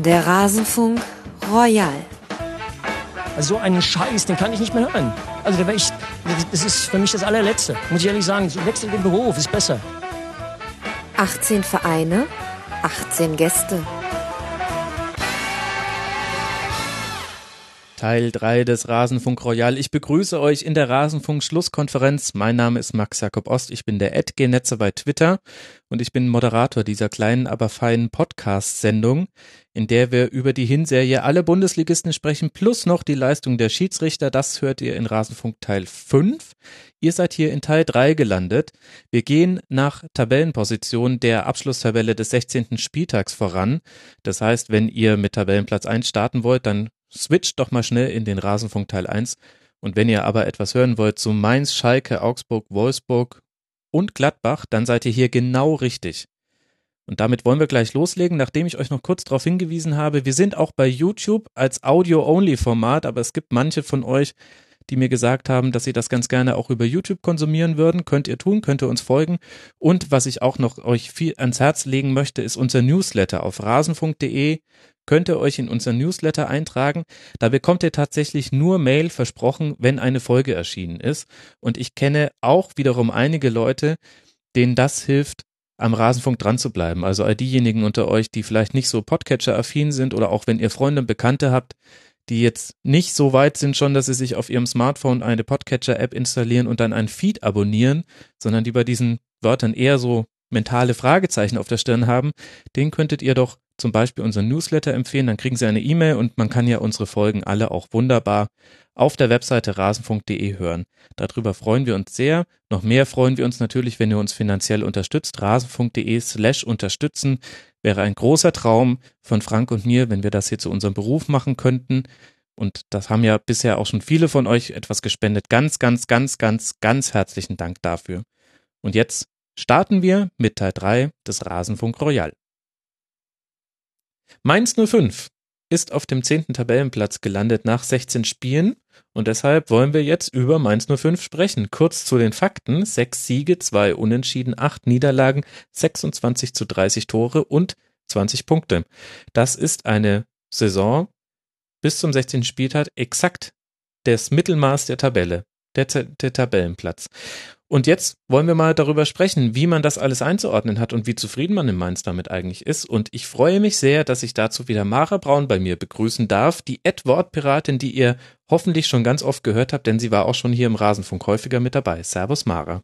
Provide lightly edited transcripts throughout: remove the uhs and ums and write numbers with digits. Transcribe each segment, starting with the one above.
Der Rasenfunk Royal. Also so einen Scheiß, den kann ich nicht mehr hören. Also das ist für mich das allerletzte. Muss ich ehrlich sagen, wechsel den Beruf, ist besser. 18 Vereine, 18 Gäste. Teil 3 des Rasenfunk Royal. Ich begrüße euch in der Rasenfunk-Schlusskonferenz. Mein Name ist Max Jakob Ost. Ich bin der @gnetze bei Twitter und ich bin Moderator dieser kleinen, aber feinen Podcast-Sendung, in der wir über die Hinserie alle Bundesligisten sprechen, plus noch die Leistung der Schiedsrichter. Das hört ihr in Rasenfunk Teil 5. Ihr seid hier in Teil 3 gelandet. Wir gehen nach Tabellenposition der Abschlusstabelle des 16. Spieltags voran. Das heißt, wenn ihr mit Tabellenplatz 1 starten wollt, dann switcht doch mal schnell in den Rasenfunk Teil 1. Und wenn ihr aber etwas hören wollt zu Mainz, Schalke, Augsburg, Wolfsburg und Gladbach, dann seid ihr hier genau richtig. Und damit wollen wir gleich loslegen, nachdem ich euch noch kurz darauf hingewiesen habe, wir sind auch bei YouTube als Audio-Only-Format, aber es gibt manche von euch, die mir gesagt haben, dass sie das ganz gerne auch über YouTube konsumieren würden. Könnt ihr tun, könnt ihr uns folgen. Und was ich auch noch euch viel ans Herz legen möchte, ist unser Newsletter auf rasenfunk.de. Könnt ihr euch in unser Newsletter eintragen. Da bekommt ihr tatsächlich nur Mail versprochen, wenn eine Folge erschienen ist. Und ich kenne auch wiederum einige Leute, denen das hilft, am Rasenfunk dran zu bleiben. Also all diejenigen unter euch, die vielleicht nicht so Podcatcher-affin sind oder auch wenn ihr Freunde und Bekannte habt, die jetzt nicht so weit sind schon, dass sie sich auf ihrem Smartphone eine Podcatcher-App installieren und dann einen Feed abonnieren, sondern die bei diesen Wörtern eher so mentale Fragezeichen auf der Stirn haben, den könntet ihr doch zum Beispiel unseren Newsletter empfehlen, dann kriegen sie eine E-Mail und man kann ja unsere Folgen alle auch wunderbar auf der Webseite rasenfunk.de hören. Darüber freuen wir uns sehr. Noch mehr freuen wir uns natürlich, wenn ihr uns finanziell unterstützt. rasenfunk.de/unterstützen wäre ein großer Traum von Frank und mir, wenn wir das hier zu unserem Beruf machen könnten. Und das haben ja bisher auch schon viele von euch etwas gespendet. Ganz, ganz, ganz, ganz, ganz herzlichen Dank dafür. Und jetzt starten wir mit Teil 3 des Rasenfunk Royal. Mainz 05 ist auf dem 10. Tabellenplatz gelandet nach 16 Spielen und deshalb wollen wir jetzt über Mainz 05 sprechen. Kurz zu den Fakten: 6 Siege, 2 Unentschieden, 8 Niederlagen, 26:30 Tore und 20 Punkte. Das ist eine Saison bis zum 16. Spieltag exakt das Mittelmaß der Tabelle, der Tabellenplatz. Und jetzt wollen wir mal darüber sprechen, wie man das alles einzuordnen hat und wie zufrieden man in Mainz damit eigentlich ist. Und ich freue mich sehr, dass ich dazu wieder Mara Braun bei mir begrüßen darf, die Wortpiratin, die ihr hoffentlich schon ganz oft gehört habt, denn sie war auch schon hier im Rasenfunk häufiger mit dabei. Servus Mara.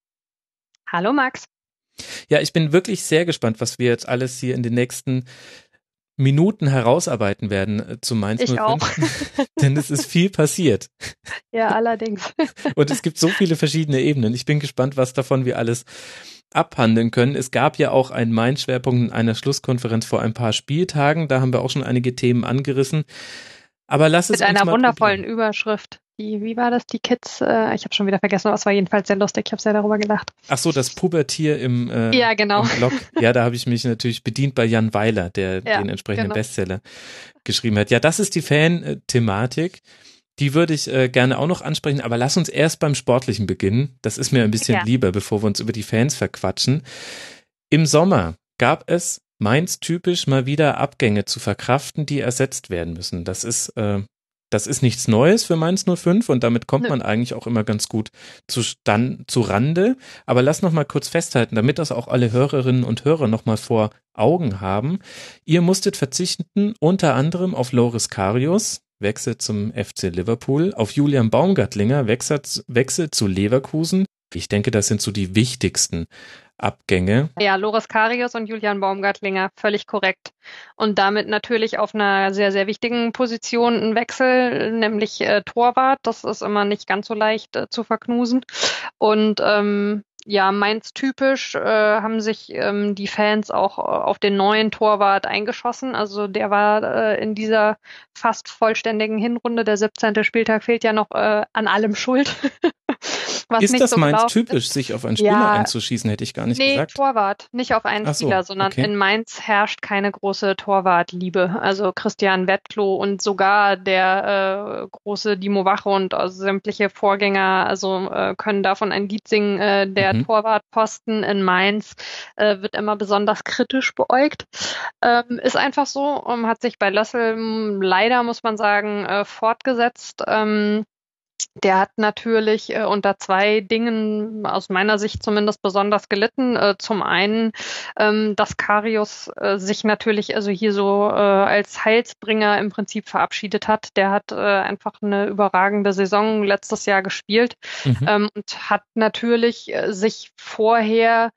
Hallo Max. Ja, ich bin wirklich sehr gespannt, was wir jetzt alles hier in den nächsten Minuten herausarbeiten werden zu Mainz 05. Ich auch. Denn es ist viel passiert. Ja, allerdings. Und es gibt so viele verschiedene Ebenen. Ich bin gespannt, was davon wir alles abhandeln können. Es gab ja auch einen Mainz-Schwerpunkt in einer Schlusskonferenz vor ein paar Spieltagen. Da haben wir auch schon einige Themen angerissen. Aber lass es mit uns einer mal wundervollen probieren. Überschrift. Wie war das? Die Kids, ich habe schon wieder vergessen, aber es war jedenfalls sehr lustig. Ich habe sehr darüber gelacht. Ach so, das Pubertier im Ja, genau. im Blog. Ja, da habe ich mich natürlich bedient bei Jan Weiler, der den entsprechenden Bestseller geschrieben hat. Ja, das ist die Fan-Thematik. Die würde ich gerne auch noch ansprechen, aber lass uns erst beim Sportlichen beginnen. Das ist mir ein bisschen lieber, bevor wir uns über die Fans verquatschen. Im Sommer gab es Mainz typisch mal wieder Abgänge zu verkraften, die ersetzt werden müssen. Das ist nichts Neues für Mainz 05 und damit kommt man eigentlich auch immer ganz gut zu Rande. Aber lass noch mal kurz festhalten, damit das auch alle Hörerinnen und Hörer noch mal vor Augen haben. Ihr musstet verzichten unter anderem auf Loris Karius, Wechsel zum FC Liverpool, auf Julian Baumgartlinger, Wechsel zu Leverkusen. Ich denke, das sind so die wichtigsten Abgänge. Ja, Loris Karius und Julian Baumgartlinger, völlig korrekt. Und damit natürlich auf einer sehr, sehr wichtigen Position ein Wechsel, nämlich Torwart. Das ist immer nicht ganz so leicht zu verknusen. Und Mainz typisch haben sich die Fans auch auf den neuen Torwart eingeschossen. Also der war in dieser fast vollständigen Hinrunde, der 17. Spieltag fehlt ja noch, an allem schuld. Was Ist nicht das so Mainz gelaufen typisch, ist. sich auf einen Spieler Ja, einzuschießen, hätte ich gar nicht nee, gesagt. Torwart, nicht auf einen Ach so, Spieler, sondern okay. in Mainz herrscht keine große Torwartliebe. Also Christian Wettklo und sogar der große Dimo Wache und sämtliche Vorgänger, also können davon ein Lied singen. Der Mhm. Torwartposten in Mainz wird immer besonders kritisch beäugt. Ist einfach so, hat sich bei Lössl leider, muss man sagen, fortgesetzt. Der hat natürlich unter zwei Dingen aus meiner Sicht zumindest besonders gelitten. Zum einen, dass Karius sich natürlich also hier so als Heilsbringer im Prinzip verabschiedet hat. Der hat einfach eine überragende Saison letztes Jahr gespielt Mhm. und hat natürlich sich vorher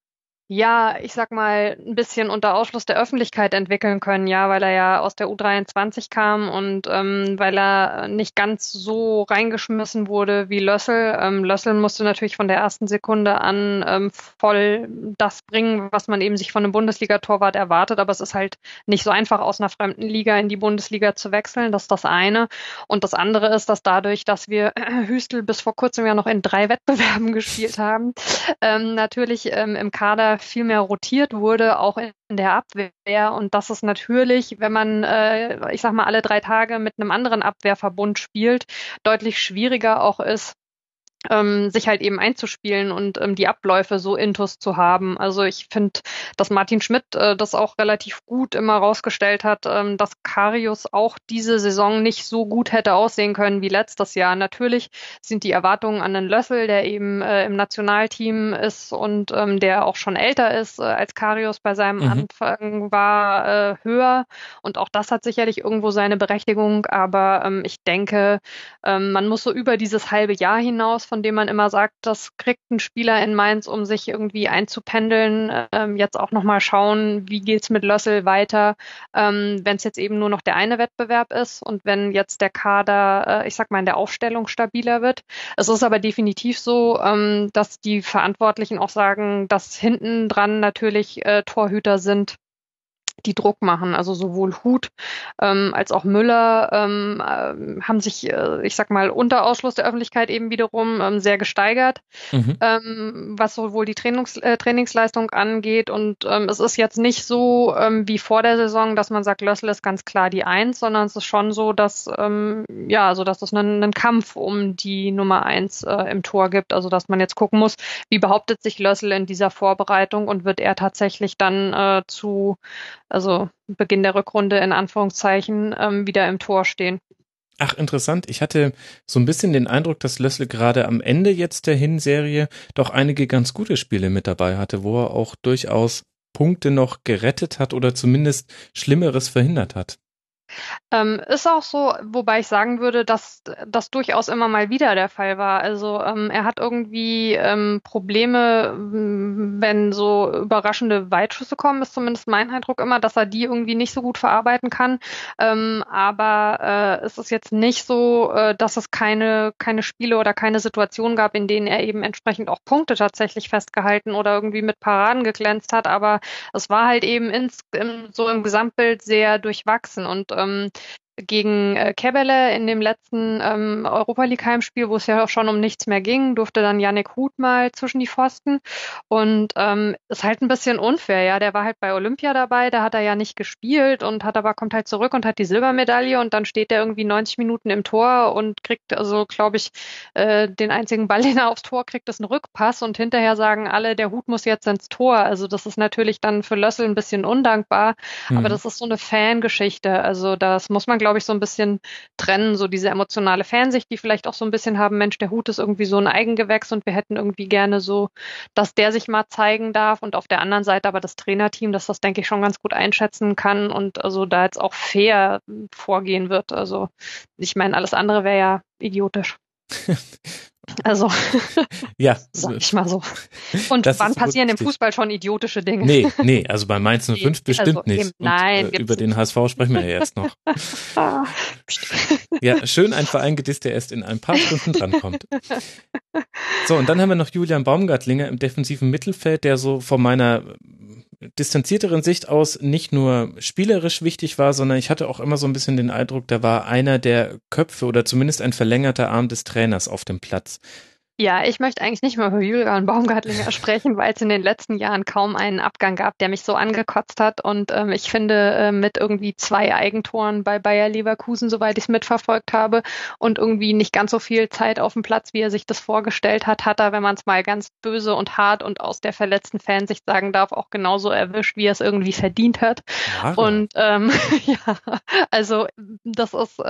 ja, ich sag mal, ein bisschen unter Ausschluss der Öffentlichkeit entwickeln können, ja, weil er ja aus der U23 kam und weil er nicht ganz so reingeschmissen wurde wie Lössl. Lössl musste natürlich von der ersten Sekunde an voll das bringen, was man eben sich von einem Bundesliga-Torwart erwartet, aber es ist halt nicht so einfach, aus einer fremden Liga in die Bundesliga zu wechseln. Das ist das eine. Und das andere ist, dass dadurch, dass wir Hüstel bis vor kurzem ja noch in 3 Wettbewerben gespielt haben, natürlich im Kader viel mehr rotiert wurde, auch in der Abwehr. Und das ist natürlich, wenn man, ich sag mal, alle 3 Tage mit einem anderen Abwehrverbund spielt, deutlich schwieriger auch ist, sich halt eben einzuspielen und die Abläufe so intus zu haben. Also ich finde, dass Martin Schmidt das auch relativ gut immer rausgestellt hat, dass Karius auch diese Saison nicht so gut hätte aussehen können wie letztes Jahr. Natürlich sind die Erwartungen an den Lössl, der eben im Nationalteam ist und der auch schon älter ist, als Karius bei seinem Anfang war, höher. Und auch das hat sicherlich irgendwo seine Berechtigung. Aber ich denke, man muss so über dieses halbe Jahr hinaus, von dem man immer sagt, das kriegt ein Spieler in Mainz, um sich irgendwie einzupendeln, jetzt auch nochmal schauen, wie geht's mit Lössl weiter, wenn es jetzt eben nur noch der eine Wettbewerb ist und wenn jetzt der Kader, ich sag mal, in der Aufstellung stabiler wird. Es ist aber definitiv so, dass die Verantwortlichen auch sagen, dass hinten dran natürlich Torhüter sind, die Druck machen. Also sowohl Huth als auch Müller haben sich, ich sag mal, unter Ausschluss der Öffentlichkeit eben wiederum sehr gesteigert, was sowohl die Trainingsleistung angeht. Und es ist jetzt nicht so wie vor der Saison, dass man sagt, Lössl ist ganz klar die Eins, sondern es ist schon so, dass also dass es einen Kampf um die Nummer 1 im Tor gibt. Also dass man jetzt gucken muss, wie behauptet sich Lössl in dieser Vorbereitung und wird er tatsächlich dann also Beginn der Rückrunde in Anführungszeichen, wieder im Tor stehen. Ach, interessant. Ich hatte so ein bisschen den Eindruck, dass Lössl gerade am Ende jetzt der Hinserie doch einige ganz gute Spiele mit dabei hatte, wo er auch durchaus Punkte noch gerettet hat oder zumindest Schlimmeres verhindert hat. Ist auch so, wobei ich sagen würde, dass das durchaus immer mal wieder der Fall war. Also er hat irgendwie Probleme, wenn so überraschende Weitschüsse kommen, ist zumindest mein Eindruck immer, dass er die irgendwie nicht so gut verarbeiten kann. Aber es ist jetzt nicht so, dass es keine Spiele oder keine Situation gab, in denen er eben entsprechend auch Punkte tatsächlich festgehalten oder irgendwie mit Paraden geglänzt hat. Aber es war halt eben so im Gesamtbild sehr durchwachsen und gegen Kebele in dem letzten Europa League Heimspiel, wo es ja schon um nichts mehr ging, durfte dann Yannick Huth mal zwischen die Pfosten und ist halt ein bisschen unfair, ja, der war halt bei Olympia dabei, da hat er ja nicht gespielt und kommt halt zurück und hat die Silbermedaille und dann steht er irgendwie 90 Minuten im Tor und kriegt also, glaube ich, den einzigen Ball, den er aufs Tor kriegt, ist ein Rückpass und hinterher sagen alle, der Huth muss jetzt ins Tor, also das ist natürlich dann für Lössl ein bisschen undankbar, aber das ist so eine Fangeschichte, also das muss man, glaube ich, so ein bisschen trennen, so diese emotionale Fansicht, die vielleicht auch so ein bisschen haben, Mensch, der Huth ist irgendwie so ein Eigengewächs und wir hätten irgendwie gerne so, dass der sich mal zeigen darf und auf der anderen Seite aber das Trainerteam, dass das, denke ich, schon ganz gut einschätzen kann und also da jetzt auch fair vorgehen wird. Also ich meine, alles andere wäre ja idiotisch. Also, ja, sag ich mal so. Und wann passieren im Fußball schon idiotische Dinge? Nee, also bei Mainz 05 bestimmt also nicht. Nein, und, über den HSV sprechen wir ja erst noch. Ja, schön ein Verein gedisst, der erst in ein paar Stunden drankommt. So, und dann haben wir noch Julian Baumgartlinger im defensiven Mittelfeld, der so von meiner distanzierteren Sicht aus nicht nur spielerisch wichtig war, sondern ich hatte auch immer so ein bisschen den Eindruck, da war einer der Köpfe oder zumindest ein verlängerter Arm des Trainers auf dem Platz. Ja, ich möchte eigentlich nicht mehr über Julian Baumgartlinger sprechen, weil es in den letzten Jahren kaum einen Abgang gab, der mich so angekotzt hat. Und ich finde, mit irgendwie 2 Eigentoren bei Bayer Leverkusen, soweit ich es mitverfolgt habe, und irgendwie nicht ganz so viel Zeit auf dem Platz, wie er sich das vorgestellt hat, hat er, wenn man es mal ganz böse und hart und aus der verletzten Fansicht sagen darf, auch genauso erwischt, wie er es irgendwie verdient hat. Ja. Und ja, also das ist,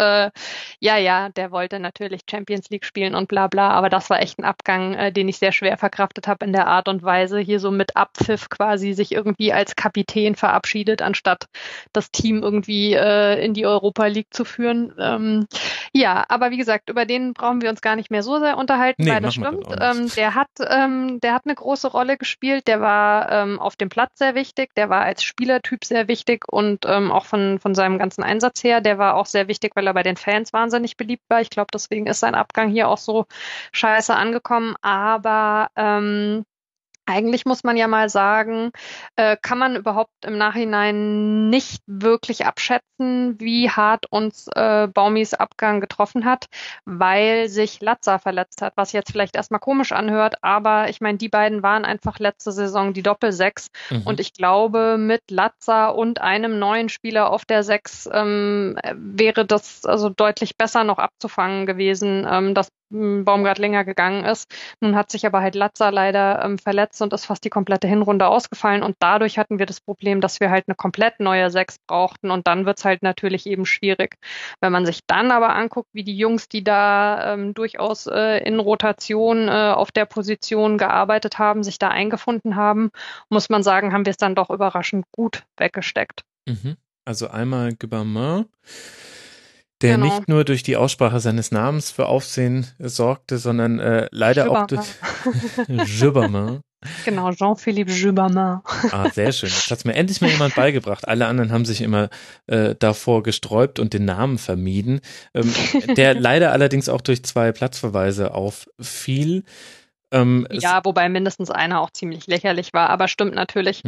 der wollte natürlich Champions League spielen und bla bla, aber das war echt ein Abgang, den ich sehr schwer verkraftet habe in der Art und Weise, hier so mit Abpfiff quasi sich irgendwie als Kapitän verabschiedet, anstatt das Team irgendwie in die Europa League zu führen. Aber wie gesagt, über den brauchen wir uns gar nicht mehr so sehr unterhalten, weil das stimmt. Der hat eine große Rolle gespielt, der war auf dem Platz sehr wichtig, der war als Spielertyp sehr wichtig und auch von seinem ganzen Einsatz her, der war auch sehr wichtig, weil er bei den Fans wahnsinnig beliebt war. Ich glaube, deswegen ist sein Abgang hier auch so scheiße angekommen, aber eigentlich muss man ja mal sagen, kann man überhaupt im Nachhinein nicht wirklich abschätzen, wie hart uns Baumis Abgang getroffen hat, weil sich Latza verletzt hat, was jetzt vielleicht erstmal komisch anhört, aber ich meine, die beiden waren einfach letzte Saison die Doppel-6 und ich glaube, mit Latza und einem neuen Spieler auf der 6 wäre das also deutlich besser noch abzufangen gewesen, dass Baumgartlinger gegangen ist. Nun hat sich aber halt Latza leider verletzt und ist fast die komplette Hinrunde ausgefallen und dadurch hatten wir das Problem, dass wir halt eine komplett neue 6 brauchten und dann wird's halt natürlich eben schwierig. Wenn man sich dann aber anguckt, wie die Jungs, die da durchaus in Rotation auf der Position gearbeitet haben, sich da eingefunden haben, muss man sagen, haben wir es dann doch überraschend gut weggesteckt. Also einmal Gubermin, der nicht nur durch die Aussprache seines Namens für Aufsehen sorgte, sondern leider auch durch Gubermin. Genau, Jean-Philippe Gubermin. Ah, sehr schön. Das hat's mir endlich mal jemand beigebracht. Alle anderen haben sich immer davor gesträubt und den Namen vermieden. Der leider allerdings auch durch 2 Platzverweise auffiel. Wobei mindestens einer auch ziemlich lächerlich war, aber stimmt natürlich.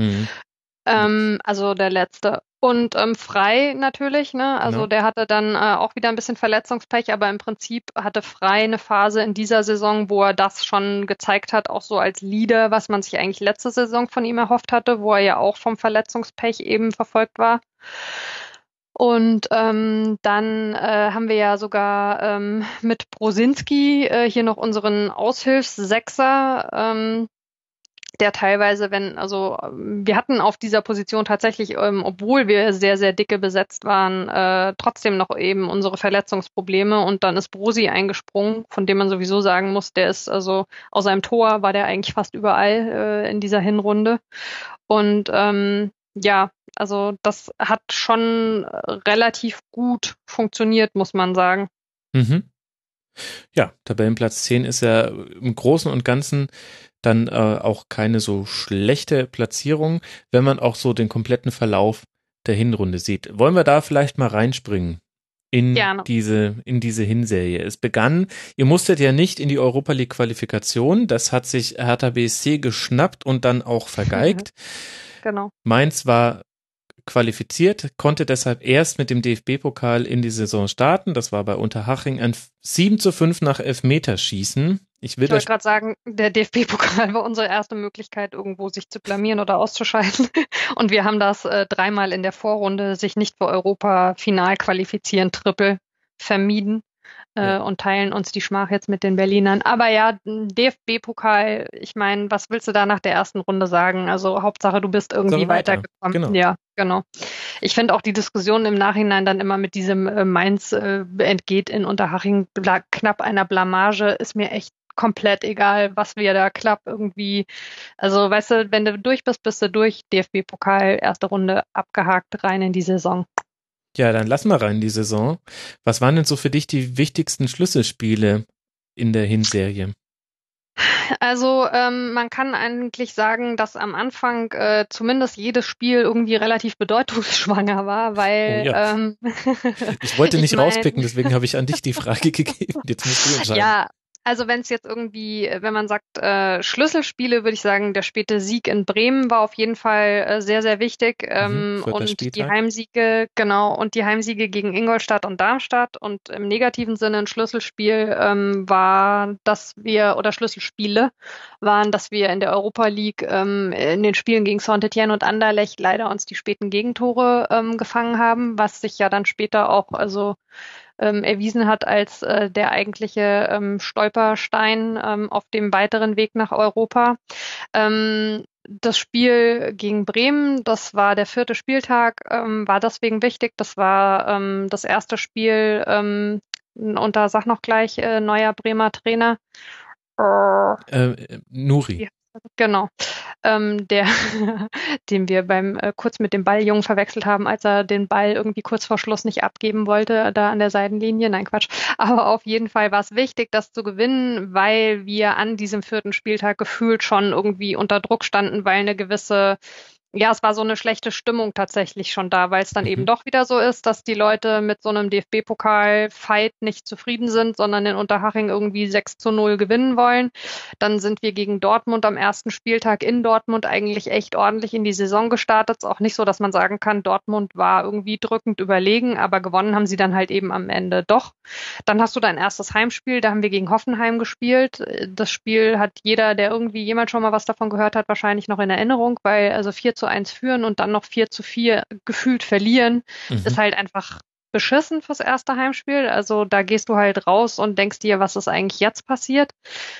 Also der letzte. Und Frei natürlich, ne? Also der hatte dann auch wieder ein bisschen Verletzungspech, aber im Prinzip hatte Frei eine Phase in dieser Saison, wo er das schon gezeigt hat, auch so als Leader, was man sich eigentlich letzte Saison von ihm erhofft hatte, wo er ja auch vom Verletzungspech eben verfolgt war. Und dann haben wir ja sogar mit Brosinski hier noch unseren Aushilfssechser, der teilweise, wir hatten auf dieser Position tatsächlich, obwohl wir sehr, sehr dicke besetzt waren, trotzdem noch eben unsere Verletzungsprobleme und dann ist Brosi eingesprungen, von dem man sowieso sagen muss, der ist also aus seinem Tor war der eigentlich fast überall in dieser Hinrunde und also das hat schon relativ gut funktioniert, muss man sagen. Ja, Tabellenplatz 10 ist ja im Großen und Ganzen dann auch keine so schlechte Platzierung, wenn man auch so den kompletten Verlauf der Hinrunde sieht. Wollen wir da vielleicht mal reinspringen in diese Hinserie? Es begann, ihr musstet ja nicht in die Europa League Qualifikation, das hat sich Hertha BSC geschnappt und dann auch vergeigt. Genau. Mainz war qualifiziert, konnte deshalb erst mit dem DFB-Pokal in die Saison starten. Das war bei Unterhaching ein 7:5 nach Elfmeterschießen. Ich wollte gerade sagen, der DFB-Pokal war unsere erste Möglichkeit, irgendwo sich zu blamieren oder auszuscheiden. Und wir haben das 3-mal in der Vorrunde sich nicht für Europa final qualifizieren, Triple vermieden. Und teilen uns die Schmach jetzt mit den Berlinern. Aber ja, DFB-Pokal, ich meine, was willst du da nach der ersten Runde sagen? Also Hauptsache, du bist irgendwie weitergekommen. Genau. Ja, genau. Ich finde auch die Diskussion im Nachhinein dann immer mit diesem Mainz entgeht in Unterhaching knapp einer Blamage, ist mir echt komplett egal, was wir da irgendwie, also weißt du, wenn du durch bist, bist du durch. DFB-Pokal, erste Runde abgehakt, rein in die Saison. Ja, dann lass mal rein in die Saison. Was waren denn so für dich die wichtigsten Schlüsselspiele in der Hinserie? Also man kann eigentlich sagen, dass am Anfang zumindest jedes Spiel irgendwie relativ bedeutungsschwanger war, weil ich wollte nicht rauspicken, deswegen habe ich an dich die Frage gegeben. Jetzt musst du entscheiden. Ja, Also wenn es jetzt irgendwie, wenn man sagt Schlüsselspiele, würde ich sagen, der späte Sieg in Bremen war auf jeden Fall sehr, sehr wichtig. Vierter Und die Spieltag. Heimsiege, genau, und die Heimsiege gegen Ingolstadt und Darmstadt. Und im negativen Sinne ein Schlüsselspiel war, dass wir, oder Schlüsselspiele waren, dass wir in der Europa League in den Spielen gegen Saint-Étienne und Anderlecht leider uns die späten Gegentore gefangen haben, was sich ja dann später auch erwiesen hat als der eigentliche Stolperstein auf dem weiteren Weg nach Europa. Das Spiel gegen Bremen, das war der 4. Spieltag, war deswegen wichtig. Das war das erste Spiel unter, sag noch gleich, neuer Bremer Trainer. Nuri. Genau. Der, den wir beim kurz mit dem Balljungen verwechselt haben, als er den Ball irgendwie kurz vor Schluss nicht abgeben wollte, da an der Seitenlinie. Nein, Quatsch. Aber auf jeden Fall war es wichtig, das zu gewinnen, weil wir an diesem 4. Spieltag gefühlt schon irgendwie unter Druck standen, weil eine gewisse, ja, es war so eine schlechte Stimmung tatsächlich schon da, weil es dann eben doch wieder so ist, dass die Leute mit so einem DFB-Pokal-Fight nicht zufrieden sind, sondern in Unterhaching irgendwie 6-0 gewinnen wollen. Dann sind wir gegen Dortmund am ersten Spieltag in Dortmund eigentlich echt ordentlich in die Saison gestartet. Ist auch nicht so, dass man sagen kann, Dortmund war irgendwie drückend überlegen, aber gewonnen haben sie dann halt eben am Ende doch. Dann hast du dein erstes Heimspiel, da haben wir gegen Hoffenheim gespielt. Das Spiel hat jeder, der irgendwie jemand schon mal was davon gehört hat, wahrscheinlich noch in Erinnerung, weil also 4-1 führen und dann noch 4-4 gefühlt verlieren, ist halt einfach beschissen fürs erste Heimspiel. Also da gehst du halt raus und denkst dir, was ist eigentlich jetzt passiert?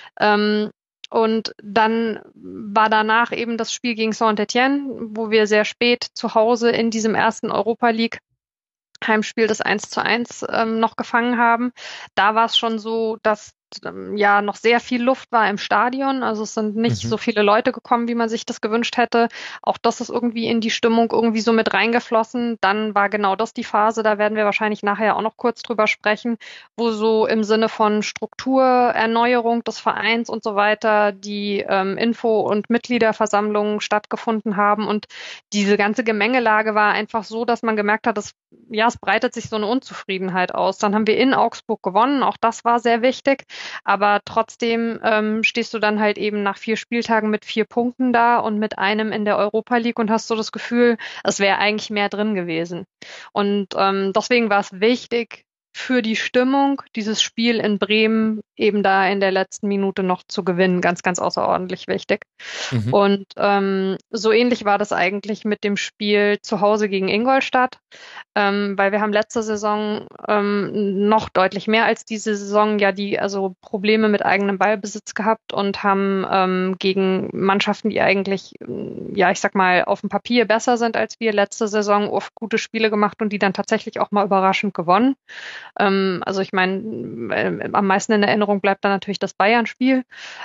Und dann war danach eben das Spiel gegen Saint-Étienne, wo wir sehr spät zu Hause in diesem ersten Europa League Heimspiel das 1-1 noch gefangen haben. Da war es schon so, dass ja noch sehr viel Luft war im Stadion. Also es sind nicht so viele Leute gekommen, wie man sich das gewünscht hätte. Auch das ist irgendwie in die Stimmung irgendwie so mit reingeflossen. Dann war genau das die Phase, da werden wir wahrscheinlich nachher auch noch kurz drüber sprechen, wo so im Sinne von Strukturerneuerung des Vereins und so weiter die Info- und Mitgliederversammlungen stattgefunden haben. Und diese ganze Gemengelage war einfach so, dass man gemerkt hat, es breitet sich so eine Unzufriedenheit aus. Dann haben wir in Augsburg gewonnen. Auch das war sehr wichtig. Aber trotzdem stehst du dann halt eben nach 4 Spieltagen mit 4 Punkten da und mit einem in der Europa League und hast so das Gefühl, es wäre eigentlich mehr drin gewesen. Und deswegen war es wichtig für die Stimmung, dieses Spiel in Bremen eben da in der letzten Minute noch zu gewinnen. Ganz, ganz außerordentlich wichtig. Und so ähnlich war das eigentlich mit dem Spiel zu Hause gegen Ingolstadt, weil wir haben letzte Saison noch deutlich mehr als diese Saison also Probleme mit eigenem Ballbesitz gehabt und haben gegen Mannschaften, die eigentlich, ich sag mal, auf dem Papier besser sind als wir, letzte Saison oft gute Spiele gemacht und die dann tatsächlich auch mal überraschend gewonnen. Also ich meine, am meisten in Erinnerung bleibt dann natürlich das Bayern-Spiel.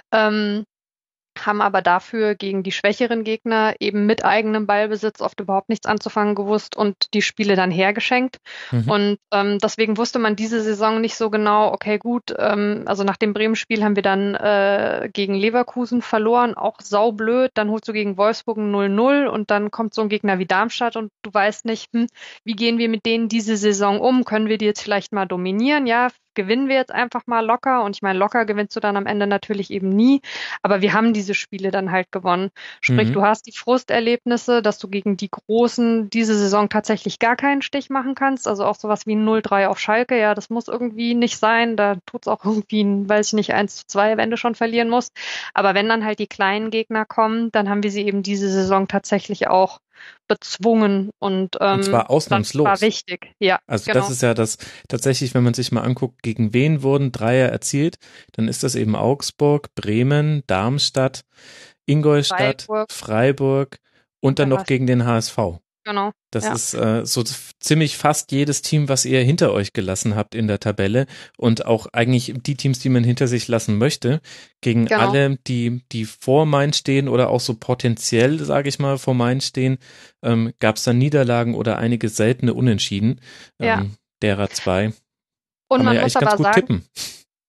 Haben aber dafür gegen die schwächeren Gegner eben mit eigenem Ballbesitz oft überhaupt nichts anzufangen gewusst und die Spiele dann hergeschenkt. Und deswegen wusste man diese Saison nicht so genau, okay, gut, also nach dem Bremen-Spiel haben wir dann gegen Leverkusen verloren, auch saublöd, dann holst du gegen Wolfsburg ein 0-0 und dann kommt so ein Gegner wie Darmstadt und du weißt nicht, wie gehen wir mit denen diese Saison um? Können wir die jetzt vielleicht mal dominieren? Ja, gewinnen wir jetzt einfach mal locker und ich meine, locker gewinnst du dann am Ende natürlich eben nie, aber wir haben diese Spiele dann halt gewonnen. Sprich, du hast die Frusterlebnisse, dass du gegen die Großen diese Saison tatsächlich gar keinen Stich machen kannst, also auch sowas wie ein 0-3 auf Schalke, ja, das muss irgendwie nicht sein, da tut's auch irgendwie, weiß ich nicht, 1-2, wenn du schon verlieren musst, aber wenn dann halt die kleinen Gegner kommen, dann haben wir sie eben diese Saison tatsächlich auch bezwungen und zwar ausnahmslos. Das war wichtig, ja. Also genau. das ist ja das tatsächlich, wenn man sich mal anguckt, gegen wen wurden Dreier erzielt, dann ist das eben Augsburg, Bremen, Darmstadt, Ingolstadt, Freiburg und dann noch gegen den HSV. Genau. Das ist so ziemlich fast jedes Team, was ihr hinter euch gelassen habt in der Tabelle und auch eigentlich die Teams, die man hinter sich lassen möchte, gegen alle, die vor Mainz stehen oder auch so potenziell, sage ich mal, vor Mainz stehen, gab es dann Niederlagen oder einige seltene Unentschieden, derer 2. Und Kann man man ja muss eigentlich ganz aber gut sagen, tippen.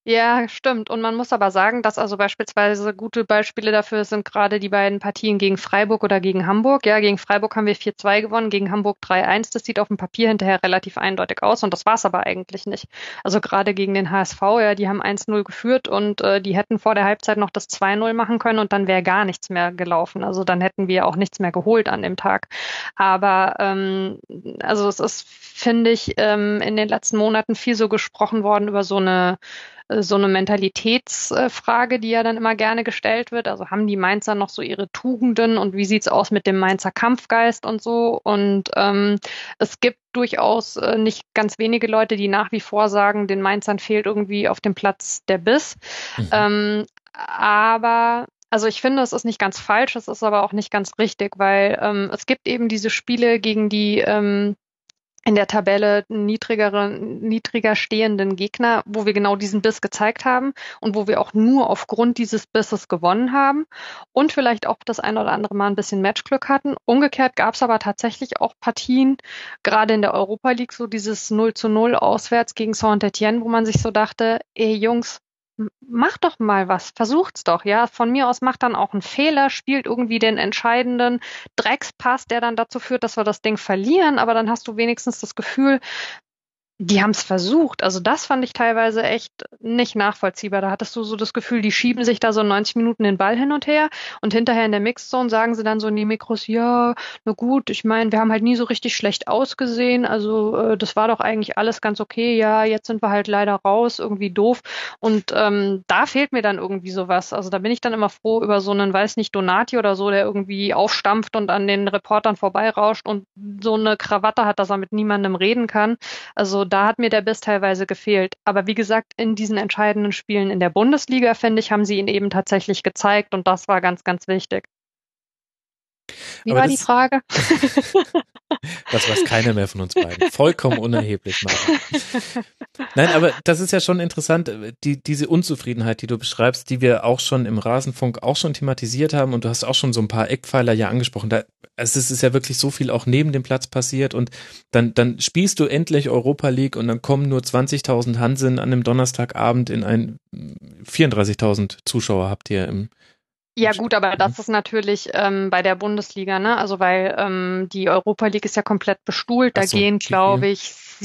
Ja, stimmt. Und man muss aber sagen, dass also beispielsweise gute Beispiele dafür sind gerade die beiden Partien gegen Freiburg oder gegen Hamburg. Ja, gegen Freiburg haben wir 4-2 gewonnen, gegen Hamburg 3-1. Das sieht auf dem Papier hinterher relativ eindeutig aus und das war's aber eigentlich nicht. Also gerade gegen den HSV, ja, die haben 1-0 geführt und die hätten vor der Halbzeit noch das 2-0 machen können und dann wäre gar nichts mehr gelaufen. Also dann hätten wir auch nichts mehr geholt an dem Tag. Aber also es ist, finde ich, in den letzten Monaten viel so gesprochen worden über so eine Mentalitätsfrage, die ja dann immer gerne gestellt wird. Also haben die Mainzer noch so ihre Tugenden und wie sieht's aus mit dem Mainzer Kampfgeist und so? Und es gibt durchaus nicht ganz wenige Leute, die nach wie vor sagen, den Mainzern fehlt irgendwie auf dem Platz der Biss. Aber also ich finde, es ist nicht ganz falsch, es ist aber auch nicht ganz richtig, weil es gibt eben diese Spiele gegen die in der Tabelle niedriger stehenden Gegner, wo wir genau diesen Biss gezeigt haben und wo wir auch nur aufgrund dieses Bisses gewonnen haben und vielleicht auch das ein oder andere Mal ein bisschen Matchglück hatten. Umgekehrt gab es aber tatsächlich auch Partien, gerade in der Europa League, so dieses 0-0 auswärts gegen Saint-Étienne, wo man sich so dachte, ey Jungs, mach doch mal was, versucht's doch, ja. Von mir aus macht dann auch einen Fehler, spielt irgendwie den entscheidenden Dreckspass, der dann dazu führt, dass wir das Ding verlieren, aber dann hast du wenigstens das Gefühl, die haben es versucht. Also das fand ich teilweise echt nicht nachvollziehbar. Da hattest du so das Gefühl, die schieben sich da so 90 Minuten den Ball hin und her und hinterher in der Mixzone sagen sie dann so in die Mikros, ja, na gut, ich meine, wir haben halt nie so richtig schlecht ausgesehen. Also das war doch eigentlich alles ganz okay. Ja, jetzt sind wir halt leider raus, irgendwie doof. Und da fehlt mir dann irgendwie sowas. Also da bin ich dann immer froh über so einen, weiß nicht, Donati oder so, der irgendwie aufstampft und an den Reportern vorbeirauscht und so eine Krawatte hat, dass er mit niemandem reden kann. Also da hat mir der Biss teilweise gefehlt. Aber wie gesagt, in diesen entscheidenden Spielen in der Bundesliga, finde ich, haben sie ihn eben tatsächlich gezeigt und das war ganz, ganz wichtig. Wie Aber war die Frage? Das weiß keiner mehr von uns beiden. Vollkommen unerheblich, Mara. Nein, aber das ist ja schon interessant, diese Unzufriedenheit, die du beschreibst, die wir auch schon im Rasenfunk auch schon thematisiert haben und du hast auch schon so ein paar Eckpfeiler ja angesprochen. Es ist ja wirklich so viel auch neben dem Platz passiert und dann spielst du endlich Europa League und dann kommen nur 20.000 Hansen an einem Donnerstagabend in ein 34.000 Zuschauer habt ihr im Ja gut, aber das ist natürlich bei der Bundesliga, ne? Also weil die Europa League ist ja komplett bestuhlt, da gehen, glaube ich,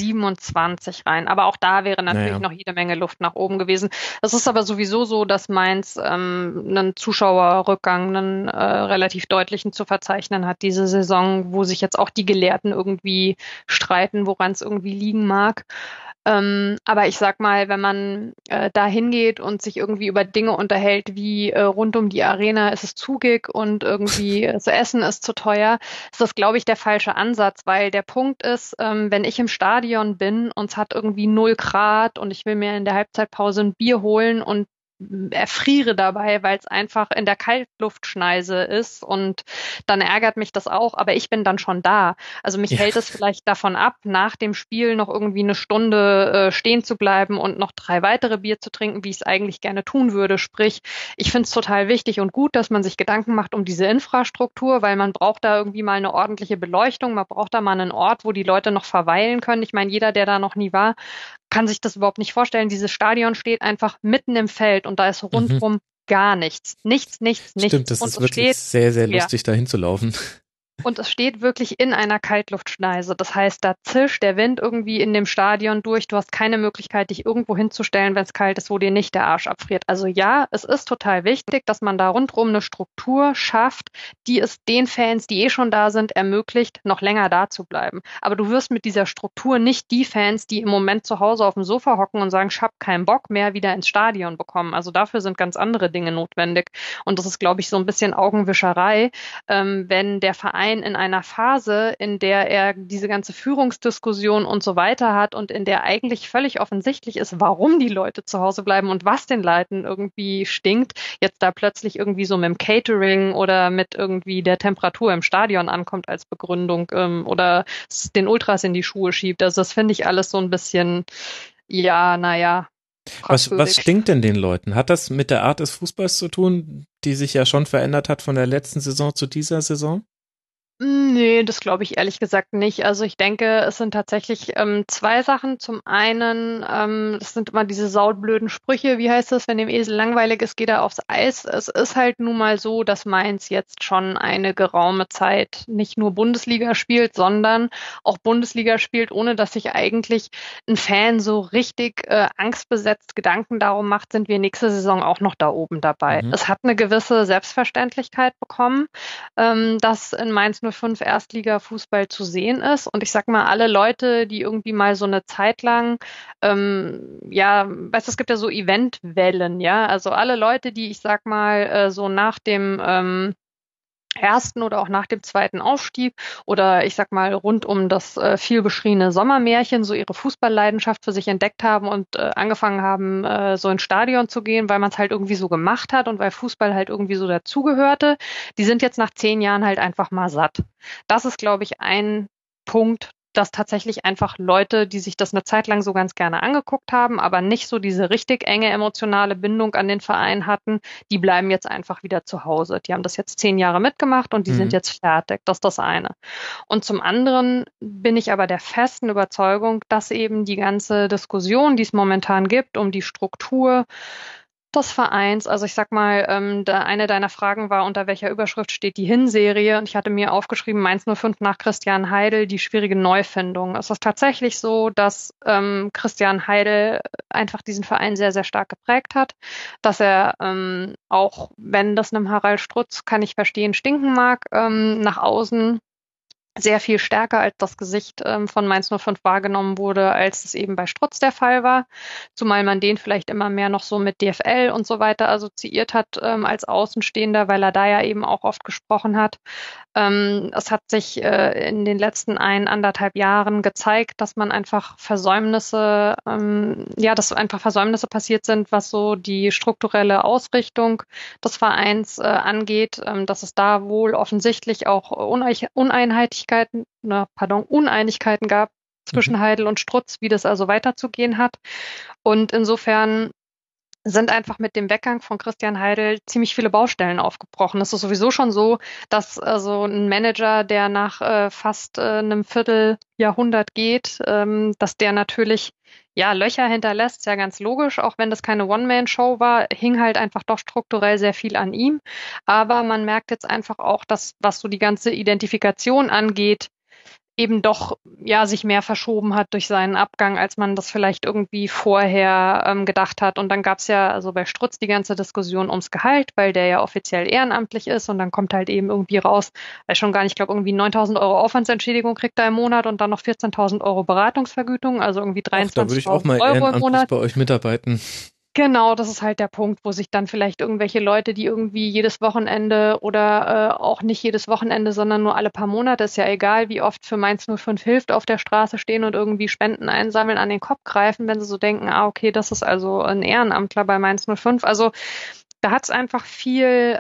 27 rein. Aber auch da wäre natürlich noch jede Menge Luft nach oben gewesen. Es ist aber sowieso so, dass Mainz einen Zuschauerrückgang, einen relativ deutlichen zu verzeichnen hat diese Saison, wo sich jetzt auch die Gelehrten irgendwie streiten, woran es irgendwie liegen mag. Aber ich sag mal, wenn man da hingeht und sich irgendwie über Dinge unterhält, wie rund um die Arena ist es zugig und irgendwie zu essen ist zu teuer, ist das, glaube ich, der falsche Ansatz, weil der Punkt ist, wenn ich im Stadion bin und es hat irgendwie 0 Grad und ich will mir in der Halbzeitpause ein Bier holen und erfriere dabei, weil es einfach in der Kaltluftschneise ist und dann ärgert mich das auch, aber ich bin dann schon da. Also mich hält es vielleicht davon ab, nach dem Spiel noch irgendwie eine Stunde stehen zu bleiben und noch 3 weitere Bier zu trinken, wie ich es eigentlich gerne tun würde. Sprich, ich finde es total wichtig und gut, dass man sich Gedanken macht um diese Infrastruktur, weil man braucht da irgendwie mal eine ordentliche Beleuchtung, man braucht da mal einen Ort, wo die Leute noch verweilen können. Ich meine, jeder, der da noch nie war, kann sich das überhaupt nicht vorstellen. Dieses Stadion steht einfach mitten im Feld und da ist rundrum gar nichts. Nichts. Stimmt, das ist wirklich sehr, sehr lustig, da hinzulaufen. Und es steht wirklich in einer Kaltluftschneise. Das heißt, da zischt der Wind irgendwie in dem Stadion durch. Du hast keine Möglichkeit, dich irgendwo hinzustellen, wenn es kalt ist, wo dir nicht der Arsch abfriert. Also ja, es ist total wichtig, dass man da rundherum eine Struktur schafft, die es den Fans, die eh schon da sind, ermöglicht, noch länger da zu bleiben. Aber du wirst mit dieser Struktur nicht die Fans, die im Moment zu Hause auf dem Sofa hocken und sagen, ich hab keinen Bock mehr, wieder ins Stadion bekommen. Also dafür sind ganz andere Dinge notwendig. Und das ist, glaube ich, so ein bisschen Augenwischerei, wenn der Verein in einer Phase, in der er diese ganze Führungsdiskussion und so weiter hat und in der eigentlich völlig offensichtlich ist, warum die Leute zu Hause bleiben und was den Leuten irgendwie stinkt, jetzt da plötzlich irgendwie so mit dem Catering oder mit irgendwie der Temperatur im Stadion ankommt als Begründung oder den Ultras in die Schuhe schiebt. Also das finde ich alles so ein bisschen, ja, naja. Was stinkt denn den Leuten? Hat das mit der Art des Fußballs zu tun, die sich ja schon verändert hat von der letzten Saison zu dieser Saison? Nee, das glaube ich ehrlich gesagt nicht. Also ich denke, es sind tatsächlich zwei Sachen. Zum einen, das sind immer diese saublöden Sprüche. Wie heißt das, wenn dem Esel langweilig ist, geht er aufs Eis. Es ist halt nun mal so, dass Mainz jetzt schon eine geraume Zeit nicht nur Bundesliga spielt, sondern auch Bundesliga spielt, ohne dass sich eigentlich ein Fan so richtig angstbesetzt Gedanken darum macht, sind wir nächste Saison auch noch da oben dabei. Es hat eine gewisse Selbstverständlichkeit bekommen, dass in Mainz 05 Erstliga-Fußball zu sehen ist. Und ich sag mal, alle Leute, die irgendwie mal so eine Zeit lang, weißt du, es gibt ja so Eventwellen, ja. Also alle Leute, die, ich sag mal, so nach dem ersten oder auch nach dem zweiten Aufstieg oder ich sag mal rund um das viel beschriebene Sommermärchen so ihre Fußballleidenschaft für sich entdeckt haben und angefangen haben, so ins Stadion zu gehen, weil man es halt irgendwie so gemacht hat und weil Fußball halt irgendwie so dazugehörte. Die sind jetzt nach 10 Jahren halt einfach mal satt. Das ist, glaube ich, ein Punkt, dass tatsächlich einfach Leute, die sich das eine Zeit lang so ganz gerne angeguckt haben, aber nicht so diese richtig enge emotionale Bindung an den Verein hatten, die bleiben jetzt einfach wieder zu Hause. Die haben das jetzt 10 Jahre mitgemacht und die sind jetzt fertig. Das ist das eine. Und zum anderen bin ich aber der festen Überzeugung, dass eben die ganze Diskussion, die es momentan gibt, um die Struktur des Vereins, also ich sag mal, eine deiner Fragen war, unter welcher Überschrift steht die Hinserie? Und ich hatte mir aufgeschrieben, Mainz 05 nach Christian Heidel, die schwierige Neufindung. Es ist tatsächlich so, dass Christian Heidel einfach diesen Verein sehr, sehr stark geprägt hat, dass er auch, wenn das einem Harald Strutz, kann ich verstehen, stinken mag, nach außen sehr viel stärker als das Gesicht von Mainz 05 wahrgenommen wurde, als es eben bei Strutz der Fall war. Zumal man den vielleicht immer mehr noch so mit DFL und so weiter assoziiert hat als Außenstehender, weil er da ja eben auch oft gesprochen hat. Es hat sich in den letzten 1,5 Jahren gezeigt, dass man einfach Versäumnisse, dass einfach Versäumnisse passiert sind, was so die strukturelle Ausrichtung des Vereins angeht, dass es da wohl offensichtlich auch Uneinigkeiten gab zwischen Heidel und Strutz, wie das also weiterzugehen hat. Und insofern sind einfach mit dem Weggang von Christian Heidel ziemlich viele Baustellen aufgebrochen. Es ist sowieso schon so, dass also ein Manager, der nach fast einem Vierteljahrhundert geht, dass der natürlich Löcher hinterlässt, ist ja ganz logisch, auch wenn das keine One-Man-Show war, hing halt einfach doch strukturell sehr viel an ihm. Aber man merkt jetzt einfach auch, dass, was so die ganze Identifikation angeht, eben doch sich mehr verschoben hat durch seinen Abgang, als man das vielleicht irgendwie vorher gedacht hat. Und dann gab es ja also bei Strutz die ganze Diskussion ums Gehalt, weil der ja offiziell ehrenamtlich ist und dann kommt halt eben irgendwie raus, weil schon gar nicht, ich glaube irgendwie 9.000 Euro Aufwandsentschädigung kriegt er im Monat und dann noch 14.000 Euro Beratungsvergütung, also irgendwie 23.000 Da würde ich auch mal Euro im ehrenamtlich Monat. bei euch mitarbeiten. Genau, das ist halt der Punkt, wo sich dann vielleicht irgendwelche Leute, die irgendwie jedes Wochenende oder auch nicht jedes Wochenende, sondern nur alle paar Monate, ist ja egal, wie oft für Mainz 05 hilft, auf der Straße stehen und irgendwie Spenden einsammeln, an den Kopf greifen, wenn sie so denken, okay, das ist also ein Ehrenamtler bei Mainz 05. Also da hat es einfach viel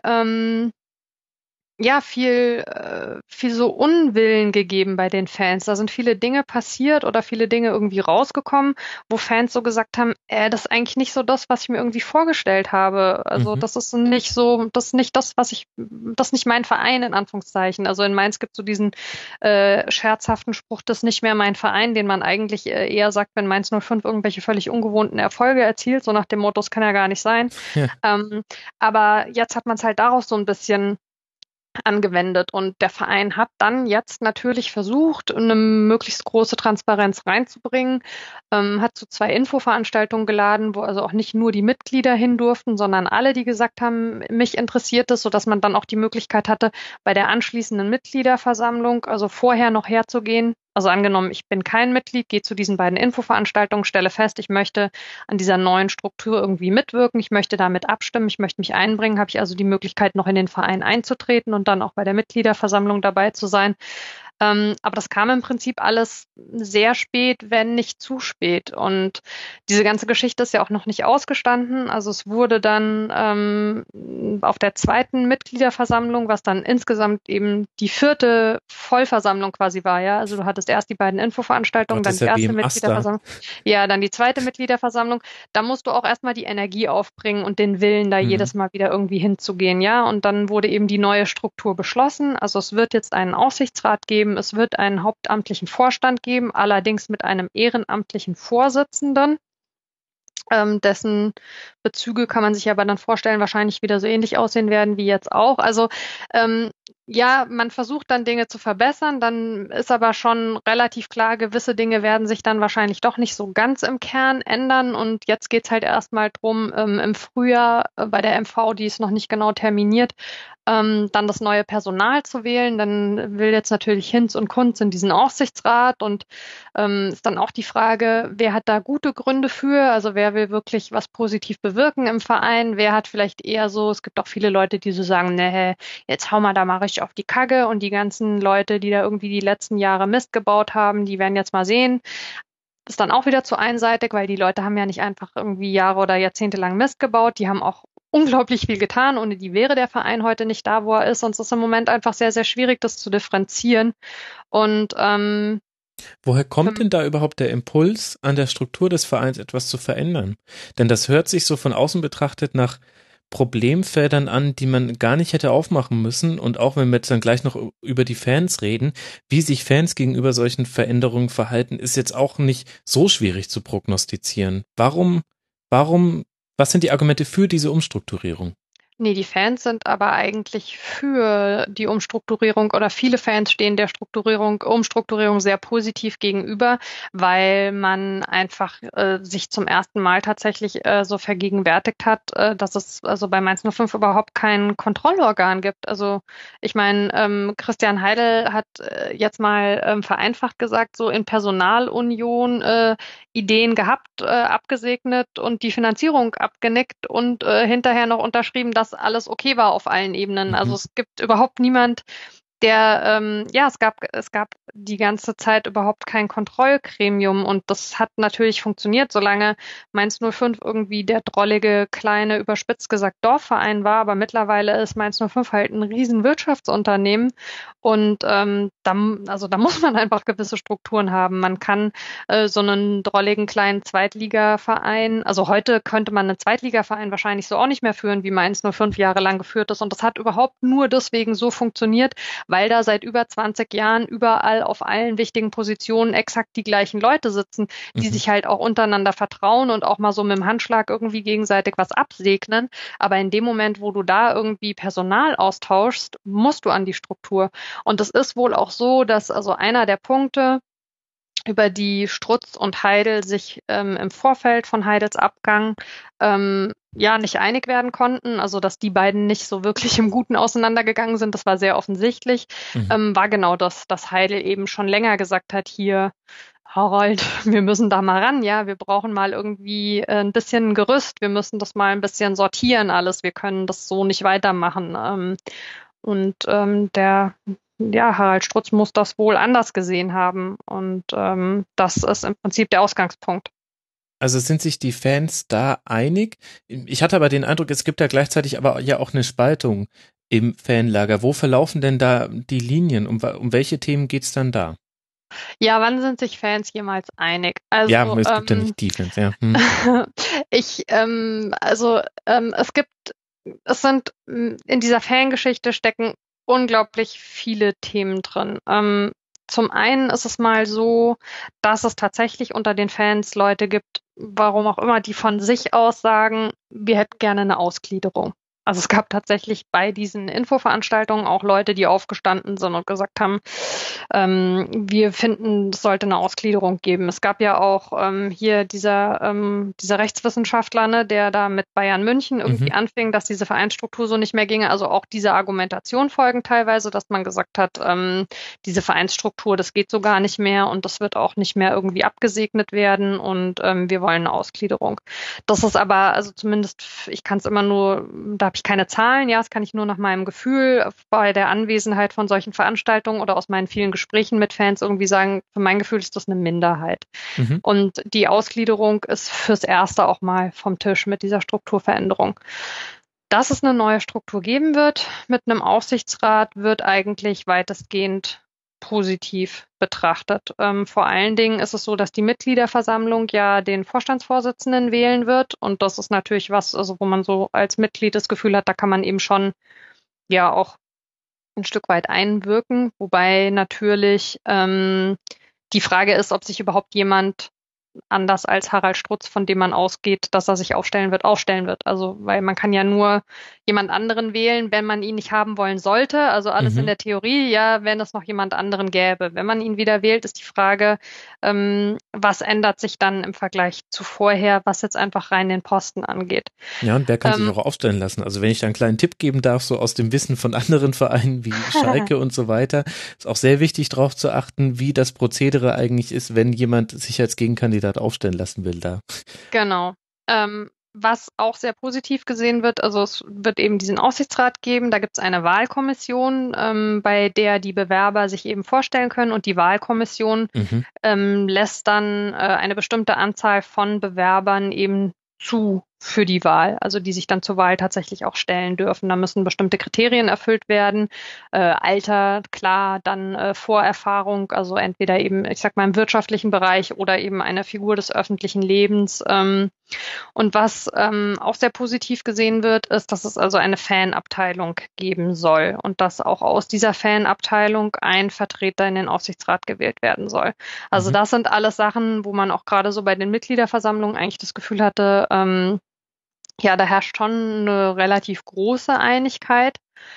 viel so Unwillen gegeben bei den Fans. Da sind viele Dinge passiert oder viele Dinge irgendwie rausgekommen, wo Fans so gesagt haben, das ist eigentlich nicht so das, was ich mir irgendwie vorgestellt habe. Also das ist nicht so, das ist nicht das, das ist nicht mein Verein, in Anführungszeichen. Also in Mainz gibt es so diesen scherzhaften Spruch, das ist nicht mehr mein Verein, den man eigentlich eher sagt, wenn Mainz 05 irgendwelche völlig ungewohnten Erfolge erzielt, so nach dem Motto, das kann ja gar nicht sein. Ja. Aber jetzt hat man es halt daraus so ein bisschen angewendet und der Verein hat dann jetzt natürlich versucht, eine möglichst große Transparenz reinzubringen, hat zu 2 Infoveranstaltungen geladen, wo also auch nicht nur die Mitglieder hin durften, sondern alle, die gesagt haben, mich interessiert es, sodass man dann auch die Möglichkeit hatte, bei der anschließenden Mitgliederversammlung, also vorher noch herzugehen. Also angenommen, ich bin kein Mitglied, gehe zu diesen beiden Infoveranstaltungen, stelle fest, ich möchte an dieser neuen Struktur irgendwie mitwirken, ich möchte damit abstimmen, ich möchte mich einbringen, habe ich also die Möglichkeit, noch in den Verein einzutreten und dann auch bei der Mitgliederversammlung dabei zu sein. Aber das kam im Prinzip alles sehr spät, wenn nicht zu spät. Und diese ganze Geschichte ist ja auch noch nicht ausgestanden. Also es wurde dann auf der zweiten Mitgliederversammlung, was dann insgesamt eben die 4. Vollversammlung quasi war, ja. Also du hattest erst die beiden Infoveranstaltungen, dann die erste Mitgliederversammlung. Ja, dann die zweite Mitgliederversammlung. Da musst du auch erstmal die Energie aufbringen und den Willen, da jedes Mal wieder irgendwie hinzugehen, ja. Und dann wurde eben die neue Struktur beschlossen. Also es wird jetzt einen Aufsichtsrat geben, es wird einen hauptamtlichen Vorstand geben, allerdings mit einem ehrenamtlichen Vorsitzenden. Dessen Bezüge kann man sich aber dann vorstellen, wahrscheinlich wieder so ähnlich aussehen werden wie jetzt auch. Also ja, man versucht dann Dinge zu verbessern, dann ist aber schon relativ klar, gewisse Dinge werden sich dann wahrscheinlich doch nicht so ganz im Kern ändern. Und jetzt geht's halt erstmal drum, im Frühjahr bei der MV, die ist noch nicht genau terminiert, dann das neue Personal zu wählen. Dann will jetzt natürlich Hinz und Kunz in diesen Aufsichtsrat und ist dann auch die Frage, wer hat da gute Gründe für? Also wer will wirklich was positiv bewirken im Verein? Wer hat vielleicht eher so, es gibt auch viele Leute, die so sagen, nee, jetzt hau mal da mal richtig auf die Kacke und die ganzen Leute, die da irgendwie die letzten Jahre Mist gebaut haben, die werden jetzt mal sehen. Das ist dann auch wieder zu einseitig, weil die Leute haben ja nicht einfach irgendwie Jahre oder Jahrzehnte lang Mist gebaut, die haben auch unglaublich viel getan. Ohne die wäre der Verein heute nicht da, wo er ist. Und es ist im Moment einfach sehr, sehr schwierig, das zu differenzieren. Und woher kommt denn da überhaupt der Impuls, an der Struktur des Vereins etwas zu verändern? Denn das hört sich so von außen betrachtet nach Problemfeldern an, die man gar nicht hätte aufmachen müssen. Und auch wenn wir jetzt dann gleich noch über die Fans reden, wie sich Fans gegenüber solchen Veränderungen verhalten, ist jetzt auch nicht so schwierig zu prognostizieren. Was sind die Argumente für diese Umstrukturierung? Nee, die Fans sind aber eigentlich für die Umstrukturierung oder viele Fans stehen der Umstrukturierung sehr positiv gegenüber, weil man einfach sich zum ersten Mal tatsächlich so vergegenwärtigt hat, dass es also bei Mainz 05 überhaupt kein Kontrollorgan gibt. Also ich meine, Christian Heidel hat jetzt mal vereinfacht gesagt, so in Personalunion Ideen gehabt, abgesegnet und die Finanzierung abgenickt und hinterher noch unterschrieben, dass alles okay war auf allen Ebenen. Also es gibt überhaupt niemand, der, es gab die ganze Zeit überhaupt kein Kontrollgremium und das hat natürlich funktioniert, solange Mainz 05 irgendwie der drollige, kleine, überspitzt gesagt Dorfverein war, aber mittlerweile ist Mainz 05 halt ein riesen Wirtschaftsunternehmen und da muss man einfach gewisse Strukturen haben. Man kann so einen drolligen kleinen Zweitligaverein, also heute könnte man einen Zweitligaverein wahrscheinlich so auch nicht mehr führen, wie Mainz 05 Jahre lang geführt ist und das hat überhaupt nur deswegen so funktioniert, weil da seit über 20 Jahren überall auf allen wichtigen Positionen exakt die gleichen Leute sitzen, die sich halt auch untereinander vertrauen und auch mal so mit dem Handschlag irgendwie gegenseitig was absegnen. Aber in dem Moment, wo du da irgendwie Personal austauschst, musst du an die Struktur. Und es ist wohl auch so, dass also einer der Punkte, über die Strutz und Heidel sich im Vorfeld von Heidels Abgang nicht einig werden konnten, also dass die beiden nicht so wirklich im Guten auseinandergegangen sind, das war sehr offensichtlich, war genau das, dass Heidel eben schon länger gesagt hat, hier, Harald, wir müssen da mal ran, ja, wir brauchen mal irgendwie ein bisschen Gerüst, wir müssen das mal ein bisschen sortieren alles, wir können das so nicht weitermachen. Harald Strutz muss das wohl anders gesehen haben und das ist im Prinzip der Ausgangspunkt. Also sind sich die Fans da einig? Ich hatte aber den Eindruck, es gibt ja gleichzeitig aber ja auch eine Spaltung im Fanlager. Wo verlaufen denn da die Linien? Um welche Themen geht's dann da? Ja, wann sind sich Fans jemals einig? Also, ja, es gibt ja nicht die Fans, ja. Es sind in dieser Fangeschichte stecken unglaublich viele Themen drin. Zum einen ist es mal so, dass es tatsächlich unter den Fans Leute gibt, warum auch immer, die von sich aus sagen, wir hätten gerne eine Ausgliederung. Also es gab tatsächlich bei diesen Infoveranstaltungen auch Leute, die aufgestanden sind und gesagt haben, wir finden, es sollte eine Ausgliederung geben. Es gab ja auch hier dieser Rechtswissenschaftler, ne, der da mit Bayern München irgendwie anfing, dass diese Vereinsstruktur so nicht mehr ginge. Also auch diese Argumentation folgen teilweise, dass man gesagt hat, diese Vereinsstruktur, das geht so gar nicht mehr und das wird auch nicht mehr irgendwie abgesegnet werden und wir wollen eine Ausgliederung. Das ist aber, also zumindest, ich kann es immer nur da habe ich keine Zahlen, ja, das kann ich nur nach meinem Gefühl bei der Anwesenheit von solchen Veranstaltungen oder aus meinen vielen Gesprächen mit Fans irgendwie sagen, für mein Gefühl ist das eine Minderheit. Mhm. Und die Ausgliederung ist fürs Erste auch mal vom Tisch mit dieser Strukturveränderung. Dass es eine neue Struktur geben wird mit einem Aufsichtsrat, wird eigentlich weitestgehend positiv betrachtet. Vor allen Dingen ist es so, dass die Mitgliederversammlung ja den Vorstandsvorsitzenden wählen wird. Und das ist natürlich was, also wo man so als Mitglied das Gefühl hat, da kann man eben schon ja auch ein Stück weit einwirken. Wobei natürlich die Frage ist, ob sich überhaupt jemand anders als Harald Strutz, von dem man ausgeht, dass er sich aufstellen wird. Also, weil man kann ja nur jemand anderen wählen, wenn man ihn nicht haben wollen sollte. Also alles in der Theorie, ja, wenn es noch jemand anderen gäbe. Wenn man ihn wieder wählt, ist die Frage, was ändert sich dann im Vergleich zu vorher, was jetzt einfach rein den Posten angeht. Ja, und wer kann sich auch aufstellen lassen? Also wenn ich da einen kleinen Tipp geben darf, so aus dem Wissen von anderen Vereinen wie Schalke und so weiter, ist auch sehr wichtig, darauf zu achten, wie das Prozedere eigentlich ist, wenn jemand sich als Gegenkandidat aufstellen lassen will da. Genau. Was auch sehr positiv gesehen wird, also es wird eben diesen Aufsichtsrat geben, da gibt es eine Wahlkommission, bei der die Bewerber sich eben vorstellen können und die Wahlkommission lässt dann eine bestimmte Anzahl von Bewerbern eben zu für die Wahl, also die sich dann zur Wahl tatsächlich auch stellen dürfen. Da müssen bestimmte Kriterien erfüllt werden. Alter, klar, dann Vorerfahrung, also entweder eben, ich sag mal, im wirtschaftlichen Bereich oder eben eine Figur des öffentlichen Lebens. Und was auch sehr positiv gesehen wird, ist, dass es also eine Fanabteilung geben soll und dass auch aus dieser Fanabteilung ein Vertreter in den Aufsichtsrat gewählt werden soll. Also das sind alles Sachen, wo man auch gerade so bei den Mitgliederversammlungen eigentlich das Gefühl hatte, ja, da herrscht schon eine relativ große Einigkeit.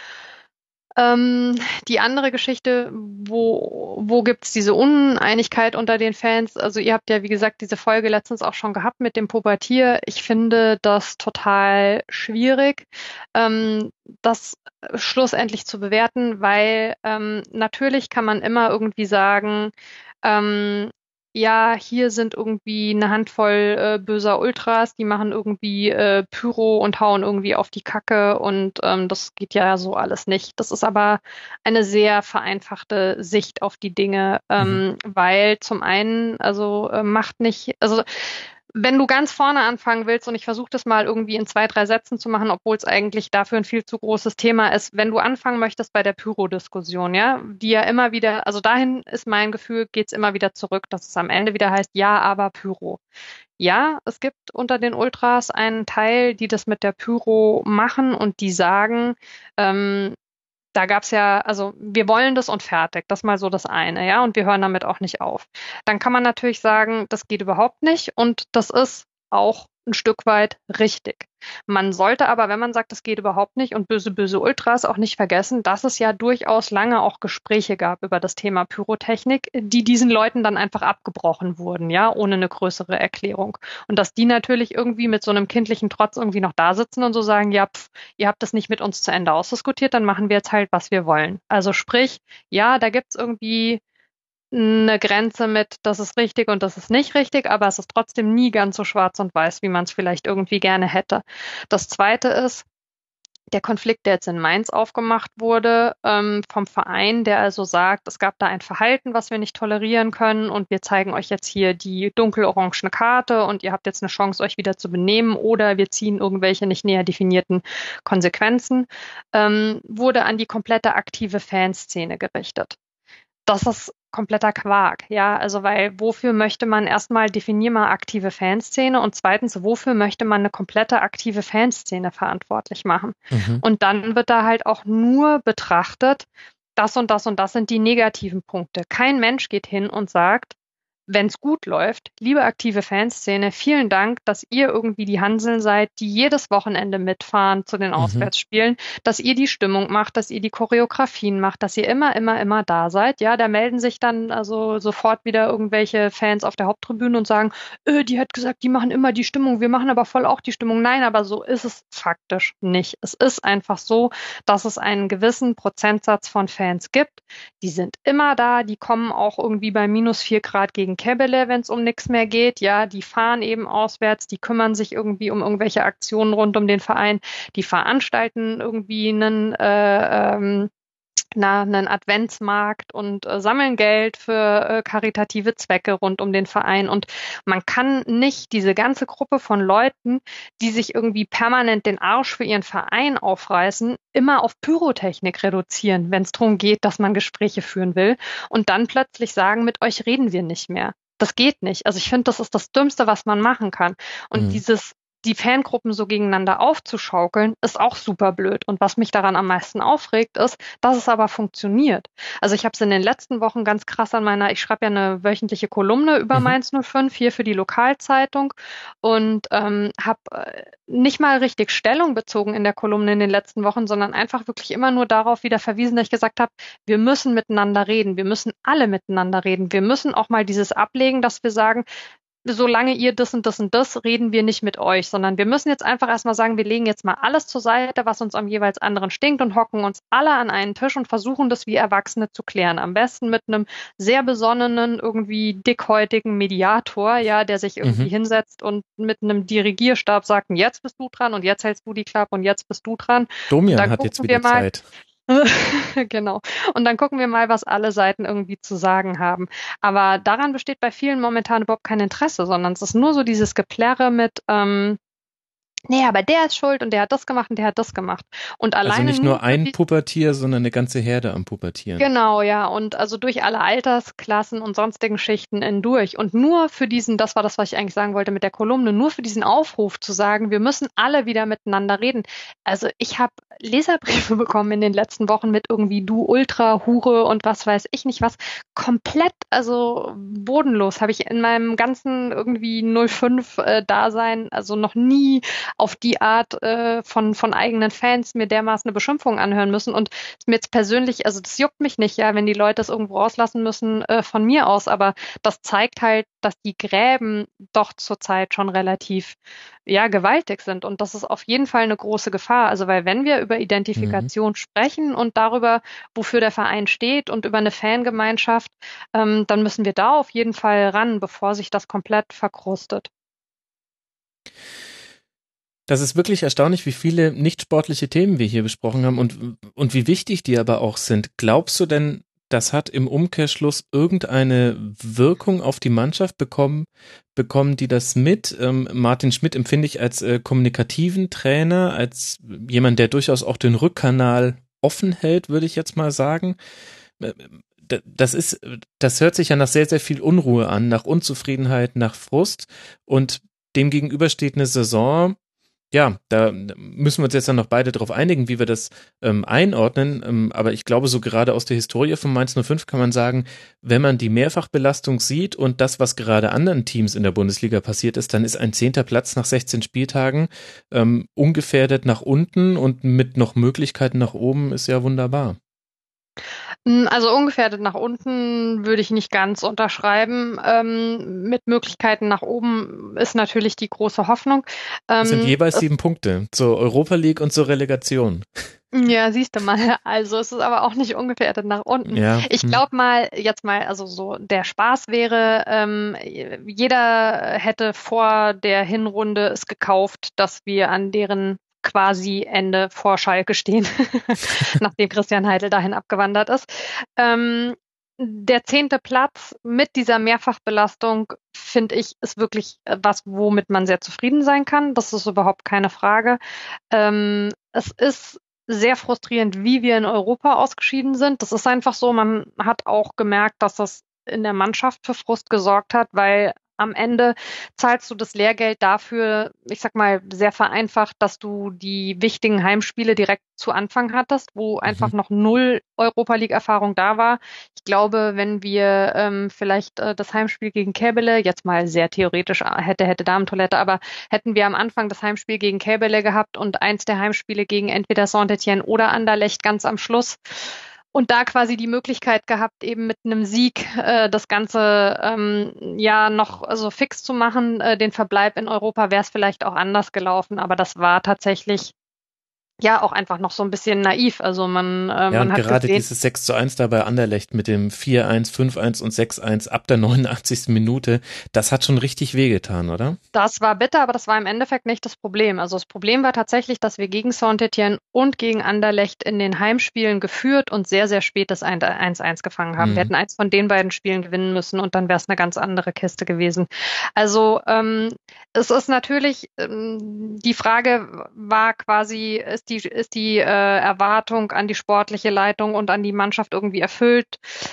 Die andere Geschichte, wo gibt's diese Uneinigkeit unter den Fans? Also ihr habt ja, wie gesagt, diese Folge letztens auch schon gehabt mit dem Pubertier. Ich finde das total schwierig, das schlussendlich zu bewerten, weil natürlich kann man immer irgendwie sagen, ja, hier sind irgendwie eine Handvoll böser Ultras, die machen irgendwie Pyro und hauen irgendwie auf die Kacke und das geht ja so alles nicht. Das ist aber eine sehr vereinfachte Sicht auf die Dinge, weil zum einen, also macht nicht, also wenn du ganz vorne anfangen willst, und ich versuche das mal irgendwie in 2, 3 Sätzen zu machen, obwohl es eigentlich dafür ein viel zu großes Thema ist, wenn du anfangen möchtest bei der Pyro-Diskussion, ja, die ja immer wieder, also dahin ist mein Gefühl, geht's immer wieder zurück, dass es am Ende wieder heißt, ja, aber Pyro. Ja, es gibt unter den Ultras einen Teil, die das mit der Pyro machen und die sagen, da gab's ja, also wir wollen das und fertig, das ist mal so das eine, ja, und wir hören damit auch nicht auf. Dann kann man natürlich sagen, das geht überhaupt nicht und das ist auch ein Stück weit richtig. Man sollte aber, wenn man sagt, das geht überhaupt nicht und böse, böse Ultras, auch nicht vergessen, dass es ja durchaus lange auch Gespräche gab über das Thema Pyrotechnik, die diesen Leuten dann einfach abgebrochen wurden, ja, ohne eine größere Erklärung. Und dass die natürlich irgendwie mit so einem kindlichen Trotz irgendwie noch da sitzen und so sagen, ja, ihr habt das nicht mit uns zu Ende ausdiskutiert, dann machen wir jetzt halt, was wir wollen. Also sprich, ja, da gibt's irgendwie eine Grenze mit, das ist richtig und das ist nicht richtig, aber es ist trotzdem nie ganz so schwarz und weiß, wie man es vielleicht irgendwie gerne hätte. Das Zweite ist, der Konflikt, der jetzt in Mainz aufgemacht wurde, vom Verein, der also sagt, es gab da ein Verhalten, was wir nicht tolerieren können und wir zeigen euch jetzt hier die dunkelorangene Karte und ihr habt jetzt eine Chance, euch wieder zu benehmen oder wir ziehen irgendwelche nicht näher definierten Konsequenzen, wurde an die komplette aktive Fanszene gerichtet. Das ist kompletter Quark, ja, also weil wofür möchte man erstmal definier mal aktive Fanszene und zweitens, wofür möchte man eine komplette aktive Fanszene verantwortlich machen? Und dann wird da halt auch nur betrachtet, das und das und das sind die negativen Punkte. Kein Mensch geht hin und sagt, wenn es gut läuft, liebe aktive Fanszene, vielen Dank, dass ihr irgendwie die Hanseln seid, die jedes Wochenende mitfahren zu den Auswärtsspielen, dass ihr die Stimmung macht, dass ihr die Choreografien macht, dass ihr immer da seid. Ja, da melden sich dann also sofort wieder irgendwelche Fans auf der Haupttribüne und sagen, die hat gesagt, die machen immer die Stimmung, wir machen aber voll auch die Stimmung. Nein, aber so ist es faktisch nicht. Es ist einfach so, dass es einen gewissen Prozentsatz von Fans gibt. Die sind immer da, die kommen auch irgendwie bei -4 Grad gegen gegen Kebele, wenn es um nichts mehr geht. Ja, die fahren eben auswärts, die kümmern sich irgendwie um irgendwelche Aktionen rund um den Verein, die veranstalten irgendwie einen Adventsmarkt und sammeln Geld für karitative Zwecke rund um den Verein. Und man kann nicht diese ganze Gruppe von Leuten, die sich irgendwie permanent den Arsch für ihren Verein aufreißen, immer auf Pyrotechnik reduzieren, wenn es darum geht, dass man Gespräche führen will und dann plötzlich sagen, mit euch reden wir nicht mehr. Das geht nicht. Also ich finde, das ist das Dümmste, was man machen kann. Und die Fangruppen so gegeneinander aufzuschaukeln, ist auch super blöd. Und was mich daran am meisten aufregt, ist, dass es aber funktioniert. Also ich habe es in den letzten Wochen ganz krass ich schreibe ja eine wöchentliche Kolumne über Mainz 05 hier für die Lokalzeitung und habe nicht mal richtig Stellung bezogen in der Kolumne in den letzten Wochen, sondern einfach wirklich immer nur darauf wieder verwiesen, dass ich gesagt habe, wir müssen miteinander reden, wir müssen alle miteinander reden, wir müssen auch mal dieses ablegen, dass wir sagen, solange ihr das und das und das, reden wir nicht mit euch, sondern wir müssen jetzt einfach erstmal sagen, wir legen jetzt mal alles zur Seite, was uns am jeweils anderen stinkt und hocken uns alle an einen Tisch und versuchen das wie Erwachsene zu klären. Am besten mit einem sehr besonnenen, irgendwie dickhäutigen Mediator, ja, der sich irgendwie hinsetzt und mit einem Dirigierstab sagt, jetzt bist du dran und jetzt hältst du die Klappe und jetzt bist du dran. Domian hat jetzt wieder Zeit. Genau. Und dann gucken wir mal, was alle Seiten irgendwie zu sagen haben. Aber daran besteht bei vielen momentan überhaupt kein Interesse, sondern es ist nur so dieses Geplärre mit, nee, aber der ist schuld und der hat das gemacht und der hat das gemacht. Und alleine also nicht nur ein Pubertier, sondern eine ganze Herde am Pubertieren. Genau, ja. Und also durch alle Altersklassen und sonstigen Schichten hindurch. Und nur für das war das, was ich eigentlich sagen wollte mit der Kolumne, nur für diesen Aufruf zu sagen, wir müssen alle wieder miteinander reden. Also ich habe Leserbriefe bekommen in den letzten Wochen mit irgendwie du Ultra, Hure und was weiß ich nicht was. Komplett, also bodenlos habe ich in meinem ganzen irgendwie 05 Dasein, also noch nie auf die Art von eigenen Fans mir dermaßen eine Beschimpfung anhören müssen. Und mir jetzt persönlich, also das juckt mich nicht, ja, wenn die Leute das irgendwo rauslassen müssen von mir aus, aber das zeigt halt, dass die Gräben doch zurzeit schon relativ, ja, gewaltig sind. Und das ist auf jeden Fall eine große Gefahr. Also weil wenn wir über Identifikation sprechen und darüber, wofür der Verein steht und über eine Fangemeinschaft, dann müssen wir da auf jeden Fall ran, bevor sich das komplett verkrustet. Das ist wirklich erstaunlich, wie viele nicht-sportliche Themen wir hier besprochen haben und wie wichtig die aber auch sind. Glaubst du denn, das hat im Umkehrschluss irgendeine Wirkung auf die Mannschaft bekommen die das mit? Martin Schmidt empfinde ich als kommunikativen Trainer, als jemand, der durchaus auch den Rückkanal offen hält, würde ich jetzt mal sagen. Das hört sich ja nach sehr, sehr viel Unruhe an, nach Unzufriedenheit, nach Frust und dem gegenüber steht eine Saison. Ja, da müssen wir uns jetzt dann noch beide darauf einigen, wie wir das einordnen. Aber ich glaube, so gerade aus der Historie von Mainz 05 kann man sagen, wenn man die Mehrfachbelastung sieht und das, was gerade anderen Teams in der Bundesliga passiert ist, dann ist ein 10. Platz nach 16 Spieltagen ungefährdet nach unten und mit noch Möglichkeiten nach oben ist ja wunderbar. Also ungefährdet nach unten würde ich nicht ganz unterschreiben. Mit Möglichkeiten nach oben ist natürlich die große Hoffnung. Das sind jeweils 7 Punkte zur Europa League und zur Relegation. Ja, siehst du mal. Also es ist aber auch nicht ungefährdet nach unten. Ja. Ich glaube also so der Spaß wäre, jeder hätte vor der Hinrunde es gekauft, dass wir an deren quasi Ende vor Schalke stehen, nachdem Christian Heidel dahin abgewandert ist. Der 10. Platz mit dieser Mehrfachbelastung, finde ich, ist wirklich was, womit man sehr zufrieden sein kann. Das ist überhaupt keine Frage. Es ist sehr frustrierend, wie wir in Europa ausgeschieden sind. Das ist einfach so. Man hat auch gemerkt, dass das in der Mannschaft für Frust gesorgt hat, weil am Ende zahlst du das Lehrgeld dafür, ich sag mal sehr vereinfacht, dass du die wichtigen Heimspiele direkt zu Anfang hattest, wo einfach noch 0 Europa League Erfahrung da war. Ich glaube, wenn wir vielleicht das Heimspiel gegen Kebele, jetzt mal sehr theoretisch hätte Damentoilette, aber hätten wir am Anfang das Heimspiel gegen Kebele gehabt und eins der Heimspiele gegen entweder Saint-Étienne oder Anderlecht ganz am Schluss, und da quasi die Möglichkeit gehabt, eben mit einem Sieg das Ganze noch so fix zu machen, den Verbleib in Europa, wäre es vielleicht auch anders gelaufen. Aber das war tatsächlich ja auch einfach noch so ein bisschen naiv. Also man Und hat gerade gesehen, dieses 6:1 da bei Anderlecht mit dem 4:1, 5:1 und 6:1 ab der 89. Minute, das hat schon richtig wehgetan, oder? das war bitter, aber das war im Endeffekt nicht das Problem. Also das Problem war tatsächlich, dass wir gegen Saint-Étienne und gegen Anderlecht in den Heimspielen geführt und sehr, sehr spät das 1:1 gefangen haben. Wir Mhm. hätten eins von den beiden Spielen gewinnen müssen und dann wäre es eine ganz andere Kiste gewesen. Also es ist natürlich, die Frage war quasi, ist die Erwartung an die sportliche Leitung und an die Mannschaft irgendwie erfüllt?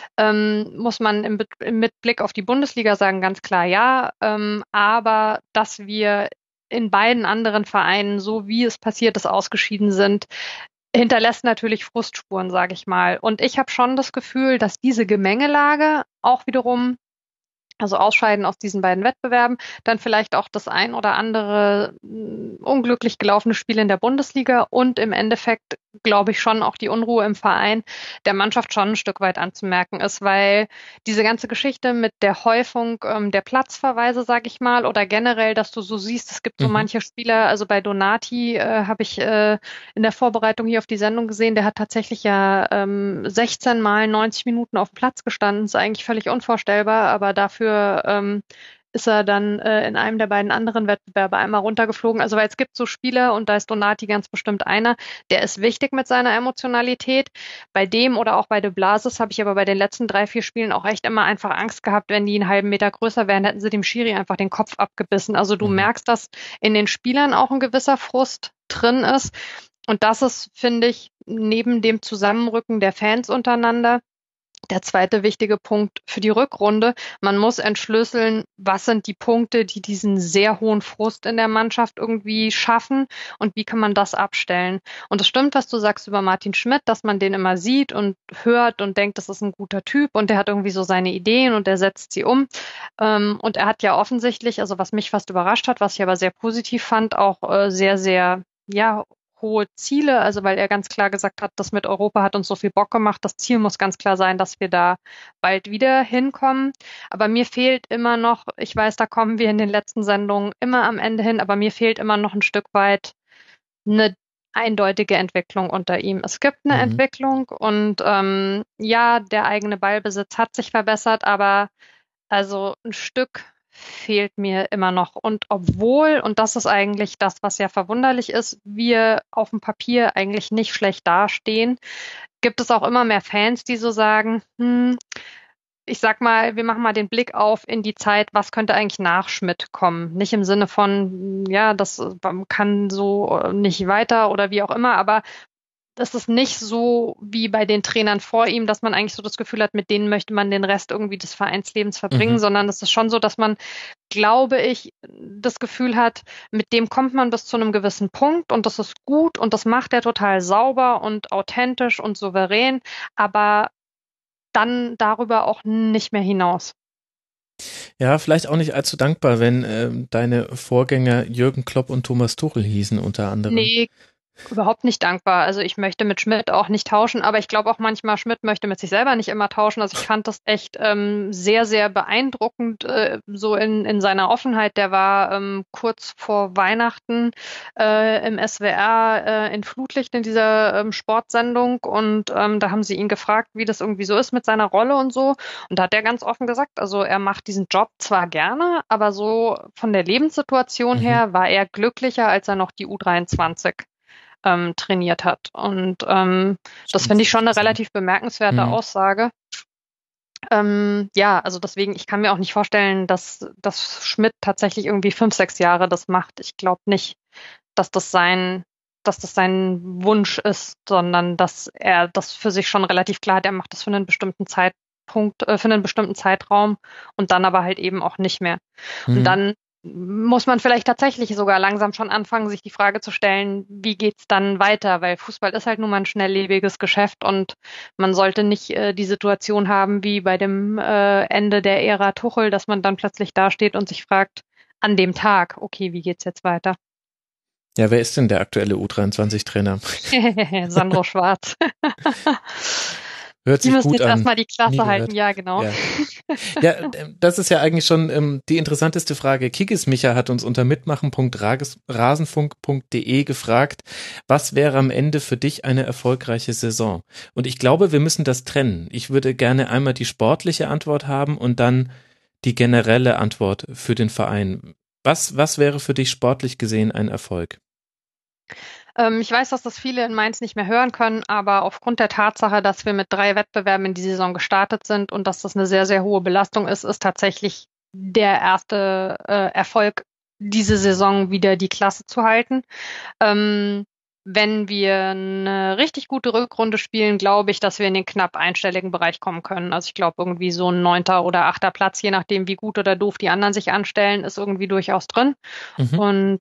Muss man mit Blick auf die Bundesliga sagen, ganz klar ja. Aber dass wir in beiden anderen Vereinen, so wie es passiert ist, ausgeschieden sind, hinterlässt natürlich Frustspuren, sage ich mal. Und ich habe schon das Gefühl, dass diese Gemengelage auch wiederum, also Ausscheiden aus diesen beiden Wettbewerben, dann vielleicht auch das ein oder andere unglücklich gelaufene Spiel in der Bundesliga und im Endeffekt, glaube ich, schon auch die Unruhe im Verein der Mannschaft schon ein Stück weit anzumerken ist, weil diese ganze Geschichte mit der Häufung der Platzverweise, sage ich mal, oder generell, dass du so siehst, es gibt so Mhm. manche Spieler, also bei Donati habe ich in der Vorbereitung hier auf die Sendung gesehen, der hat tatsächlich ja 16 Mal 90 Minuten auf dem Platz gestanden, ist eigentlich völlig unvorstellbar, aber dafür ist er dann in einem der beiden anderen Wettbewerbe einmal runtergeflogen. Also weil es gibt so Spieler und da ist Donati ganz bestimmt einer, der ist wichtig mit seiner Emotionalität. Bei dem oder auch bei De Blasis habe ich aber bei den letzten 3, 4 Spielen auch echt immer einfach Angst gehabt, wenn die einen halben Meter größer wären, hätten sie dem Schiri einfach den Kopf abgebissen. Also du Mhm. merkst, dass in den Spielern auch ein gewisser Frust drin ist. Und das ist, finde ich, neben dem Zusammenrücken der Fans untereinander der zweite wichtige Punkt für die Rückrunde. Man muss entschlüsseln, was sind die Punkte, die diesen sehr hohen Frust in der Mannschaft irgendwie schaffen und wie kann man das abstellen. Und es stimmt, was du sagst über Martin Schmidt, dass man den immer sieht und hört und denkt, das ist ein guter Typ und der hat irgendwie so seine Ideen und der setzt sie um. Und er hat ja offensichtlich, also was mich fast überrascht hat, was ich aber sehr positiv fand, auch sehr, sehr, ja, hohe Ziele, also weil er ganz klar gesagt hat, das mit Europa hat uns so viel Bock gemacht. Das Ziel muss ganz klar sein, dass wir da bald wieder hinkommen. Aber mir fehlt immer noch, ich weiß, da kommen wir in den letzten Sendungen immer am Ende hin, aber mir fehlt immer noch ein Stück weit eine eindeutige Entwicklung unter ihm. Es gibt eine Mhm. Entwicklung und ja, der eigene Ballbesitz hat sich verbessert, aber also ein Stück fehlt mir immer noch. Und obwohl, und das ist eigentlich das, was ja verwunderlich ist, wir auf dem Papier eigentlich nicht schlecht dastehen, gibt es auch immer mehr Fans, die so sagen, ich sag mal, wir machen mal den Blick auf in die Zeit, was könnte eigentlich nach Schmidt kommen? Nicht im Sinne von, ja, das kann so nicht weiter oder wie auch immer, aber das ist nicht so wie bei den Trainern vor ihm, dass man eigentlich so das Gefühl hat, mit denen möchte man den Rest irgendwie des Vereinslebens verbringen, Mhm. sondern es ist schon so, dass man, glaube ich, das Gefühl hat, mit dem kommt man bis zu einem gewissen Punkt und das ist gut und das macht er total sauber und authentisch und souverän, aber dann darüber auch nicht mehr hinaus. Ja, vielleicht auch nicht allzu dankbar, wenn deine Vorgänger Jürgen Klopp und Thomas Tuchel hießen unter anderem. Nee, überhaupt nicht dankbar. Also ich möchte mit Schmidt auch nicht tauschen, aber ich glaube auch manchmal, Schmidt möchte mit sich selber nicht immer tauschen. Also ich fand das echt sehr, sehr beeindruckend, so in seiner Offenheit. Der war kurz vor Weihnachten im SWR in Flutlicht in dieser Sportsendung und da haben sie ihn gefragt, wie das irgendwie so ist mit seiner Rolle und so. Und da hat er ganz offen gesagt, also er macht diesen Job zwar gerne, aber so von der Lebenssituation Mhm. her war er glücklicher, als er noch die U23 trainiert hat. Und das Stimmt, finde das ich habe schon ich eine gesehen. relativ bemerkenswerte Mhm. Aussage. Ja, also deswegen, ich kann mir auch nicht vorstellen, dass Schmidt tatsächlich irgendwie 5, 6 Jahre das macht. Ich glaube nicht, dass das sein Wunsch ist, sondern dass er das für sich schon relativ klar hat, er macht das für einen bestimmten Zeitpunkt, für einen bestimmten Zeitraum und dann aber halt eben auch nicht mehr. Und Mhm. dann muss man vielleicht tatsächlich sogar langsam schon anfangen, sich die Frage zu stellen, wie geht's dann weiter? Weil Fußball ist halt nun mal ein schnelllebiges Geschäft und man sollte nicht die Situation haben wie bei dem Ende der Ära Tuchel, dass man dann plötzlich dasteht und sich fragt, an dem Tag, okay, wie geht's jetzt weiter? Ja, wer ist denn der aktuelle U23-Trainer? Sandro Schwarz. Hört Die sich müssen gut jetzt an. erstmal die Nie Klasse halten, gehört. ja, genau. Ja. Ja, das ist ja eigentlich schon die interessanteste Frage. Kikis Micha hat uns unter mitmachen.rasenfunk.de gefragt, was wäre am Ende für dich eine erfolgreiche Saison? Und ich glaube, wir müssen das trennen. Ich würde gerne einmal die sportliche Antwort haben und dann die generelle Antwort für den Verein. Was wäre für dich sportlich gesehen ein Erfolg? Ich weiß, dass das viele in Mainz nicht mehr hören können, aber aufgrund der Tatsache, dass wir mit 3 Wettbewerben in die Saison gestartet sind und dass das eine sehr, sehr hohe Belastung ist, ist tatsächlich der erste Erfolg, diese Saison wieder die Klasse zu halten. Wenn wir eine richtig gute Rückrunde spielen, glaube ich, dass wir in den knapp einstelligen Bereich kommen können. Also ich glaube, irgendwie so ein 9. oder 8. Platz, je nachdem, wie gut oder doof die anderen sich anstellen, ist irgendwie durchaus drin. Mhm.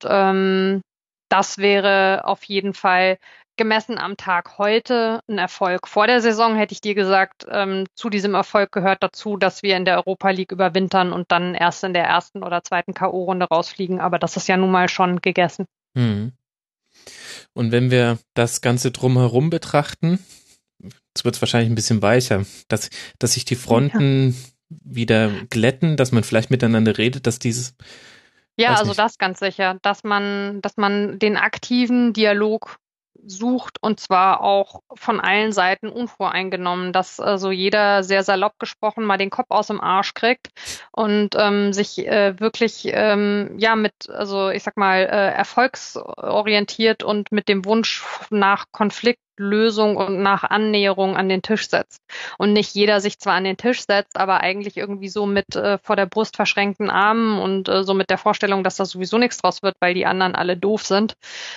Und das wäre auf jeden Fall gemessen am Tag heute ein Erfolg. Vor der Saison hätte ich dir gesagt, zu diesem Erfolg gehört dazu, dass wir in der Europa League überwintern und dann erst in der 1. oder 2. K.O.-Runde rausfliegen. Aber das ist ja nun mal schon gegessen. Mhm. Und wenn wir das Ganze drumherum betrachten, jetzt wird es wahrscheinlich ein bisschen weicher, dass sich die Fronten wieder glätten, dass man vielleicht miteinander redet, dass dieses Ja, Weiß also nicht. das ganz sicher, dass man den aktiven Dialog sucht und zwar auch von allen Seiten unvoreingenommen, dass also jeder sehr salopp gesprochen mal den Kopf aus dem Arsch kriegt und sich wirklich also ich sag mal erfolgsorientiert und mit dem Wunsch nach Konfliktlösung und nach Annäherung an den Tisch setzt. Und nicht jeder sich zwar an den Tisch setzt, aber eigentlich irgendwie so mit vor der Brust verschränkten Armen und so mit der Vorstellung, dass da sowieso nichts draus wird, weil die anderen alle doof sind.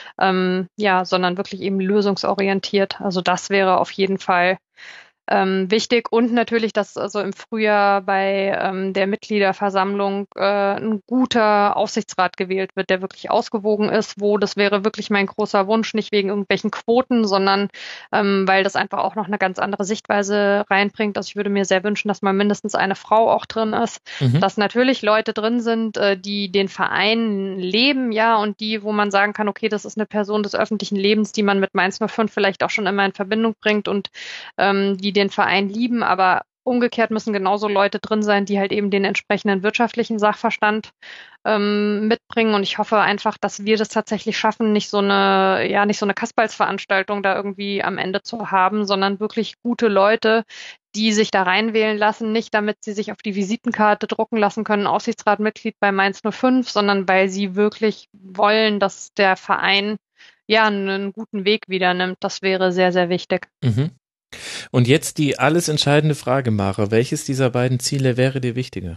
Sondern wirklich eben lösungsorientiert. Also das wäre auf jeden Fall wichtig und natürlich, dass also im Frühjahr bei der Mitgliederversammlung ein guter Aufsichtsrat gewählt wird, der wirklich ausgewogen ist, das wäre wirklich mein großer Wunsch, nicht wegen irgendwelchen Quoten, sondern weil das einfach auch noch eine ganz andere Sichtweise reinbringt. Also ich würde mir sehr wünschen, dass mal mindestens eine Frau auch drin ist, dass natürlich Leute drin sind, die den Verein leben, ja, und die, wo man sagen kann, okay, das ist eine Person des öffentlichen Lebens, die man mit Mainz 05 vielleicht auch schon immer in Verbindung bringt und die den Verein lieben, aber umgekehrt müssen genauso Leute drin sein, die halt eben den entsprechenden wirtschaftlichen Sachverstand mitbringen. Und ich hoffe einfach, dass wir das tatsächlich schaffen, nicht so eine Kasperlsveranstaltung da irgendwie am Ende zu haben, sondern wirklich gute Leute, die sich da reinwählen lassen, nicht damit sie sich auf die Visitenkarte drucken lassen können, Aufsichtsratmitglied bei Mainz 05, sondern weil sie wirklich wollen, dass der Verein ja einen guten Weg wieder nimmt. Das wäre sehr, sehr wichtig. Mhm. Und jetzt die alles entscheidende Frage, Mara. Welches dieser beiden Ziele wäre dir wichtiger?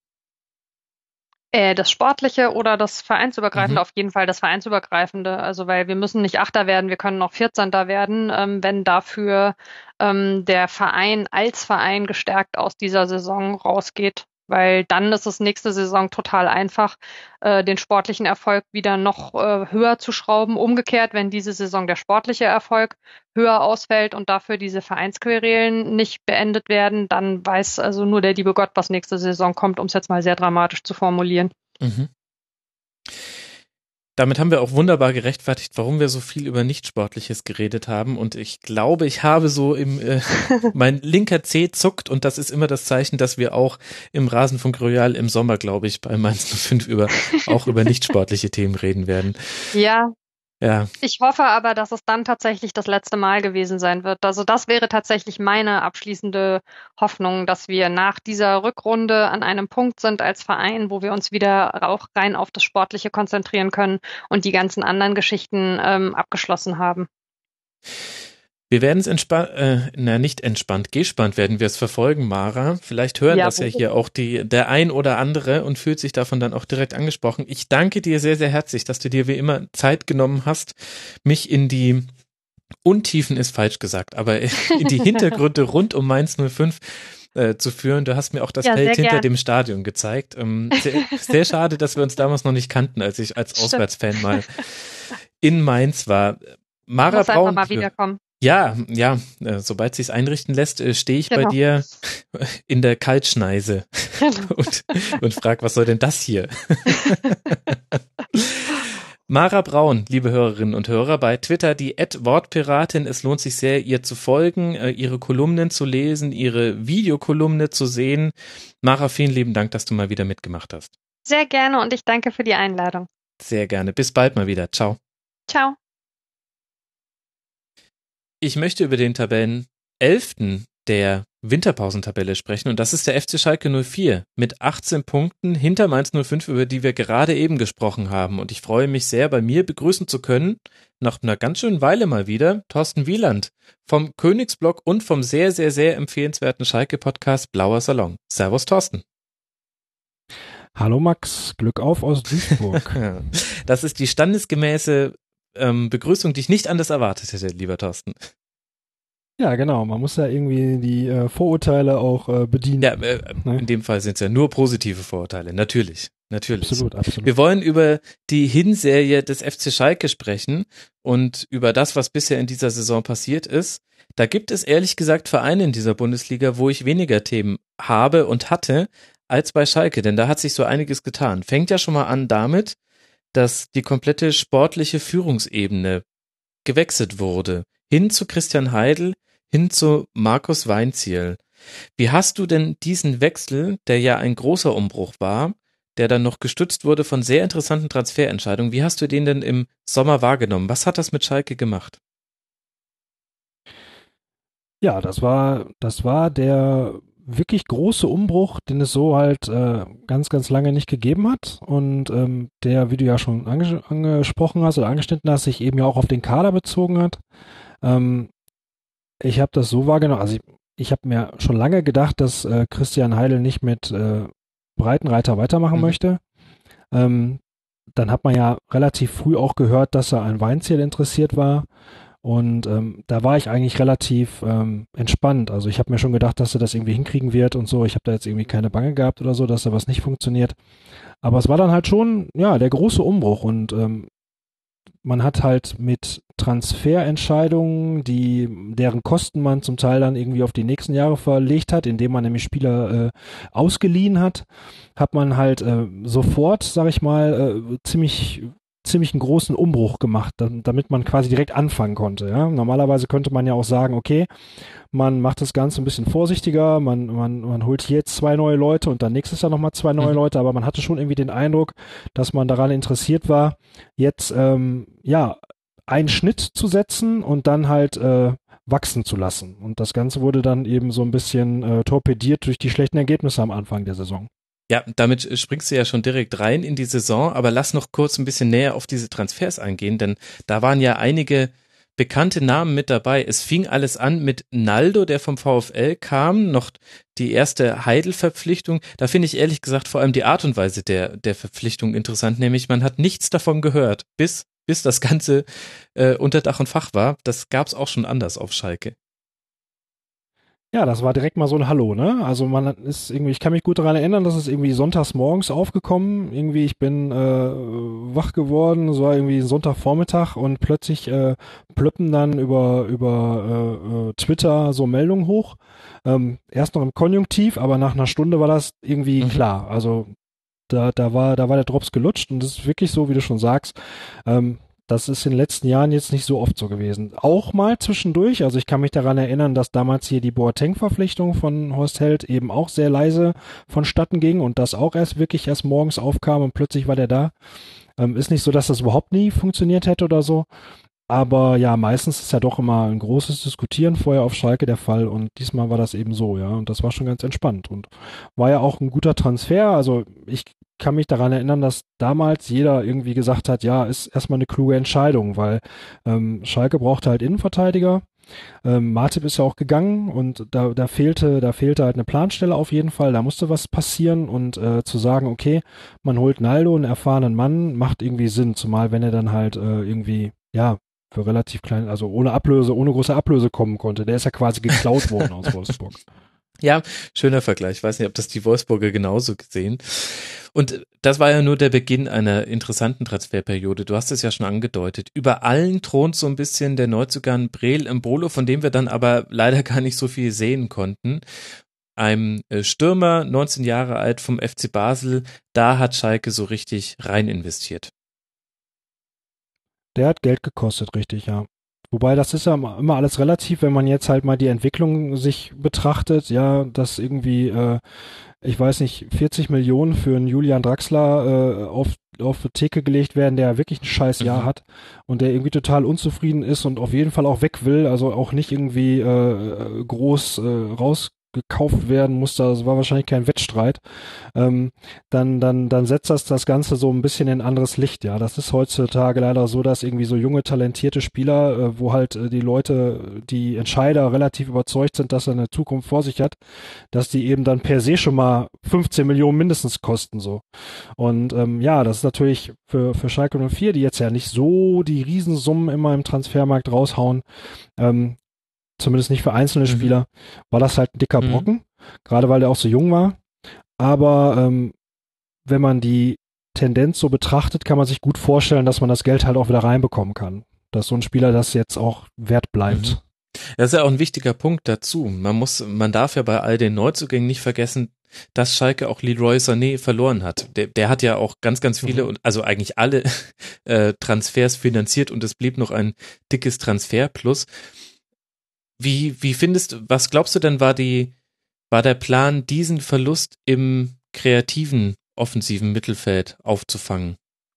Das Sportliche oder das Vereinsübergreifende? Auf jeden Fall das Vereinsübergreifende. Also, weil wir müssen nicht Achter werden, wir können auch 14. werden, wenn dafür der Verein als Verein gestärkt aus dieser Saison rausgeht. Weil dann ist es nächste Saison total einfach, den sportlichen Erfolg wieder noch höher zu schrauben. Umgekehrt, wenn diese Saison der sportliche Erfolg höher ausfällt und dafür diese Vereinsquerelen nicht beendet werden, dann weiß also nur der liebe Gott, was nächste Saison kommt, um es jetzt mal sehr dramatisch zu formulieren. Mhm. Damit haben wir auch wunderbar gerechtfertigt, warum wir so viel über Nichtsportliches geredet haben. Und ich glaube, ich habe so mein linker Zeh zuckt und das ist immer das Zeichen, dass wir auch im Rasenfunk Royal im Sommer, glaube ich, bei Mainz 05 auch über nichtsportliche Themen reden werden. Ja. Ja. Ich hoffe aber, dass es dann tatsächlich das letzte Mal gewesen sein wird. Also das wäre tatsächlich meine abschließende Hoffnung, dass wir nach dieser Rückrunde an einem Punkt sind als Verein, wo wir uns wieder auch rein auf das Sportliche konzentrieren können und die ganzen anderen Geschichten abgeschlossen haben. Wir werden es gespannt werden wir es verfolgen, Mara. Vielleicht hören das ja hier auch der ein oder andere und fühlt sich davon dann auch direkt angesprochen. Ich danke dir sehr, sehr herzlich, dass du dir wie immer Zeit genommen hast, mich in die Untiefen ist falsch gesagt, aber in die Hintergründe rund um Mainz 05 zu führen. Du hast mir auch das Feld hinter dem Stadion gezeigt. Sehr, sehr schade, dass wir uns damals noch nicht kannten, als ich als Auswärtsfan mal in Mainz war. Mara Braun. Einfach mal wiederkommen. Ja, sobald sich's einrichten lässt, stehe ich bei dir in der Kaltschneise und frag, was soll denn das hier? Mara Braun, liebe Hörerinnen und Hörer, bei Twitter die @Wortpiratin. Es lohnt sich sehr, ihr zu folgen, ihre Kolumnen zu lesen, ihre Videokolumne zu sehen. Mara, vielen lieben Dank, dass du mal wieder mitgemacht hast. Sehr gerne und ich danke für die Einladung. Sehr gerne. Bis bald mal wieder. Ciao. Ciao. Ich möchte über den Tabellen-11. der Winterpausentabelle sprechen und das ist der FC Schalke 04 mit 18 Punkten hinter Mainz 05, über die wir gerade eben gesprochen haben. Und ich freue mich sehr, bei mir begrüßen zu können, nach einer ganz schönen Weile mal wieder, Thorsten Wieland vom Königsblog und vom sehr, sehr, sehr empfehlenswerten Schalke-Podcast Blauer Salon. Servus Thorsten. Hallo Max, Glück auf aus Duisburg. Das ist die standesgemäße Begrüßung, die ich nicht anders erwartet hätte, lieber Thorsten. Ja, genau. Man muss ja irgendwie die Vorurteile auch bedienen. Ja, in dem Fall sind es ja nur positive Vorurteile. Natürlich. Absolut. Wir wollen über die Hinserie des FC Schalke sprechen und über das, was bisher in dieser Saison passiert ist. Da gibt es ehrlich gesagt Vereine in dieser Bundesliga, wo ich weniger Themen habe und hatte als bei Schalke, denn da hat sich so einiges getan. Fängt ja schon mal an damit, dass die komplette sportliche Führungsebene gewechselt wurde. Hin zu Christian Heidel, hin zu Markus Weinzierl. Wie hast du denn diesen Wechsel, der ja ein großer Umbruch war, der dann noch gestützt wurde von sehr interessanten Transferentscheidungen, wie hast du den denn im Sommer wahrgenommen? Was hat das mit Schalke gemacht? Ja, das war der wirklich große Umbruch, den es so halt ganz, ganz lange nicht gegeben hat und der, wie du ja schon angesprochen hast oder angeschnitten hast, sich eben ja auch auf den Kader bezogen hat. Ich habe das so wahrgenommen, also ich habe mir schon lange gedacht, dass Christian Heidel nicht mit Breitenreiter weitermachen möchte. Dann hat man ja relativ früh auch gehört, dass er an Weinzierl interessiert war. Und da war ich eigentlich relativ entspannt. Also ich habe mir schon gedacht, dass er das irgendwie hinkriegen wird und so. Ich habe da jetzt irgendwie keine Bange gehabt oder so, dass da was nicht funktioniert. Aber es war dann halt schon, ja, der große Umbruch. Und man hat halt mit Transferentscheidungen, deren Kosten man zum Teil dann irgendwie auf die nächsten Jahre verlegt hat, indem man nämlich Spieler ausgeliehen hat man halt sofort, sag ich mal, ziemlich einen großen Umbruch gemacht, damit man quasi direkt anfangen konnte. Ja? Normalerweise könnte man ja auch sagen, okay, man macht das Ganze ein bisschen vorsichtiger, man holt hier jetzt 2 neue Leute und dann nächstes Jahr nochmal 2 neue Leute, aber man hatte schon irgendwie den Eindruck, dass man daran interessiert war, jetzt einen Schnitt zu setzen und dann halt wachsen zu lassen. Und das Ganze wurde dann eben so ein bisschen torpediert durch die schlechten Ergebnisse am Anfang der Saison. Ja, damit springst du ja schon direkt rein in die Saison, aber lass noch kurz ein bisschen näher auf diese Transfers eingehen, denn da waren ja einige bekannte Namen mit dabei. Es fing alles an mit Naldo, der vom VfL kam, noch die erste Heidel-Verpflichtung. Da finde ich ehrlich gesagt vor allem die Art und Weise der Verpflichtung interessant, nämlich man hat nichts davon gehört, bis das Ganze unter Dach und Fach war. Das gab es auch schon anders auf Schalke. Ja, das war direkt mal so ein Hallo, ne? Also man ist irgendwie, ich kann mich gut daran erinnern, dass es irgendwie sonntags morgens aufgekommen. Irgendwie, ich bin wach geworden, es war irgendwie Sonntagvormittag und plötzlich plöppen dann über Twitter so Meldungen hoch. Erst noch im Konjunktiv, aber nach einer Stunde war das irgendwie klar. Also da war der Drops gelutscht und das ist wirklich so, wie du schon sagst. Das ist in den letzten Jahren jetzt nicht so oft so gewesen. Auch mal zwischendurch, also ich kann mich daran erinnern, dass damals hier die Boateng-Verpflichtung von Horst Held eben auch sehr leise vonstatten ging und das auch erst morgens aufkam und plötzlich war der da. Ist nicht so, dass das überhaupt nie funktioniert hätte oder so. Aber ja, meistens ist ja doch immer ein großes Diskutieren vorher auf Schalke der Fall und diesmal war das eben so, ja. Und das war schon ganz entspannt und war ja auch ein guter Transfer. Also ich kann mich daran erinnern, dass damals jeder irgendwie gesagt hat, ja, ist erstmal eine kluge Entscheidung, weil Schalke brauchte halt Innenverteidiger. Matip ist ja auch gegangen und da fehlte halt eine Planstelle auf jeden Fall, da musste was passieren und zu sagen, okay, man holt Naldo, einen erfahrenen Mann, macht irgendwie Sinn, zumal wenn er dann halt irgendwie, ja, für relativ klein, also ohne große Ablöse kommen konnte. Der ist ja quasi geklaut worden aus Wolfsburg. Ja, schöner Vergleich. Ich weiß nicht, ob das die Wolfsburger genauso gesehen. Und das war ja nur der Beginn einer interessanten Transferperiode. Du hast es ja schon angedeutet. Über allen thront so ein bisschen der Neuzugang Breel Embolo, von dem wir dann aber leider gar nicht so viel sehen konnten. Ein Stürmer, 19 Jahre alt vom FC Basel, da hat Schalke so richtig rein investiert. Der hat Geld gekostet, richtig, ja. Wobei das ist ja immer alles relativ, wenn man jetzt halt mal die Entwicklung sich betrachtet, ja, dass irgendwie, ich weiß nicht, 40 Millionen für einen Julian Draxler auf die Theke gelegt werden, der wirklich ein scheiß Jahr hat und der irgendwie total unzufrieden ist und auf jeden Fall auch weg will, also auch nicht irgendwie groß rausgekauft werden muss, das war wahrscheinlich kein Wettstreit, dann setzt das Ganze so ein bisschen in ein anderes Licht, ja. Das ist heutzutage leider so, dass irgendwie so junge, talentierte Spieler, wo halt die Leute, die Entscheider relativ überzeugt sind, dass er eine Zukunft vor sich hat, dass die eben dann per se schon mal 15 Millionen mindestens kosten, so. Und ja, das ist natürlich für Schalke 04, die jetzt ja nicht so die Riesensummen immer im Transfermarkt raushauen, zumindest nicht für einzelne Spieler, war das halt ein dicker Brocken, gerade weil der auch so jung war. Aber wenn man die Tendenz so betrachtet, kann man sich gut vorstellen, dass man das Geld halt auch wieder reinbekommen kann. Dass so ein Spieler das jetzt auch wert bleibt. Das ist ja auch ein wichtiger Punkt dazu. Man darf ja bei all den Neuzugängen nicht vergessen, dass Schalke auch Leroy Sané verloren hat. Der hat ja auch ganz, ganz viele und also eigentlich alle Transfers finanziert und es blieb noch ein dickes Transferplus. Wie was glaubst du denn war der Plan, diesen Verlust im kreativen, offensiven Mittelfeld aufzufangen?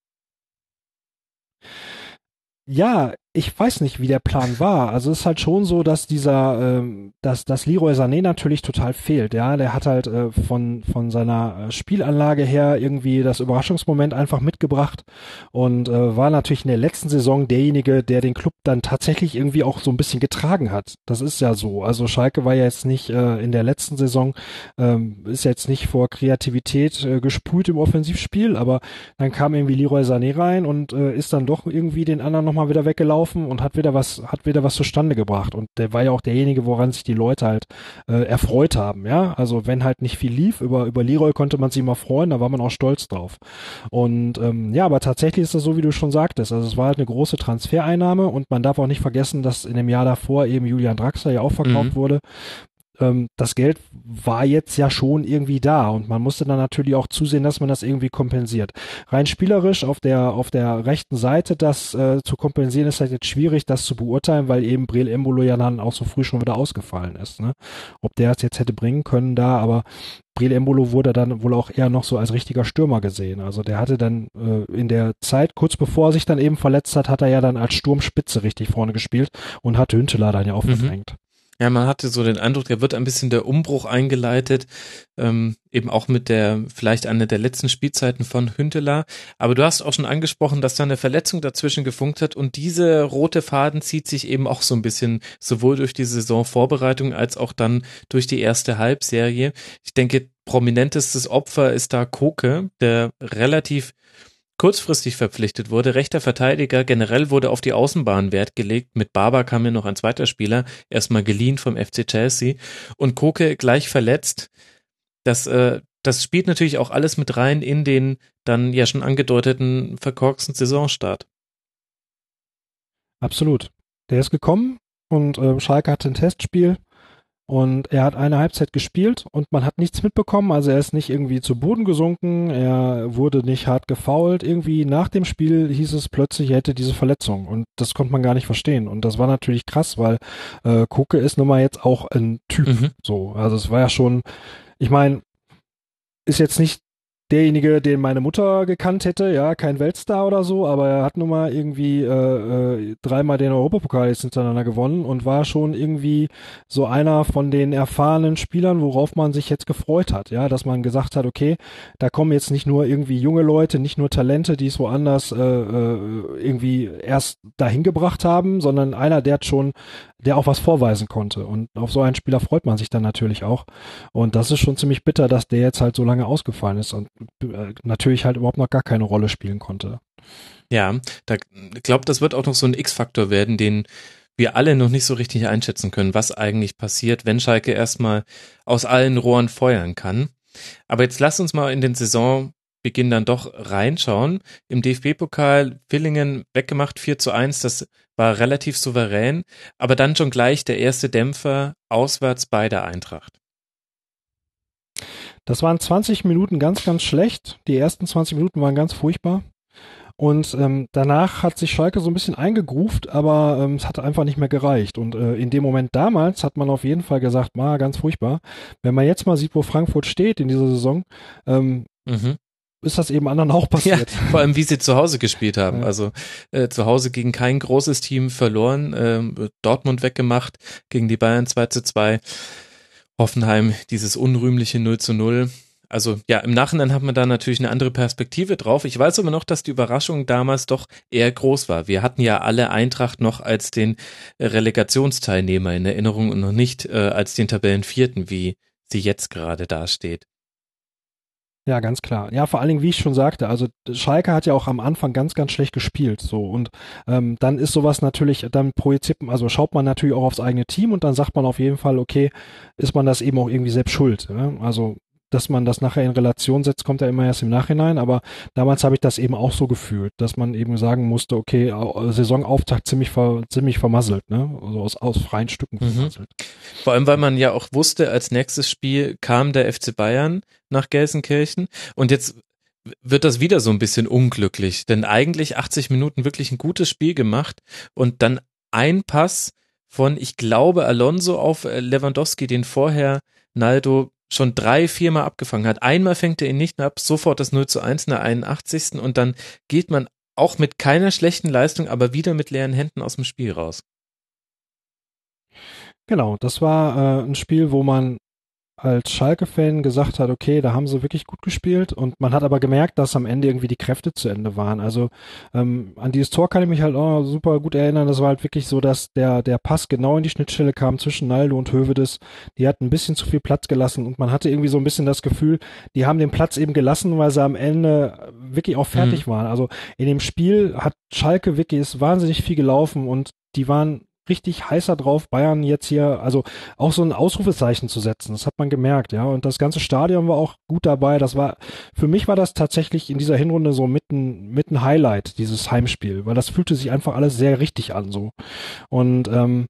Ja, ich weiß nicht, wie der Plan war. Also es ist halt schon so, dass dass Leroy Sané natürlich total fehlt. Ja, der hat halt von seiner Spielanlage her irgendwie das Überraschungsmoment einfach mitgebracht und war natürlich in der letzten Saison derjenige, der den Club dann tatsächlich irgendwie auch so ein bisschen getragen hat. Das ist ja so. Also Schalke war ja jetzt nicht in der letzten Saison, ist jetzt nicht vor Kreativität gesprüht im Offensivspiel, aber dann kam irgendwie Leroy Sané rein und ist dann doch irgendwie den anderen nochmal wieder weggelaufen und hat wieder was zustande gebracht. Und der war ja auch derjenige, woran sich die Leute halt erfreut haben, ja. Also wenn halt nicht viel lief, über Leroy konnte man sich immer freuen, da war man auch stolz drauf. Und ja, aber tatsächlich ist das so, wie du schon sagtest. Also es war halt eine große Transfereinnahme und man darf auch nicht vergessen, dass in dem Jahr davor eben Julian Draxler ja auch verkauft wurde. Das Geld war jetzt ja schon irgendwie da und man musste dann natürlich auch zusehen, dass man das irgendwie kompensiert. Rein spielerisch auf der rechten Seite das zu kompensieren ist halt jetzt schwierig, das zu beurteilen, weil eben Breel Embolo ja dann auch so früh schon wieder ausgefallen ist. Ne? Ob der es jetzt hätte bringen können da, aber Breel Embolo wurde dann wohl auch eher noch so als richtiger Stürmer gesehen. Also der hatte dann in der Zeit, kurz bevor er sich dann eben verletzt hat er ja dann als Sturmspitze richtig vorne gespielt und hatte Hünteler dann ja auch verdrängt. Ja, man hatte so den Eindruck, da wird ein bisschen der Umbruch eingeleitet, eben auch mit vielleicht einer der letzten Spielzeiten von Hünteler. Aber du hast auch schon angesprochen, dass da eine Verletzung dazwischen gefunkt hat und diese rote Faden zieht sich eben auch so ein bisschen sowohl durch die Saisonvorbereitung als auch dann durch die erste Halbserie. Ich denke, prominentestes Opfer ist da Koke, der relativ kurzfristig verpflichtet wurde, rechter Verteidiger, generell wurde auf die Außenbahn Wert gelegt, mit Baba kam ja noch ein zweiter Spieler, erstmal geliehen vom FC Chelsea und Koke gleich verletzt. Das spielt natürlich auch alles mit rein in den dann ja schon angedeuteten verkorksten Saisonstart. Absolut. Der ist gekommen und Schalke hatte ein Testspiel und er hat eine Halbzeit gespielt und man hat nichts mitbekommen, also er ist nicht irgendwie zu Boden gesunken, er wurde nicht hart gefoult, irgendwie nach dem Spiel hieß es plötzlich, er hätte diese Verletzung und das konnte man gar nicht verstehen und das war natürlich krass, weil Koke ist nun mal jetzt auch ein Typ, so, also es war ja schon, ich meine, ist jetzt nicht derjenige, den meine Mutter gekannt hätte, ja, kein Weltstar oder so, aber er hat nun mal irgendwie dreimal den Europapokal jetzt hintereinander gewonnen und war schon irgendwie so einer von den erfahrenen Spielern, worauf man sich jetzt gefreut hat, ja, dass man gesagt hat, okay, da kommen jetzt nicht nur irgendwie junge Leute, nicht nur Talente, die es woanders irgendwie erst dahin gebracht haben, sondern einer, der auch was vorweisen konnte und auf so einen Spieler freut man sich dann natürlich auch und das ist schon ziemlich bitter, dass der jetzt halt so lange ausgefallen ist und natürlich halt überhaupt noch gar keine Rolle spielen konnte. Ja, ich glaube, das wird auch noch so ein X-Faktor werden, den wir alle noch nicht so richtig einschätzen können, was eigentlich passiert, wenn Schalke erstmal aus allen Rohren feuern kann. Aber jetzt lass uns mal in den Saisonbeginn dann doch reinschauen. Im DFB-Pokal Villingen weggemacht 4:1, das war relativ souverän, aber dann schon gleich der erste Dämpfer auswärts bei der Eintracht. Das waren 20 Minuten ganz, ganz schlecht. Die ersten 20 Minuten waren ganz furchtbar. Und danach hat sich Schalke so ein bisschen eingegroovt, aber es hat einfach nicht mehr gereicht. Und in dem Moment damals hat man auf jeden Fall gesagt, ganz furchtbar. Wenn man jetzt mal sieht, wo Frankfurt steht in dieser Saison, ist das eben anderen auch passiert. Ja, vor allem, wie sie zu Hause gespielt haben. Ja. Also zu Hause gegen kein großes Team verloren, Dortmund weggemacht, gegen die Bayern 2:2, Hoffenheim dieses unrühmliche 0:0. Also ja, im Nachhinein hat man da natürlich eine andere Perspektive drauf. Ich weiß aber noch, dass die Überraschung damals doch eher groß war. Wir hatten ja alle Eintracht noch als den Relegationsteilnehmer in Erinnerung und noch nicht als den Tabellenvierten, wie sie jetzt gerade dasteht. Ja, ganz klar. Ja, vor allen Dingen, wie ich schon sagte, also Schalke hat ja auch am Anfang ganz, ganz schlecht gespielt, so, und dann ist sowas natürlich, dann projiziert man, also schaut man natürlich auch aufs eigene Team und dann sagt man auf jeden Fall, okay, ist man das eben auch irgendwie selbst schuld, ne? Also dass man das nachher in Relation setzt, kommt ja immer erst im Nachhinein, aber damals habe ich das eben auch so gefühlt, dass man eben sagen musste, okay, Saisonauftakt ziemlich vermasselt, ne? Also aus freien Stücken vermasselt. Vor allem, weil man ja auch wusste, als nächstes Spiel kam der FC Bayern nach Gelsenkirchen und jetzt wird das wieder so ein bisschen unglücklich, denn eigentlich 80 Minuten wirklich ein gutes Spiel gemacht und dann ein Pass von, ich glaube, Alonso auf Lewandowski, den vorher Naldo schon 3-4 Mal abgefangen hat. Einmal fängt er ihn nicht mehr ab, sofort das 0:1 in der 81. Und dann geht man auch mit keiner schlechten Leistung, aber wieder mit leeren Händen aus dem Spiel raus. Genau, das war ein Spiel, wo man als Schalke-Fan gesagt hat, okay, da haben sie wirklich gut gespielt und man hat aber gemerkt, dass am Ende irgendwie die Kräfte zu Ende waren. Also an dieses Tor kann ich mich halt auch super gut erinnern. Das war halt wirklich so, dass der Pass genau in die Schnittstelle kam zwischen Naldo und Hövedes. Die hatten ein bisschen zu viel Platz gelassen und man hatte irgendwie so ein bisschen das Gefühl, die haben den Platz eben gelassen, weil sie am Ende wirklich auch fertig waren. Also in dem Spiel hat Schalke wirklich, ist wahnsinnig viel gelaufen und die waren richtig heißer drauf, Bayern jetzt hier, also auch so ein Ausrufezeichen zu setzen. Das hat man gemerkt, ja. Und das ganze Stadion war auch gut dabei. Für mich war das tatsächlich in dieser Hinrunde so mit ein Highlight, dieses Heimspiel, weil das fühlte sich einfach alles sehr richtig an, so. Und,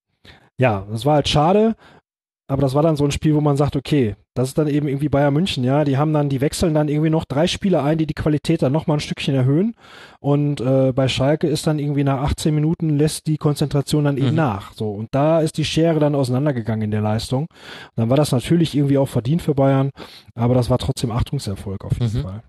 ja, das war halt schade, aber das war dann so ein Spiel, wo man sagt, okay, das ist dann eben irgendwie Bayern München, ja, die wechseln dann irgendwie noch 3 Spieler ein, die Qualität dann nochmal ein Stückchen erhöhen und bei Schalke ist dann irgendwie nach 18 Minuten lässt die Konzentration dann eben nach, so, und da ist die Schere dann auseinandergegangen in der Leistung. Und dann war das natürlich irgendwie auch verdient für Bayern, aber das war trotzdem Achtungserfolg auf jeden Fall.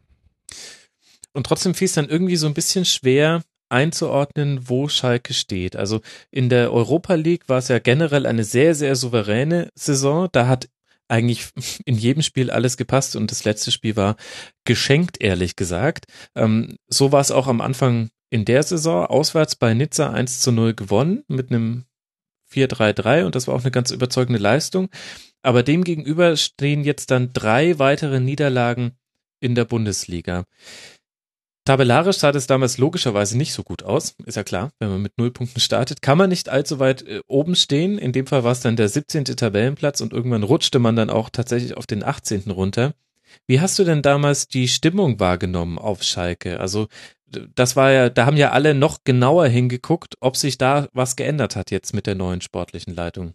Und trotzdem fiel es dann irgendwie so ein bisschen schwer einzuordnen, wo Schalke steht. Also in der Europa League war es ja generell eine sehr, sehr souveräne Saison. Da hat eigentlich in jedem Spiel alles gepasst und das letzte Spiel war geschenkt, ehrlich gesagt. So war es auch am Anfang in der Saison. Auswärts bei Nizza 1:0 gewonnen mit einem 4-3-3 und das war auch eine ganz überzeugende Leistung. Aber dem gegenüber stehen jetzt dann 3 weitere Niederlagen in der Bundesliga. Tabellarisch sah das damals logischerweise nicht so gut aus, ist ja klar, wenn man mit 0 Punkten startet, kann man nicht allzu weit oben stehen, in dem Fall war es dann der 17. Tabellenplatz und irgendwann rutschte man dann auch tatsächlich auf den 18. runter. Wie hast du denn damals die Stimmung wahrgenommen auf Schalke? Also das war ja, da haben ja alle noch genauer hingeguckt, ob sich da was geändert hat jetzt mit der neuen sportlichen Leitung.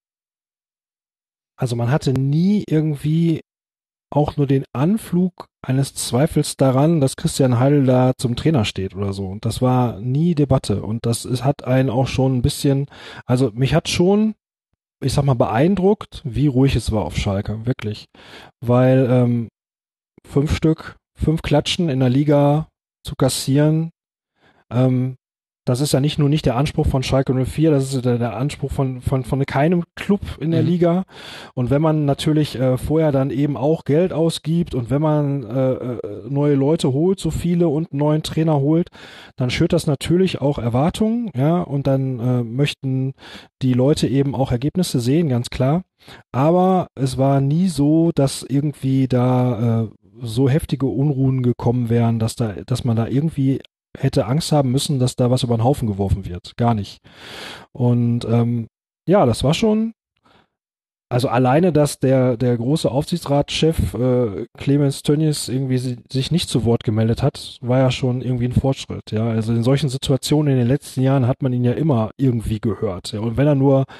Also man hatte nie irgendwie auch nur den Anflug eines Zweifels daran, dass Christian Heidel da zum Trainer steht oder so. Und das war nie Debatte. Und hat einen auch schon ein bisschen, also mich hat schon, ich sag mal, beeindruckt, wie ruhig es war auf Schalke, wirklich. Weil 5 Klatschen in der Liga zu kassieren, das ist ja nicht der Anspruch von Schalke 04, das ist der Anspruch von keinem Club in der Liga. Und wenn man natürlich vorher dann eben auch Geld ausgibt und wenn man neue Leute holt, so viele und einen neuen Trainer holt, dann schürt das natürlich auch Erwartungen, ja, und dann möchten die Leute eben auch Ergebnisse sehen, ganz klar. Aber es war nie so, dass irgendwie da so heftige Unruhen gekommen wären, dass man da irgendwie hätte Angst haben müssen, dass da was über den Haufen geworfen wird. Gar nicht. Und ja, das war schon, also alleine, dass der große Aufsichtsratschef Clemens Tönnies irgendwie sich nicht zu Wort gemeldet hat, war ja schon irgendwie ein Fortschritt. Ja, also in solchen Situationen in den letzten Jahren hat man ihn ja immer irgendwie gehört. Ja, und wenn er nur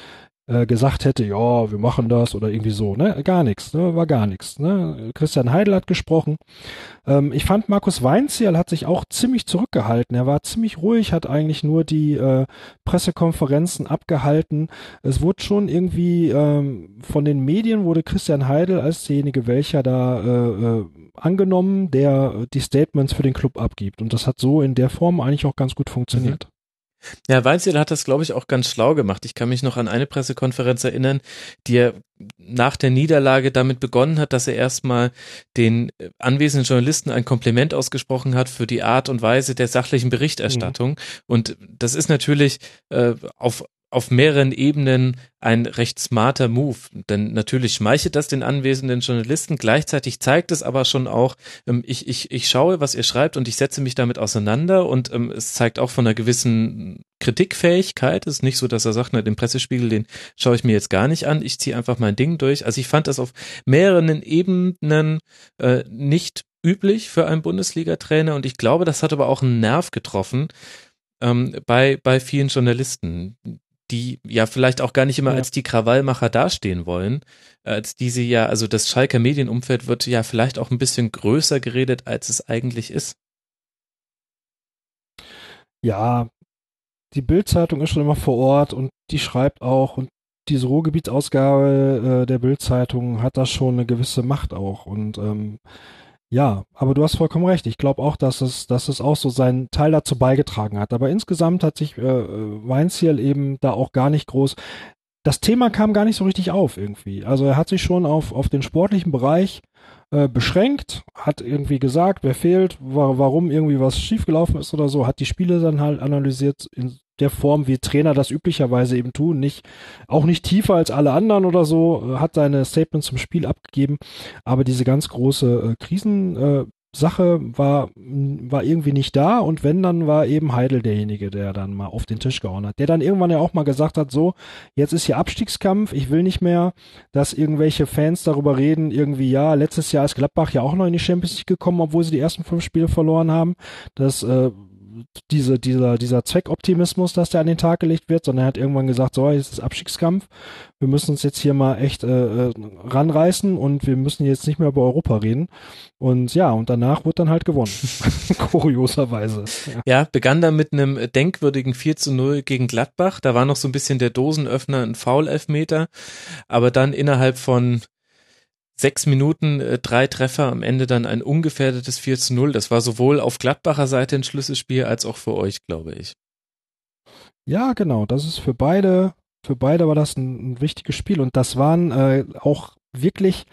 gesagt hätte, ja, wir machen das oder irgendwie so, ne? Gar nichts, ne? War gar nichts, ne? Christian Heidel hat gesprochen. Ich fand, Markus Weinzierl hat sich auch ziemlich zurückgehalten. Er war ziemlich ruhig, hat eigentlich nur die Pressekonferenzen abgehalten. Es wurde schon irgendwie von den Medien wurde Christian Heidel als derjenige, welcher da angenommen, der die Statements für den Club abgibt. Und das hat so in der Form eigentlich auch ganz gut funktioniert. Ja, Weinzierl hat das, glaube ich, auch ganz schlau gemacht. Ich kann mich noch an eine Pressekonferenz erinnern, die er nach der Niederlage damit begonnen hat, dass er erstmal den anwesenden Journalisten ein Kompliment ausgesprochen hat für die Art und Weise der sachlichen Berichterstattung. Und das ist natürlich auf mehreren Ebenen ein recht smarter Move, denn natürlich schmeichelt das den anwesenden Journalisten, gleichzeitig zeigt es aber schon auch, ich schaue, was ihr schreibt und ich setze mich damit auseinander und es zeigt auch von einer gewissen Kritikfähigkeit. Es ist nicht so, dass er sagt, na, den Pressespiegel, den schaue ich mir jetzt gar nicht an, ich ziehe einfach mein Ding durch. Also ich fand das auf mehreren Ebenen nicht üblich für einen Bundesliga-Trainer und ich glaube, das hat aber auch einen Nerv getroffen bei vielen Journalisten, die ja vielleicht auch gar nicht immer als die Krawallmacher dastehen wollen, als diese ja, also das Schalker Medienumfeld wird ja vielleicht auch ein bisschen größer geredet, als es eigentlich ist. Ja, die Bild-Zeitung ist schon immer vor Ort und die schreibt auch und diese Ruhrgebietsausgabe der Bild-Zeitung hat da schon eine gewisse Macht auch und ja, aber du hast vollkommen recht. Ich glaube auch, dass es auch so seinen Teil dazu beigetragen hat. Aber insgesamt hat sich Weinzierl eben da auch gar nicht groß. Das Thema kam gar nicht so richtig auf irgendwie. Also er hat sich schon auf den sportlichen Bereich beschränkt, hat irgendwie gesagt, wer fehlt, warum irgendwie was schiefgelaufen ist oder so, hat die Spiele dann halt analysiert in der Form, wie Trainer das üblicherweise eben tun, auch nicht tiefer als alle anderen oder so, hat seine Statements zum Spiel abgegeben, aber diese ganz große Sache war irgendwie nicht da und wenn, dann war eben Heidel derjenige, der dann mal auf den Tisch gehauen hat, der dann irgendwann ja auch mal gesagt hat, so, jetzt ist hier Abstiegskampf, ich will nicht mehr, dass irgendwelche Fans darüber reden, irgendwie, ja, letztes Jahr ist Gladbach ja auch noch in die Champions League gekommen, obwohl sie die ersten 5 Spiele verloren haben, dass dieser Zweckoptimismus, dass der an den Tag gelegt wird, sondern er hat irgendwann gesagt, so, jetzt ist Abstiegskampf, wir müssen uns jetzt hier mal echt ranreißen und wir müssen jetzt nicht mehr über Europa reden. Und ja, und danach wurde dann halt gewonnen. Kurioserweise. Ja, begann dann mit einem denkwürdigen 4:0 gegen Gladbach. Da war noch so ein bisschen der Dosenöffner, ein Foul-Elfmeter, aber dann innerhalb von 6 Minuten 3 Treffer, am Ende dann ein ungefährdetes 4:0. Das war sowohl auf Gladbacher Seite ein Schlüsselspiel als auch für euch, glaube ich. Ja, genau. Das ist für beide war das ein wichtiges Spiel und das waren auch wirklich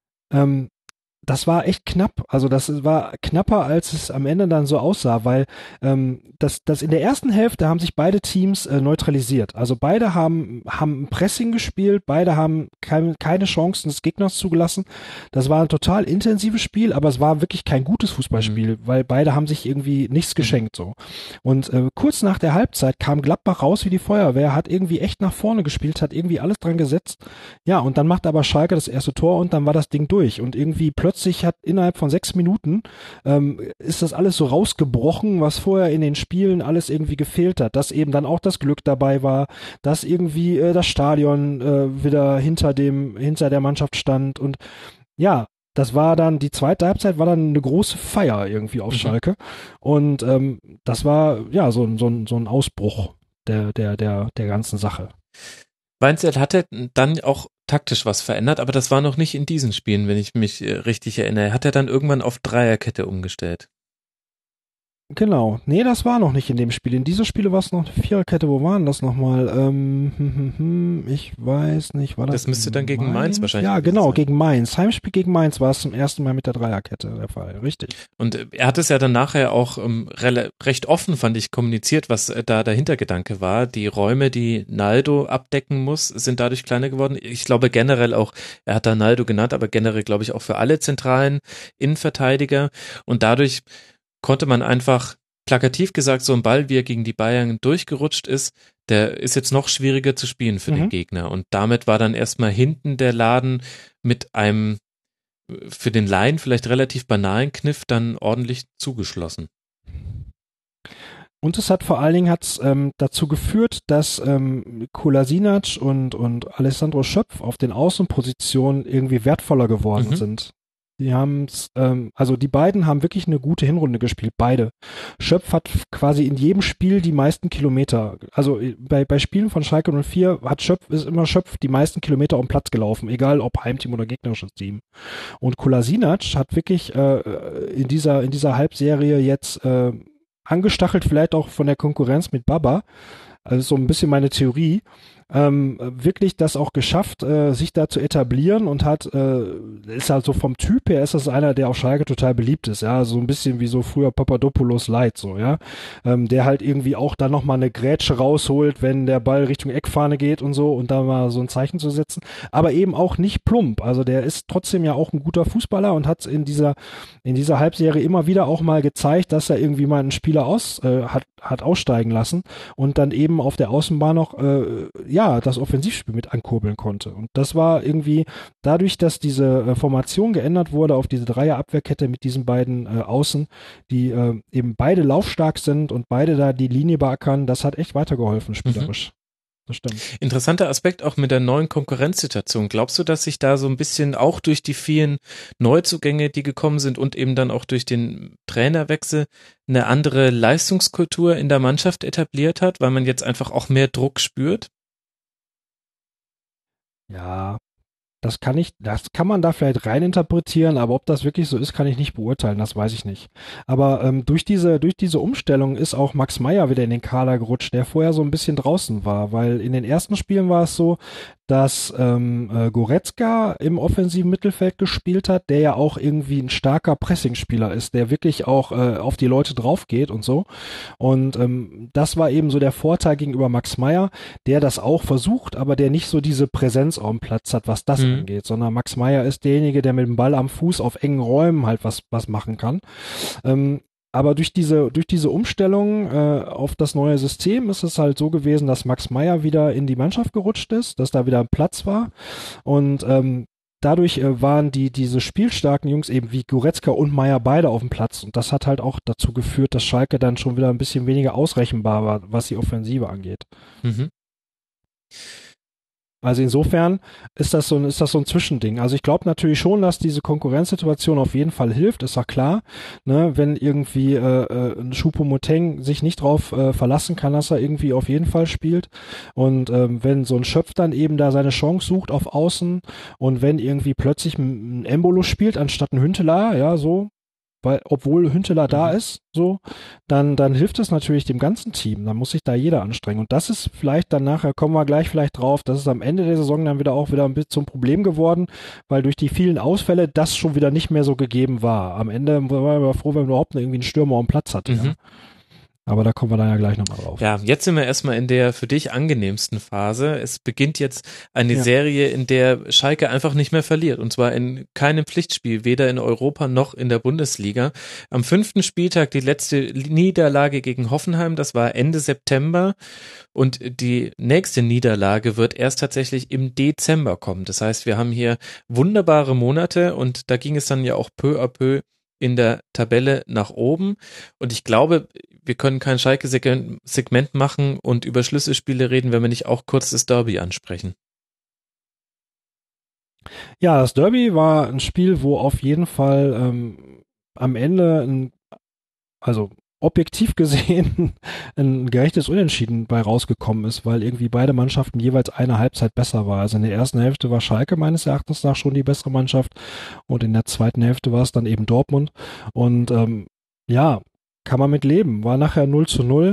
das war echt knapp. Also das war knapper, als es am Ende dann so aussah, weil das in der ersten Hälfte haben sich beide Teams neutralisiert. Also beide haben Pressing gespielt, beide haben keine Chancen des Gegners zugelassen. Das war ein total intensives Spiel, aber es war wirklich kein gutes Fußballspiel, weil beide haben sich irgendwie nichts geschenkt so. Und kurz nach der Halbzeit kam Gladbach raus wie die Feuerwehr, hat irgendwie echt nach vorne gespielt, hat irgendwie alles dran gesetzt. Ja, und dann macht aber Schalke das erste Tor und dann war das Ding durch und irgendwie plötzlich hat innerhalb von 6 Minuten ist das alles so rausgebrochen, was vorher in den Spielen alles irgendwie gefehlt hat, dass eben dann auch das Glück dabei war, dass irgendwie das Stadion wieder hinter der Mannschaft stand und ja, das war dann, die zweite Halbzeit war dann eine große Feier irgendwie auf Schalke und das war ja so ein Ausbruch der ganzen Sache. Weinzierl hatte dann auch taktisch was verändert, aber das war noch nicht in diesen Spielen, wenn ich mich richtig erinnere. Hat er dann irgendwann auf Dreierkette umgestellt? Genau. Nee, das war noch nicht in dem Spiel. In dieser Spiele war es noch eine Viererkette. Wo waren das nochmal? Ich weiß nicht. War das müsste dann gegen Mainz wahrscheinlich Ja, genau, sein. gegen Mainz. Heimspiel gegen Mainz war es zum ersten Mal mit der Dreierkette der Fall. Richtig. Und er hat es ja dann nachher auch recht offen, fand ich, kommuniziert, was da der Hintergedanke war. Die Räume, die Naldo abdecken muss, sind dadurch kleiner geworden. Ich glaube generell auch, er hat da Naldo genannt, aber generell glaube ich auch für alle zentralen Innenverteidiger. Und dadurch konnte man einfach plakativ gesagt, so ein Ball, wie er gegen die Bayern durchgerutscht ist, der ist jetzt noch schwieriger zu spielen für den Gegner. Und damit war dann erstmal hinten der Laden mit einem für den Laien vielleicht relativ banalen Kniff dann ordentlich zugeschlossen. Und es hat vor allen Dingen dazu geführt, dass Kolasinac und Alessandro Schöpf auf den Außenpositionen irgendwie wertvoller geworden sind. Die haben's, also die beiden haben wirklich eine gute Hinrunde gespielt, beide. Schöpf hat quasi in jedem Spiel die meisten Kilometer. Also bei Spielen von Schalke 04 ist immer Schöpf die meisten Kilometer auf dem Platz gelaufen, egal ob Heimteam oder gegnerisches Team. Und Kolasinac hat wirklich in dieser Halbserie jetzt angestachelt, vielleicht auch von der Konkurrenz mit Baba, also so ein bisschen meine Theorie, wirklich das auch geschafft, sich da zu etablieren und ist halt so vom Typ her, ist das einer, der auf Schalke total beliebt ist, ja, so ein bisschen wie so früher Papadopoulos Light, so, ja, der halt irgendwie auch dann nochmal eine Grätsche rausholt, wenn der Ball Richtung Eckfahne geht und so und da mal so ein Zeichen zu setzen, aber eben auch nicht plump, also der ist trotzdem ja auch ein guter Fußballer und hat in dieser Halbserie immer wieder auch mal gezeigt, dass er irgendwie mal einen Spieler hat aussteigen lassen und dann eben auf der Außenbahn noch, das Offensivspiel mit ankurbeln konnte. Und das war irgendwie dadurch, dass diese Formation geändert wurde auf diese Dreierabwehrkette mit diesen beiden Außen, die eben beide laufstark sind und beide da die Linie beackern, das hat echt weitergeholfen spielerisch. Das stimmt. Interessanter Aspekt auch mit der neuen Konkurrenzsituation. Glaubst du, dass sich da so ein bisschen auch durch die vielen Neuzugänge, die gekommen sind und eben dann auch durch den Trainerwechsel eine andere Leistungskultur in der Mannschaft etabliert hat, weil man jetzt einfach auch mehr Druck spürt? Ja, das kann man da vielleicht reininterpretieren, aber ob das wirklich so ist, kann ich nicht beurteilen, das weiß ich nicht. Aber durch diese Umstellung ist auch Max Meyer wieder in den Kader gerutscht, der vorher so ein bisschen draußen war, weil in den ersten Spielen war es so, dass Goretzka im offensiven Mittelfeld gespielt hat, der ja auch irgendwie ein starker Pressingspieler ist, der wirklich auch auf die Leute drauf geht und so. Und das war eben so der Vorteil gegenüber Max Meyer, der das auch versucht, aber der nicht so diese Präsenz auf dem Platz hat, was das angeht, sondern Max Meyer ist derjenige, der mit dem Ball am Fuß auf engen Räumen halt was machen kann. Aber durch diese Umstellung auf das neue System ist es halt so gewesen, dass Max Meyer wieder in die Mannschaft gerutscht ist, dass da wieder Platz war und dadurch waren diese spielstarken Jungs eben wie Goretzka und Meyer beide auf dem Platz und das hat halt auch dazu geführt, dass Schalke dann schon wieder ein bisschen weniger ausrechenbar war, was die Offensive angeht. Mhm. Also insofern ist das so ein Zwischending. Also ich glaube natürlich schon, dass diese Konkurrenzsituation auf jeden Fall hilft, ist ja klar. Ne? Wenn irgendwie ein Choupo-Moting sich nicht drauf verlassen kann, dass er irgendwie auf jeden Fall spielt. Und wenn so ein Schöpf dann eben da seine Chance sucht auf Außen und wenn irgendwie plötzlich ein Embolo spielt anstatt ein Hünteler, ja so, weil obwohl Hünteler da ist, so, dann hilft es natürlich dem ganzen Team. Dann muss sich da jeder anstrengen. Und das ist vielleicht dann nachher, kommen wir gleich vielleicht drauf, das ist am Ende der Saison dann wieder ein bisschen zum Problem geworden, weil durch die vielen Ausfälle das schon wieder nicht mehr so gegeben war. Am Ende waren wir froh, wenn wir überhaupt irgendwie einen Stürmer am Platz hatten. Ja. Aber da kommen wir dann ja gleich nochmal drauf. Ja, jetzt sind wir erstmal in der für dich angenehmsten Phase. Es beginnt jetzt eine Serie, in der Schalke einfach nicht mehr verliert. Und zwar in keinem Pflichtspiel, weder in Europa noch in der Bundesliga. Am 5. Spieltag die letzte Niederlage gegen Hoffenheim, das war Ende September. Und die nächste Niederlage wird erst tatsächlich im Dezember kommen. Das heißt, wir haben hier wunderbare Monate und da ging es dann ja auch peu à peu in der Tabelle nach oben. Und ich glaube, wir können kein Schalke-Segment machen und über Schlüsselspiele reden, wenn wir nicht auch kurz das Derby ansprechen. Ja, das Derby war ein Spiel, wo auf jeden Fall am Ende, also objektiv gesehen, ein gerechtes Unentschieden bei rausgekommen ist, weil irgendwie beide Mannschaften jeweils eine Halbzeit besser war. Also in der ersten Hälfte war Schalke meines Erachtens nach schon die bessere Mannschaft und in der zweiten Hälfte war es dann eben Dortmund und kann man mit leben. War nachher 0:0.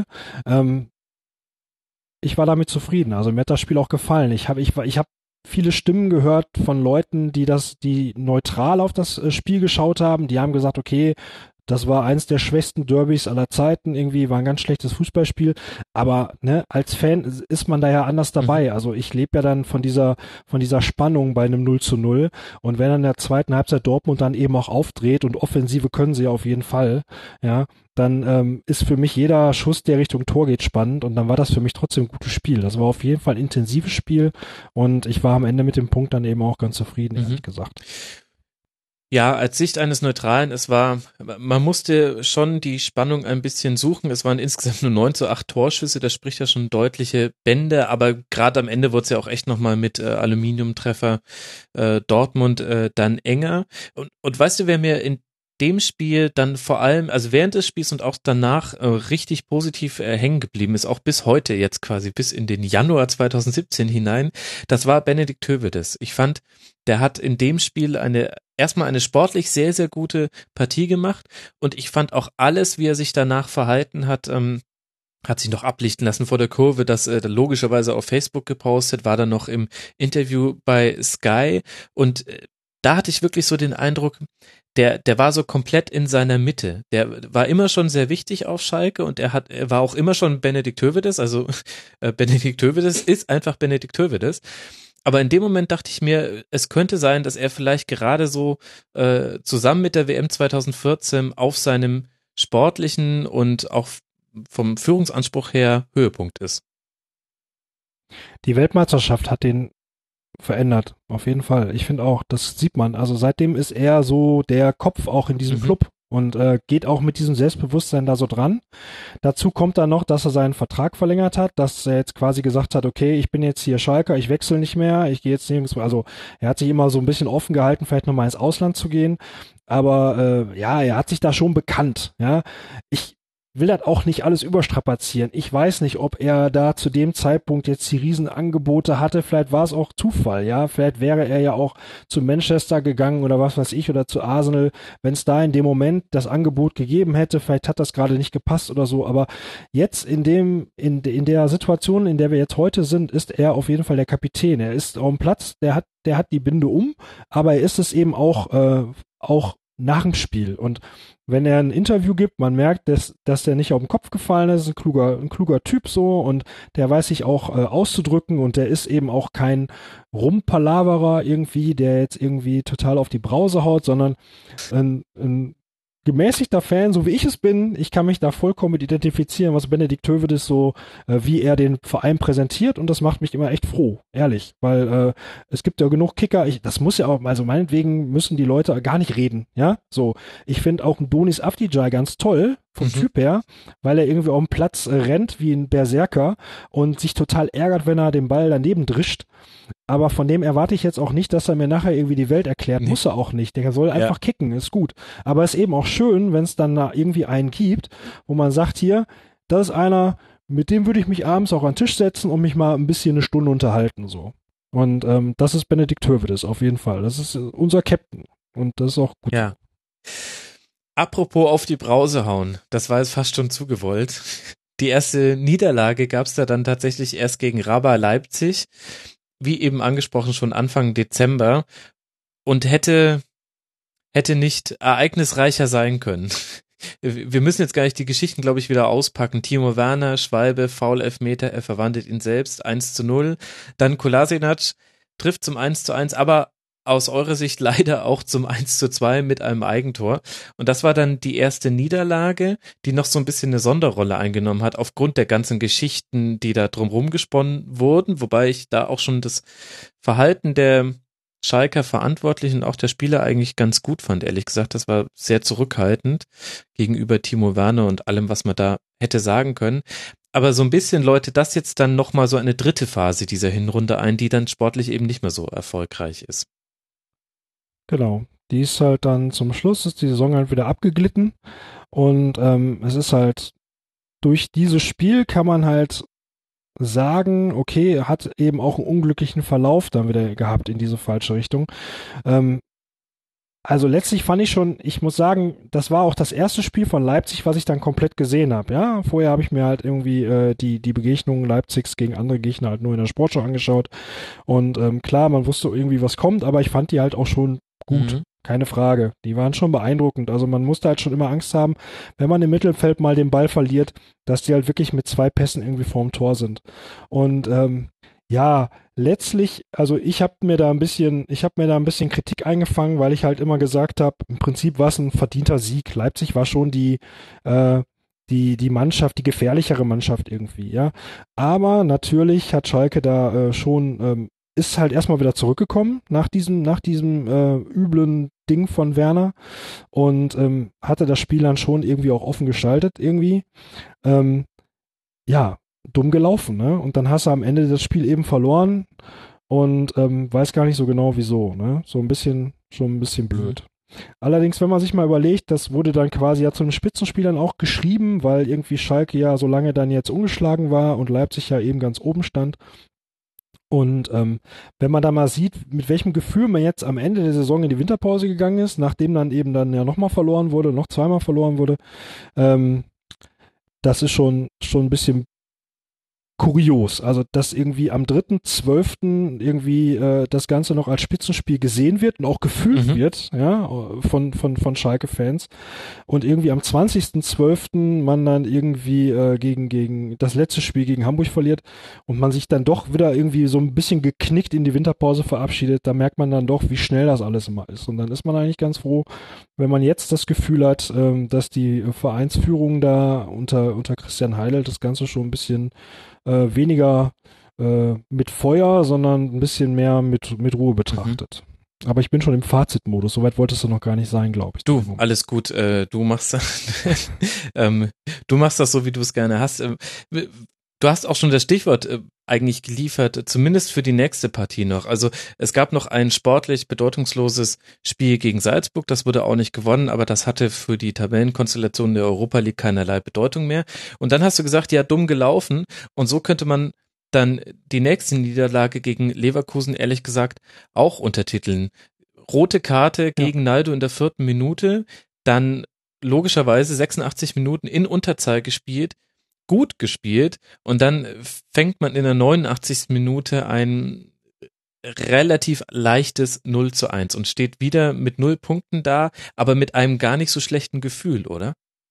Ich war damit zufrieden. Also mir hat das Spiel auch gefallen. Ich hab viele Stimmen gehört von Leuten, die neutral auf das Spiel geschaut haben. Die haben gesagt, okay, das war eins der schwächsten Derbys aller Zeiten, irgendwie war ein ganz schlechtes Fußballspiel, aber ne, als Fan ist man da ja anders dabei, also ich lebe ja dann von dieser Spannung bei einem 0:0 und wenn dann in der zweiten Halbzeit Dortmund dann eben auch aufdreht und Offensive können sie ja auf jeden Fall, ja, dann ist für mich jeder Schuss, der Richtung Tor geht, spannend und dann war das für mich trotzdem ein gutes Spiel. Das war auf jeden Fall ein intensives Spiel und ich war am Ende mit dem Punkt dann eben auch ganz zufrieden, ehrlich gesagt. Ja, als Sicht eines Neutralen, man musste schon die Spannung ein bisschen suchen. Es waren insgesamt nur 9:8 Torschüsse, das spricht ja schon deutliche Bände, aber gerade am Ende wurde es ja auch echt nochmal mit Aluminiumtreffer Dortmund dann enger. Und weißt du, wer mir in dem Spiel dann vor allem, also während des Spiels und auch danach richtig positiv hängen geblieben ist, auch bis heute jetzt quasi, bis in den Januar 2017 hinein, das war Benedikt Höwedes. Ich fand, der hat in dem Spiel erstmal eine sportlich sehr, sehr gute Partie gemacht und ich fand auch alles, wie er sich danach verhalten hat, hat sich noch ablichten lassen vor der Kurve, das logischerweise auf Facebook gepostet, war dann noch im Interview bei Sky und da hatte ich wirklich so den Eindruck, der war so komplett in seiner Mitte. Der war immer schon sehr wichtig auf Schalke und er war auch immer schon Benedikt Höwedes, also Benedikt Höwedes ist einfach Benedikt Höwedes. Aber in dem Moment dachte ich mir, es könnte sein, dass er vielleicht gerade so zusammen mit der WM 2014 auf seinem sportlichen und auch vom Führungsanspruch her Höhepunkt ist. Die Weltmeisterschaft hat den verändert, auf jeden Fall. Ich finde auch, das sieht man. Also seitdem ist er so der Kopf auch in diesem Club und geht auch mit diesem Selbstbewusstsein da so dran. Dazu kommt dann noch, dass er seinen Vertrag verlängert hat, dass er jetzt quasi gesagt hat, okay, ich bin jetzt hier Schalker, ich wechsle nicht mehr, ich gehe jetzt nirgends mehr. Also er hat sich immer so ein bisschen offen gehalten, vielleicht nochmal ins Ausland zu gehen. Aber ja, er hat sich da schon bekannt. Ja, ich will das auch nicht alles überstrapazieren. Ich weiß nicht, ob er da zu dem Zeitpunkt jetzt die Riesenangebote hatte. Vielleicht war es auch Zufall, ja. Vielleicht wäre er ja auch zu Manchester gegangen oder was weiß ich oder zu Arsenal, wenn es da in dem Moment das Angebot gegeben hätte. Vielleicht hat das gerade nicht gepasst oder so. Aber jetzt in der Situation, in der wir jetzt heute sind, ist er auf jeden Fall der Kapitän. Er ist auf dem Platz, der hat die Binde um, aber er ist es eben auch nach dem Spiel. Und wenn er ein Interview gibt, man merkt, dass der nicht auf den Kopf gefallen ist, ein kluger Typ so und der weiß sich auch auszudrücken und der ist eben auch kein Rumpalaverer irgendwie, der jetzt irgendwie total auf die Brause haut, sondern ein gemäßigter Fan, so wie ich es bin. Ich kann mich da vollkommen mit identifizieren, was Benedikt Höwedes so, wie er den Verein präsentiert und das macht mich immer echt froh, ehrlich, weil es gibt ja genug Kicker, das muss ja auch, also meinetwegen müssen die Leute gar nicht reden, ja, so. Ich finde auch einen Donis Avdijay ganz toll, vom Typ her, weil er irgendwie auf dem Platz rennt wie ein Berserker und sich total ärgert, wenn er den Ball daneben drischt. Aber von dem erwarte ich jetzt auch nicht, dass er mir nachher irgendwie die Welt erklärt. Nee. Muss er auch nicht. Der soll einfach kicken, ist gut. Aber ist eben auch schön, wenn es dann da irgendwie einen gibt, wo man sagt, hier, das ist einer, mit dem würde ich mich abends auch an den Tisch setzen und mich mal ein bisschen eine Stunde unterhalten. So. Und das ist Benedikt Höwedes auf jeden Fall. Das ist unser Captain. Und das ist auch gut. Ja. Apropos auf die Brause hauen, das war jetzt fast schon zugewollt. Die erste Niederlage gab es da dann tatsächlich erst gegen RB Leipzig, wie eben angesprochen schon Anfang Dezember und hätte nicht ereignisreicher sein können. Wir müssen jetzt gar nicht die Geschichten, glaube ich, wieder auspacken. Timo Werner, Schwalbe, Foul-Elfmeter, er verwandelt ihn selbst, 1:0. Dann Kolasinac trifft zum 1:1, aber aus eurer Sicht leider auch zum 1:2 mit einem Eigentor. Und das war dann die erste Niederlage, die noch so ein bisschen eine Sonderrolle eingenommen hat, aufgrund der ganzen Geschichten, die da drumherum gesponnen wurden, wobei ich da auch schon das Verhalten der Schalker Verantwortlichen und auch der Spieler eigentlich ganz gut fand, ehrlich gesagt. Das war sehr zurückhaltend gegenüber Timo Werner und allem, was man da hätte sagen können. Aber so ein bisschen läutet das jetzt dann nochmal so eine dritte Phase dieser Hinrunde ein, die dann sportlich eben nicht mehr so erfolgreich ist. Genau, die ist halt dann zum Schluss, ist die Saison halt wieder abgeglitten und es ist halt, durch dieses Spiel kann man halt sagen, okay, hat eben auch einen unglücklichen Verlauf dann wieder gehabt in diese falsche Richtung. Also letztlich fand ich schon, ich muss sagen, das war auch das erste Spiel von Leipzig, was ich dann komplett gesehen habe. Ja, vorher habe ich mir halt irgendwie die Begegnungen Leipzigs gegen andere Gegner halt nur in der Sportschau angeschaut und klar, man wusste irgendwie, was kommt, aber ich fand die halt auch schon gut, keine Frage. Die waren schon beeindruckend. Also man musste halt schon immer Angst haben, wenn man im Mittelfeld mal den Ball verliert, dass die halt wirklich mit 2 Pässen irgendwie vorm Tor sind. Und ja, letztlich, also ich habe mir da ein bisschen Kritik eingefangen, weil ich halt immer gesagt habe, im Prinzip war es ein verdienter Sieg. Leipzig war schon die Mannschaft, die gefährlichere Mannschaft irgendwie, ja. Aber natürlich hat Schalke da schon ist halt erstmal wieder zurückgekommen nach diesem üblen Ding von Werner und hatte das Spiel dann schon irgendwie auch offen gestaltet irgendwie. Ja, dumm gelaufen, ne? Und dann hast du am Ende das Spiel eben verloren und weiß gar nicht so genau wieso, ne? Schon ein bisschen blöd. Allerdings, wenn man sich mal überlegt, das wurde dann quasi ja zu den Spitzenspielern auch geschrieben, weil irgendwie Schalke ja so lange dann jetzt ungeschlagen war und Leipzig ja eben ganz oben stand. Und wenn man da mal sieht, mit welchem Gefühl man jetzt am Ende der Saison in die Winterpause gegangen ist, nachdem dann eben dann ja nochmal verloren wurde, noch zweimal verloren wurde, das ist schon ein bisschen kurios. Also, dass irgendwie am 3.12. irgendwie das Ganze noch als Spitzenspiel gesehen wird und auch gefühlt wird, ja, von Schalke-Fans. Und irgendwie am 20.12. man dann irgendwie gegen das letzte Spiel gegen Hamburg verliert und man sich dann doch wieder irgendwie so ein bisschen geknickt in die Winterpause verabschiedet, da merkt man dann doch, wie schnell das alles immer ist. Und dann ist man eigentlich ganz froh, wenn man jetzt das Gefühl hat, dass die Vereinsführung da unter Christian Heidel das Ganze schon ein bisschen weniger mit Feuer, sondern ein bisschen mehr mit Ruhe betrachtet. Aber ich bin schon im Fazitmodus. Soweit wolltest du noch gar nicht sein, glaube ich. Du, alles gut. Du machst das, du machst das so, wie du es gerne hast. Du hast auch schon das Stichwort eigentlich geliefert, zumindest für die nächste Partie noch. Also es gab noch ein sportlich bedeutungsloses Spiel gegen Salzburg, das wurde auch nicht gewonnen, aber das hatte für die Tabellenkonstellation der Europa League keinerlei Bedeutung mehr. Und dann hast du gesagt, ja, dumm gelaufen, und so könnte man dann die nächste Niederlage gegen Leverkusen ehrlich gesagt auch untertiteln. Rote Karte gegen Naldo in der 4. Minute, dann logischerweise 86 Minuten in Unterzahl gespielt, gut gespielt, und dann fängt man in der 89. Minute ein relativ leichtes 0:1 und steht wieder mit 0 Punkten da, aber mit einem gar nicht so schlechten Gefühl, oder?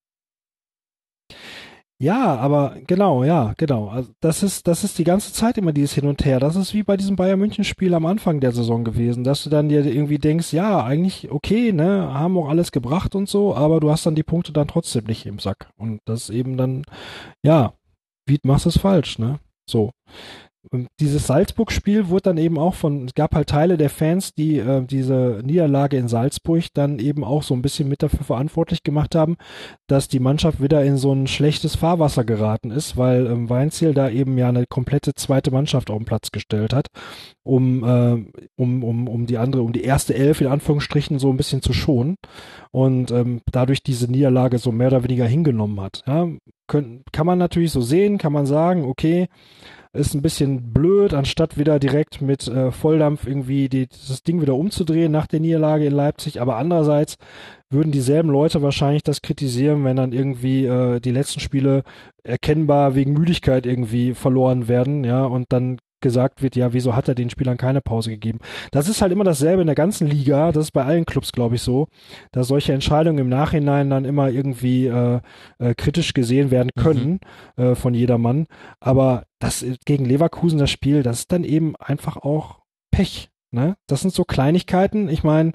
Ja, aber genau. Also das ist die ganze Zeit immer dieses Hin und Her. Das ist wie bei diesem Bayern-München-Spiel am Anfang der Saison gewesen, dass du dann dir irgendwie denkst, ja, eigentlich okay, ne, haben auch alles gebracht und so, aber du hast dann die Punkte dann trotzdem nicht im Sack. Und das ist eben dann, ja, wie machst du es falsch, ne? So. Und dieses Salzburg-Spiel wurde dann eben auch es gab halt Teile der Fans, die diese Niederlage in Salzburg dann eben auch so ein bisschen mit dafür verantwortlich gemacht haben, dass die Mannschaft wieder in so ein schlechtes Fahrwasser geraten ist, weil Weinziel da eben ja eine komplette zweite Mannschaft auf den Platz gestellt hat, um die erste Elf in Anführungsstrichen so ein bisschen zu schonen und dadurch diese Niederlage so mehr oder weniger hingenommen hat. Ja, kann man natürlich so sehen, kann man sagen, okay, ist ein bisschen blöd, anstatt wieder direkt mit Volldampf irgendwie das Ding wieder umzudrehen nach der Niederlage in Leipzig. Aber andererseits würden dieselben Leute wahrscheinlich das kritisieren, wenn dann irgendwie die letzten Spiele erkennbar wegen Müdigkeit irgendwie verloren werden, ja, und dann gesagt wird, ja, wieso hat er den Spielern keine Pause gegeben? Das ist halt immer dasselbe in der ganzen Liga, das ist bei allen Clubs, glaube ich, so, dass solche Entscheidungen im Nachhinein dann immer irgendwie kritisch gesehen werden können von jedermann, aber das gegen Leverkusen, das Spiel, das ist dann eben einfach auch Pech, ne? Das sind so Kleinigkeiten, ich meine,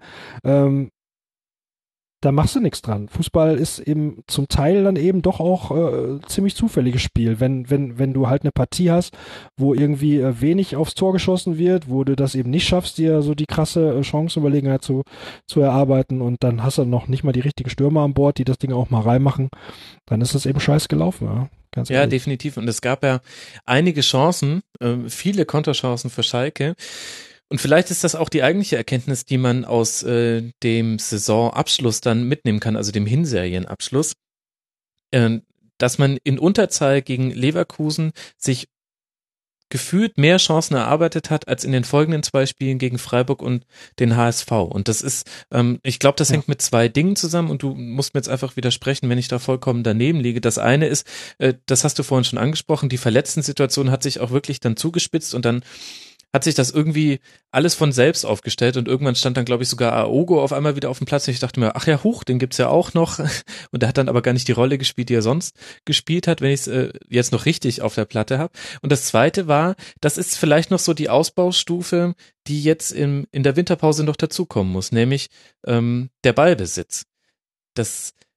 da machst du nichts dran. Fußball ist eben zum Teil dann eben doch auch ziemlich zufälliges Spiel. Wenn du halt eine Partie hast, wo irgendwie wenig aufs Tor geschossen wird, wo du das eben nicht schaffst, dir so die krasse Chancenüberlegenheit zu erarbeiten, und dann hast du noch nicht mal die richtigen Stürmer an Bord, die das Ding auch mal reinmachen, dann ist das eben scheiße gelaufen, ja. Ganz ehrlich. Ja, definitiv. Und es gab ja einige Chancen, viele Konterchancen für Schalke. Und vielleicht ist das auch die eigentliche Erkenntnis, die man aus dem Saisonabschluss dann mitnehmen kann, also dem Hinserienabschluss, dass man in Unterzahl gegen Leverkusen sich gefühlt mehr Chancen erarbeitet hat, als in den folgenden 2 Spielen gegen Freiburg und den HSV. Und das ist, ich glaube, das hängt mit 2 Dingen zusammen, und du musst mir jetzt einfach widersprechen, wenn ich da vollkommen daneben liege. Das eine ist, das hast du vorhin schon angesprochen, die Verletzten-Situation hat sich auch wirklich dann zugespitzt, und dann hat sich das irgendwie alles von selbst aufgestellt, und irgendwann stand dann, glaube ich, sogar Aogo auf einmal wieder auf dem Platz, und ich dachte mir, ach ja, huch, den gibt's ja auch noch, und der hat dann aber gar nicht die Rolle gespielt, die er sonst gespielt hat, wenn ich es jetzt noch richtig auf der Platte habe. Und das Zweite war, das ist vielleicht noch so die Ausbaustufe, die jetzt in der Winterpause noch dazukommen muss, nämlich der Ballbesitz.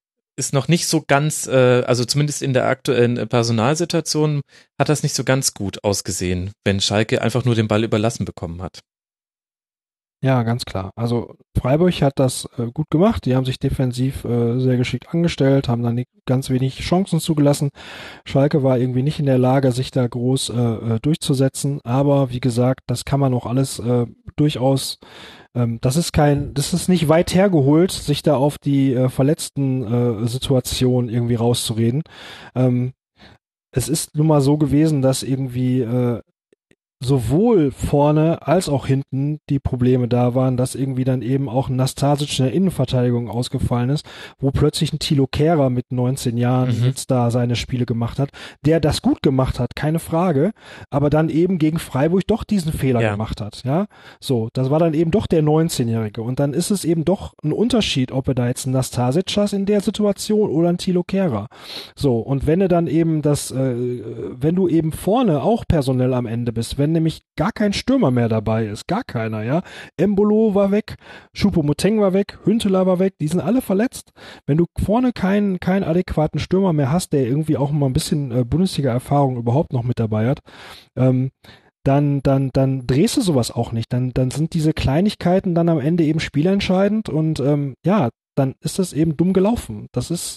ist noch nicht so ganz, also zumindest in der aktuellen Personalsituation hat das nicht so ganz gut ausgesehen, wenn Schalke einfach nur den Ball überlassen bekommen hat. Ja, ganz klar. Also Freiburg hat das gut gemacht. Die haben sich defensiv sehr geschickt angestellt, haben dann ganz wenig Chancen zugelassen. Schalke war irgendwie nicht in der Lage, sich da groß durchzusetzen. Aber wie gesagt, das kann man auch alles durchaus. Das ist nicht weit hergeholt, sich da auf die verletzten Situation irgendwie rauszureden. Es ist nun mal so gewesen, dass irgendwie sowohl vorne als auch hinten die Probleme da waren, dass irgendwie dann eben auch ein Nastasic in der Innenverteidigung ausgefallen ist, wo plötzlich ein Thilo Kehrer mit 19 Jahren jetzt da seine Spiele gemacht hat, der das gut gemacht hat, keine Frage, aber dann eben gegen Freiburg doch diesen Fehler gemacht hat, ja. So, das war dann eben doch der 19-Jährige und dann ist es eben doch ein Unterschied, ob er da jetzt einen Nastasic hast in der Situation oder einen Thilo Kehrer. So, und wenn du dann eben wenn du eben vorne auch personell am Ende bist, wenn nämlich gar kein Stürmer mehr dabei ist, gar keiner, ja. Embolo war weg, Choupo-Moting war weg, Hünteler war weg, die sind alle verletzt. Wenn du vorne keinen adäquaten Stürmer mehr hast, der irgendwie auch mal ein bisschen Bundesliga-Erfahrung überhaupt noch mit dabei hat, dann drehst du sowas auch nicht. Dann sind diese Kleinigkeiten dann am Ende eben spielentscheidend und dann ist das eben dumm gelaufen. Das ist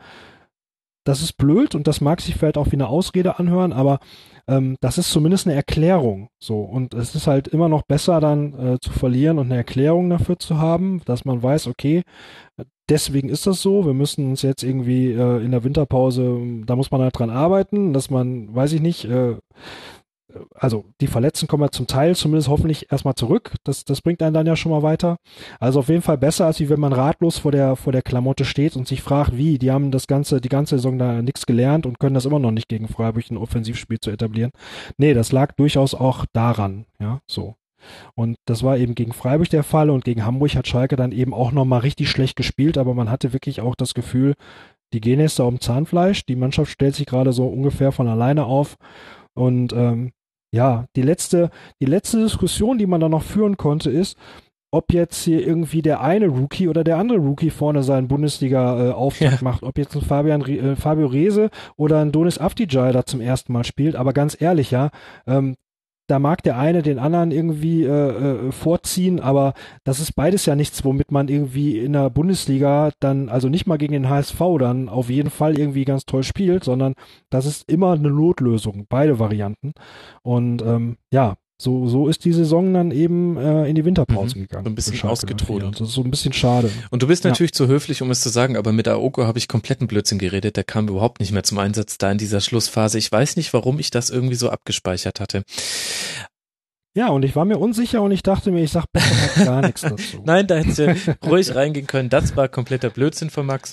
blöd und das mag sich vielleicht auch wie eine Ausrede anhören, aber das ist zumindest eine Erklärung. So, und es ist halt immer noch besser, dann zu verlieren und eine Erklärung dafür zu haben, dass man weiß, okay, deswegen ist das so, wir müssen uns jetzt irgendwie in der Winterpause, da muss man halt dran arbeiten, dass man, weiß ich nicht, also die Verletzten kommen ja zum Teil zumindest hoffentlich erstmal zurück. Das bringt einen dann ja schon mal weiter. Also auf jeden Fall besser, als wie wenn man ratlos vor der Klamotte steht und sich fragt, wie, die haben die ganze Saison da nichts gelernt und können das immer noch nicht gegen Freiburg ein Offensivspiel zu etablieren. Nee, das lag durchaus auch daran, ja, so. Und das war eben gegen Freiburg der Fall und gegen Hamburg hat Schalke dann eben auch nochmal richtig schlecht gespielt, aber man hatte wirklich auch das Gefühl, die gehen jetzt da um Zahnfleisch, die Mannschaft stellt sich gerade so ungefähr von alleine auf und die letzte Diskussion, die man da noch führen konnte, ist, ob jetzt hier irgendwie der eine Rookie oder der andere Rookie vorne seinen Bundesliga-Auftakt macht, ob jetzt ein Fabio Rehse oder ein Donis Afdijay da zum ersten Mal spielt, aber ganz ehrlich, ja, da mag der eine den anderen irgendwie vorziehen, aber das ist beides ja nichts, womit man irgendwie in der Bundesliga dann, also nicht mal gegen den HSV dann auf jeden Fall irgendwie ganz toll spielt, sondern das ist immer eine Notlösung, beide Varianten. Und so ist die Saison dann eben in die Winterpause gegangen. So ein bisschen ausgetrudelt. Das ist so ein bisschen schade. Und du bist natürlich zu höflich, um es zu sagen, aber mit Aoko habe ich kompletten Blödsinn geredet. Der kam überhaupt nicht mehr zum Einsatz da in dieser Schlussphase. Ich weiß nicht, warum ich das irgendwie so abgespeichert hatte. Ja, und ich war mir unsicher und ich dachte mir, ich sag besser gar nichts dazu. Nein, da hättest du ruhig reingehen können. Das war kompletter Blödsinn von Max.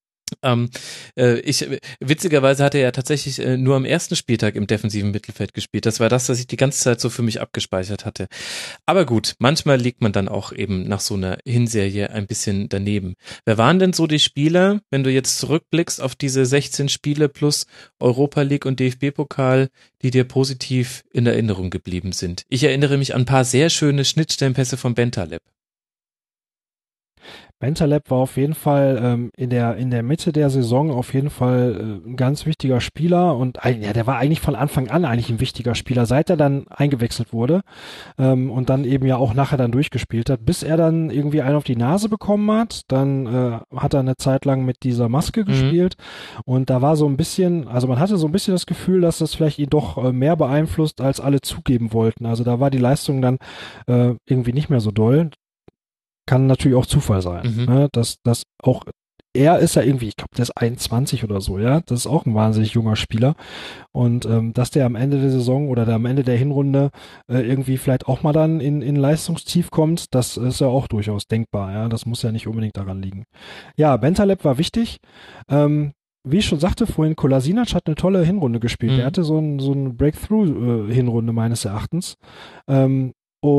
Witzigerweise hat er ja tatsächlich nur am ersten Spieltag im defensiven Mittelfeld gespielt. Das war das, was ich die ganze Zeit so für mich abgespeichert hatte. Aber gut, manchmal liegt man dann auch eben nach so einer Hinserie ein bisschen daneben. Wer waren denn so die Spieler, wenn du jetzt zurückblickst auf diese 16 Spiele plus Europa League und DFB-Pokal, die dir positiv in Erinnerung geblieben sind? Ich erinnere mich an ein paar sehr schöne Schnittstellenpässe von Bentaleb. Bentaleb war auf jeden Fall in der Mitte der Saison auf jeden Fall ein ganz wichtiger Spieler und der war eigentlich von Anfang an eigentlich ein wichtiger Spieler, seit er dann eingewechselt wurde und dann eben ja auch nachher dann durchgespielt hat, bis er dann irgendwie einen auf die Nase bekommen hat. Dann hat er eine Zeit lang mit dieser Maske gespielt und da war so ein bisschen, also man hatte so ein bisschen das Gefühl, dass das vielleicht ihn doch mehr beeinflusst, als alle zugeben wollten. Also da war die Leistung dann irgendwie nicht mehr so doll. Kann natürlich auch Zufall sein, ne? Dass auch er ist ja irgendwie, ich glaube, der ist 21 oder so, ja, das ist auch ein wahnsinnig junger Spieler und dass der am Ende der Saison oder am Ende der Hinrunde irgendwie vielleicht auch mal dann in Leistungstief kommt, das ist ja auch durchaus denkbar, ja, das muss ja nicht unbedingt daran liegen. Ja, Bentaleb war wichtig, wie ich schon sagte vorhin, Kolasinac hat eine tolle Hinrunde gespielt, der hatte so ein Breakthrough-Hinrunde meines Erachtens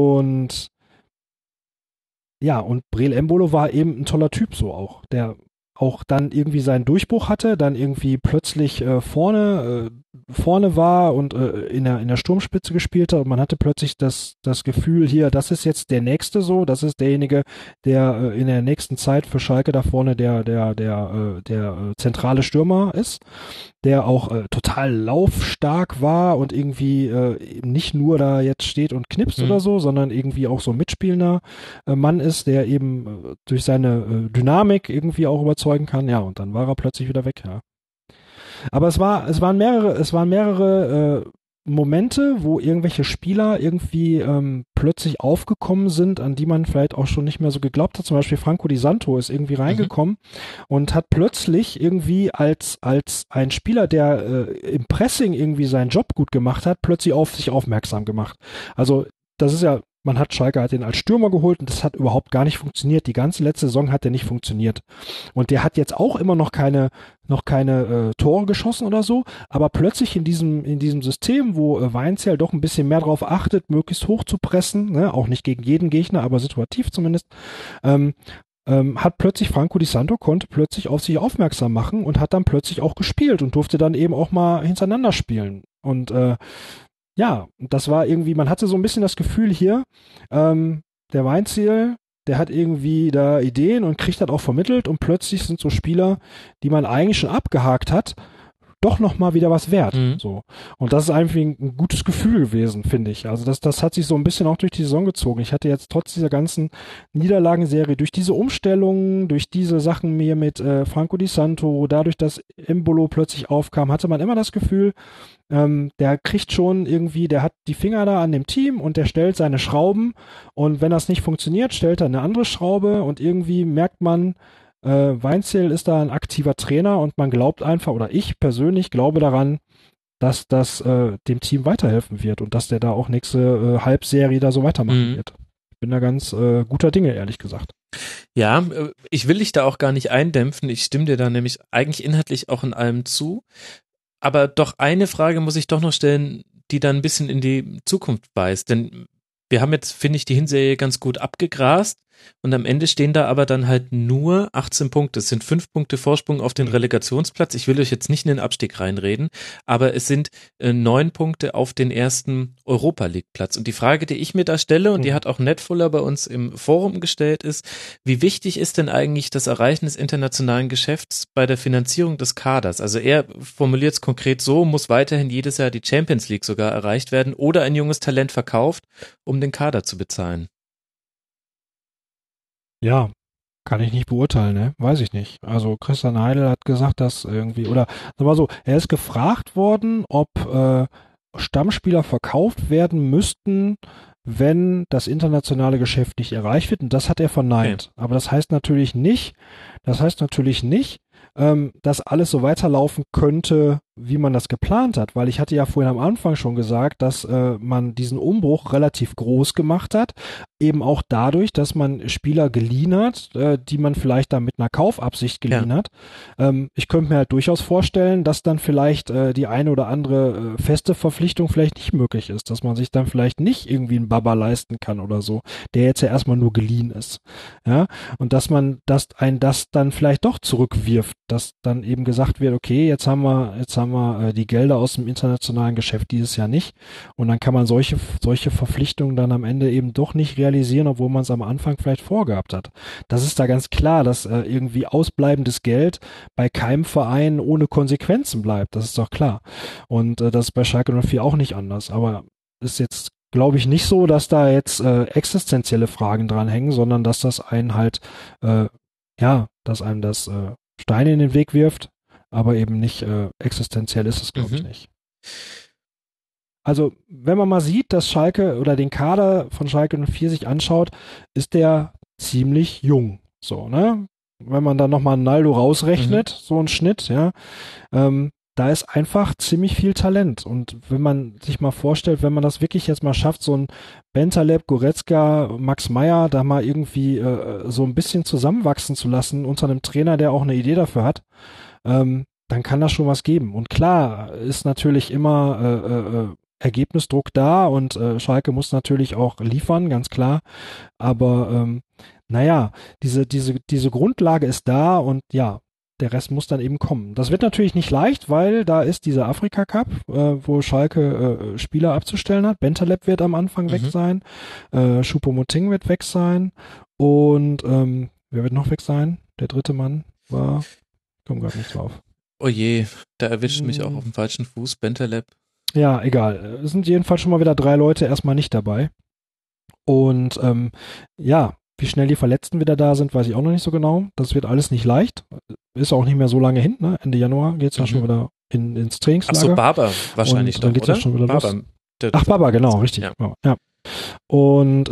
und Breel Embolo war eben ein toller Typ so auch. Der auch dann irgendwie seinen Durchbruch hatte, dann irgendwie plötzlich vorne war und in der Sturmspitze gespielt hat und man hatte plötzlich das Gefühl hier, das ist jetzt der Nächste so, das ist derjenige, der in der nächsten Zeit für Schalke da vorne der zentrale Stürmer ist, der auch total laufstark war und irgendwie nicht nur da jetzt steht und knipst oder so, sondern irgendwie auch so ein mitspielender Mann ist, der eben durch seine Dynamik irgendwie auch überzeugen kann. Ja, und dann war er plötzlich wieder weg, ja. Aber es waren mehrere Momente, wo irgendwelche Spieler irgendwie plötzlich aufgekommen sind, an die man vielleicht auch schon nicht mehr so geglaubt hat. Zum Beispiel Franco Di Santo ist irgendwie reingekommen und hat plötzlich irgendwie als ein Spieler, der im Pressing irgendwie seinen Job gut gemacht hat, plötzlich auf sich aufmerksam gemacht. Also das ist ja, Schalke hat den als Stürmer geholt und das hat überhaupt gar nicht funktioniert. Die ganze letzte Saison hat der nicht funktioniert. Und der hat jetzt auch immer noch keine Tore geschossen oder so, aber plötzlich in diesem System, wo Weinzierl doch ein bisschen mehr drauf achtet, möglichst hoch zu pressen, ne, auch nicht gegen jeden Gegner, aber situativ zumindest, hat plötzlich Franco Di Santo konnte plötzlich auf sich aufmerksam machen und hat dann plötzlich auch gespielt und durfte dann eben auch mal hintereinander spielen. Und ja, das war irgendwie, man hatte so ein bisschen das Gefühl hier, der Weinzierl, der hat irgendwie da Ideen und kriegt das auch vermittelt und plötzlich sind so Spieler, die man eigentlich schon abgehakt hat, doch nochmal wieder was wert. So. Und das ist einfach ein gutes Gefühl gewesen, finde ich. Also das hat sich so ein bisschen auch durch die Saison gezogen. Ich hatte jetzt trotz dieser ganzen Niederlagenserie, durch diese Umstellungen, durch diese Sachen mir mit Franco Di Santo, dadurch, dass Embolo plötzlich aufkam, hatte man immer das Gefühl, der kriegt schon irgendwie, der hat die Finger da an dem Team und der stellt seine Schrauben und wenn das nicht funktioniert, stellt er eine andere Schraube und irgendwie merkt man, Weinzierl ist da ein aktiver Trainer und man glaubt einfach, oder ich persönlich glaube daran, dass das dem Team weiterhelfen wird und dass der da auch nächste Halbserie da so weitermachen wird. Ich bin da ganz guter Dinge, ehrlich gesagt. Ja, ich will dich da auch gar nicht eindämpfen. Ich stimme dir da nämlich eigentlich inhaltlich auch in allem zu. Aber doch eine Frage muss ich doch noch stellen, die dann ein bisschen in die Zukunft weist. Denn wir haben jetzt, finde ich, die Hinserie ganz gut abgegrast und am Ende stehen da aber dann halt nur 18 Punkte. Es sind 5 Punkte Vorsprung auf den Relegationsplatz. Ich will euch jetzt nicht in den Abstieg reinreden, aber es sind 9 Punkte auf den ersten Europa-League-Platz. Und die Frage, die ich mir da stelle und die hat auch Netfuller bei uns im Forum gestellt, ist, wie wichtig ist denn eigentlich das Erreichen des internationalen Geschäfts bei der Finanzierung des Kaders? Also er formuliert es konkret so, muss weiterhin jedes Jahr die Champions League sogar erreicht werden oder ein junges Talent verkauft, um den Kader zu bezahlen. Ja, kann ich nicht beurteilen, ne? Weiß ich nicht. Also Christian Heidel hat gesagt, dass irgendwie, oder sag mal so, er ist gefragt worden, ob Stammspieler verkauft werden müssten, wenn das internationale Geschäft nicht erreicht wird. Und das hat er verneint. Okay. Aber das heißt natürlich nicht, dass alles so weiterlaufen könnte, wie man das geplant hat, weil ich hatte ja vorhin am Anfang schon gesagt, dass man diesen Umbruch relativ groß gemacht hat, eben auch dadurch, dass man Spieler geliehen hat, die man vielleicht da mit einer Kaufabsicht geliehen hat. Ich könnte mir halt durchaus vorstellen, dass dann vielleicht die eine oder andere feste Verpflichtung vielleicht nicht möglich ist, dass man sich dann vielleicht nicht irgendwie einen Baba leisten kann oder so, der jetzt ja erstmal nur geliehen ist. Ja, und dass man das dann vielleicht doch zurückwirft, dass dann eben gesagt wird, okay, jetzt haben wir die Gelder aus dem internationalen Geschäft dieses Jahr nicht und dann kann man solche Verpflichtungen dann am Ende eben doch nicht realisieren, obwohl man es am Anfang vielleicht vorgehabt hat. Das ist da ganz klar, dass irgendwie ausbleibendes Geld bei keinem Verein ohne Konsequenzen bleibt, das ist doch klar. Und das ist bei Schalke 04 auch nicht anders, aber ist jetzt glaube ich nicht so, dass da jetzt existenzielle Fragen dranhängen, sondern dass das einen halt dass einem das Steine in den Weg wirft, aber eben nicht existenziell ist es, glaube ich, nicht. Also, wenn man mal sieht, dass Schalke oder den Kader von Schalke 04 sich anschaut, ist der ziemlich jung. So, ne? Wenn man dann nochmal Naldo rausrechnet, so ein Schnitt, ja, da ist einfach ziemlich viel Talent. Und wenn man sich mal vorstellt, wenn man das wirklich jetzt mal schafft, so ein Bentaleb, Goretzka, Max Meyer da mal irgendwie so ein bisschen zusammenwachsen zu lassen unter einem Trainer, der auch eine Idee dafür hat, dann kann das schon was geben. Und klar ist natürlich immer Ergebnisdruck da und Schalke muss natürlich auch liefern, ganz klar. Aber naja, diese Grundlage ist da und ja, der Rest muss dann eben kommen. Das wird natürlich nicht leicht, weil da ist dieser Afrika Cup, wo Schalke Spieler abzustellen hat. Bentaleb wird am Anfang weg sein, Choupo-Moting wird weg sein und wer wird noch weg sein? Der dritte Mann war, ich komme gerade nicht drauf. Oh je, da erwischt mich auch auf dem falschen Fuß, Bentaleb. Ja, egal. Es sind jedenfalls schon mal wieder 3 Leute erstmal nicht dabei. Und ja, wie schnell die Verletzten wieder da sind, weiß ich auch noch nicht so genau. Das wird alles nicht leicht. Ist auch nicht mehr so lange hin, ne? Ende Januar geht's ja schon wieder ins Trainingslager. Ach so, Barber wahrscheinlich und dann noch, geht's oder? Ja schon wieder Barber. los. Ach, Barber, genau, richtig. Ja. Und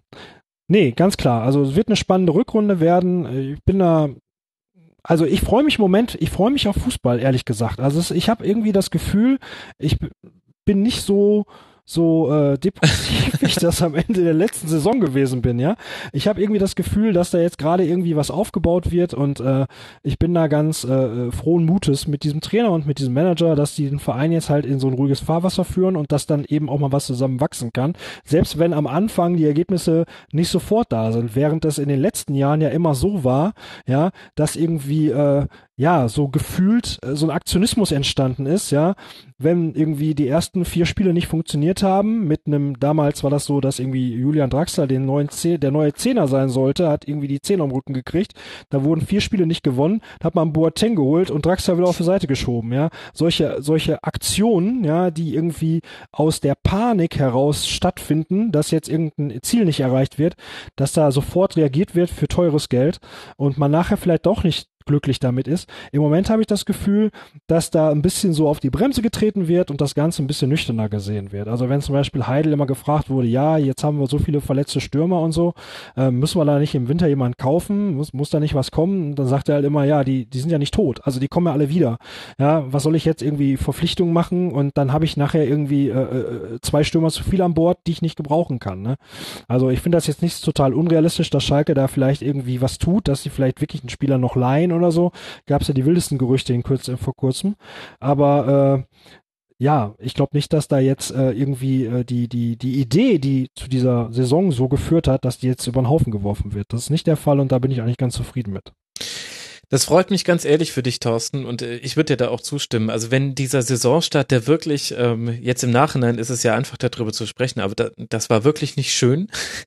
nee, ganz klar. Also es wird eine spannende Rückrunde werden. Ich bin da, also ich freue mich im Moment, ich freue mich auf Fußball, ehrlich gesagt. Also ich habe irgendwie das Gefühl, ich bin nicht so depressiv, wie ich das am Ende der letzten Saison gewesen bin, ja. Ich habe irgendwie das Gefühl, dass da jetzt gerade irgendwie was aufgebaut wird und ich bin da ganz frohen Mutes mit diesem Trainer und mit diesem Manager, dass die den Verein jetzt halt in so ein ruhiges Fahrwasser führen und dass dann eben auch mal was zusammen wachsen kann. Selbst wenn am Anfang die Ergebnisse nicht sofort da sind, während das in den letzten Jahren ja immer so war, ja, dass irgendwie so gefühlt so ein Aktionismus entstanden ist, ja, wenn irgendwie die ersten 4 Spiele nicht funktioniert haben, mit einem, damals war das so, dass irgendwie Julian Draxler der neue Zehner sein sollte, hat irgendwie die Zehner am Rücken gekriegt, da wurden 4 Spiele nicht gewonnen, da hat man Boateng geholt und Draxler wieder auf die Seite geschoben, ja, solche Aktionen, ja, die irgendwie aus der Panik heraus stattfinden, dass jetzt irgendein Ziel nicht erreicht wird, dass da sofort reagiert wird für teures Geld und man nachher vielleicht doch nicht glücklich damit ist. Im Moment habe ich das Gefühl, dass da ein bisschen so auf die Bremse getreten wird und das Ganze ein bisschen nüchterner gesehen wird. Also wenn zum Beispiel Heidel immer gefragt wurde, ja, jetzt haben wir so viele verletzte Stürmer und so, müssen wir da nicht im Winter jemanden kaufen? Muss da nicht was kommen? Und dann sagt er halt immer, ja, die sind ja nicht tot, also die kommen ja alle wieder. Ja, was soll ich jetzt irgendwie Verpflichtungen machen und dann habe ich nachher irgendwie 2 Stürmer zu viel an Bord, die ich nicht gebrauchen kann. Ne? Also ich finde das jetzt nicht total unrealistisch, dass Schalke da vielleicht irgendwie was tut, dass sie vielleicht wirklich einen Spieler noch leihen oder so. Gab es ja die wildesten Gerüchte vor kurzem. Aber ja, ich glaube nicht, dass da jetzt irgendwie die Idee, die zu dieser Saison so geführt hat, dass die jetzt über den Haufen geworfen wird. Das ist nicht der Fall und da bin ich eigentlich ganz zufrieden mit. Das freut mich ganz ehrlich für dich, Thorsten, und ich würde dir da auch zustimmen. Also wenn dieser Saisonstart, der wirklich, jetzt im Nachhinein ist es ja einfach darüber zu sprechen, aber das war wirklich nicht schön.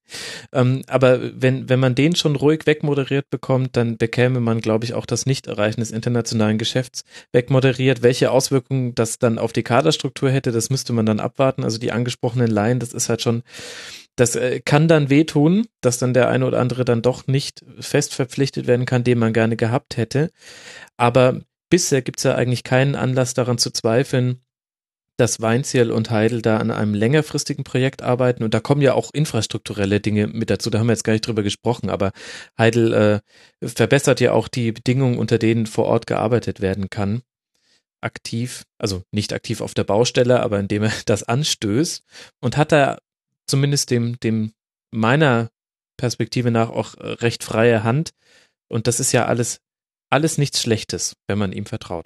Aber wenn man den schon ruhig wegmoderiert bekommt, dann bekäme man, glaube ich, auch das Nichterreichen des internationalen Geschäfts wegmoderiert. Welche Auswirkungen das dann auf die Kaderstruktur hätte, das müsste man dann abwarten. Also die angesprochenen Laien, das ist halt schon, das kann dann wehtun, dass dann der eine oder andere dann doch nicht fest verpflichtet werden kann, den man gerne gehabt hätte. Aber bisher gibt es ja eigentlich keinen Anlass daran zu zweifeln, dass Weinzierl und Heidel da an einem längerfristigen Projekt arbeiten. Und da kommen ja auch infrastrukturelle Dinge mit dazu. Da haben wir jetzt gar nicht drüber gesprochen. Aber Heidel verbessert ja auch die Bedingungen, unter denen vor Ort gearbeitet werden kann. Aktiv, also nicht aktiv auf der Baustelle, aber indem er das anstößt und hat da zumindest dem meiner Perspektive nach auch recht freie Hand. Und das ist ja alles nichts Schlechtes, wenn man ihm vertraut.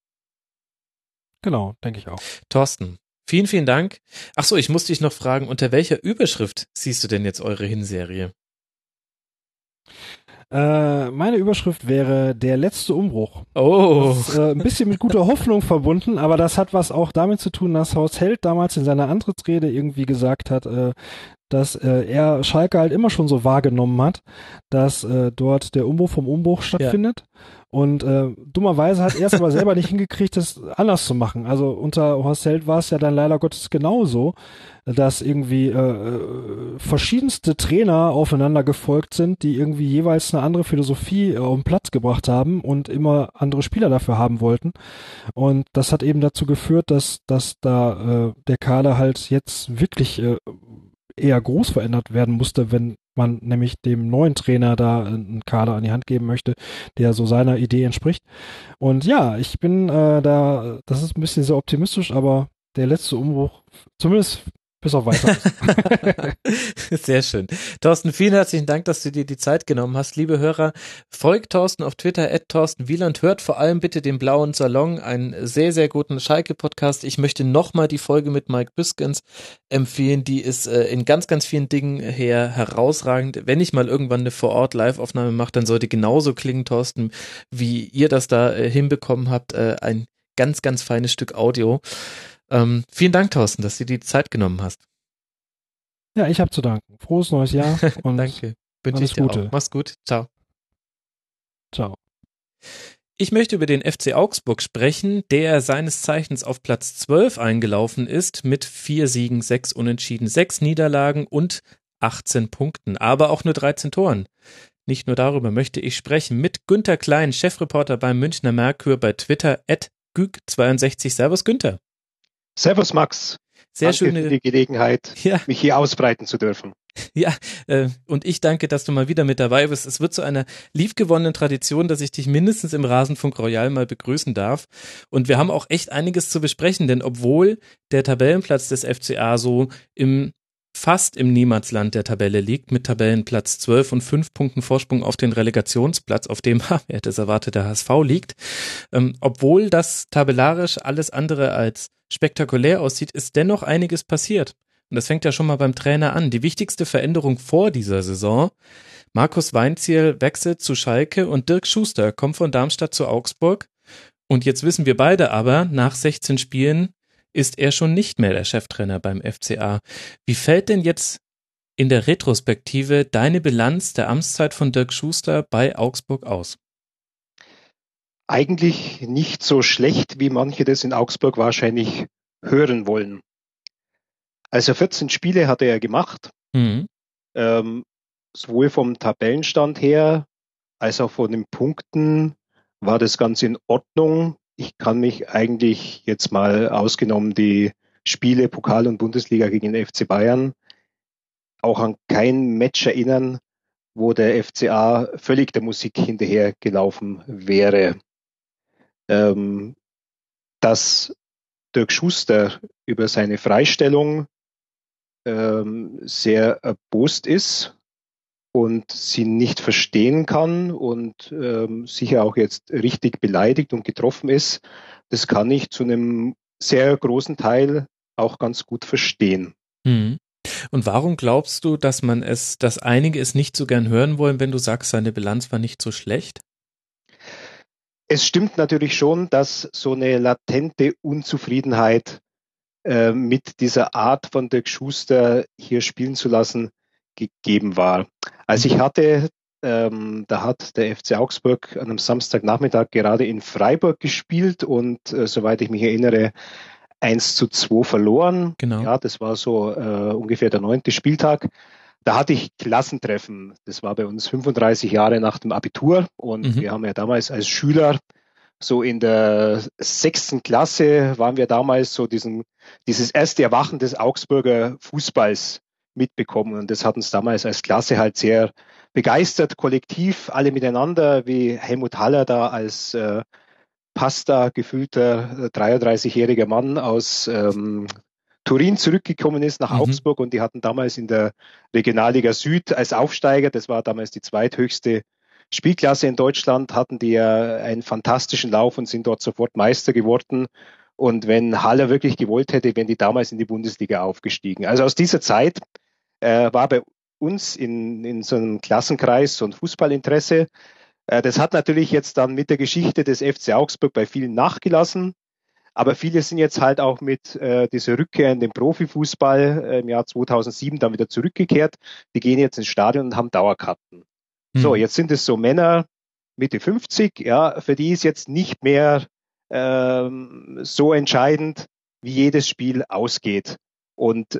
Genau, denke ich auch. Thorsten, vielen, vielen Dank. Ach so, ich muss dich noch fragen, unter welcher Überschrift siehst du denn jetzt eure Hinserie? Meine Überschrift wäre der letzte Umbruch. Oh. Das ist, ein bisschen mit guter Hoffnung verbunden, aber das hat was auch damit zu tun, dass Horst Held damals in seiner Antrittsrede irgendwie gesagt hat, dass er Schalke halt immer schon so wahrgenommen hat, dass dort der Umbruch vom Umbruch stattfindet. Ja. Und dummerweise hat er es aber selber nicht hingekriegt, das anders zu machen. Also unter Horst Held war es ja dann leider Gottes genauso, dass irgendwie verschiedenste Trainer aufeinander gefolgt sind, die irgendwie jeweils eine andere Philosophie auf den Platz gebracht haben und immer andere Spieler dafür haben wollten. Und das hat eben dazu geführt, dass da der Kader halt jetzt wirklich eher groß verändert werden musste, wenn man nämlich dem neuen Trainer da einen Kader an die Hand geben möchte, der so seiner Idee entspricht. Und ja, ich bin das ist ein bisschen sehr optimistisch, aber der letzte Umbruch, zumindest bis auf weiteres. Sehr schön. Thorsten, vielen herzlichen Dank, dass du dir die Zeit genommen hast. Liebe Hörer, folgt Thorsten auf Twitter, @ThorstenWieland. Hört vor allem bitte den Blauen Salon, einen sehr, sehr guten Schalke-Podcast. Ich möchte nochmal die Folge mit Mike Büskens empfehlen. Die ist in ganz, ganz vielen Dingen her herausragend. Wenn ich mal irgendwann eine Vor-Ort-Live-Aufnahme mache, dann sollte genauso klingen, Thorsten, wie ihr das da hinbekommen habt. Ein ganz, ganz feines Stück Audio. Vielen Dank, Thorsten, dass du dir die Zeit genommen hast. Ja, ich habe zu danken. Frohes neues Jahr und Danke. Wünsche alles ich dir Gute. auch. Mach's gut. Ciao. Ciao. Ich möchte über den FC Augsburg sprechen, der seines Zeichens auf Platz 12 eingelaufen ist mit 4 Siegen, 6 Unentschieden, 6 Niederlagen und 18 Punkten, aber auch nur 13 Toren. Nicht nur darüber möchte ich sprechen mit Günther Klein, Chefreporter beim Münchner Merkur, bei Twitter @güg62. Servus Günther. Servus Max. Sehr Danke schöne für die Gelegenheit, mich hier ausbreiten zu dürfen. Ja, und ich danke, dass du mal wieder mit dabei bist. Es wird zu einer liebgewonnenen Tradition, dass ich dich mindestens im Rasenfunk Royal mal begrüßen darf. Und wir haben auch echt einiges zu besprechen, denn obwohl der Tabellenplatz des FCA so fast im Niemandsland der Tabelle liegt, mit Tabellenplatz 12 und 5 Punkten Vorsprung auf den Relegationsplatz, auf dem, wer hätte es erwartet, der HSV liegt, obwohl das tabellarisch alles andere als spektakulär aussieht, ist dennoch einiges passiert. Und das fängt ja schon mal beim Trainer an. Die wichtigste Veränderung vor dieser Saison: Markus Weinzierl wechselt zu Schalke und Dirk Schuster kommt von Darmstadt zu Augsburg. Und jetzt wissen wir beide aber, nach 16 Spielen ist er schon nicht mehr der Cheftrainer beim FCA. Wie fällt denn jetzt in der Retrospektive deine Bilanz der Amtszeit von Dirk Schuster bei Augsburg aus? Eigentlich nicht so schlecht, wie manche das in Augsburg wahrscheinlich hören wollen. Also 14 Spiele hat er ja gemacht, sowohl vom Tabellenstand her als auch von den Punkten war das Ganze in Ordnung. Ich kann mich eigentlich jetzt mal, ausgenommen die Spiele Pokal und Bundesliga gegen den FC Bayern, auch an kein Match erinnern, wo der FCA völlig der Musik hinterher gelaufen wäre. Dass Dirk Schuster über seine Freistellung sehr erbost ist und sie nicht verstehen kann und sicher auch jetzt richtig beleidigt und getroffen ist, das kann ich zu einem sehr großen Teil auch ganz gut verstehen. Und warum glaubst du, dass einige es nicht so gern hören wollen, wenn du sagst, seine Bilanz war nicht so schlecht? Es stimmt natürlich schon, dass so eine latente Unzufriedenheit mit dieser Art von Dirk Schuster hier spielen zu lassen gegeben war. Also ich hatte, da hat der FC Augsburg an einem Samstagnachmittag gerade in Freiburg gespielt und soweit ich mich erinnere, 1:2 verloren. Genau. Ja, das war so ungefähr der 9. Spieltag. Da hatte ich Klassentreffen. Das war bei uns 35 Jahre nach dem Abitur und wir haben ja damals als Schüler so in der 6. Klasse waren wir damals so dieses erste Erwachen des Augsburger Fußballs mitbekommen. Und das hat uns damals als Klasse halt sehr begeistert, kollektiv, alle miteinander, wie Helmut Haller da als Pasta gefüllter 33-jähriger Mann aus Turin zurückgekommen ist nach Augsburg. Und die hatten damals in der Regionalliga Süd als Aufsteiger, das war damals die zweithöchste Spielklasse in Deutschland, hatten die ja einen fantastischen Lauf und sind dort sofort Meister geworden. Und wenn Haller wirklich gewollt hätte, wären die damals in die Bundesliga aufgestiegen. Also aus dieser Zeit war bei uns in so einem Klassenkreis so ein Fußballinteresse. Das hat natürlich jetzt dann mit der Geschichte des FC Augsburg bei vielen nachgelassen. Aber viele sind jetzt halt auch mit dieser Rückkehr in den Profifußball im Jahr 2007 dann wieder zurückgekehrt. Die gehen jetzt ins Stadion und haben Dauerkarten. So, jetzt sind es so Männer Mitte 50, ja, für die ist jetzt nicht mehr so entscheidend, wie jedes Spiel ausgeht. Und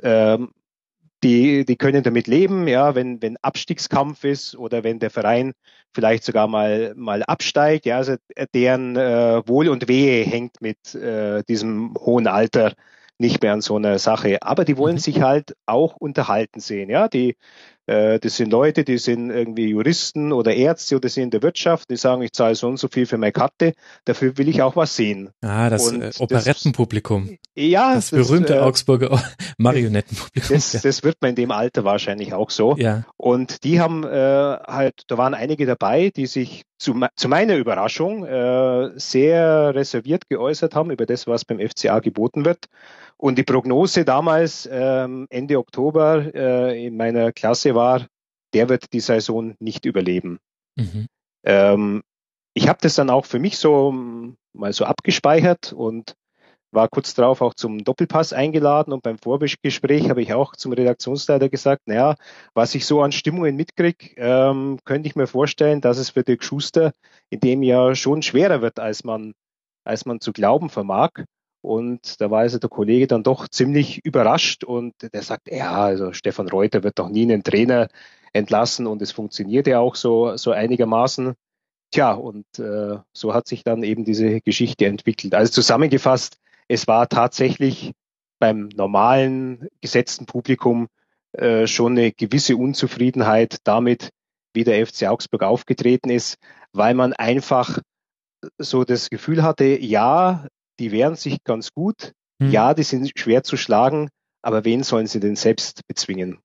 die können damit leben, ja, wenn Abstiegskampf ist oder wenn der Verein vielleicht sogar mal absteigt, ja, also deren Wohl und Wehe hängt mit diesem hohen Alter nicht mehr an so einer Sache. Aber die wollen sich halt auch unterhalten sehen, ja, die Das sind Leute, die sind irgendwie Juristen oder Ärzte oder sind in der Wirtschaft, die sagen, ich zahle so und so viel für meine Karte, dafür will ich auch was sehen. Ah, das Operettenpublikum. Ja, das berühmte Augsburger Marionettenpublikum. Das wird man in dem Alter wahrscheinlich auch so. Ja. Und die haben da waren einige dabei, die sich zu meiner Überraschung sehr reserviert geäußert haben über das, was beim FCA geboten wird. Und die Prognose damals, Ende Oktober in meiner Klasse war, der wird die Saison nicht überleben. Mhm. Ich habe das dann auch für mich so mal so abgespeichert und war kurz darauf auch zum Doppelpass eingeladen und beim Vorgespräch habe ich auch zum Redaktionsleiter gesagt, naja, was ich so an Stimmungen mitkriege, könnte ich mir vorstellen, dass es für Dirk Schuster in dem Jahr schon schwerer wird, als man zu glauben vermag. Und da war also der Kollege dann doch ziemlich überrascht und der sagt, ja, also Stefan Reuter wird doch nie einen Trainer entlassen und es funktioniert ja auch so einigermaßen. Tja, und so hat sich dann eben diese Geschichte entwickelt. Also zusammengefasst, es war tatsächlich beim normalen, gesetzten Publikum schon eine gewisse Unzufriedenheit damit, wie der FC Augsburg aufgetreten ist, weil man einfach so das Gefühl hatte, ja, die wehren sich ganz gut, ja, die sind schwer zu schlagen, aber wen sollen sie denn selbst bezwingen?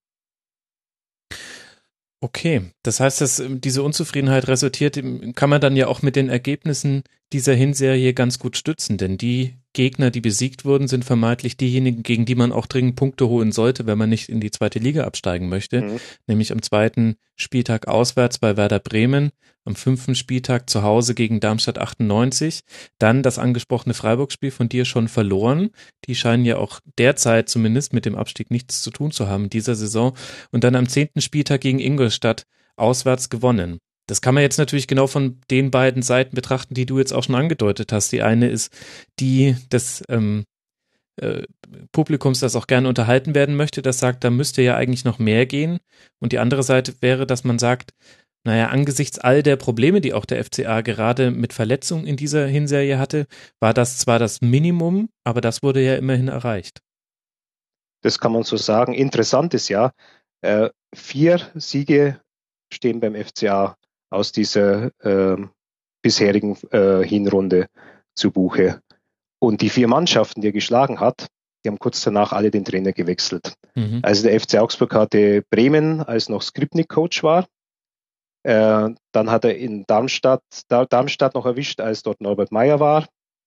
Okay, das heißt, dass diese Unzufriedenheit resultiert, kann man dann ja auch mit den Ergebnissen dieser Hinserie ganz gut stützen, denn die Gegner, die besiegt wurden, sind vermeintlich diejenigen, gegen die man auch dringend Punkte holen sollte, wenn man nicht in die zweite Liga absteigen möchte, nämlich am 2. Spieltag auswärts bei Werder Bremen, am 5. Spieltag zu Hause gegen Darmstadt 98, dann das angesprochene Freiburg-Spiel von dir schon verloren, die scheinen ja auch derzeit zumindest mit dem Abstieg nichts zu tun zu haben in dieser Saison und dann am 10. Spieltag gegen Ingolstadt auswärts gewonnen. Das kann man jetzt natürlich genau von den beiden Seiten betrachten, die du jetzt auch schon angedeutet hast. Die eine ist die des Publikums, das auch gerne unterhalten werden möchte, das sagt, da müsste ja eigentlich noch mehr gehen. Und die andere Seite wäre, dass man sagt, naja, angesichts all der Probleme, die auch der FCA gerade mit Verletzungen in dieser Hinserie hatte, war das zwar das Minimum, aber das wurde ja immerhin erreicht. Das kann man so sagen. Interessant ist ja, 4 Siege stehen beim FCA aus dieser bisherigen Hinrunde zu Buche. Und die 4 Mannschaften, die er geschlagen hat, die haben kurz danach alle den Trainer gewechselt. Also der FC Augsburg hatte Bremen, als noch Skripnik-Coach war. Dann hat er in Darmstadt noch erwischt, als dort Norbert Meyer war.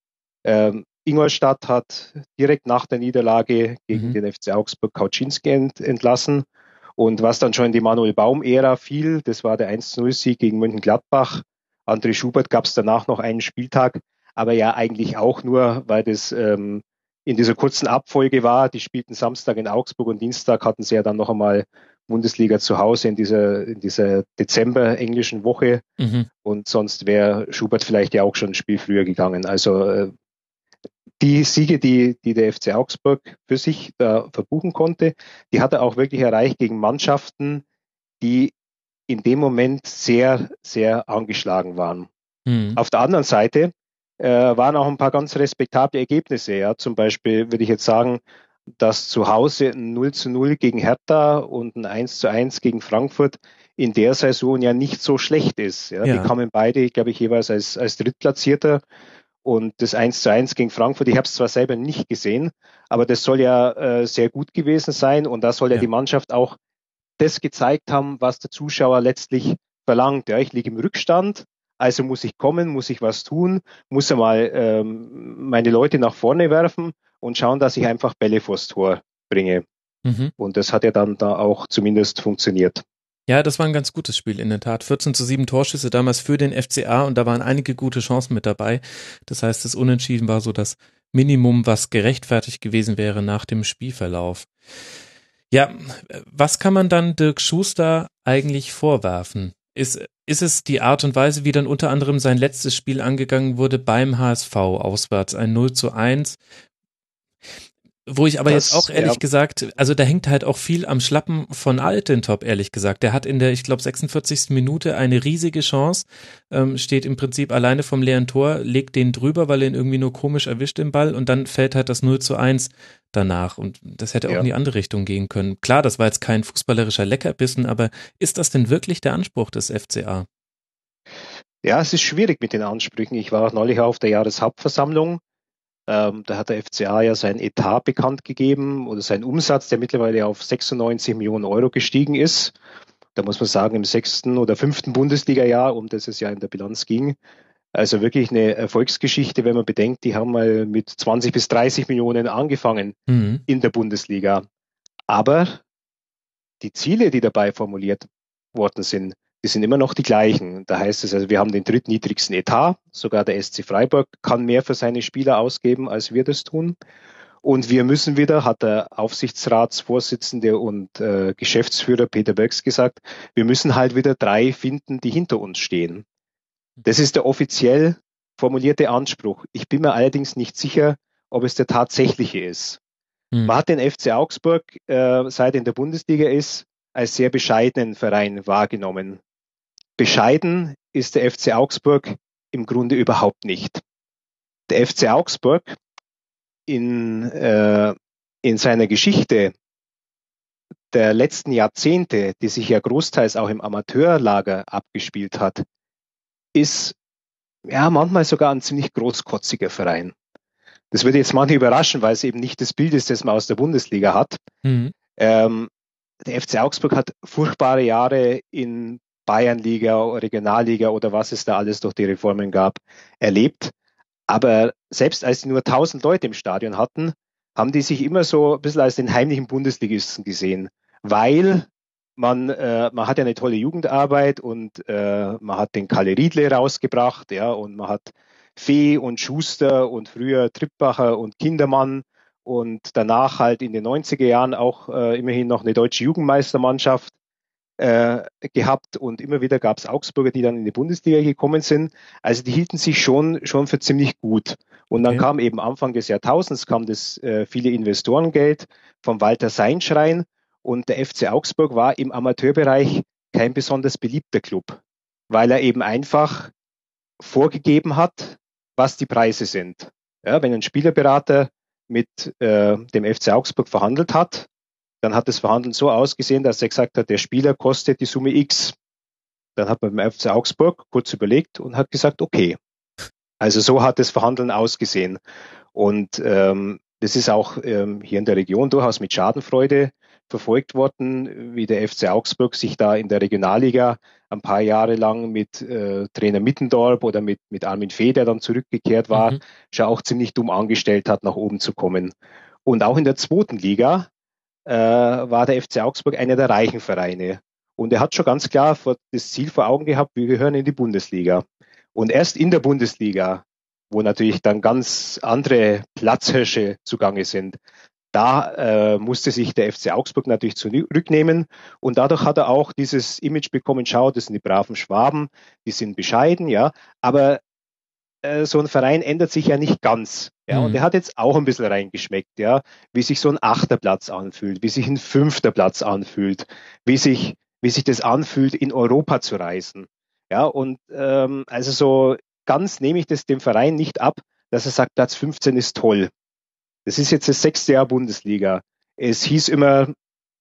Ingolstadt hat direkt nach der Niederlage gegen den FC Augsburg Kauczynski entlassen. Und was dann schon in die Manuel Baum-Ära fiel, das war der 1-0-Sieg gegen Mönchengladbach. André Schubert gab es danach noch einen Spieltag, aber ja eigentlich auch nur, weil das in dieser kurzen Abfolge war. Die spielten Samstag in Augsburg und Dienstag hatten sie ja dann noch einmal Bundesliga zu Hause in dieser Dezember-englischen Woche. Und sonst wäre Schubert vielleicht ja auch schon ein Spiel früher gegangen. Also die Siege, die der FC Augsburg für sich da verbuchen konnte, die hat er auch wirklich erreicht gegen Mannschaften, die in dem Moment sehr, sehr angeschlagen waren. Auf der anderen Seite waren auch ein paar ganz respektable Ergebnisse. Ja. Zum Beispiel würde ich jetzt sagen, dass zu Hause ein 0-0 gegen Hertha und ein 1-1 gegen Frankfurt in der Saison ja nicht so schlecht ist. Ja. Die kamen beide, glaube ich, jeweils als Drittplatzierter. Und das 1-1 gegen Frankfurt, ich habe es zwar selber nicht gesehen, aber das soll ja sehr gut gewesen sein. Und da soll ja die Mannschaft auch das gezeigt haben, was der Zuschauer letztlich verlangt. Ja, ich liege im Rückstand, also muss ich kommen, muss ich was tun, muss einmal meine Leute nach vorne werfen und schauen, dass ich einfach Bälle vors Tor bringe. Und das hat ja dann da auch zumindest funktioniert. Ja, das war ein ganz gutes Spiel in der Tat. 14:7 Torschüsse damals für den FCA und da waren einige gute Chancen mit dabei. Das heißt, das Unentschieden war so das Minimum, was gerechtfertigt gewesen wäre nach dem Spielverlauf. Ja, was kann man dann Dirk Schuster eigentlich vorwerfen? Ist es die Art und Weise, wie dann unter anderem sein letztes Spiel angegangen wurde beim HSV auswärts, ein 0-1? Wo ich aber jetzt auch ehrlich gesagt, also da hängt halt auch viel am Schlappen von Altintop, ehrlich gesagt. Der hat in der, ich glaube, 46. Minute eine riesige Chance, steht im Prinzip alleine vom leeren Tor, legt den drüber, weil er ihn irgendwie nur komisch erwischt den Ball und dann fällt halt das 0:1 danach und das hätte auch in die andere Richtung gehen können. Klar, das war jetzt kein fußballerischer Leckerbissen, aber ist das denn wirklich der Anspruch des FCA? Ja, es ist schwierig mit den Ansprüchen. Ich war auch neulich auf der Jahreshauptversammlung. Da hat der FCA ja sein Etat bekannt gegeben oder seinen Umsatz, der mittlerweile auf 96 Millionen Euro gestiegen ist. Da muss man sagen, im 6. oder 5. Bundesliga-Jahr, um das es ja in der Bilanz ging. Also wirklich eine Erfolgsgeschichte, wenn man bedenkt, die haben mal mit 20 bis 30 Millionen angefangen in der Bundesliga. Aber die Ziele, die dabei formuliert worden sind, die sind immer noch die gleichen. Da heißt es also, wir haben den drittniedrigsten Etat. Sogar der SC Freiburg kann mehr für seine Spieler ausgeben, als wir das tun. Und wir müssen wieder, hat der Aufsichtsratsvorsitzende und Geschäftsführer Peter Böcks gesagt, wir müssen halt wieder 3 finden, die hinter uns stehen. Das ist der offiziell formulierte Anspruch. Ich bin mir allerdings nicht sicher, ob es der tatsächliche ist. Man hat den FC Augsburg, seit er in der Bundesliga ist, als sehr bescheidenen Verein wahrgenommen. Bescheiden ist der FC Augsburg im Grunde überhaupt nicht. Der FC Augsburg in seiner Geschichte der letzten Jahrzehnte, die sich ja großteils auch im Amateurlager abgespielt hat, ist ja manchmal sogar ein ziemlich großkotziger Verein. Das würde jetzt manche überraschen, weil es eben nicht das Bild ist, das man aus der Bundesliga hat. Der FC Augsburg hat furchtbare Jahre in Bayernliga, Regionalliga oder was es da alles durch die Reformen gab, erlebt. Aber selbst als sie nur 1000 Leute im Stadion hatten, haben die sich immer so ein bisschen als den heimlichen Bundesligisten gesehen, weil man hat ja eine tolle Jugendarbeit und man hat den Kalle Riedle rausgebracht, ja, und man hat Fee und Schuster und früher Trippbacher und Kindermann und danach halt in den 90er Jahren auch immerhin noch eine deutsche Jugendmeistermannschaft gehabt und immer wieder gab es Augsburger, die dann in die Bundesliga gekommen sind. Also die hielten sich schon für ziemlich gut. Und dann kam eben Anfang des Jahrtausends kam das viele Investorengeld vom Walter Seinsch rein und der FC Augsburg war im Amateurbereich kein besonders beliebter Club, weil er eben einfach vorgegeben hat, was die Preise sind. Ja, wenn ein Spielerberater mit dem FC Augsburg verhandelt hat, dann hat das Verhandeln so ausgesehen, dass er gesagt hat, der Spieler kostet die Summe X. Dann hat man beim FC Augsburg kurz überlegt und hat gesagt, okay. Also so hat das Verhandeln ausgesehen. Und das ist auch hier in der Region durchaus mit Schadenfreude verfolgt worden, wie der FC Augsburg sich da in der Regionalliga ein paar Jahre lang mit Trainer Mittendorp oder mit Armin Fee, der dann zurückgekehrt war, schon auch ziemlich dumm angestellt hat, nach oben zu kommen. Und auch in der 2. Liga war der FC Augsburg einer der reichen Vereine. Und er hat schon ganz klar das Ziel vor Augen gehabt, wir gehören in die Bundesliga. Und erst in der Bundesliga, wo natürlich dann ganz andere Platzhirsche zugange sind, da musste sich der FC Augsburg natürlich zurücknehmen. Und dadurch hat er auch dieses Image bekommen, schau, das sind die braven Schwaben, die sind bescheiden, ja, aber so ein Verein ändert sich ja nicht ganz. Ja, und er hat jetzt auch ein bisschen reingeschmeckt, ja, wie sich so ein 8. Platz anfühlt, wie sich ein 5. Platz anfühlt, wie sich das anfühlt, in Europa zu reisen. Ja, und also so ganz nehme ich das dem Verein nicht ab, dass er sagt, Platz 15 ist toll. Das ist jetzt das 6. Jahr Bundesliga. Es hieß immer,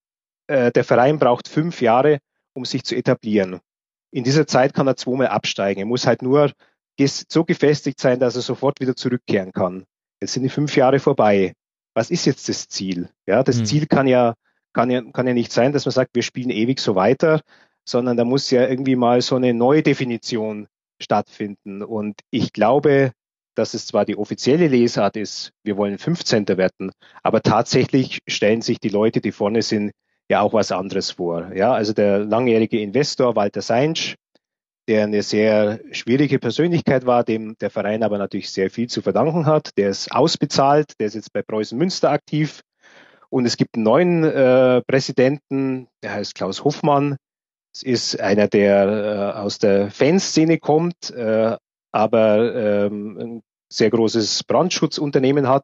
der Verein braucht 5 Jahre, um sich zu etablieren. In dieser Zeit kann er 2-mal absteigen. Er muss halt nur so gefestigt sein, dass er sofort wieder zurückkehren kann. Jetzt sind die 5 Jahre vorbei. Was ist jetzt das Ziel? Ja, das Ziel kann ja nicht sein, dass man sagt, wir spielen ewig so weiter, sondern da muss ja irgendwie mal so eine neue Definition stattfinden. Und ich glaube, dass es zwar die offizielle Lesart ist, wir wollen 15. werden, aber tatsächlich stellen sich die Leute, die vorne sind, ja auch was anderes vor. Ja, also der langjährige Investor Walter Seinsch, der eine sehr schwierige Persönlichkeit war, dem der Verein aber natürlich sehr viel zu verdanken hat. Der ist ausbezahlt, der ist jetzt bei Preußen Münster aktiv. Und es gibt einen neuen Präsidenten, der heißt Klaus Hoffmann. Es ist einer, der aus der Fanszene kommt, aber ein sehr großes Brandschutzunternehmen hat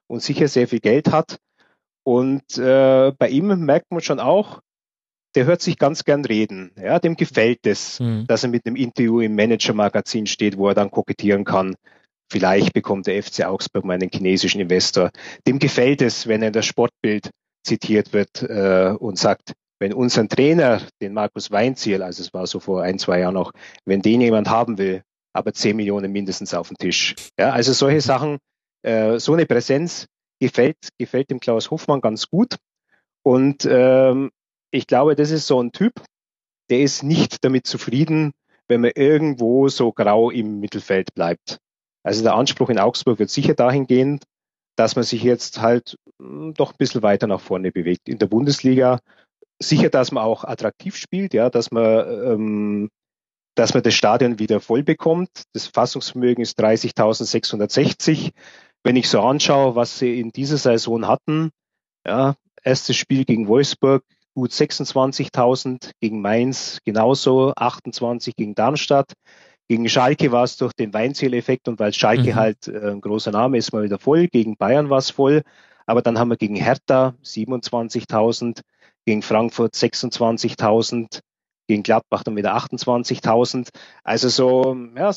und sicher sehr viel Geld hat. Und bei ihm merkt man schon auch, der hört sich ganz gern reden. Ja, dem gefällt es, dass er mit einem Interview im Manager-Magazin steht, wo er dann kokettieren kann. Vielleicht bekommt der FC Augsburg mal einen chinesischen Investor. Dem gefällt es, wenn er in das Sportbild zitiert wird und sagt, wenn unseren Trainer, den Markus Weinzierl, also es war so vor 1-2 Jahren noch, wenn den jemand haben will, aber 10 Millionen mindestens auf den Tisch. Ja, also solche Sachen, so eine Präsenz gefällt dem Klaus Hofmann ganz gut. Und ich glaube, das ist so ein Typ, der ist nicht damit zufrieden, wenn man irgendwo so grau im Mittelfeld bleibt. Also der Anspruch in Augsburg wird sicher dahin gehen, dass man sich jetzt halt doch ein bisschen weiter nach vorne bewegt. In der Bundesliga sicher, dass man auch attraktiv spielt, ja, dass man das Stadion wieder voll bekommt. Das Fassungsvermögen ist 30.660. Wenn ich so anschaue, was sie in dieser Saison hatten, ja, erstes Spiel gegen Wolfsburg, gut 26.000, gegen Mainz genauso, 28 gegen Darmstadt. Gegen Schalke war es durch den Weinzierl-Effekt und weil Schalke halt ein großer Name ist, mal wieder voll. Gegen Bayern war es voll. Aber dann haben wir gegen Hertha 27.000, gegen Frankfurt 26.000, gegen Gladbach dann wieder 28.000. Also so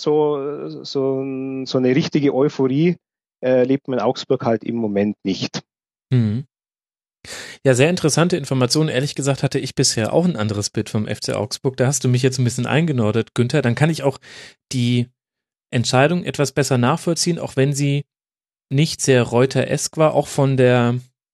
eine richtige Euphorie lebt man in Augsburg halt im Moment nicht. Mhm. Ja, sehr interessante Informationen. Ehrlich gesagt hatte ich bisher auch ein anderes Bild vom FC Augsburg. Da hast du mich jetzt ein bisschen eingenordet, Günther. Dann kann ich auch die Entscheidung etwas besser nachvollziehen, auch wenn sie nicht sehr Reuter-esk war, auch von der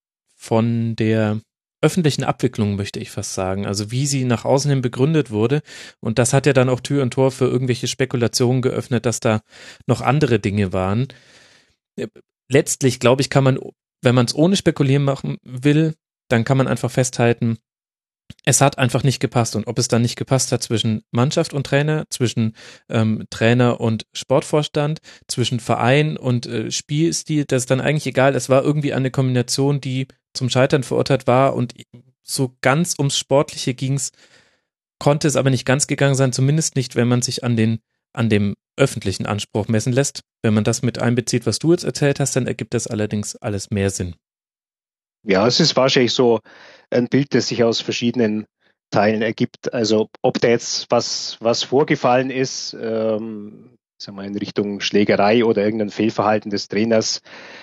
öffentlichen Abwicklung, möchte ich fast sagen. Also wie sie nach außen hin begründet wurde. Und das hat ja dann auch Tür und Tor für irgendwelche Spekulationen geöffnet, dass da noch andere Dinge waren. Letztlich, glaube ich, kann man, wenn man es ohne Spekulieren machen will, dann kann man einfach festhalten, es hat einfach nicht gepasst. Und ob es dann nicht gepasst hat zwischen Mannschaft und Trainer, zwischen Trainer und Sportvorstand, zwischen Verein und Spielstil, das ist dann eigentlich egal. Es war irgendwie eine Kombination, die zum Scheitern verurteilt war und so ganz ums Sportliche ging's, konnte es aber nicht ganz gegangen sein, zumindest nicht, wenn man sich an dem öffentlichen Anspruch messen lässt. Wenn man das mit einbezieht, was du jetzt erzählt hast, dann ergibt das allerdings alles mehr Sinn. Ja, es ist wahrscheinlich so ein Bild, das sich aus verschiedenen Teilen ergibt. Also ob da jetzt was vorgefallen ist, sagen wir in Richtung Schlägerei oder irgendein Fehlverhalten des Trainers,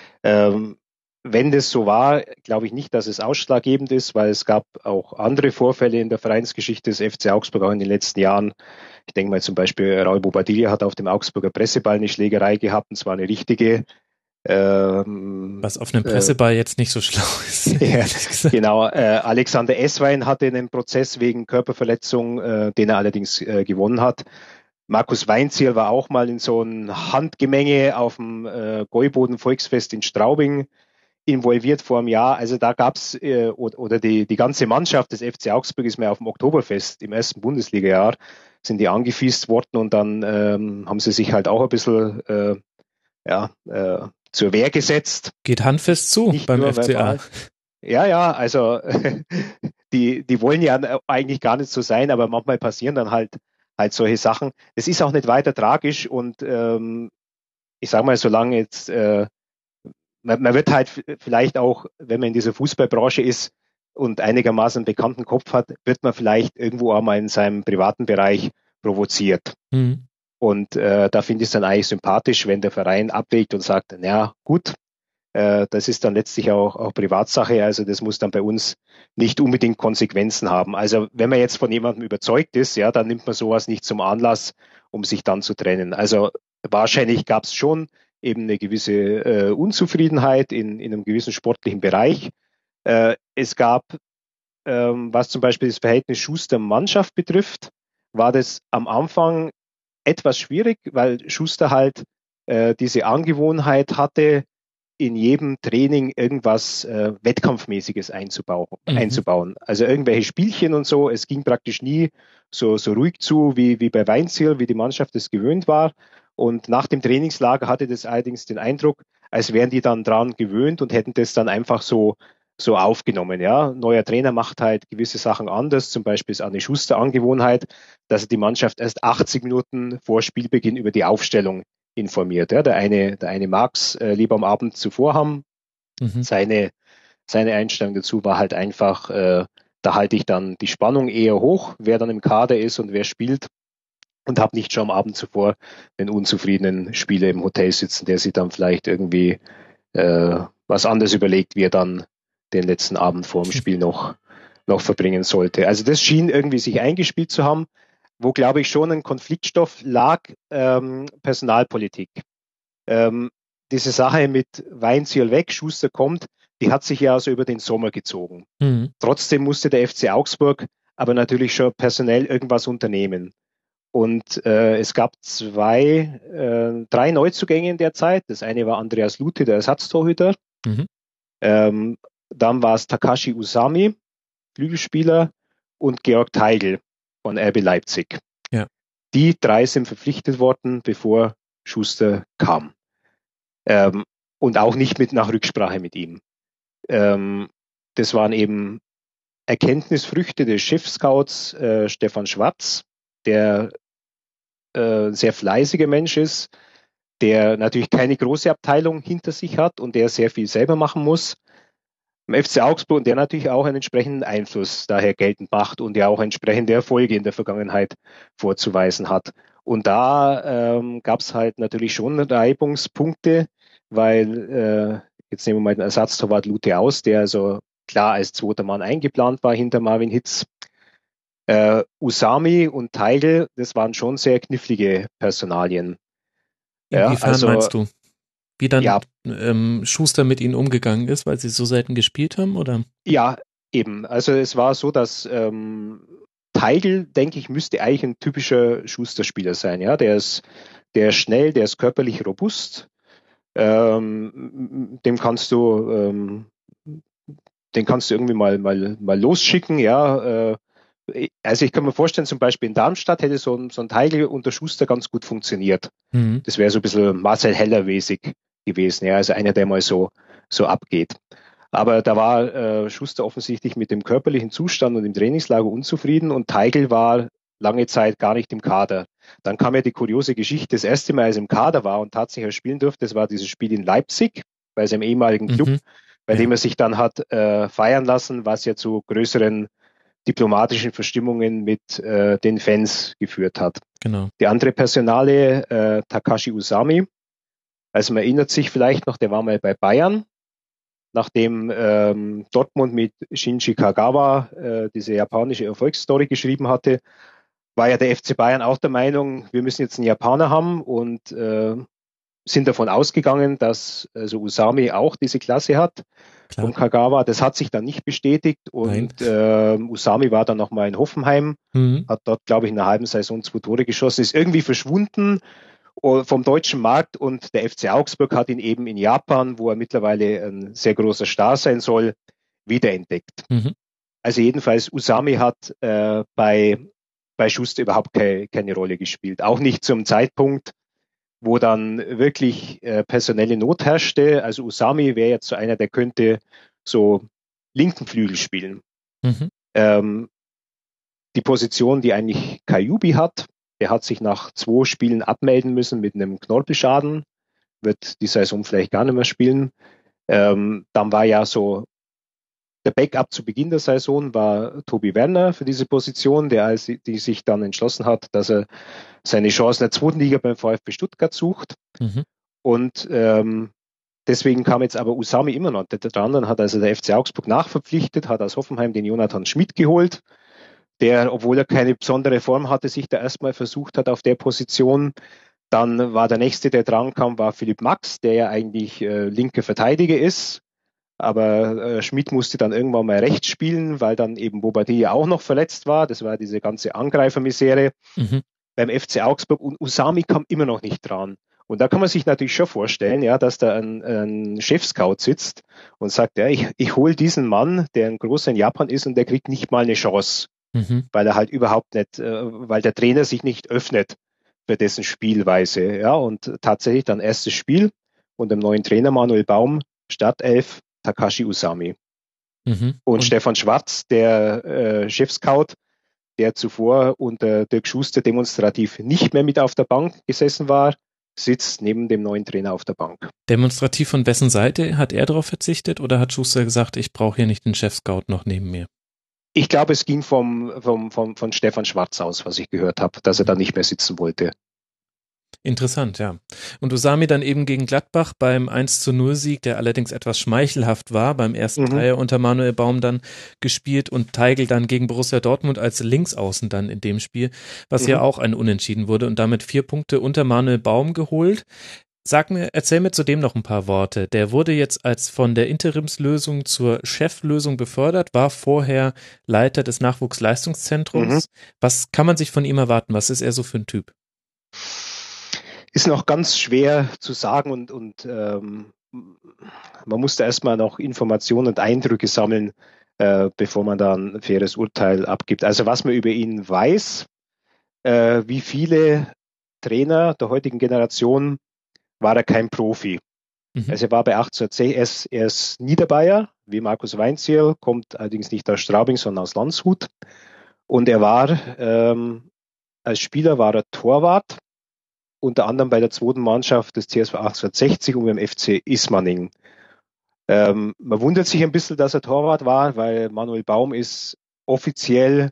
wenn das so war, glaube ich nicht, dass es ausschlaggebend ist, weil es gab auch andere Vorfälle in der Vereinsgeschichte des FC Augsburg auch in den letzten Jahren. Ich denke mal zum Beispiel, Raul Bobadilla hat auf dem Augsburger Presseball eine Schlägerei gehabt, und zwar eine richtige. Was auf einem Presseball jetzt nicht so schlau ist. Ja, genau. Alexander Esswein hatte einen Prozess wegen Körperverletzung, den er allerdings gewonnen hat. Markus Weinzierl war auch mal in so ein Handgemenge auf dem Gäuboden Volksfest in Straubing involviert vor einem Jahr. Also da gab's oder die ganze Mannschaft des FC Augsburg ist mir auf dem Oktoberfest im ersten Bundesliga-Jahr sind die angefiest worden und dann haben sie sich halt auch ein bisschen zur Wehr gesetzt. Geht handfest zu nicht beim FCA. Ja, also die wollen ja eigentlich gar nicht so sein, aber manchmal passieren dann halt solche Sachen. Es ist auch nicht weiter tragisch und ich sage mal, solange jetzt man wird halt vielleicht auch, wenn man in dieser Fußballbranche ist und einigermaßen einen bekannten Kopf hat, wird man vielleicht irgendwo auch mal in seinem privaten Bereich provoziert. Mhm. Und da finde ich es dann eigentlich sympathisch, wenn der Verein abwägt und sagt, na gut, das ist dann letztlich auch Privatsache, also das muss dann bei uns nicht unbedingt Konsequenzen haben. Also wenn man jetzt von jemandem überzeugt ist, ja, dann nimmt man sowas nicht zum Anlass, um sich dann zu trennen. Also wahrscheinlich gab es schon eben eine gewisse Unzufriedenheit in einem gewissen sportlichen Bereich. Es gab, was zum Beispiel das Verhältnis Schuster-Mannschaft betrifft, war das am Anfang etwas schwierig, weil Schuster halt diese Angewohnheit hatte, in jedem Training irgendwas Wettkampfmäßiges einzubauen. Also irgendwelche Spielchen und so. Es ging praktisch nie so ruhig zu wie bei Weinzierl, wie die Mannschaft es gewöhnt war. Und nach dem Trainingslager hatte das allerdings den Eindruck, als wären die dann dran gewöhnt und hätten das dann einfach so aufgenommen. Ja, neuer Trainer macht halt gewisse Sachen anders. Zum Beispiel ist Arne Schuster Angewohnheit, dass er die Mannschaft erst 80 Minuten vor Spielbeginn über die Aufstellung informiert. Ja, der eine mag's lieber am Abend zuvor haben, Seine Einstellung dazu war halt einfach, da halte ich dann die Spannung eher hoch, wer dann im Kader ist und wer spielt, und habe nicht schon am Abend zuvor den unzufriedenen Spieler im Hotel sitzen, der sich dann vielleicht irgendwie was anderes überlegt, wie er dann den letzten Abend vor dem Spiel noch verbringen sollte. Also das schien irgendwie sich eingespielt zu haben, wo, glaube ich, schon ein Konfliktstoff lag, Personalpolitik. Diese Sache mit Weinzierl weg, Schuster kommt, die hat sich ja so über den Sommer gezogen. Trotzdem musste der FC Augsburg aber natürlich schon personell irgendwas unternehmen. Und es gab 3 Neuzugänge in der Zeit. Das eine war Andreas Lute, der Ersatztorhüter. Dann war es Takashi Usami, Flügelspieler, und Georg Teigl von RB Leipzig. Ja. Die 3 sind verpflichtet worden, bevor Schuster kam. Und auch nicht nach Rücksprache mit ihm. Das waren eben Erkenntnisfrüchte des Chefscouts Stefan Schwarz, der sehr fleißiger Mensch ist, der natürlich keine große Abteilung hinter sich hat und der sehr viel selber machen muss. Im FC Augsburg, und der natürlich auch einen entsprechenden Einfluss daher geltend macht und ja auch entsprechende Erfolge in der Vergangenheit vorzuweisen hat. Und da gab es halt natürlich schon Reibungspunkte, weil jetzt nehmen wir mal den Ersatztorwart Lute aus, der also klar als zweiter Mann eingeplant war hinter Marvin Hitz. Usami und Teigl, das waren schon sehr knifflige Personalien. Inwiefern meinst du? Wie dann Schuster mit ihnen umgegangen ist, weil sie so selten gespielt haben, oder? Ja, eben. Also es war so, dass Teigl, denke ich, müsste eigentlich ein typischer Schuster-Spieler sein. Ja, der ist schnell, der ist körperlich robust. Dem kannst du irgendwie mal losschicken. Ja. Also ich kann mir vorstellen, zum Beispiel in Darmstadt hätte so ein Teigl unter Schuster ganz gut funktioniert. Das wäre so ein bisschen Marcel Heller-mäßig gewesen, ja, also einer, der mal so abgeht. Aber da war Schuster offensichtlich mit dem körperlichen Zustand und im Trainingslager unzufrieden, und Teigl war lange Zeit gar nicht im Kader. Dann kam ja die kuriose Geschichte, das erste Mal, als er im Kader war und tatsächlich spielen durfte, das war dieses Spiel in Leipzig, bei seinem ehemaligen Club, bei dem er sich dann hat feiern lassen, was ja zu größeren diplomatischen Verstimmungen mit den Fans geführt hat. Genau. Die andere Personale, Takashi Usami, also man erinnert sich vielleicht noch, der war mal bei Bayern, nachdem Dortmund mit Shinji Kagawa diese japanische Erfolgsstory geschrieben hatte, war ja der FC Bayern auch der Meinung, wir müssen jetzt einen Japaner haben, und sind davon ausgegangen, dass also Usami auch diese Klasse hat. Klar. Von Kagawa. Das hat sich dann nicht bestätigt, und Usami war dann nochmal in Hoffenheim, hat dort, glaube ich, in einer halben Saison 2 Tore geschossen, ist irgendwie verschwunden vom deutschen Markt, und der FC Augsburg hat ihn eben in Japan, wo er mittlerweile ein sehr großer Star sein soll, wiederentdeckt. Also jedenfalls, Usami hat bei Schuster überhaupt keine Rolle gespielt. Auch nicht zum Zeitpunkt, wo dann wirklich personelle Not herrschte. Also Usami wäre jetzt so einer, der könnte so linken Flügel spielen. Die Position, die eigentlich Kajubi hat, der hat sich nach 2 Spielen abmelden müssen mit einem Knorpelschaden, wird die Saison vielleicht gar nicht mehr spielen. Dann war ja so der Backup zu Beginn der Saison war Tobi Werner für diese Position, die sich dann entschlossen hat, dass er seine Chance in der 2. Liga beim VfB Stuttgart sucht. Und deswegen kam jetzt aber Usami immer noch dran. Dann hat also der FC Augsburg nachverpflichtet, hat aus Hoffenheim den Jonathan Schmidt geholt, der, obwohl er keine besondere Form hatte, sich da erstmal versucht hat auf der Position. Dann war der nächste, der dran kam, war Philipp Max, der ja eigentlich linker Verteidiger ist. Aber Schmidt musste dann irgendwann mal rechts spielen, weil dann eben Bobadilla auch noch verletzt war. Das war diese ganze Angreifermisere beim FC Augsburg, und Usami kam immer noch nicht dran. Und da kann man sich natürlich schon vorstellen, ja, dass da ein Chefscout sitzt und sagt, ja, ich hole diesen Mann, der ein großer in Japan ist, und der kriegt nicht mal eine Chance, weil er halt überhaupt nicht, weil der Trainer sich nicht öffnet für dessen Spielweise. Ja, und tatsächlich dann erstes Spiel unter dem neuen Trainer Manuel Baum, Startelf, Takashi Usami. Und Stefan Schwarz, der Chefscout, der zuvor unter Dirk Schuster demonstrativ nicht mehr mit auf der Bank gesessen war, sitzt neben dem neuen Trainer auf der Bank. Demonstrativ von wessen Seite? Hat er darauf verzichtet oder hat Schuster gesagt, ich brauche hier nicht den Chef-Scout noch neben mir? Ich glaube, es ging von Stefan Schwarz aus, was ich gehört habe, dass er da nicht mehr sitzen wollte. Interessant, ja. Und Usami dann eben gegen Gladbach beim 1:0-Sieg, der allerdings etwas schmeichelhaft war, beim ersten Dreier unter Manuel Baum dann gespielt und Teigl dann gegen Borussia Dortmund als Linksaußen dann in dem Spiel, was ja auch ein Unentschieden wurde und damit 4 Punkte unter Manuel Baum geholt. Erzähl mir zudem noch ein paar Worte. Der wurde jetzt als von der Interimslösung zur Cheflösung befördert, war vorher Leiter des Nachwuchsleistungszentrums. Was kann man sich von ihm erwarten? Was ist er so für ein Typ? Ist noch ganz schwer zu sagen und man musste erstmal noch Informationen und Eindrücke sammeln, bevor man da ein faires Urteil abgibt. Also was man über ihn weiß, wie viele Trainer der heutigen Generation, war er kein Profi. Also er war bei 1860, er ist Niederbayer, wie Markus Weinzierl, kommt allerdings nicht aus Straubing, sondern aus Landshut. Und er war, als Spieler war er Torwart, unter anderem bei der zweiten Mannschaft des CSV 1860 und beim FC Ismaning. Man wundert sich ein bisschen, dass er Torwart war, weil Manuel Baum ist offiziell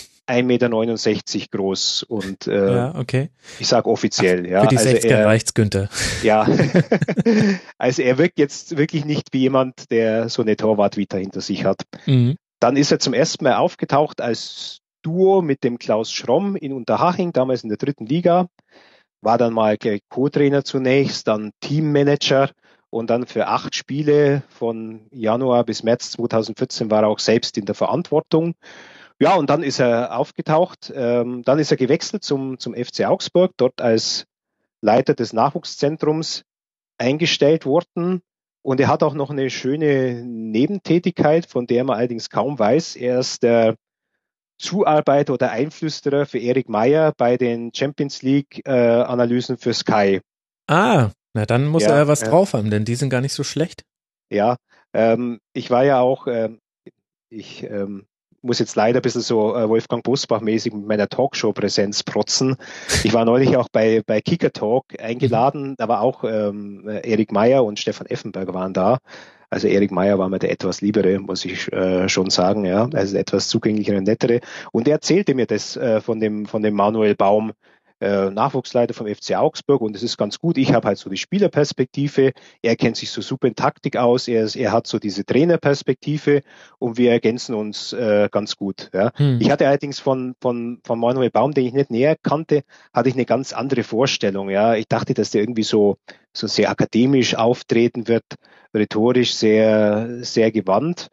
1,69 Meter groß und ja, okay. Ich sage offiziell. Ach, für die 60er reicht's, Günther. Ja, also er wirkt jetzt wirklich nicht wie jemand, der so eine Torwart-Vita hinter sich hat. Dann ist er zum ersten Mal aufgetaucht als Duo mit dem Klaus Schromm in Unterhaching, damals in der 3. Liga. War dann mal Co-Trainer zunächst, dann Teammanager und dann für 8 Spiele von Januar bis März 2014 war er auch selbst in der Verantwortung. Ja, und dann ist er aufgetaucht, dann ist er gewechselt zum FC Augsburg, dort als Leiter des Nachwuchszentrums eingestellt worden. Und er hat auch noch eine schöne Nebentätigkeit, von der man allerdings kaum weiß. Er ist der Zuarbeiter oder Einflüsterer für Erik Meyer bei den Champions League Analysen für Sky. Ah, na dann muss er ja was drauf haben, denn die sind gar nicht so schlecht. Ja, ich war ja auch, ich muss jetzt leider ein bisschen so Wolfgang Bosbach-mäßig mit meiner Talkshow-Präsenz protzen. Ich war neulich auch bei Kicker Talk eingeladen, da war auch Erik Meyer und Stefan Effenberg waren da. Also Erik Meyer war mir der etwas liebere, muss ich schon sagen, ja, also etwas zugänglichere, nettere. Und er erzählte mir das von dem Manuel Baum, Nachwuchsleiter vom FC Augsburg, und es ist ganz gut. Ich habe halt so die Spielerperspektive, er kennt sich so super in Taktik aus, er hat so diese Trainerperspektive und wir ergänzen uns ganz gut. Ja. Ich hatte allerdings von Manuel Baum, den ich nicht näher kannte, hatte ich eine ganz andere Vorstellung. Ja. Ich dachte, dass der irgendwie so sehr akademisch auftreten wird, rhetorisch sehr, sehr gewandt.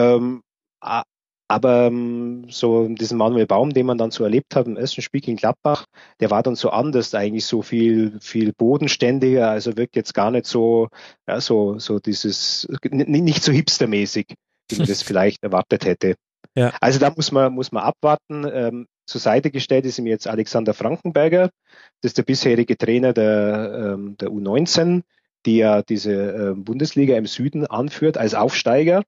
Aber so diesen Manuel Baum, den man dann so erlebt hat im ersten Spiel gegen Gladbach, der war dann so anders, eigentlich so viel bodenständiger, also wirkt jetzt gar nicht so, ja, so dieses, nicht so hipstermäßig, wie man das vielleicht erwartet hätte. Ja. Also da muss man abwarten. Zur Seite gestellt ist ihm jetzt Alexander Frankenberger, das ist der bisherige Trainer der U19, die ja diese Bundesliga im Süden anführt als Aufsteiger.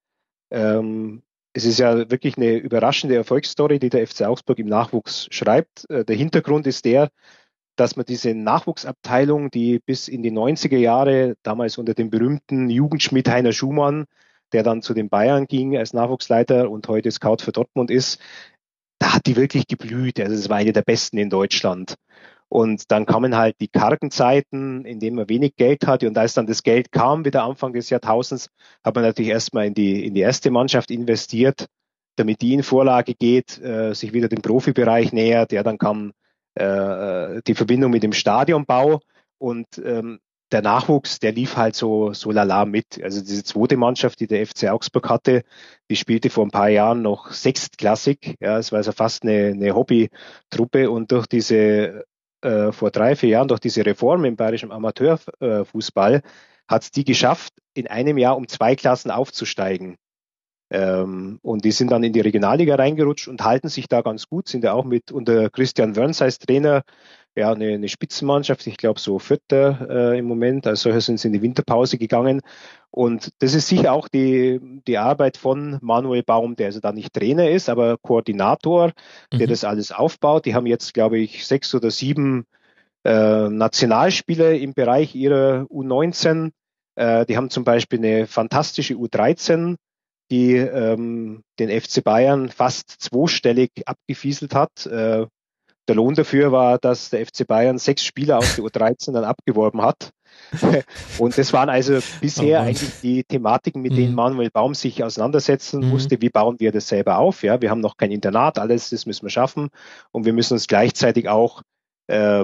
Es ist ja wirklich eine überraschende Erfolgsstory, die der FC Augsburg im Nachwuchs schreibt. Der Hintergrund ist der, dass man diese Nachwuchsabteilung, die bis in die 90er Jahre, damals unter dem berühmten Jugendschmied Heiner Schumann, der dann zu den Bayern ging als Nachwuchsleiter und heute Scout für Dortmund ist, da hat die wirklich geblüht. Also es war eine der besten in Deutschland. Und dann kamen halt die kargen Zeiten, in denen man wenig Geld hatte. Und als dann das Geld kam, wieder Anfang des Jahrtausends, hat man natürlich erstmal in die erste Mannschaft investiert, damit die in Vorlage geht, sich wieder dem Profibereich nähert. Ja, dann kam die Verbindung mit dem Stadionbau und der Nachwuchs, der lief halt so lala mit. Also diese zweite Mannschaft, die der FC Augsburg hatte, die spielte vor ein paar Jahren noch sechstklassig. Ja, es war also fast eine Hobbytruppe und durch diese vor 3-4 Jahren durch diese Reform im bayerischen Amateurfußball hat es die geschafft, in einem Jahr um 2 Klassen aufzusteigen. Und die sind dann in die Regionalliga reingerutscht und halten sich da ganz gut, sind ja auch mit unter Christian Wörns als Trainer ja eine Spitzenmannschaft, ich glaube so Vierter im Moment, also solcher sind sie in die Winterpause gegangen. Und das ist sicher auch die Arbeit von Manuel Baum, der also da nicht Trainer ist, aber Koordinator, der das alles aufbaut. Die haben jetzt, glaube ich, 6 oder 7 Nationalspieler im Bereich ihrer U19. Die haben zum Beispiel eine fantastische U13, die den FC Bayern fast zweistellig abgefieselt hat. Der Lohn dafür war, dass der FC Bayern 6 Spieler aus der U13 dann abgeworben hat. Und das waren also bisher eigentlich die Thematiken, mit denen Manuel Baum sich auseinandersetzen musste. Wie bauen wir das selber auf? Ja, wir haben noch kein Internat, alles das müssen wir schaffen. Und wir müssen uns gleichzeitig auch der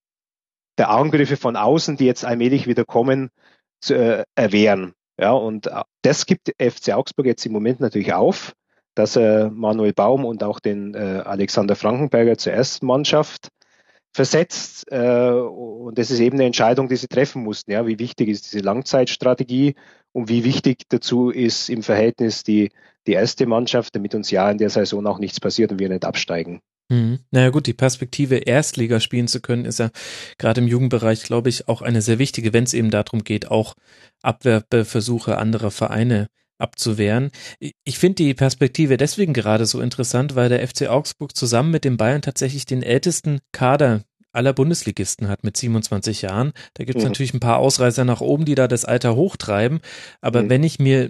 Angriffe von außen, die jetzt allmählich wieder kommen, erwehren. Ja, und das gibt FC Augsburg jetzt im Moment natürlich auf, dass Manuel Baum und auch den Alexander Frankenberger zur ersten Mannschaft versetzt. Und das ist eben eine Entscheidung, die sie treffen mussten. Ja, wie wichtig ist diese Langzeitstrategie und wie wichtig dazu ist im Verhältnis die erste Mannschaft, damit uns ja in der Saison auch nichts passiert und wir nicht absteigen. Naja gut, die Perspektive, Erstliga spielen zu können, ist ja gerade im Jugendbereich, glaube ich, auch eine sehr wichtige, wenn es eben darum geht, auch Abwehrversuche anderer Vereine abzuwehren. Ich finde die Perspektive deswegen gerade so interessant, weil der FC Augsburg zusammen mit den Bayern tatsächlich den ältesten Kader aller Bundesligisten hat mit 27 Jahren. Da gibt es natürlich ein paar Ausreißer nach oben, die da das Alter hochtreiben. Aber wenn ich mir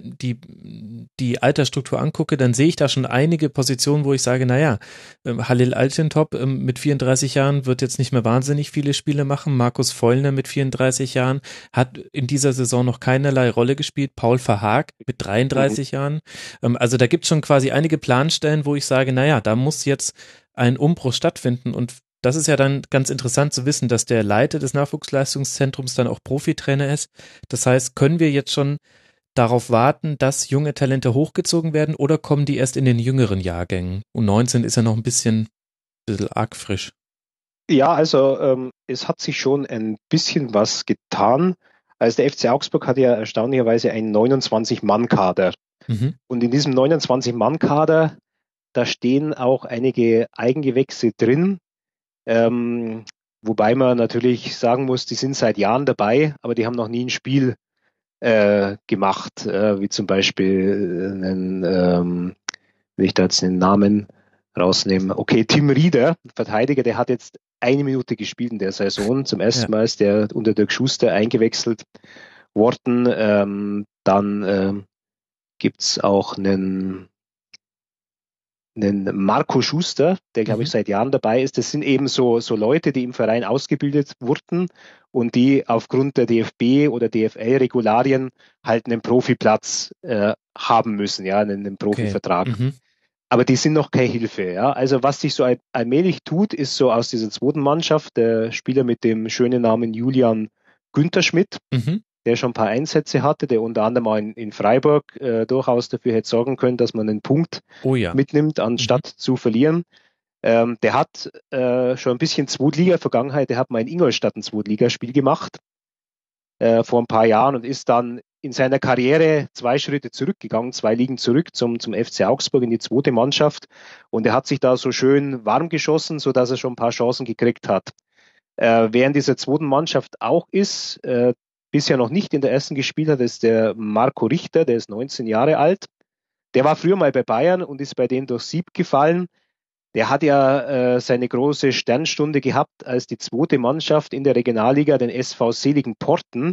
die Altersstruktur angucke, dann sehe ich da schon einige Positionen, wo ich sage, naja, Halil Altintop mit 34 Jahren wird jetzt nicht mehr wahnsinnig viele Spiele machen. Markus Vollner mit 34 Jahren hat in dieser Saison noch keinerlei Rolle gespielt. Paul Verhaag mit 33 Jahren. Also da gibt es schon quasi einige Planstellen, wo ich sage, naja, da muss jetzt ein Umbruch stattfinden. Und das ist ja dann ganz interessant zu wissen, dass der Leiter des Nachwuchsleistungszentrums dann auch Profitrainer ist. Das heißt, können wir jetzt schon darauf warten, dass junge Talente hochgezogen werden oder kommen die erst in den jüngeren Jahrgängen? U19 ist ja noch ein bisschen arg frisch. Ja, also es hat sich schon ein bisschen was getan. Also der FC Augsburg hat ja erstaunlicherweise einen 29-Mann-Kader. Und in diesem 29-Mann-Kader, da stehen auch einige Eigengewächse drin. Wobei man natürlich sagen muss, die sind seit Jahren dabei, aber die haben noch nie ein Spiel gemacht, wie zum Beispiel wenn ich da jetzt den Namen rausnehme. Okay, Tim Rieder, Verteidiger, der hat jetzt 1 Minute gespielt in der Saison. Zum ersten Mal ist der unter Dirk Schuster eingewechselt worden. Dann gibt's auch einen Marco Schuster, der, glaube ich, seit Jahren dabei ist. Das sind eben so Leute, die im Verein ausgebildet wurden und die aufgrund der DFB- oder DFL-Regularien halt einen Profiplatz haben müssen, ja, einen Profivertrag. Aber die sind noch keine Hilfe, ja. Also was sich so allmählich tut, ist so aus dieser zweiten Mannschaft der Spieler mit dem schönen Namen Julian Günther Schmidt, der schon ein paar Einsätze hatte, der unter anderem auch in Freiburg durchaus dafür hätte sorgen können, dass man einen Punkt mitnimmt, anstatt zu verlieren. Der hat schon ein bisschen Zweitliga-Vergangenheit, der hat mal in Ingolstadt ein Zweitligaspiel gemacht vor ein paar Jahren und ist dann in seiner Karriere 2 Schritte zurückgegangen, 2 Ligen zurück zum FC Augsburg in die zweite Mannschaft und er hat sich da so schön warm geschossen, sodass er schon ein paar Chancen gekriegt hat. Wer in dieser zweiten Mannschaft auch ist, bisher noch nicht in der ersten gespielt hat, ist der Marco Richter, der ist 19 Jahre alt. Der war früher mal bei Bayern und ist bei denen durch Sieb gefallen. Der hat ja seine große Sternstunde gehabt, als die zweite Mannschaft in der Regionalliga den SV Seligenporten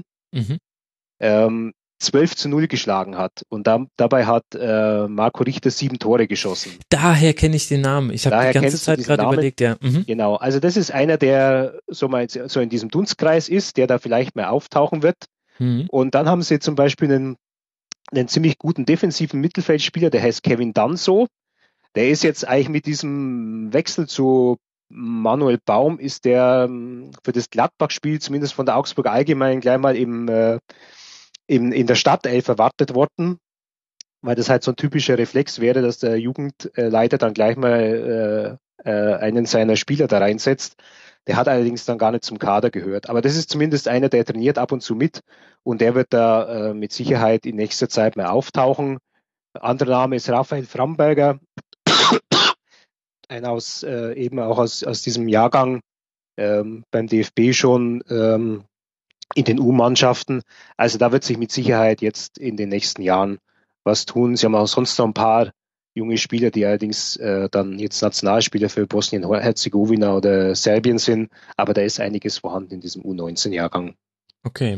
12-0 geschlagen hat. Und dabei hat Marco Richter 7 Tore geschossen. Daher kenne ich den Namen. Ich habe die ganze Zeit gerade überlegt, ja. Genau, also das ist einer, der so in diesem Dunstkreis ist, der da vielleicht mal auftauchen wird. Und dann haben sie zum Beispiel einen ziemlich guten defensiven Mittelfeldspieler, der heißt Kevin Danso. Der ist jetzt eigentlich mit diesem Wechsel zu Manuel Baum, ist der für das Gladbach-Spiel, zumindest von der Augsburg Allgemein, gleich mal in der Startelf erwartet worden, weil das halt so ein typischer Reflex wäre, dass der Jugendleiter dann gleich mal einen seiner Spieler da reinsetzt. Der hat allerdings dann gar nicht zum Kader gehört. Aber das ist zumindest einer, der trainiert ab und zu mit und der wird da mit Sicherheit in nächster Zeit mal auftauchen. Anderer Name ist Raphael Framberger, einer eben auch aus diesem Jahrgang beim DFB schon in den U-Mannschaften. Also da wird sich mit Sicherheit jetzt in den nächsten Jahren was tun. Sie haben auch sonst noch ein paar junge Spieler, die allerdings dann jetzt Nationalspieler für Bosnien-Herzegowina oder Serbien sind. Aber da ist einiges vorhanden in diesem U19-Jahrgang. Okay.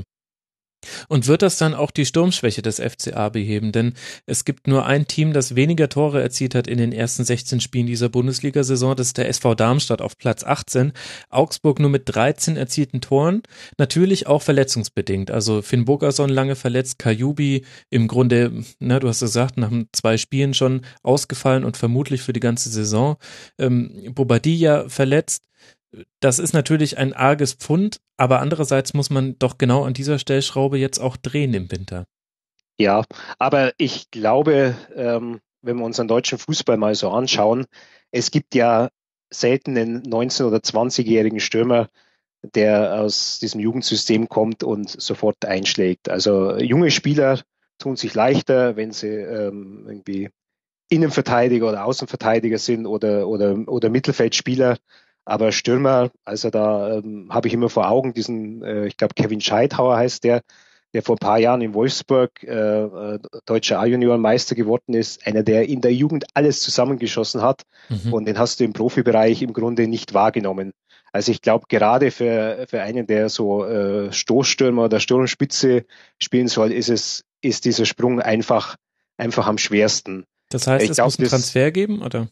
Und wird das dann auch die Sturmschwäche des FCA beheben? Denn es gibt nur ein Team, das weniger Tore erzielt hat in den ersten 16 Spielen dieser Bundesliga-Saison. Das ist der SV Darmstadt auf Platz 18. Augsburg nur mit 13 erzielten Toren. Natürlich auch verletzungsbedingt. Also Finn Bogason lange verletzt, Kajubi im Grunde, du hast gesagt, nach 2 Spielen schon ausgefallen und vermutlich für die ganze Saison. Bobadilla verletzt. Das ist natürlich ein arges Pfund, aber andererseits muss man doch genau an dieser Stellschraube jetzt auch drehen im Winter. Ja, aber ich glaube, wenn wir uns den deutschen Fußball mal so anschauen, es gibt ja selten einen 19- oder 20-jährigen Stürmer, der aus diesem Jugendsystem kommt und sofort einschlägt. Also junge Spieler tun sich leichter, wenn sie irgendwie Innenverteidiger oder Außenverteidiger sind oder Mittelfeldspieler. Aber Stürmer, also da habe ich immer vor Augen diesen, ich glaube Kevin Scheithauer heißt der vor ein paar Jahren in Wolfsburg deutscher A-Junioren-Meister geworden ist, einer, der in der Jugend alles zusammengeschossen hat und den hast du im Profibereich im Grunde nicht wahrgenommen. Also ich glaube, gerade für einen, der so Stoßstürmer oder Sturmspitze spielen soll, ist dieser Sprung einfach am schwersten. Das heißt, es muss einen Transfer geben, oder?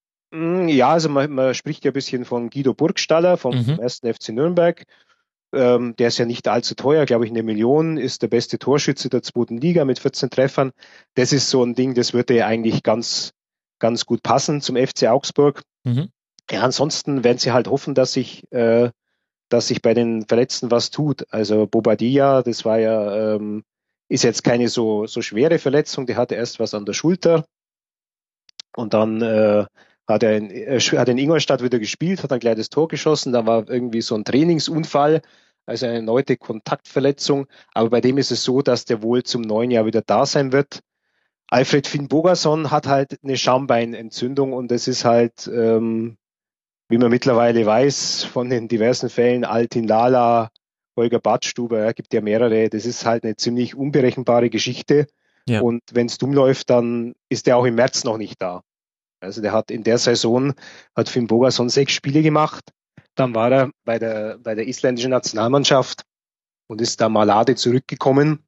Ja, also man spricht ja ein bisschen von Guido Burgstaller vom 1. FC Nürnberg. Der ist ja nicht allzu teuer, glaube ich 1 Million, ist der beste Torschütze der 2. Liga mit 14 Treffern. Das ist so ein Ding, das würde ja eigentlich ganz gut passen zum FC Augsburg. Ja, ansonsten werden sie halt hoffen, dass sich bei den Verletzten was tut. Also Bobadilla, das war ja, ist jetzt keine so schwere Verletzung, der hatte erst was an der Schulter und dann hat er in Ingolstadt wieder gespielt, hat ein kleines Tor geschossen, da war irgendwie so ein Trainingsunfall, also eine erneute Kontaktverletzung, aber bei dem ist es so, dass der wohl zum neuen Jahr wieder da sein wird. Alfred Finn Bogason hat halt eine Schambeinentzündung und das ist halt, wie man mittlerweile weiß, von den diversen Fällen, Altin Lala, Holger Badstuber, gibt ja mehrere, das ist halt eine ziemlich unberechenbare Geschichte. Ja. Und wenn es dumm läuft, dann ist der auch im März noch nicht da. Also der hat in der Saison, hat Finn Bogason 6 Spiele gemacht. Dann war er bei der isländischen Nationalmannschaft und ist da malade zurückgekommen.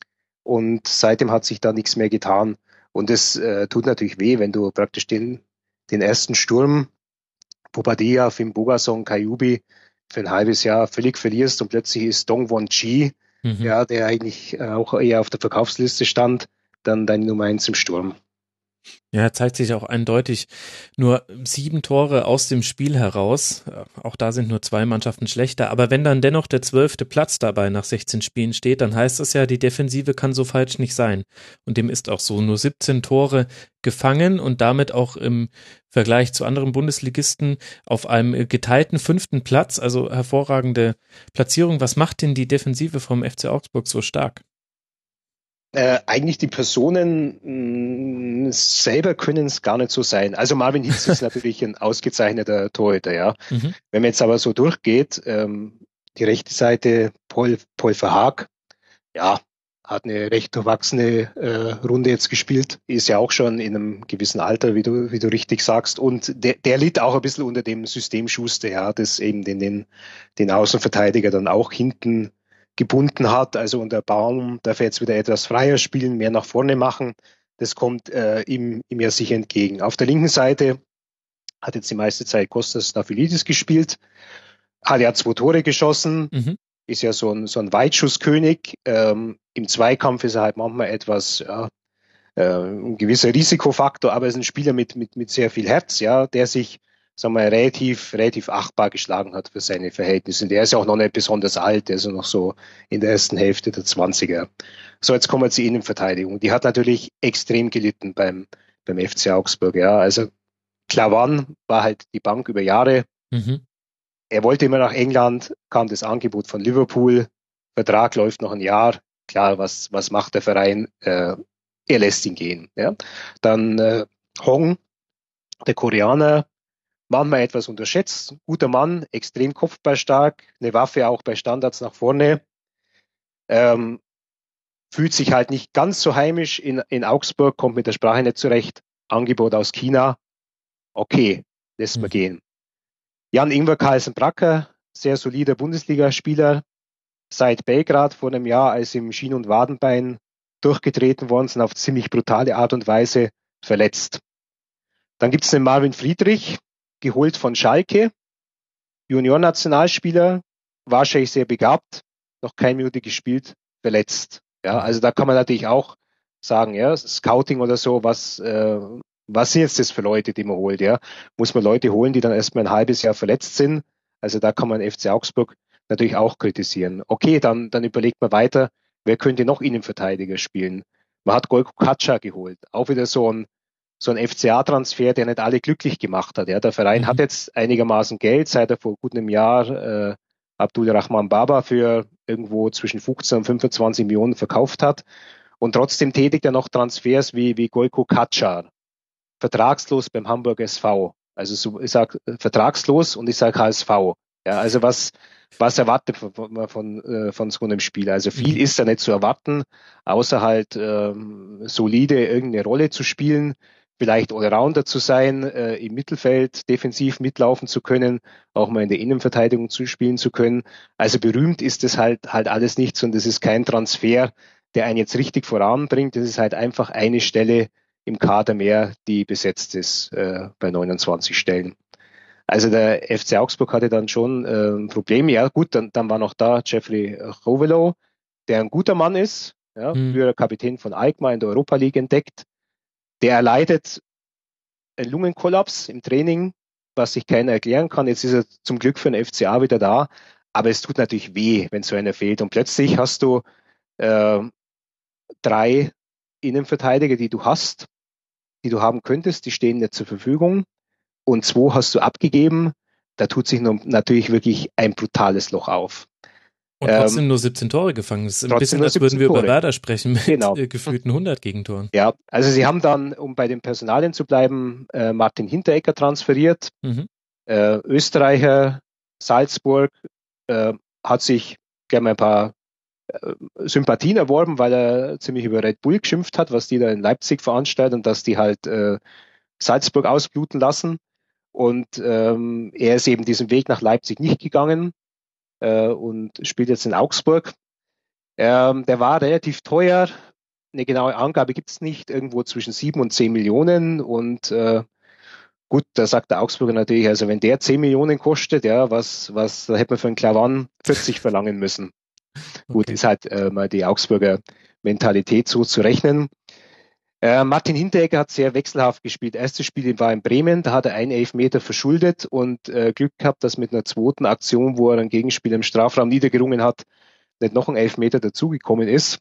Und seitdem hat sich da nichts mehr getan. Und es tut natürlich weh, wenn du praktisch den ersten Sturm, Bobadilla, Finn Bogason, Kajubi, für ein halbes Jahr völlig verlierst und plötzlich ist Dongwon Chi, ja, der eigentlich auch eher auf der Verkaufsliste stand, dann deine Nummer 1 im Sturm. Ja, zeigt sich auch eindeutig. Nur 7 Tore aus dem Spiel heraus. Auch da sind nur 2 Mannschaften schlechter. Aber wenn dann dennoch der 12. Platz dabei nach 16 Spielen steht, dann heißt das ja, die Defensive kann so falsch nicht sein. Und dem ist auch so. Nur 17 Tore gefangen und damit auch im Vergleich zu anderen Bundesligisten auf einem geteilten 5. Platz. Also hervorragende Platzierung. Was macht denn die Defensive vom FC Augsburg so stark? Eigentlich die Personen selber können es gar nicht so sein. Also Marvin Hitz ist natürlich ein ausgezeichneter Torhüter, ja. Wenn man jetzt aber so durchgeht, die rechte Seite Paul Verhaag, ja, hat eine recht durchwachsene Runde jetzt gespielt, ist ja auch schon in einem gewissen Alter, wie du richtig sagst, und der litt auch ein bisschen unter dem System Schuster, ja, das eben den Außenverteidiger dann auch hinten gebunden hat, also unter Baum darf er jetzt wieder etwas freier spielen, mehr nach vorne machen. Das kommt ihm ja sicher entgegen. Auf der linken Seite hat jetzt die meiste Zeit Kostas Staphylides gespielt, hat ja 2 Tore geschossen, ist ja so ein Weitschusskönig. Im Zweikampf ist er halt manchmal etwas, ein gewisser Risikofaktor, aber ist ein Spieler mit sehr viel Herz, ja, der sich, sagen wir, relativ achtbar geschlagen hat für seine Verhältnisse. Der ist ja auch noch nicht besonders alt, der ist ja noch so in der ersten Hälfte der 20er. So, jetzt kommen wir zur Innenverteidigung. Die hat natürlich extrem gelitten beim FC Augsburg, ja. Also Klavan war halt die Bank über Jahre. Er wollte immer nach England, kam das Angebot von Liverpool, Vertrag läuft noch ein Jahr. Klar, was macht der Verein? Er lässt ihn gehen, ja. Dann Hong, der Koreaner, manchmal etwas unterschätzt, guter Mann, extrem kopfballstark, eine Waffe auch bei Standards nach vorne, fühlt sich halt nicht ganz so heimisch in Augsburg, kommt mit der Sprache nicht zurecht, Angebot aus China, okay, lässt man gehen. Jan-Ingwer Carlsen-Bracker, sehr solider Bundesligaspieler, seit Belgrad vor einem Jahr, als ihm Schien- und Wadenbein durchgetreten worden sind, auf ziemlich brutale Art und Weise verletzt. Dann gibt es den Marvin Friedrich, geholt von Schalke, Junior-Nationalspieler, wahrscheinlich sehr begabt, noch keine Minute gespielt, verletzt. Ja, also da kann man natürlich auch sagen, ja, Scouting oder so, was sind jetzt das für Leute, die man holt, ja? Muss man Leute holen, die dann erstmal ein halbes Jahr verletzt sind? Also da kann man FC Augsburg natürlich auch kritisieren. Okay, dann überlegt man weiter, wer könnte noch Innenverteidiger spielen? Man hat Gojko Kacha geholt, auch wieder so ein FCA-Transfer, der nicht alle glücklich gemacht hat. Ja, der Verein hat jetzt einigermaßen Geld, seit er vor gut einem Jahr Abdul Rahman Baba für irgendwo zwischen 15 und 25 Millionen verkauft hat. Und trotzdem tätigt er noch Transfers wie Gojko Kacar, vertragslos beim Hamburg SV. Also so, ich sage vertragslos und ich sage HSV. Ja, also was erwartet von so einem Spiel? Also viel ist da nicht zu erwarten, außer halt solide irgendeine Rolle zu spielen, vielleicht Allrounder zu sein, im Mittelfeld defensiv mitlaufen zu können, auch mal in der Innenverteidigung spielen zu können. Also berühmt ist das halt alles nichts und es ist kein Transfer, der einen jetzt richtig voranbringt. Das ist halt einfach eine Stelle im Kader mehr, die besetzt ist bei 29 Stellen. Also der FC Augsburg hatte dann schon ein Problem. Ja gut, dann war noch da Jeffrey Rovelo, der ein guter Mann ist, ja, früher Kapitän von Alkmaar in der Europa League entdeckt. Der erleidet einen Lungenkollaps im Training, was sich keiner erklären kann. Jetzt ist er zum Glück für den FCA wieder da, aber es tut natürlich weh, wenn so einer fehlt. Und plötzlich hast du 3 Innenverteidiger, die du hast, die du haben könntest, die stehen nicht zur Verfügung. Und 2 hast du abgegeben. Da tut sich natürlich wirklich ein brutales Loch auf. Und trotzdem nur 17 Tore gefangen. Das ist ein bisschen, als würden wir über Werder sprechen mit gefühlten 100 Gegentoren. Ja, also sie haben dann, um bei den Personalien zu bleiben, Martin Hinteregger transferiert. Österreicher, Salzburg, hat sich gerne mal ein paar Sympathien erworben, weil er ziemlich über Red Bull geschimpft hat, was die da in Leipzig veranstalten und dass die halt Salzburg ausbluten lassen. Und er ist eben diesen Weg nach Leipzig nicht gegangen und spielt jetzt in Augsburg. Der war relativ teuer. Eine genaue Angabe gibt es nicht. Irgendwo zwischen 7 und 10 Millionen. Und gut, da sagt der Augsburger natürlich, also wenn der 10 Millionen kostet, ja, da hätte man für einen Klavan 40 verlangen müssen. Okay. Gut, ist halt mal die Augsburger Mentalität so zu rechnen. Martin Hinteregger hat sehr wechselhaft gespielt. Erstes Spiel war in Bremen, da hat er einen Elfmeter verschuldet und Glück gehabt, dass mit einer zweiten Aktion, wo er einen Gegenspieler im Strafraum niedergerungen hat, nicht noch ein Elfmeter dazugekommen ist.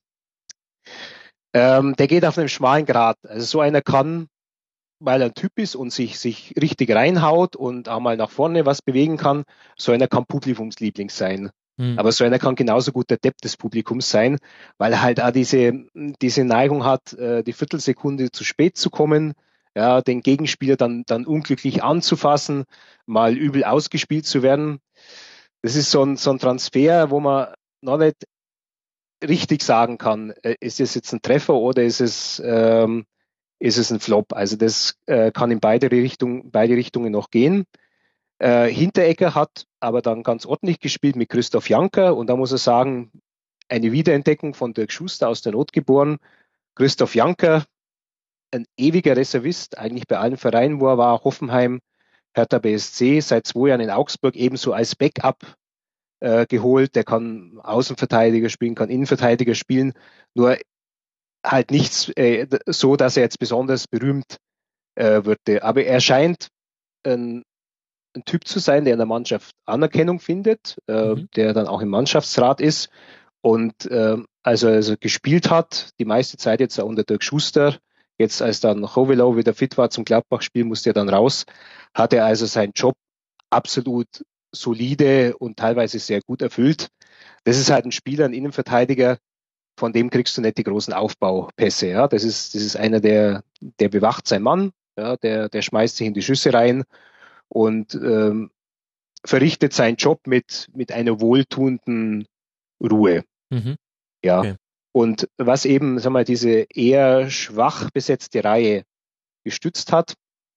Der geht auf einem schmalen Grat. Also so einer kann, weil er ein Typ ist und sich richtig reinhaut und auch mal nach vorne was bewegen kann, so einer kann Publikumsliebling sein. Aber so einer kann genauso gut der Depp des Publikums sein, weil er halt auch diese Neigung hat, die Viertelsekunde zu spät zu kommen, ja, den Gegenspieler dann unglücklich anzufassen, mal übel ausgespielt zu werden. Das ist so ein Transfer, wo man noch nicht richtig sagen kann, ist es jetzt ein Treffer oder ist es ein Flop? Also das kann in beide Richtungen noch gehen. Hinteregger hat aber dann ganz ordentlich gespielt mit Christoph Janker und da muss er sagen, eine Wiederentdeckung von Dirk Schuster aus der Not geboren. Christoph Janker, ein ewiger Reservist, eigentlich bei allen Vereinen, wo er war, Hoffenheim, Hertha BSC, seit 2 Jahren in Augsburg ebenso als Backup geholt. Der kann Außenverteidiger spielen, kann Innenverteidiger spielen, nur halt nichts so, dass er jetzt besonders berühmt würde. Aber er scheint ein Typ zu sein, der in der Mannschaft Anerkennung findet, der dann auch im Mannschaftsrat ist und also gespielt hat, die meiste Zeit jetzt auch unter Dirk Schuster, jetzt als dann Rovelo wieder fit war zum Gladbach-Spiel, musste er dann raus, hat er also seinen Job absolut solide und teilweise sehr gut erfüllt. Das ist halt ein Spieler, ein Innenverteidiger, von dem kriegst du nicht die großen Aufbaupässe. Ja? Das ist einer, der bewacht seinen Mann, ja? der schmeißt sich in die Schüsse rein und verrichtet seinen Job mit einer wohltuenden Ruhe. Ja. Okay. Und was eben, sagen wir, diese eher schwach besetzte Reihe gestützt hat,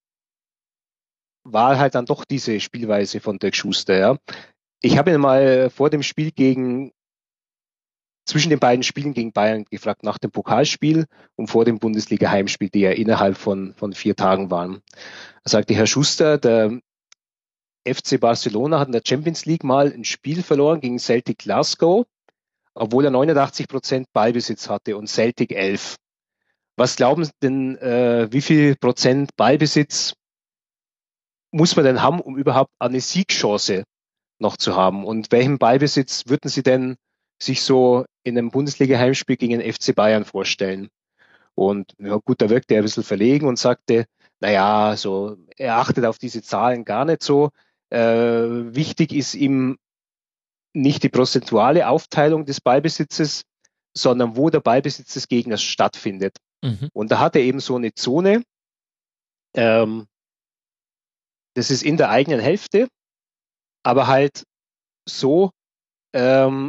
war halt dann doch diese Spielweise von Dirk Schuster. Ja. Ich habe ihn mal vor dem Spiel zwischen den beiden Spielen gegen Bayern gefragt, nach dem Pokalspiel und vor dem Bundesliga-Heimspiel, die ja innerhalb von 4 Tagen waren. Er sagte, Herr Schuster, der FC Barcelona hat in der Champions League mal ein Spiel verloren gegen Celtic Glasgow, obwohl er 89% Ballbesitz hatte und Celtic 11. Was glauben Sie denn, wie viel Prozent Ballbesitz muss man denn haben, um überhaupt eine Siegchance noch zu haben? Und welchen Ballbesitz würden Sie denn sich so in einem Bundesliga-Heimspiel gegen den FC Bayern vorstellen? Und ja gut, da wirkte er ein bisschen verlegen und sagte, naja, so, er achtet auf diese Zahlen gar nicht so. Wichtig ist ihm nicht die prozentuale Aufteilung des Ballbesitzes, sondern wo der Ballbesitz des Gegners stattfindet. Mhm. Und da hat er eben so eine Zone, das ist in der eigenen Hälfte, aber halt so, dass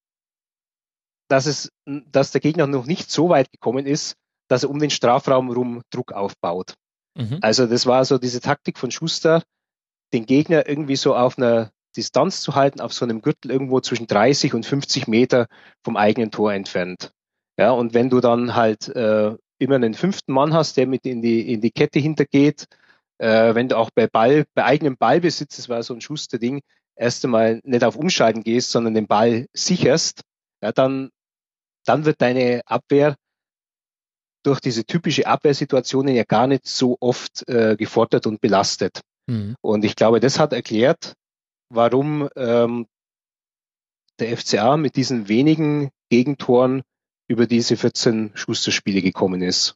der Gegner noch nicht so weit gekommen ist, dass er um den Strafraum rum Druck aufbaut. Mhm. Also das war so diese Taktik von Schuster, den Gegner irgendwie so auf einer Distanz zu halten, auf so einem Gürtel irgendwo zwischen 30 und 50 Meter vom eigenen Tor entfernt. Ja, und wenn du dann halt immer einen 5. Mann hast, der mit in die Kette hintergeht, wenn du auch bei eigenem Ballbesitz, das war so ein Schuster-Ding, erst einmal nicht auf Umschalten gehst, sondern den Ball sicherst, ja, dann wird deine Abwehr durch diese typische Abwehrsituationen ja gar nicht so oft gefordert und belastet. Mhm. Und ich glaube, das hat erklärt, warum der FCA mit diesen wenigen Gegentoren über diese 14 Schusterspiele gekommen ist.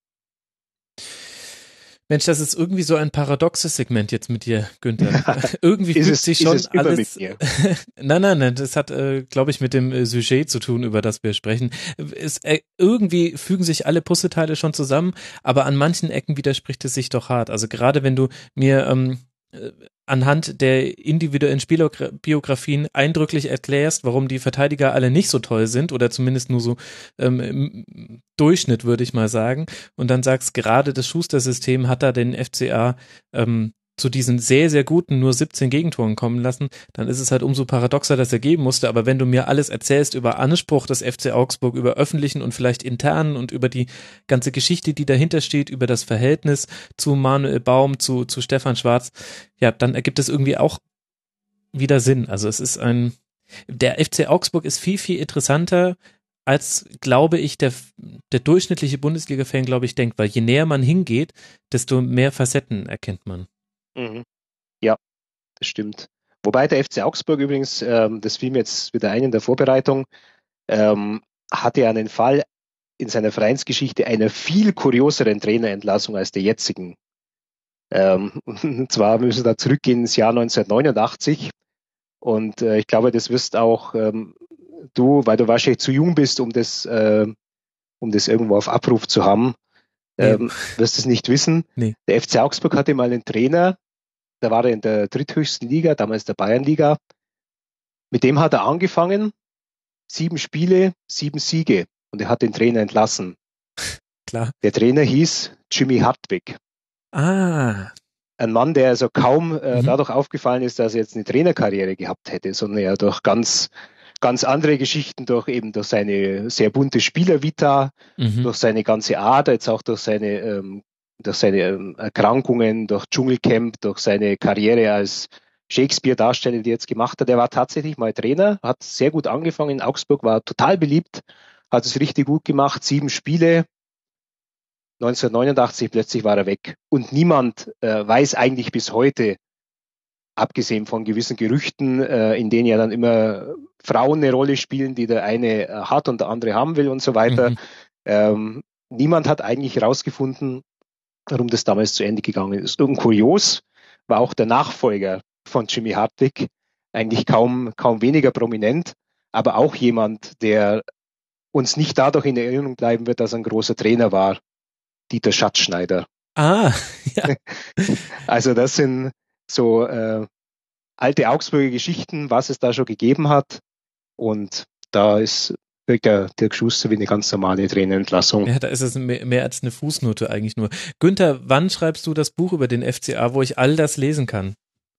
Mensch, das ist irgendwie so ein paradoxes Segment jetzt mit dir, Günther. Irgendwie fühlt sich schon alles. Nein, das hat, glaube ich, mit dem Sujet zu tun, über das wir sprechen. Irgendwie fügen sich alle Puzzleteile schon zusammen, aber an manchen Ecken widerspricht es sich doch hart. Also gerade wenn du mir anhand der individuellen Spielbiografien eindrücklich erklärst, warum die Verteidiger alle nicht so toll sind oder zumindest nur so im Durchschnitt, würde ich mal sagen. Und dann sagst, gerade das Schuster-System hat da den FCA zu diesen sehr, sehr guten nur 17 Gegentoren kommen lassen, dann ist es halt umso paradoxer, dass er geben musste. Aber wenn du mir alles erzählst über Anspruch des FC Augsburg, über öffentlichen und vielleicht internen und über die ganze Geschichte, die dahinter steht, über das Verhältnis zu Manuel Baum, zu Stefan Schwarz, ja, dann ergibt es irgendwie auch wieder Sinn. Also es ist der FC Augsburg ist viel, viel interessanter, als, glaube ich, der durchschnittliche Bundesliga-Fan, glaube ich, denkt, weil je näher man hingeht, desto mehr Facetten erkennt man. Mhm. Ja, das stimmt. Wobei der FC Augsburg übrigens, das fiel mir jetzt wieder ein in der Vorbereitung, hatte einen Fall in seiner Vereinsgeschichte einer viel kurioseren Trainerentlassung als der jetzigen. Und zwar müssen wir da zurückgehen ins Jahr 1989 und ich glaube, das wirst auch du, weil du wahrscheinlich zu jung bist, um das irgendwo auf Abruf zu haben, wirst es nicht wissen. Nee. Der FC Augsburg hatte mal einen Trainer, da war er in der dritthöchsten Liga, damals der Bayernliga. Mit dem hat er angefangen, 7 Spiele, 7 Siege und er hat den Trainer entlassen. Klar. Der Trainer hieß Jimmy Hartwig. Ah. Ein Mann, der also kaum dadurch aufgefallen ist, dass er jetzt eine Trainerkarriere gehabt hätte, sondern ja durch ganz andere Geschichten, durch seine sehr bunte Spielervita, durch seine ganze Art, jetzt auch durch seine Erkrankungen, durch Dschungelcamp, durch seine Karriere als Shakespeare-Darsteller, die er jetzt gemacht hat. Er war tatsächlich mal Trainer, hat sehr gut angefangen in Augsburg, war total beliebt, hat es richtig gut gemacht, 7 Spiele. 1989 plötzlich war er weg. Und niemand weiß eigentlich bis heute, abgesehen von gewissen Gerüchten, in denen ja dann immer Frauen eine Rolle spielen, die der eine hat und der andere haben will und so weiter. Niemand hat eigentlich herausgefunden, warum das damals zu Ende gegangen ist. Und kurios war auch der Nachfolger von Jimmy Hartwig, eigentlich kaum weniger prominent, aber auch jemand, der uns nicht dadurch in Erinnerung bleiben wird, dass er ein großer Trainer war, Dieter Schatzschneider. Ah, ja. Also das sind so alte Augsburger Geschichten, was es da schon gegeben hat. Und da ist kriegt der Dirk Schuster wie eine ganz normale Trainerentlassung. Ja, da ist es mehr als eine Fußnote eigentlich nur. Günther, wann schreibst du das Buch über den FCA, wo ich all das lesen kann?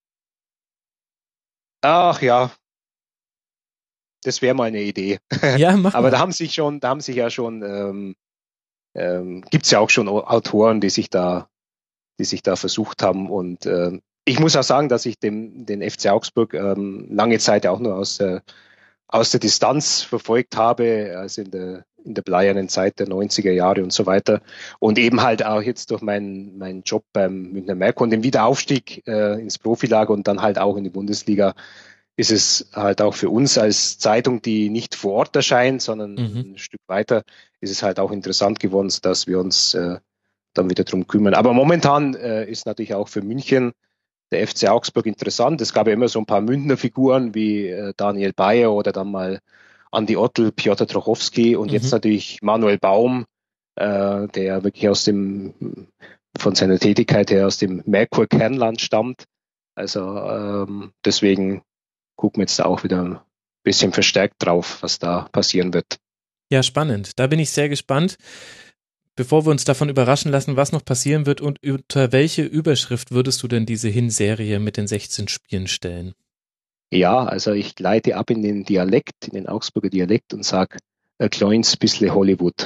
Ach ja, das wäre mal eine Idee. Ja, mach Aber mal. da haben sich ja schon gibt's ja auch schon Autoren, die sich da versucht haben. Und ich muss auch sagen, dass ich den FC Augsburg lange Zeit auch nur aus der Distanz verfolgt habe, also in der bleiernen Zeit der 90er Jahre und so weiter. Und eben halt auch jetzt durch meinen Job beim Münchner Merkur und den Wiederaufstieg ins Profilager und dann halt auch in die Bundesliga, ist es halt auch für uns als Zeitung, die nicht vor Ort erscheint, sondern ein Stück weiter, ist es halt auch interessant geworden, dass wir uns dann wieder drum kümmern. Aber momentan ist natürlich auch für München der FC Augsburg interessant. Es gab ja immer so ein paar Münchner Figuren wie Daniel Bayer oder dann mal Andi Ottl, Piotr Trochowski und jetzt natürlich Manuel Baum, der wirklich von seiner Tätigkeit her aus dem Merkur-Kernland stammt. Also deswegen gucken wir jetzt da auch wieder ein bisschen verstärkt drauf, was da passieren wird. Ja, spannend. Da bin ich sehr gespannt. Bevor wir uns davon überraschen lassen, was noch passieren wird und unter welche Überschrift würdest du denn diese Hinserie mit den 16 Spielen stellen? Ja, also ich gleite ab in den Dialekt, in den Augsburger Dialekt und sage ein kleines bisschen Hollywood.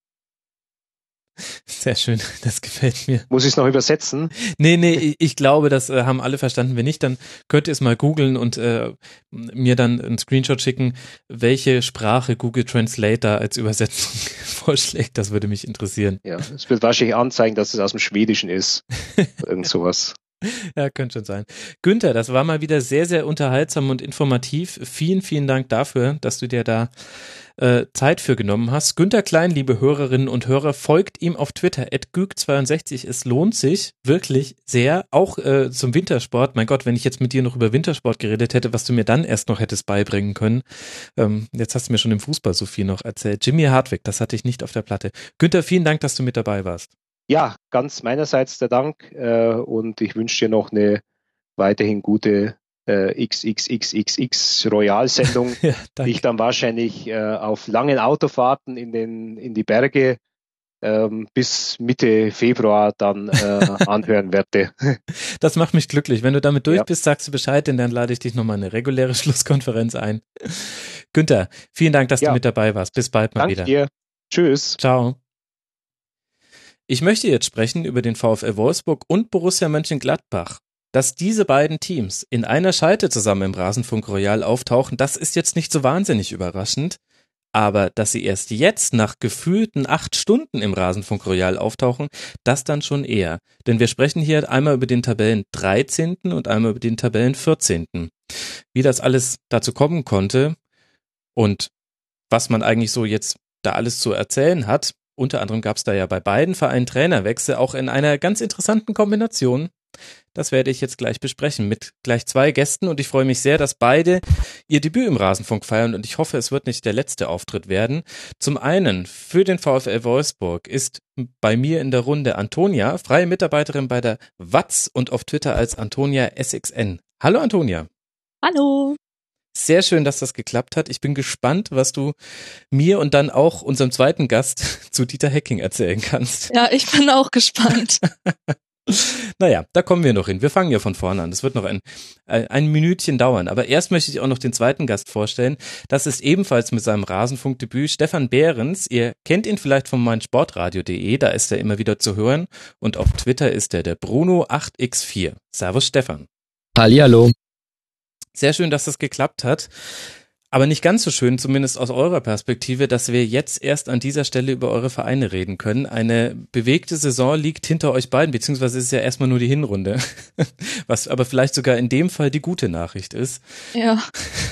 Sehr schön, das gefällt mir. Muss ich es noch übersetzen? Nee, ich glaube, das haben alle verstanden. Wenn nicht, dann könnt ihr es mal googeln und mir dann einen Screenshot schicken, welche Sprache Google Translator als Übersetzung vorschlägt. Das würde mich interessieren. Ja, es wird wahrscheinlich anzeigen, dass es aus dem Schwedischen ist. Irgend sowas. Ja, könnte schon sein. Günther, das war mal wieder sehr, sehr unterhaltsam und informativ. Vielen, vielen Dank dafür, dass du dir da Zeit für genommen hast. Günther Klein, liebe Hörerinnen und Hörer, folgt ihm auf Twitter @güg62. Es lohnt sich wirklich sehr, auch zum Wintersport. Mein Gott, wenn ich jetzt mit dir noch über Wintersport geredet hätte, was du mir dann erst noch hättest beibringen können. Jetzt hast du mir schon im Fußball so viel noch erzählt. Jimmy Hartwig, das hatte ich nicht auf der Platte. Günther, vielen Dank, dass du mit dabei warst. Ja, ganz meinerseits der Dank und ich wünsche dir noch eine weiterhin gute XXXXX Royal-Sendung, Ja, die ich dann wahrscheinlich auf langen Autofahrten in die Berge bis Mitte Februar dann anhören werde. Das macht mich glücklich. Wenn du damit durch bist, sagst du Bescheid, denn dann lade ich dich nochmal eine reguläre Schlusskonferenz ein. Günther, vielen Dank, dass du mit dabei warst. Bis bald mal wieder. Danke dir. Tschüss. Ciao. Ich möchte jetzt sprechen über den VfL Wolfsburg und Borussia Mönchengladbach. Dass diese beiden Teams in einer Schalte zusammen im Rasenfunk Royal auftauchen, das ist jetzt nicht so wahnsinnig überraschend. Aber dass sie erst jetzt nach gefühlten 8 Stunden im Rasenfunk Royal auftauchen, das dann schon eher. Denn wir sprechen hier einmal über den Tabellen 13. und einmal über den Tabellen 14. Wie das alles dazu kommen konnte und was man eigentlich so jetzt da alles zu erzählen hat. Unter anderem gab es da ja bei beiden Vereinen Trainerwechsel, auch in einer ganz interessanten Kombination. Das werde ich jetzt gleich besprechen mit gleich 2 Gästen und ich freue mich sehr, dass beide ihr Debüt im Rasenfunk feiern und ich hoffe, es wird nicht der letzte Auftritt werden. Zum einen für den VfL Wolfsburg ist bei mir in der Runde Antonia, freie Mitarbeiterin bei der WAZ und auf Twitter als Antonia SXN. Hallo Antonia. Hallo. Sehr schön, dass das geklappt hat. Ich bin gespannt, was du mir und dann auch unserem zweiten Gast zu Dieter Hecking erzählen kannst. Ja, ich bin auch gespannt. Naja, da kommen wir noch hin. Wir fangen ja von vorne an. Das wird noch ein Minütchen dauern. Aber erst möchte ich auch noch den zweiten Gast vorstellen. Das ist ebenfalls mit seinem Rasenfunkdebüt Stefan Behrens. Ihr kennt ihn vielleicht von meinsportradio.de. Da ist er immer wieder zu hören. Und auf Twitter ist er der Bruno8x4. Servus Stefan. Hallihallo. Sehr schön, dass das geklappt hat. Aber nicht ganz so schön, zumindest aus eurer Perspektive, dass wir jetzt erst an dieser Stelle über eure Vereine reden können. Eine bewegte Saison liegt hinter euch beiden, beziehungsweise ist es ja erstmal nur die Hinrunde, was aber vielleicht sogar in dem Fall die gute Nachricht ist. Ja.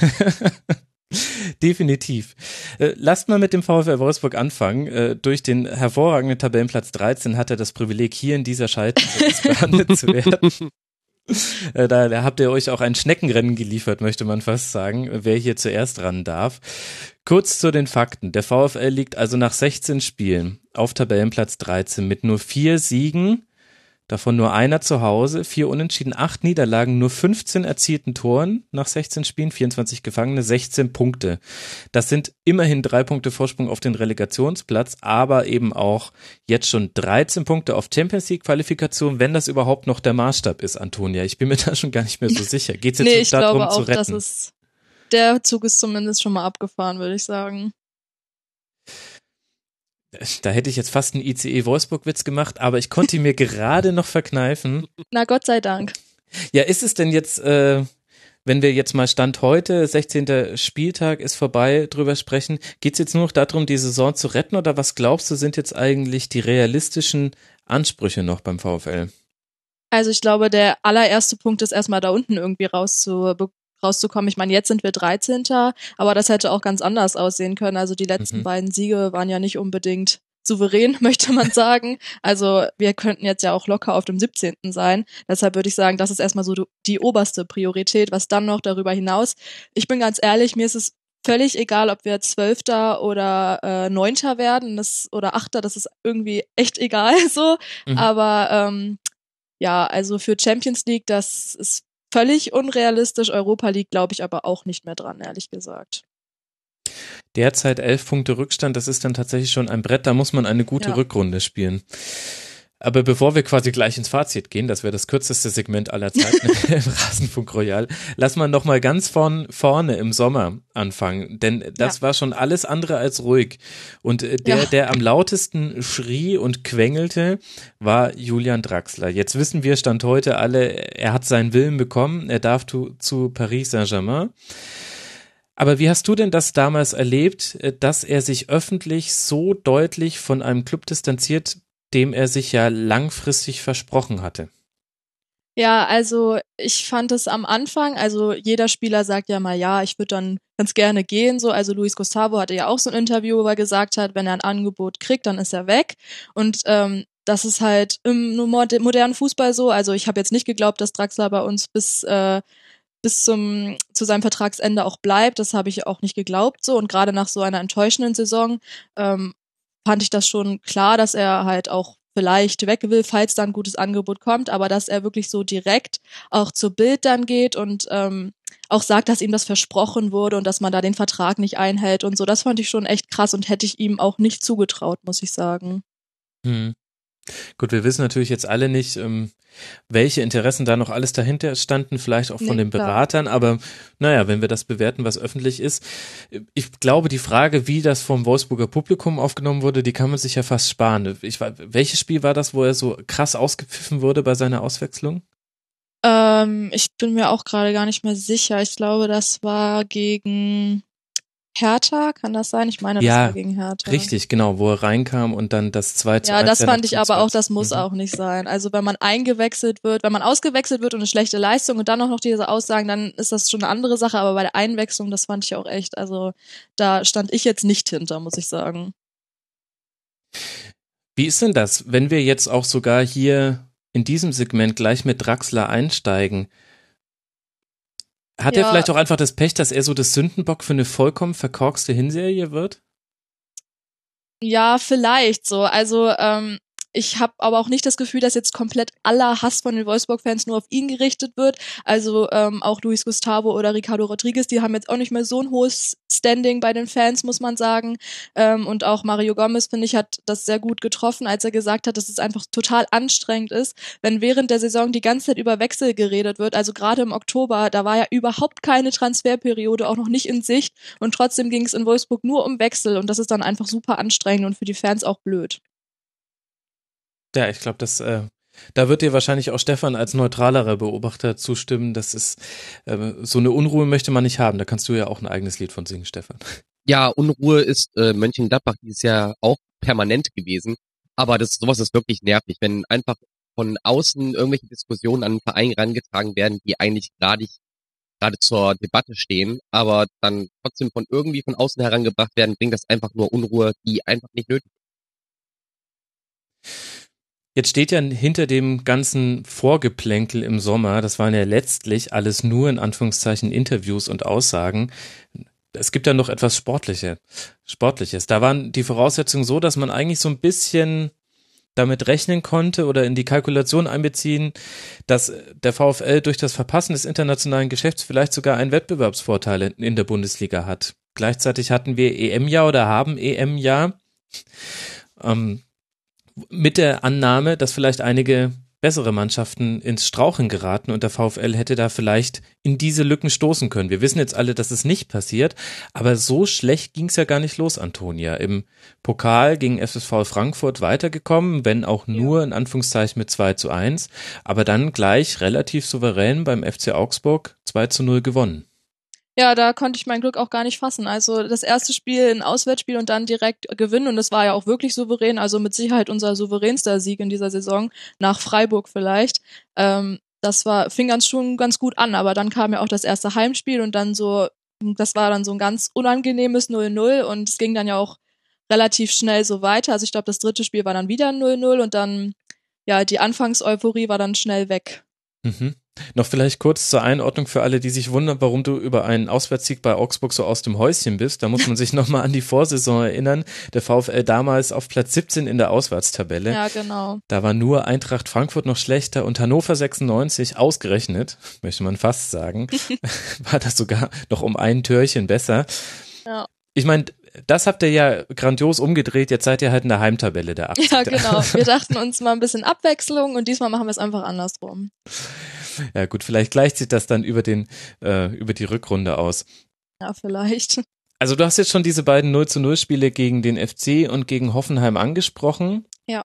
Definitiv. Lasst mal mit dem VfL Wolfsburg anfangen. Durch den hervorragenden Tabellenplatz 13 hat er das Privileg, hier in dieser Schalte behandelt zu werden. Da habt ihr euch auch ein Schneckenrennen geliefert, möchte man fast sagen, wer hier zuerst ran darf. Kurz zu den Fakten. Der VfL liegt also nach 16 Spielen auf Tabellenplatz 13 mit nur 4 Siegen, Davon nur einer zu Hause, 4 Unentschieden, 8 Niederlagen, nur 15 erzielten Toren nach 16 Spielen, 24 Gefangene, 16 Punkte. Das sind immerhin 3 Punkte Vorsprung auf den Relegationsplatz, aber eben auch jetzt schon 13 Punkte auf Champions League Qualifikation, wenn das überhaupt noch der Maßstab ist, Antonia. Ich bin mir da schon gar nicht mehr so sicher. Geht's jetzt ich darum glaube auch, zu retten? Der Zug ist zumindest schon mal abgefahren, würde ich sagen. Da hätte ich jetzt fast einen ICE-Wolfsburg-Witz gemacht, aber ich konnte ihn mir gerade noch verkneifen. Na Gott sei Dank. Ja, ist es denn jetzt, wenn wir jetzt mal Stand heute, 16. Spieltag ist vorbei, drüber sprechen, geht es jetzt nur noch darum, die Saison zu retten oder was glaubst du, sind jetzt eigentlich die realistischen Ansprüche noch beim VfL? Also ich glaube, der allererste Punkt ist erstmal da unten irgendwie rauszukommen. Ich meine, jetzt sind wir 13. Aber das hätte auch ganz anders aussehen können. Also die letzten beiden Siege waren ja nicht unbedingt souverän, möchte man sagen. Also wir könnten jetzt ja auch locker auf dem 17. sein. Deshalb würde ich sagen, das ist erstmal so die oberste Priorität. Was dann noch darüber hinaus? Ich bin ganz ehrlich, mir ist es völlig egal, ob wir 12. oder 9. werden oder 8. Das ist irgendwie echt egal so. Aber ja, also für Champions League, das ist völlig unrealistisch. Europa League glaube ich aber auch nicht mehr dran, ehrlich gesagt. Derzeit 11 Punkte Rückstand, das ist dann tatsächlich schon ein Brett, da muss man eine gute Rückrunde spielen. Aber bevor wir quasi gleich ins Fazit gehen, das wäre das kürzeste Segment aller Zeiten im Rasenfunk Royal, lass mal noch mal ganz vorne im Sommer anfangen, denn das war schon alles andere als ruhig. Und der am lautesten schrie und quengelte, war Julian Draxler. Jetzt wissen wir, Stand heute alle, er hat seinen Willen bekommen, er darf zu Paris Saint-Germain. Aber wie hast du denn das damals erlebt, dass er sich öffentlich so deutlich von einem Club distanziert, dem er sich ja langfristig versprochen hatte? Ja, also ich fand es am Anfang, also jeder Spieler sagt ja mal, ja, ich würde dann ganz gerne gehen, so, also Luis Gustavo hatte ja auch so ein Interview, wo er gesagt hat, wenn er ein Angebot kriegt, dann ist er weg und das ist halt im modernen Fußball so, also ich habe jetzt nicht geglaubt, dass Draxler bei uns bis zu seinem Vertragsende auch bleibt, das habe ich auch nicht geglaubt so und gerade nach so einer enttäuschenden Saison fand ich das schon klar, dass er halt auch vielleicht weg will, falls da ein gutes Angebot kommt, aber dass er wirklich so direkt auch zur Bild dann geht und auch sagt, dass ihm das versprochen wurde und dass man da den Vertrag nicht einhält und so, das fand ich schon echt krass und hätte ich ihm auch nicht zugetraut, muss ich sagen. Gut, wir wissen natürlich jetzt alle nicht, welche Interessen da noch alles dahinter standen, vielleicht auch von den Beratern, aber naja, wenn wir das bewerten, was öffentlich ist. Ich glaube, die Frage, wie das vom Wolfsburger Publikum aufgenommen wurde, die kann man sich ja fast sparen. Welches Spiel war das, wo er so krass ausgepfiffen wurde bei seiner Auswechslung? Ich bin mir auch gerade gar nicht mehr sicher. Ich glaube, das war gegen Hertha, kann das sein? Ich meine, das war gegen Hertha. Richtig, genau, wo er reinkam und dann das 2:1. Ja, das fand ich aber auch, das muss auch nicht sein. Also wenn man ausgewechselt wird und eine schlechte Leistung und dann auch noch diese Aussagen, dann ist das schon eine andere Sache, aber bei der Einwechslung, das fand ich auch echt, also da stand ich jetzt nicht hinter, muss ich sagen. Wie ist denn das, wenn wir jetzt auch sogar hier in diesem Segment gleich mit Draxler einsteigen? Hat er vielleicht auch einfach das Pech, dass er so das Sündenbock für eine vollkommen verkorkste Hinserie wird? Ja, vielleicht so. Also ich habe aber auch nicht das Gefühl, dass jetzt komplett aller Hass von den Wolfsburg-Fans nur auf ihn gerichtet wird. Also auch Luis Gustavo oder Ricardo Rodriguez, die haben jetzt auch nicht mehr so ein hohes Standing bei den Fans, muss man sagen. Und auch Mario Gomez, finde ich, hat das sehr gut getroffen, als er gesagt hat, dass es einfach total anstrengend ist, wenn während der Saison die ganze Zeit über Wechsel geredet wird. Also gerade im Oktober, da war ja überhaupt keine Transferperiode, auch noch nicht in Sicht. Und trotzdem ging es in Wolfsburg nur um Wechsel. Und das ist dann einfach super anstrengend und für die Fans auch blöd. Ja, ich glaube, da wird dir wahrscheinlich auch Stefan als neutralerer Beobachter zustimmen. Das ist so eine Unruhe möchte man nicht haben. Da kannst du ja auch ein eigenes Lied von singen, Stefan. Ja, Unruhe ist Mönchengladbach dieses Jahr auch permanent gewesen. Aber sowas ist wirklich nervig, wenn einfach von außen irgendwelche Diskussionen an den Verein herangetragen werden, die eigentlich gerade zur Debatte stehen, aber dann trotzdem von außen herangebracht werden, bringt das einfach nur Unruhe, die einfach nicht nötig ist. Jetzt steht ja hinter dem ganzen Vorgeplänkel im Sommer, das waren ja letztlich alles nur in Anführungszeichen Interviews und Aussagen. Es gibt ja noch etwas Sportliches. Da waren die Voraussetzungen so, dass man eigentlich so ein bisschen damit rechnen konnte oder in die Kalkulation einbeziehen, dass der VfL durch das Verpassen des internationalen Geschäfts vielleicht sogar einen Wettbewerbsvorteil in der Bundesliga hat. Gleichzeitig hatten wir EM-Jahr oder haben EM-Jahr mit der Annahme, dass vielleicht einige bessere Mannschaften ins Straucheln geraten und der VfL hätte da vielleicht in diese Lücken stoßen können. Wir wissen jetzt alle, dass es nicht passiert, aber so schlecht ging es ja gar nicht los, Antonia. Im Pokal gegen FSV Frankfurt weitergekommen, wenn auch nur in Anführungszeichen mit 2:1, aber dann gleich relativ souverän beim FC Augsburg 2:0 gewonnen. Ja, da konnte ich mein Glück auch gar nicht fassen. Also das erste Spiel ein Auswärtsspiel und dann direkt gewinnen und das war ja auch wirklich souverän, also mit Sicherheit unser souveränster Sieg in dieser Saison, nach Freiburg vielleicht. Fing schon ganz gut an, aber dann kam ja auch das erste Heimspiel und dann das war dann so ein ganz unangenehmes 0:0 und es ging dann ja auch relativ schnell so weiter. Also ich glaube, das dritte Spiel war dann wieder 0:0 und dann, ja, die Anfangseuphorie war dann schnell weg. Mhm. Noch vielleicht kurz zur Einordnung für alle, die sich wundern, warum du über einen Auswärtssieg bei Augsburg so aus dem Häuschen bist. Da muss man sich nochmal an die Vorsaison erinnern. Der VfL damals auf Platz 17 in der Auswärtstabelle. Ja, genau. Da war nur Eintracht Frankfurt noch schlechter und Hannover 96 ausgerechnet, möchte man fast sagen, war das sogar noch um ein Türchen besser. Ja. Ich meine, das habt ihr ja grandios umgedreht, jetzt seid ihr halt in der Heimtabelle der 80. Ja, genau. Wir dachten uns mal ein bisschen Abwechslung und diesmal machen wir es einfach andersrum. Ja gut, vielleicht gleicht sich das dann über die Rückrunde aus. Ja, vielleicht. Also du hast jetzt schon diese beiden 0:0 Spiele gegen den FC und gegen Hoffenheim angesprochen. Ja.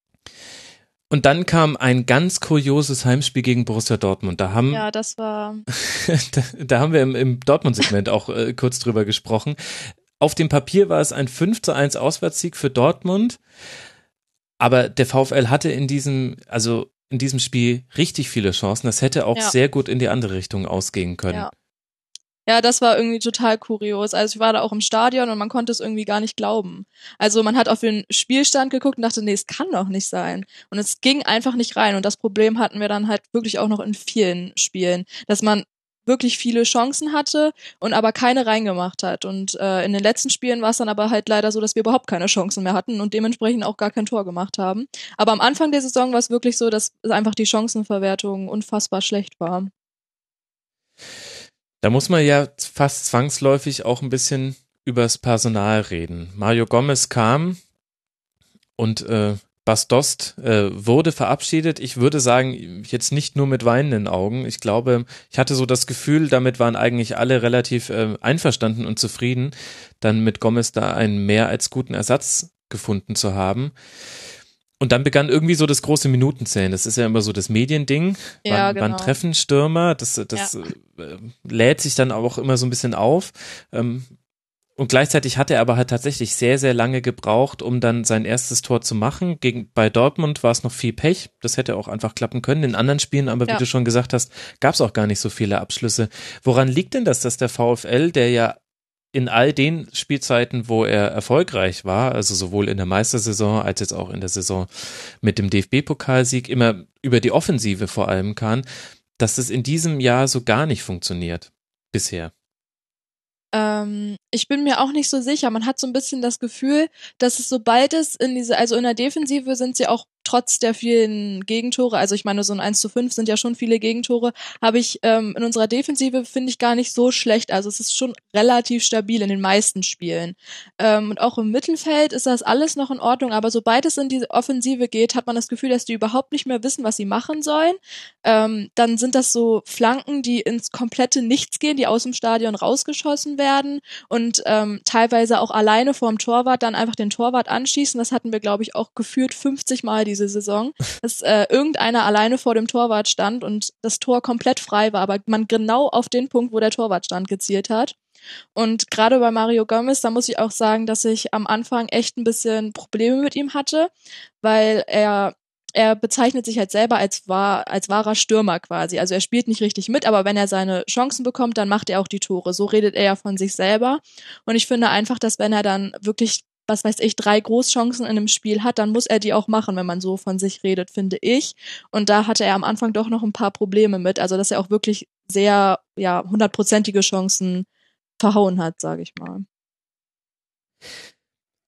Und dann kam ein ganz kurioses Heimspiel gegen Borussia Dortmund. Ja, das war... da haben wir im Dortmund-Segment auch kurz drüber gesprochen. Auf dem Papier war es ein 5:1 Auswärtssieg für Dortmund, aber der VfL hatte in diesem Spiel richtig viele Chancen. Das hätte auch sehr gut in die andere Richtung ausgehen können. Ja, das war irgendwie total kurios. Also ich war da auch im Stadion und man konnte es irgendwie gar nicht glauben. Also man hat auf den Spielstand geguckt und dachte, nee, es kann doch nicht sein. Und es ging einfach nicht rein. Und das Problem hatten wir dann halt wirklich auch noch in vielen Spielen, dass man wirklich viele Chancen hatte und aber keine reingemacht hat. Und in den letzten Spielen war es dann aber halt leider so, dass wir überhaupt keine Chancen mehr hatten und dementsprechend auch gar kein Tor gemacht haben. Aber am Anfang der Saison war es wirklich so, dass einfach die Chancenverwertung unfassbar schlecht war. Da muss man ja fast zwangsläufig auch ein bisschen übers Personal reden. Mario Gomez kam und Bas Dost wurde verabschiedet. Ich würde sagen, jetzt nicht nur mit weinenden Augen. Ich glaube, ich hatte so das Gefühl, damit waren eigentlich alle relativ einverstanden und zufrieden, dann mit Gomez da einen mehr als guten Ersatz gefunden zu haben. Und dann begann irgendwie so das große Minutenzählen. Das ist ja immer so das Mediending. Ja, wann treffen Stürmer? Das lädt sich dann auch immer so ein bisschen auf. Und gleichzeitig hat er aber halt tatsächlich sehr, sehr lange gebraucht, um dann sein erstes Tor zu machen. Bei Dortmund war es noch viel Pech. Das hätte auch einfach klappen können. In anderen Spielen, aber wie du schon gesagt hast, gab es auch gar nicht so viele Abschlüsse. Woran liegt denn das, dass der VfL, der ja in all den Spielzeiten, wo er erfolgreich war, also sowohl in der Meistersaison als jetzt auch in der Saison mit dem DFB-Pokalsieg, immer über die Offensive vor allem kann, dass es in diesem Jahr so gar nicht funktioniert bisher? Ich bin mir auch nicht so sicher. Man hat so ein bisschen das Gefühl, dass es sobald es in der Defensive sind sie auch trotz der vielen Gegentore, also ich meine, so ein 1:5 sind ja schon viele Gegentore, habe ich in unserer Defensive, finde ich, gar nicht so schlecht. Also es ist schon relativ stabil in den meisten Spielen. Und auch im Mittelfeld ist das alles noch in Ordnung, aber sobald es in die Offensive geht, hat man das Gefühl, dass die überhaupt nicht mehr wissen, was sie machen sollen. Dann sind das so Flanken, die ins komplette Nichts gehen, die aus dem Stadion rausgeschossen werden und teilweise auch alleine vorm Torwart dann einfach den Torwart anschießen. Das hatten wir, glaube ich, auch gefühlt 50 Mal diese Saison, dass irgendeiner alleine vor dem Torwart stand und das Tor komplett frei war, aber man genau auf den Punkt, wo der Torwart stand, gezielt hat. Und gerade bei Mario Gomez, da muss ich auch sagen, dass ich am Anfang echt ein bisschen Probleme mit ihm hatte, weil er bezeichnet sich halt selber als wahrer Stürmer quasi. Also er spielt nicht richtig mit, aber wenn er seine Chancen bekommt, dann macht er auch die Tore. So redet er ja von sich selber. Und ich finde einfach, dass wenn er dann wirklich, 3 Großchancen in einem Spiel hat, dann muss er die auch machen, wenn man so von sich redet, finde ich. Und da hatte er am Anfang doch noch ein paar Probleme mit. Also dass er auch wirklich sehr, 100%ige Chancen verhauen hat, sage ich mal.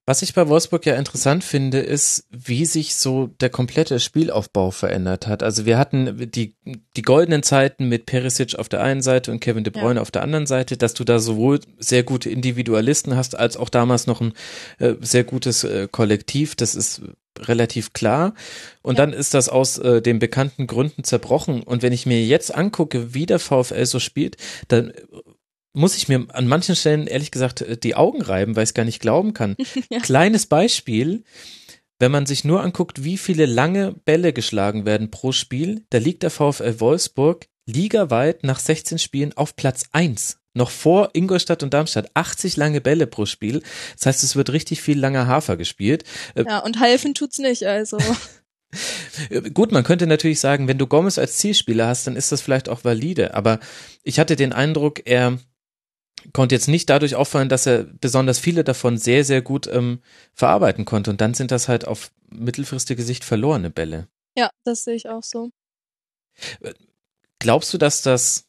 Was ich bei Wolfsburg ja interessant finde, ist, wie sich so der komplette Spielaufbau verändert hat. Also wir hatten die goldenen Zeiten mit Perisic auf der einen Seite und Kevin De Bruyne auf der anderen Seite, dass du da sowohl sehr gute Individualisten hast, als auch damals noch ein sehr gutes Kollektiv. Das ist relativ klar. Und dann ist das aus den bekannten Gründen zerbrochen. Und wenn ich mir jetzt angucke, wie der VfL so spielt, dann muss ich mir an manchen Stellen ehrlich gesagt die Augen reiben, weil ich es gar nicht glauben kann. Ja. Kleines Beispiel, wenn man sich nur anguckt, wie viele lange Bälle geschlagen werden pro Spiel, da liegt der VfL Wolfsburg ligaweit nach 16 Spielen auf Platz 1. Noch vor Ingolstadt und Darmstadt, 80 lange Bälle pro Spiel. Das heißt, es wird richtig viel langer Hafer gespielt. Ja, und helfen tut's nicht, also. Gut, man könnte natürlich sagen, wenn du Gomez als Zielspieler hast, dann ist das vielleicht auch valide. Aber ich hatte den Eindruck, er konnte jetzt nicht dadurch auffallen, dass er besonders viele davon sehr, sehr gut verarbeiten konnte. Und dann sind das halt auf mittelfristige Sicht verlorene Bälle. Ja, das sehe ich auch so. Glaubst du, dass das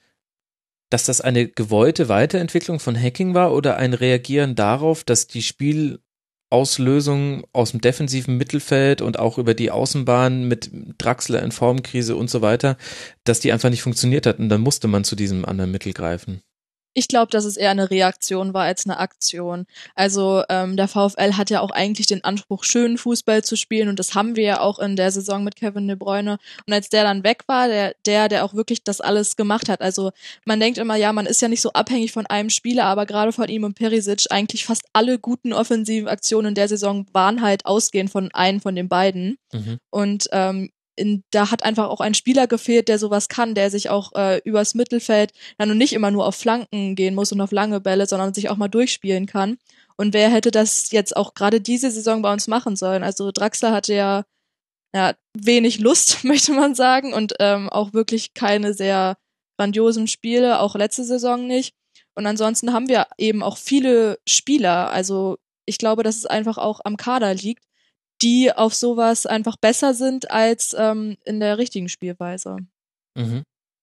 eine gewollte Weiterentwicklung von Hacking war oder ein Reagieren darauf, dass die Spielauslösung aus dem defensiven Mittelfeld und auch über die Außenbahn mit Draxler in Formkrise und so weiter, dass die einfach nicht funktioniert hat und dann musste man zu diesem anderen Mittel greifen? Ich glaube, dass es eher eine Reaktion war als eine Aktion. Also der VfL hat ja auch eigentlich den Anspruch, schönen Fußball zu spielen und das haben wir ja auch in der Saison mit Kevin De Bruyne. Und als der dann weg war, der auch wirklich das alles gemacht hat. Also man denkt immer, ja, man ist ja nicht so abhängig von einem Spieler, aber gerade von ihm und Perisic, eigentlich fast alle guten offensiven Aktionen in der Saison waren halt ausgehend von einem von den beiden. Mhm. Und da hat einfach auch ein Spieler gefehlt, der sowas kann, der sich auch übers Mittelfeld dann und nicht immer nur auf Flanken gehen muss und auf lange Bälle, sondern sich auch mal durchspielen kann. Und wer hätte das jetzt auch gerade diese Saison bei uns machen sollen? Also Draxler hatte ja wenig Lust, möchte man sagen, und auch wirklich keine sehr grandiosen Spiele, auch letzte Saison nicht. Und ansonsten haben wir eben auch viele Spieler. Also ich glaube, dass es einfach auch am Kader liegt, die auf sowas einfach besser sind als in der richtigen Spielweise. Mhm.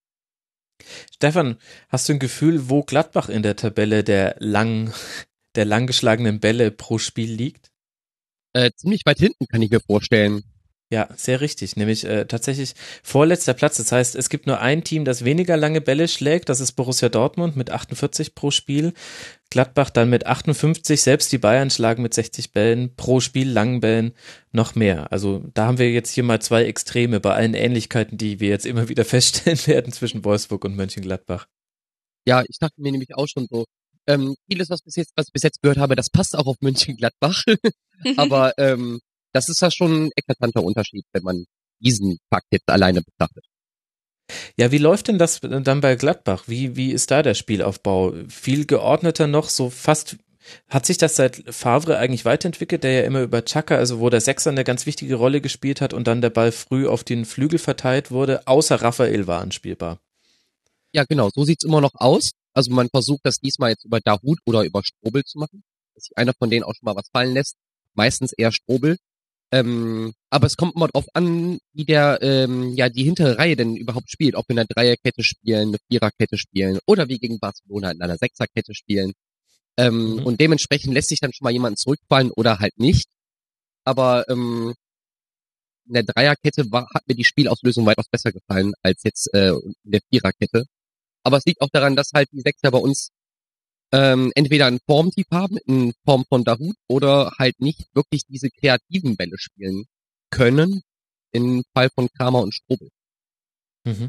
Stefan, hast du ein Gefühl, wo Gladbach in der Tabelle der lang geschlagenen Bälle pro Spiel liegt? Ziemlich weit hinten, kann ich mir vorstellen. Ja, sehr richtig, nämlich tatsächlich vorletzter Platz. Das heißt, es gibt nur ein Team, das weniger lange Bälle schlägt, das ist Borussia Dortmund mit 48 pro Spiel. Gladbach dann mit 58, selbst die Bayern schlagen mit 60 Bällen pro Spiel, langen Bällen noch mehr. Also da haben wir jetzt hier mal zwei Extreme bei allen Ähnlichkeiten, die wir jetzt immer wieder feststellen werden zwischen Wolfsburg und Mönchengladbach. Ja, ich dachte mir nämlich auch schon so, vieles, was ich bis jetzt gehört habe, das passt auch auf Mönchengladbach, aber das ist ja schon ein eklatanter Unterschied, wenn man diesen Fakt jetzt alleine betrachtet. Ja, wie läuft denn das dann bei Gladbach? Wie ist da der Spielaufbau? Viel geordneter noch, so fast, hat sich das seit Favre eigentlich weiterentwickelt, der ja immer über Xhaka, also wo der Sechser eine ganz wichtige Rolle gespielt hat und dann der Ball früh auf den Flügel verteilt wurde, außer Raphael war anspielbar. Ja, genau, so sieht's immer noch aus. Also man versucht das diesmal jetzt über Dahoud oder über Strobel zu machen, dass sich einer von denen auch schon mal was fallen lässt. Meistens eher Strobel. Aber es kommt immer drauf an, wie die hintere Reihe denn überhaupt spielt. Ob wir in einer Dreierkette spielen, eine Viererkette spielen oder wie gegen Barcelona in einer Sechserkette spielen. Und dementsprechend lässt sich dann schon mal jemand zurückfallen oder halt nicht. Aber in der Dreierkette hat mir die Spielauslösung weitaus besser gefallen als jetzt in der Viererkette. Aber es liegt auch daran, dass halt die Sechser bei uns entweder einen Formtief haben, in Form von Dahoud, oder halt nicht wirklich diese kreativen Bälle spielen können, im Fall von Kramer und Strobel. Mhm.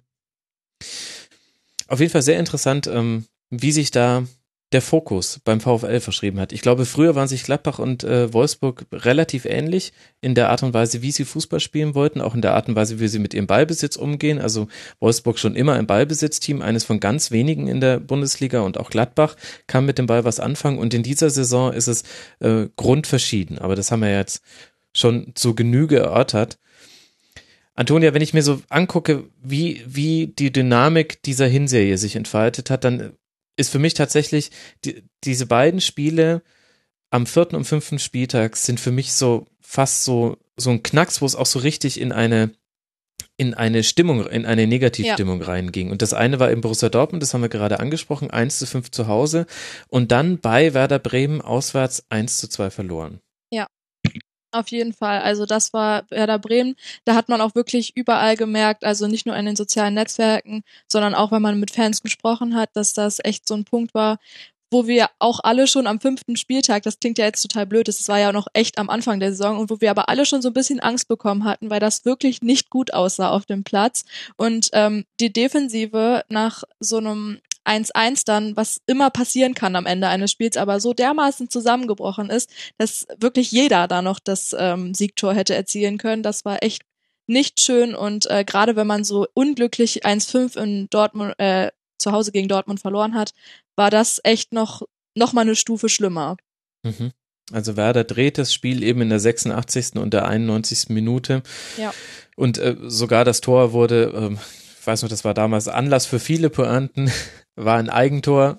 Auf jeden Fall sehr interessant, wie sich da der Fokus beim VfL verschrieben hat. Ich glaube, früher waren sich Gladbach und Wolfsburg relativ ähnlich in der Art und Weise, wie sie Fußball spielen wollten, auch in der Art und Weise, wie sie mit ihrem Ballbesitz umgehen. Also Wolfsburg schon immer ein Ballbesitzteam, eines von ganz wenigen in der Bundesliga, und auch Gladbach kann mit dem Ball was anfangen. Und in dieser Saison ist es grundverschieden. Aber das haben wir jetzt schon zur Genüge erörtert. Antonia, wenn ich mir so angucke, wie die Dynamik dieser Hinserie sich entfaltet hat, dann ist für mich tatsächlich, diese beiden Spiele am 4. und 5. Spieltag sind für mich so fast so ein Knacks, wo es auch so richtig in eine in eine Stimmung, in eine Negativstimmung reinging. Und das eine war in Borussia Dortmund, das haben wir gerade angesprochen, 1:5 zu Hause und dann bei Werder Bremen auswärts 1:2 verloren. Ja, auf jeden Fall. Also das war Werder Bremen. Da hat man auch wirklich überall gemerkt, also nicht nur in den sozialen Netzwerken, sondern auch, wenn man mit Fans gesprochen hat, dass das echt so ein Punkt war, wo wir auch alle schon am 5. Spieltag, das klingt ja jetzt total blöd, das war ja noch echt am Anfang der Saison und wo wir aber alle schon so ein bisschen Angst bekommen hatten, weil das wirklich nicht gut aussah auf dem Platz und die Defensive nach so einem 1:1 dann, was immer passieren kann am Ende eines Spiels, aber so dermaßen zusammengebrochen ist, dass wirklich jeder da noch das Siegtor hätte erzielen können. Das war echt nicht schön und gerade wenn man so unglücklich 1:5 in Dortmund zu Hause gegen Dortmund verloren hat, war das echt noch mal eine Stufe schlimmer. Mhm. Also Werder dreht das Spiel eben in der 86. und der 91. Minute. Ja. Und sogar das Tor wurde, ich weiß noch, das war damals Anlass für viele Pointen, war ein Eigentor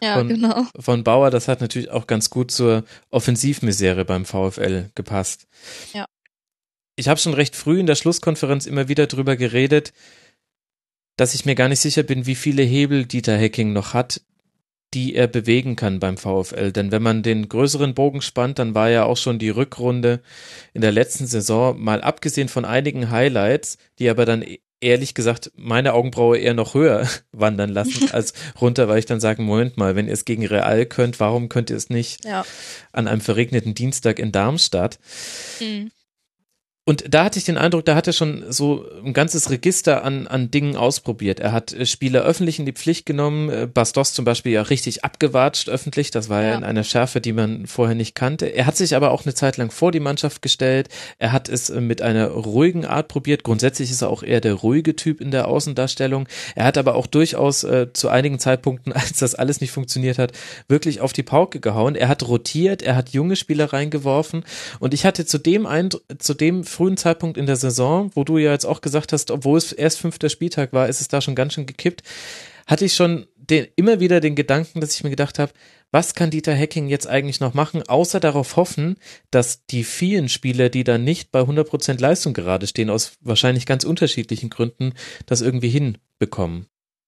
von Bauer. Das hat natürlich auch ganz gut zur Offensivmisere beim VfL gepasst. Ja. Ich habe schon recht früh in der Schlusskonferenz immer wieder drüber geredet, dass ich mir gar nicht sicher bin, wie viele Hebel Dieter Hecking noch hat, die er bewegen kann beim VfL. Denn wenn man den größeren Bogen spannt, dann war ja auch schon die Rückrunde in der letzten Saison, mal abgesehen von einigen Highlights, die aber dann ehrlich gesagt meine Augenbraue eher noch höher wandern lassen als runter, weil ich dann sage, Moment mal, wenn ihr es gegen Real könnt, warum könnt ihr es nicht an einem verregneten Dienstag in Darmstadt? Mhm. Und da hatte ich den Eindruck, da hat er schon so ein ganzes Register an Dingen ausprobiert. Er hat Spieler öffentlich in die Pflicht genommen, Bastos zum Beispiel ja richtig abgewatscht öffentlich, das war ja in einer Schärfe, die man vorher nicht kannte. Er hat sich aber auch eine Zeit lang vor die Mannschaft gestellt, er hat es mit einer ruhigen Art probiert, grundsätzlich ist er auch eher der ruhige Typ in der Außendarstellung. Er hat aber auch durchaus zu einigen Zeitpunkten, als das alles nicht funktioniert hat, wirklich auf die Pauke gehauen. Er hat rotiert, er hat junge Spieler reingeworfen und ich hatte zu dem frühen Zeitpunkt in der Saison, wo du ja jetzt auch gesagt hast, obwohl es erst 5. Spieltag war, ist es da schon ganz schön gekippt, hatte ich schon immer wieder den Gedanken, dass ich mir gedacht habe, was kann Dieter Hecking jetzt eigentlich noch machen, außer darauf hoffen, dass die vielen Spieler, die da nicht bei 100% Leistung gerade stehen, aus wahrscheinlich ganz unterschiedlichen Gründen, das irgendwie hinbekommen.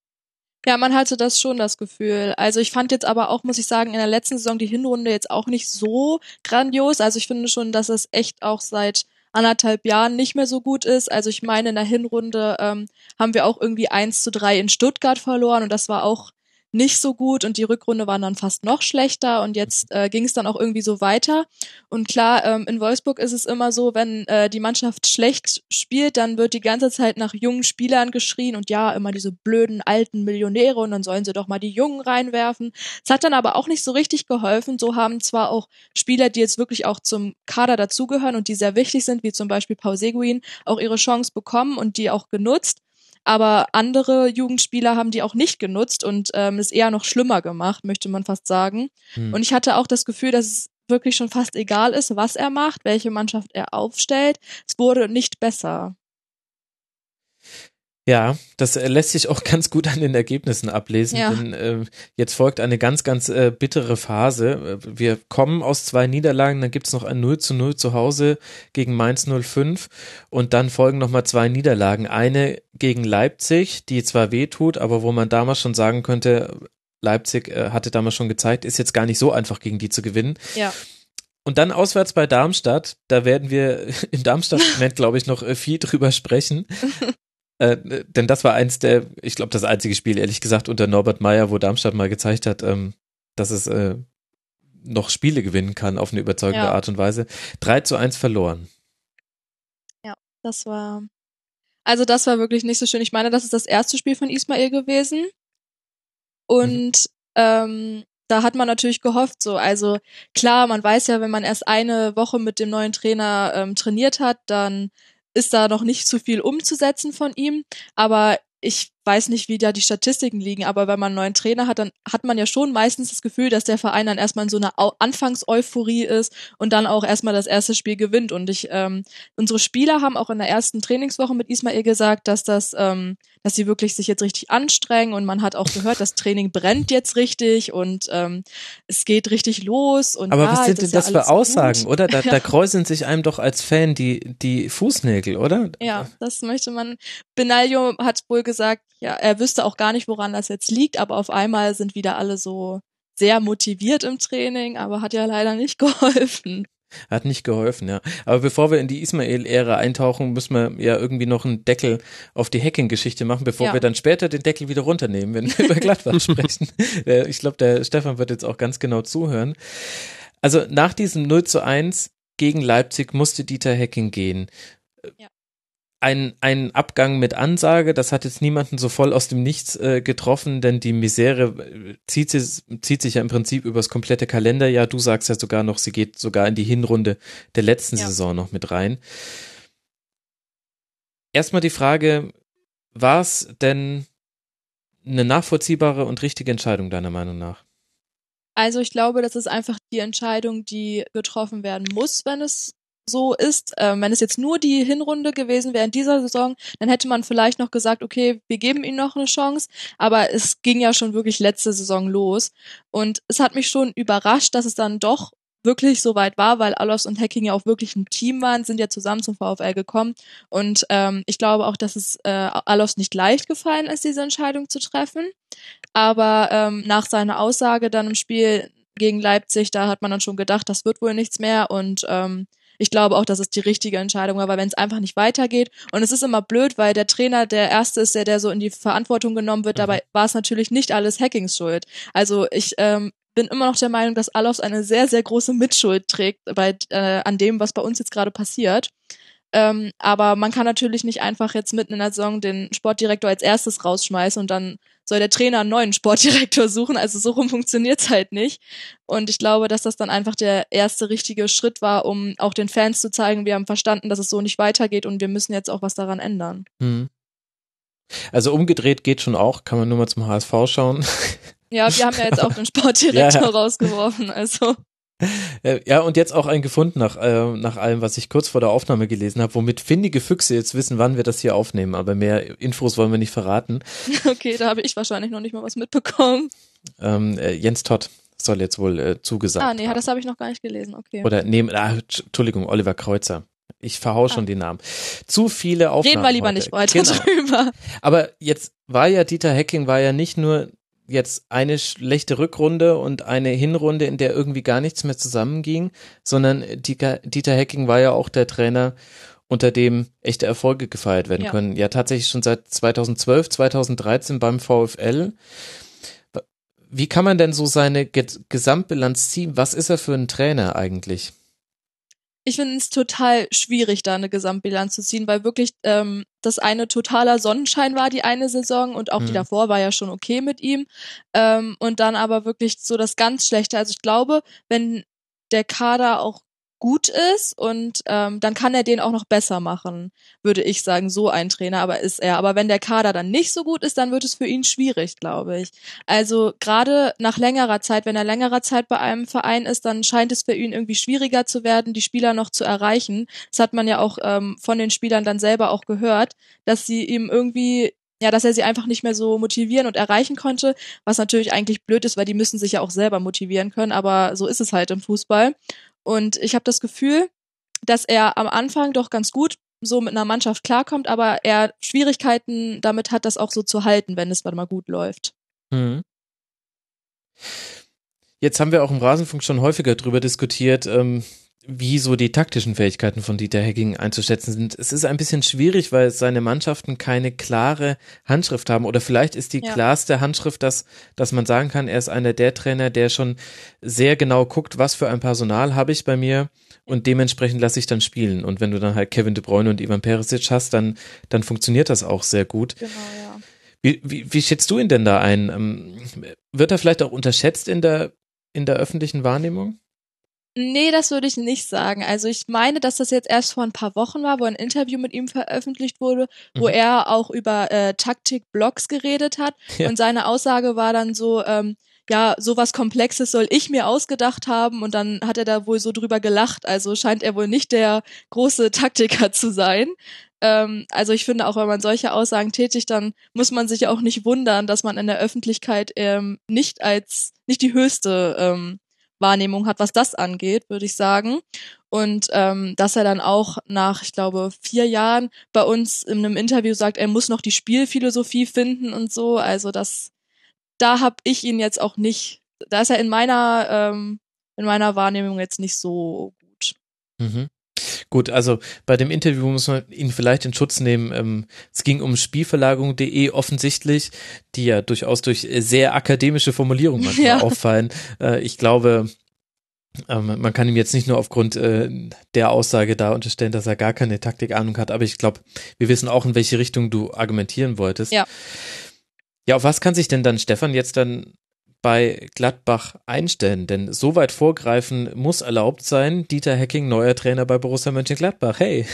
Ja, man hatte das schon, das Gefühl. Also ich fand jetzt aber auch, muss ich sagen, in der letzten Saison die Hinrunde jetzt auch nicht so grandios. Also ich finde schon, dass es echt auch seit 1,5 Jahren nicht mehr so gut ist. Also ich meine, in der Hinrunde haben wir auch irgendwie 1:3 in Stuttgart verloren und das war auch nicht so gut und die Rückrunde waren dann fast noch schlechter und jetzt ging es dann auch irgendwie so weiter. Und klar, in Wolfsburg ist es immer so, wenn die Mannschaft schlecht spielt, dann wird die ganze Zeit nach jungen Spielern geschrien und ja, immer diese blöden alten Millionäre und dann sollen sie doch mal die Jungen reinwerfen. Es hat dann aber auch nicht so richtig geholfen. So haben zwar auch Spieler, die jetzt wirklich auch zum Kader dazugehören und die sehr wichtig sind, wie zum Beispiel Paul Seguin, auch ihre Chance bekommen und die auch genutzt. Aber andere Jugendspieler haben die auch nicht genutzt und es eher noch schlimmer gemacht, möchte man fast sagen. Und ich hatte auch das Gefühl, dass es wirklich schon fast egal ist, was er macht, welche Mannschaft er aufstellt. Es wurde nicht besser. Ja, das lässt sich auch ganz gut an den Ergebnissen ablesen, denn jetzt folgt eine ganz, ganz bittere Phase. Wir kommen aus 2 Niederlagen, dann gibt's noch ein 0:0 zu Hause gegen Mainz 05 und dann folgen nochmal 2 Niederlagen. Eine gegen Leipzig, die zwar wehtut, aber wo man damals schon sagen könnte, Leipzig hatte damals schon gezeigt, ist jetzt gar nicht so einfach gegen die zu gewinnen. Ja. Und dann auswärts bei Darmstadt, da werden wir im Darmstadt-Moment, glaube ich, noch viel drüber sprechen. Denn das war ich glaube, das einzige Spiel, ehrlich gesagt, unter Norbert Meyer, wo Darmstadt mal gezeigt hat, dass es noch Spiele gewinnen kann auf eine überzeugende Art und Weise. 3:1 verloren. Ja, das war wirklich nicht so schön. Ich meine, das ist das erste Spiel von Ismail gewesen. Und da hat man natürlich gehofft, so, also klar, man weiß ja, wenn man erst eine Woche mit dem neuen Trainer trainiert hat, dann ist da noch nicht zu viel umzusetzen von ihm, aber ich weiß nicht, wie da die Statistiken liegen, aber wenn man einen neuen Trainer hat, dann hat man ja schon meistens das Gefühl, dass der Verein dann erstmal in so einer Anfangseuphorie ist und dann auch erstmal das erste Spiel gewinnt. Und unsere Spieler haben auch in der ersten Trainingswoche mit Ismail gesagt, dass sie wirklich sich jetzt richtig anstrengen und man hat auch gehört, das Training brennt jetzt richtig und es geht richtig los. Und aber ja, was sind denn das für Aussagen, gut. oder? Da kräuseln sich einem doch als Fan die Fußnägel, oder? Ja, das möchte man. Benaglio hat wohl gesagt, ja, er wüsste auch gar nicht, woran das jetzt liegt, aber auf einmal sind wieder alle so sehr motiviert im Training, aber hat ja leider nicht geholfen. Hat nicht geholfen, ja. Aber bevor wir in die Ismail-Ära eintauchen, müssen wir ja irgendwie noch einen Deckel auf die Hacking-Geschichte machen, bevor wir dann später den Deckel wieder runternehmen, wenn wir über Gladbach sprechen. Ich glaube, der Stefan wird jetzt auch ganz genau zuhören. Also nach diesem 0:1 gegen Leipzig musste Dieter Hecking gehen. Ja. Ein Abgang mit Ansage, das hat jetzt niemanden so voll aus dem Nichts getroffen, denn die Misere zieht sich ja im Prinzip übers komplette Kalenderjahr. Du sagst ja sogar noch, sie geht sogar in die Hinrunde der letzten Saison noch mit rein. Erstmal die Frage, war es denn eine nachvollziehbare und richtige Entscheidung deiner Meinung nach? Also ich glaube, das ist einfach die Entscheidung, die getroffen werden muss, wenn es so ist. Wenn es jetzt nur die Hinrunde gewesen wäre in dieser Saison, dann hätte man vielleicht noch gesagt, okay, wir geben ihnen noch eine Chance, aber es ging ja schon wirklich letzte Saison los und es hat mich schon überrascht, dass es dann doch wirklich so weit war, weil Alofs und Hecking ja auch wirklich ein Team waren, sind ja zusammen zum VfL gekommen und ich glaube auch, dass es Alofs nicht leicht gefallen ist, diese Entscheidung zu treffen, aber nach seiner Aussage dann im Spiel gegen Leipzig, da hat man dann schon gedacht, das wird wohl nichts mehr und ich glaube auch, dass es die richtige Entscheidung war, weil wenn es einfach nicht weitergeht und es ist immer blöd, weil der Trainer der Erste ist, der so in die Verantwortung genommen wird, dabei war es natürlich nicht alles Hackings Schuld. Also ich bin immer noch der Meinung, dass Alofs eine sehr, sehr große Mitschuld trägt an dem, was bei uns jetzt gerade passiert. Aber man kann natürlich nicht einfach jetzt mitten in der Saison den Sportdirektor als erstes rausschmeißen und dann soll der Trainer einen neuen Sportdirektor suchen. Also so rum funktioniert's halt nicht. Und ich glaube, dass das dann einfach der erste richtige Schritt war, um auch den Fans zu zeigen, wir haben verstanden, dass es so nicht weitergeht und wir müssen jetzt auch was daran ändern. Also umgedreht geht schon auch, kann man nur mal zum HSV schauen. Ja, wir haben ja jetzt auch den Sportdirektor rausgeworfen, also. Ja, und jetzt auch einen gefunden nach allem, was ich kurz vor der Aufnahme gelesen habe, womit findige Füchse jetzt wissen, wann wir das hier aufnehmen, aber mehr Infos wollen wir nicht verraten. Okay, da habe ich wahrscheinlich noch nicht mal was mitbekommen. Jens Todt soll jetzt wohl zugesagt haben. Das habe ich noch gar nicht gelesen, okay. Oder Entschuldigung, Oliver Kreuzer. Ich verhau schon die Namen. Zu viele Aufnahmen. Reden wir lieber heute. nicht weiter drüber. Aber jetzt war ja Dieter Hecking ja nicht nur jetzt eine schlechte Rückrunde und eine Hinrunde, in der irgendwie gar nichts mehr zusammenging, sondern Dieter Hecking war ja auch der Trainer, unter dem echte Erfolge gefeiert werden können. Ja, tatsächlich schon seit 2012, 2013 beim VfL. Wie kann man denn so seine Gesamtbilanz ziehen? Was ist er für ein Trainer eigentlich? Ich finde es total schwierig, da eine Gesamtbilanz zu ziehen, weil wirklich das eine totaler Sonnenschein war, die eine Saison und auch die davor war ja schon okay mit ihm und dann aber wirklich so das ganz Schlechte. Also ich glaube, wenn der Kader auch gut ist und dann kann er den auch noch besser machen, würde ich sagen, so ein Trainer, aber ist er. Aber wenn der Kader dann nicht so gut ist, dann wird es für ihn schwierig, glaube ich. Also gerade nach längerer Zeit, wenn er längerer Zeit bei einem Verein ist, dann scheint es für ihn irgendwie schwieriger zu werden, die Spieler noch zu erreichen. Das hat man ja auch von den Spielern dann selber auch gehört, dass sie ihm irgendwie dass er sie einfach nicht mehr so motivieren und erreichen konnte, was natürlich eigentlich blöd ist, weil die müssen sich ja auch selber motivieren können, aber so ist es halt im Fußball. Und ich habe das Gefühl, dass er am Anfang doch ganz gut so mit einer Mannschaft klarkommt, aber er Schwierigkeiten damit hat, das auch so zu halten, wenn es mal gut läuft. Jetzt haben wir auch im Rasenfunk schon häufiger drüber diskutiert, wie so die taktischen Fähigkeiten von Dieter Hecking einzuschätzen sind. Es ist ein bisschen schwierig, weil seine Mannschaften keine klare Handschrift haben oder vielleicht ist die klarste Handschrift, dass man sagen kann, er ist einer der Trainer, der schon sehr genau guckt, was für ein Personal habe ich bei mir und dementsprechend lasse ich dann spielen. Und wenn du dann halt Kevin De Bruyne und Ivan Perisic hast, dann funktioniert das auch sehr gut. Genau, ja. Wie schätzt du ihn denn da ein? Wird er vielleicht auch unterschätzt in der öffentlichen Wahrnehmung? Nee, das würde ich nicht sagen. Also ich meine, dass das jetzt erst vor ein paar Wochen war, wo ein Interview mit ihm veröffentlicht wurde, wo er auch über Taktik-Blogs geredet hat. Ja. Und seine Aussage war dann so, ja, sowas Komplexes soll ich mir ausgedacht haben. Und dann hat er da wohl so drüber gelacht. Also scheint er wohl nicht der große Taktiker zu sein. Also ich finde auch, wenn man solche Aussagen tätigt, dann muss man sich auch nicht wundern, dass man in der Öffentlichkeit nicht die höchste Wahrnehmung hat, was das angeht, würde ich sagen. Und dass er dann auch nach, ich glaube, 4 Jahren bei uns in einem Interview sagt, er muss noch die Spielphilosophie finden und so. Also da habe ich ihn jetzt auch nicht, da ist er in meiner Wahrnehmung jetzt nicht so gut. Mhm. Gut, also bei dem Interview muss man ihn vielleicht in Schutz nehmen. Es ging um Spielverlagerung.de offensichtlich, die ja durchaus durch sehr akademische Formulierungen manchmal auffallen. Ich glaube, man kann ihm jetzt nicht nur aufgrund der Aussage da unterstellen, dass er gar keine Taktikahnung hat, aber ich glaube, wir wissen auch, in welche Richtung du argumentieren wolltest. Ja. Ja, auf was kann sich denn dann Stefan jetzt dann bei Gladbach einstellen? Denn so weit vorgreifen muss erlaubt sein. Dieter Hecking, neuer Trainer bei Borussia Mönchengladbach. Hey.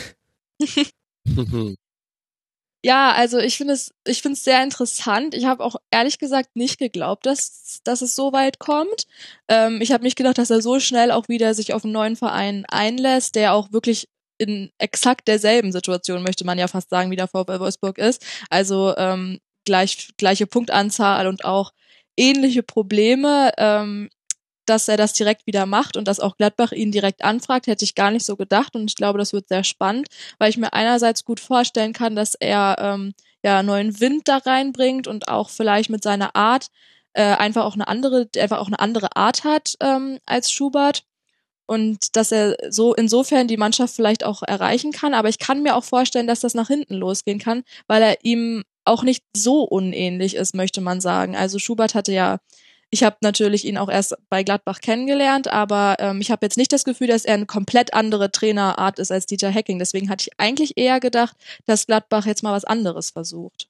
Ja, also ich finde es sehr interessant. Ich habe auch ehrlich gesagt nicht geglaubt, dass es so weit kommt. Ich habe nicht gedacht, dass er so schnell auch wieder sich auf einen neuen Verein einlässt, der auch wirklich in exakt derselben Situation, möchte man ja fast sagen, wie der VfL Wolfsburg ist. Also gleiche Punktanzahl und auch ähnliche Probleme, dass er das direkt wieder macht und dass auch Gladbach ihn direkt anfragt, hätte ich gar nicht so gedacht und ich glaube, das wird sehr spannend, weil ich mir einerseits gut vorstellen kann, dass er neuen Wind da reinbringt und auch vielleicht mit seiner Art einfach auch eine andere Art hat als Schubert und dass er so insofern die Mannschaft vielleicht auch erreichen kann, aber ich kann mir auch vorstellen, dass das nach hinten losgehen kann, weil er ihm auch nicht so unähnlich ist, möchte man sagen. Also Schubert ich habe natürlich ihn auch erst bei Gladbach kennengelernt, aber ich habe jetzt nicht das Gefühl, dass er eine komplett andere Trainerart ist als Dieter Hecking. Deswegen hatte ich eigentlich eher gedacht, dass Gladbach jetzt mal was anderes versucht.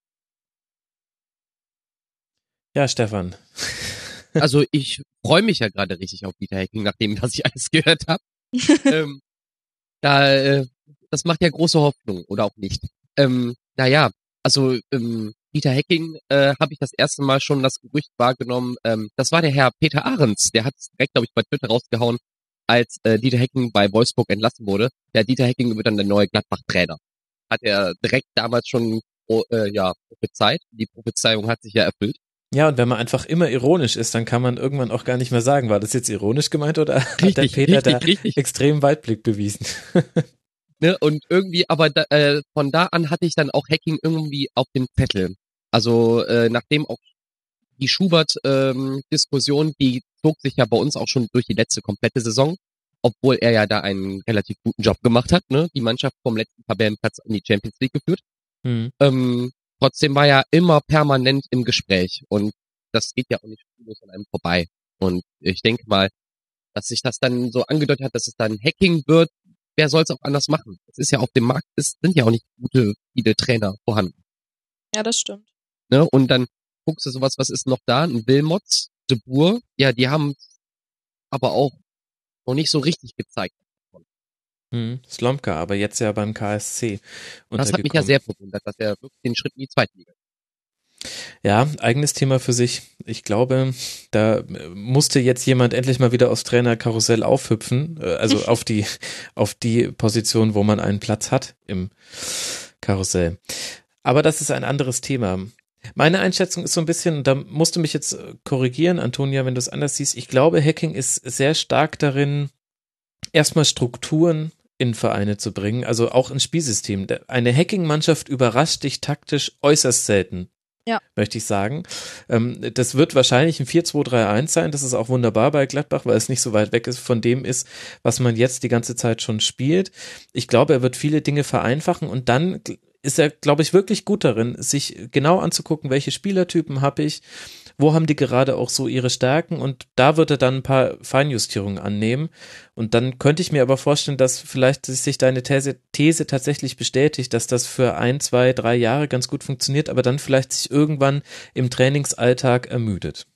Ja, Stefan. Also ich freue mich ja gerade richtig auf Dieter Hecking, nachdem was ich alles gehört habe. Das macht ja große Hoffnung, oder auch nicht. Also Dieter Hecking habe ich das erste Mal schon das Gerücht wahrgenommen. Das war der Herr Peter Ahrens, der hat es direkt, glaube ich, bei Twitter rausgehauen, als Dieter Hecking bei Wolfsburg entlassen wurde. Der Dieter Hecking wird dann der neue Gladbach-Trainer. Hat er direkt damals schon prophezeit. Die Prophezeiung hat sich ja erfüllt. Ja, und wenn man einfach immer ironisch ist, dann kann man irgendwann auch gar nicht mehr sagen, war das jetzt ironisch gemeint oder hat der Peter da extrem Weitblick bewiesen? Ne, und irgendwie, aber von da an hatte ich dann auch Hecking irgendwie auf dem Zettel. Also nachdem auch die Schubert-Diskussion, die zog sich ja bei uns auch schon durch die letzte komplette Saison, obwohl er ja da einen relativ guten Job gemacht hat, ne, die Mannschaft vom letzten Tabellenplatz in die Champions League geführt. Trotzdem war er immer permanent im Gespräch und das geht ja auch nicht spurlos an einem vorbei. Und ich denke mal, dass sich das dann so angedeutet hat, dass es dann Hecking wird. Wer soll es auch anders machen? Es ist ja auf dem Markt, sind ja auch nicht viele Trainer vorhanden. Ja, das stimmt. Ne? Und dann guckst du sowas, was ist noch da? Ein Wilmots, De Boer, ja, die haben aber auch noch nicht so richtig gezeigt. Slomka, aber jetzt ja beim KSC. Das hat mich ja sehr verwundert, dass er wirklich den Schritt in die zweite Liga. Ja, eigenes Thema für sich. Ich glaube, da musste jetzt jemand endlich mal wieder aufs Trainerkarussell aufhüpfen, also auf die Position, wo man einen Platz hat im Karussell. Aber das ist ein anderes Thema. Meine Einschätzung ist so ein bisschen, da musst du mich jetzt korrigieren, Antonia, wenn du es anders siehst. Ich glaube, Hecking ist sehr stark darin, erstmal Strukturen in Vereine zu bringen, also auch ins Spielsystem. Eine Hecking-Mannschaft überrascht dich taktisch äußerst selten. Ja. Möchte ich sagen. Das wird wahrscheinlich ein 4-2-3-1 sein. Das ist auch wunderbar bei Gladbach, weil es nicht so weit weg ist von dem ist, was man jetzt die ganze Zeit schon spielt. Ich glaube, er wird viele Dinge vereinfachen und dann ist er, glaube ich, wirklich gut darin, sich genau anzugucken, welche Spielertypen habe ich, wo haben die gerade auch so ihre Stärken und da wird er dann ein paar Feinjustierungen annehmen und dann könnte ich mir aber vorstellen, dass vielleicht sich deine These tatsächlich bestätigt, dass das für 1, 2, 3 Jahre ganz gut funktioniert, aber dann vielleicht sich irgendwann im Trainingsalltag ermüdet.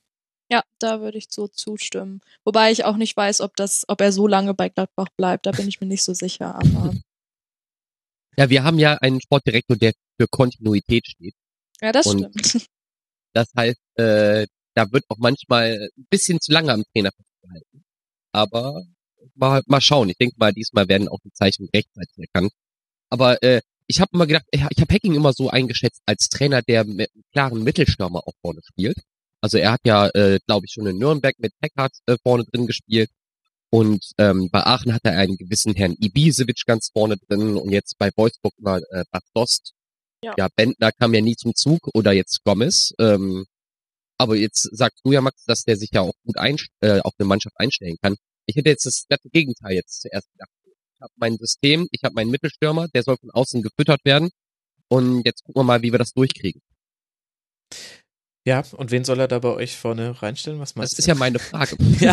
Ja, da würde ich so zustimmen. Wobei ich auch nicht weiß, ob er so lange bei Gladbach bleibt. Da bin ich mir nicht so sicher. Aber Ja, wir haben ja einen Sportdirektor, der für Kontinuität steht. ja, das Und stimmt. das heißt, da wird auch manchmal ein bisschen zu lange am Trainer festgehalten. Aber mal schauen. Ich denke mal, diesmal werden auch die Zeichen rechtzeitig erkannt. Aber ich habe immer gedacht, ich habe Hacking immer so eingeschätzt als Trainer, der mit einem klaren Mittelstürmer auch vorne spielt. Also er hat ja, glaube ich, schon in Nürnberg mit Peckhardt vorne drin gespielt. Und bei Aachen hat er einen gewissen Herrn Ibisevic ganz vorne drin. Und jetzt bei Wolfsburg war Bad Dost. Ja, Bentner kam ja nie zum Zug oder jetzt Gomez. Aber jetzt sagst du ja, Max, dass der sich ja auch gut auf eine Mannschaft einstellen kann. Ich hätte jetzt das glatte Gegenteil jetzt zuerst gedacht. Ich habe mein System, ich habe meinen Mittelstürmer, der soll von außen gefüttert werden. Und jetzt gucken wir mal, wie wir das durchkriegen. Ja, und wen soll er da bei euch vorne reinstellen? Was meinst du? Das ist ja meine Frage.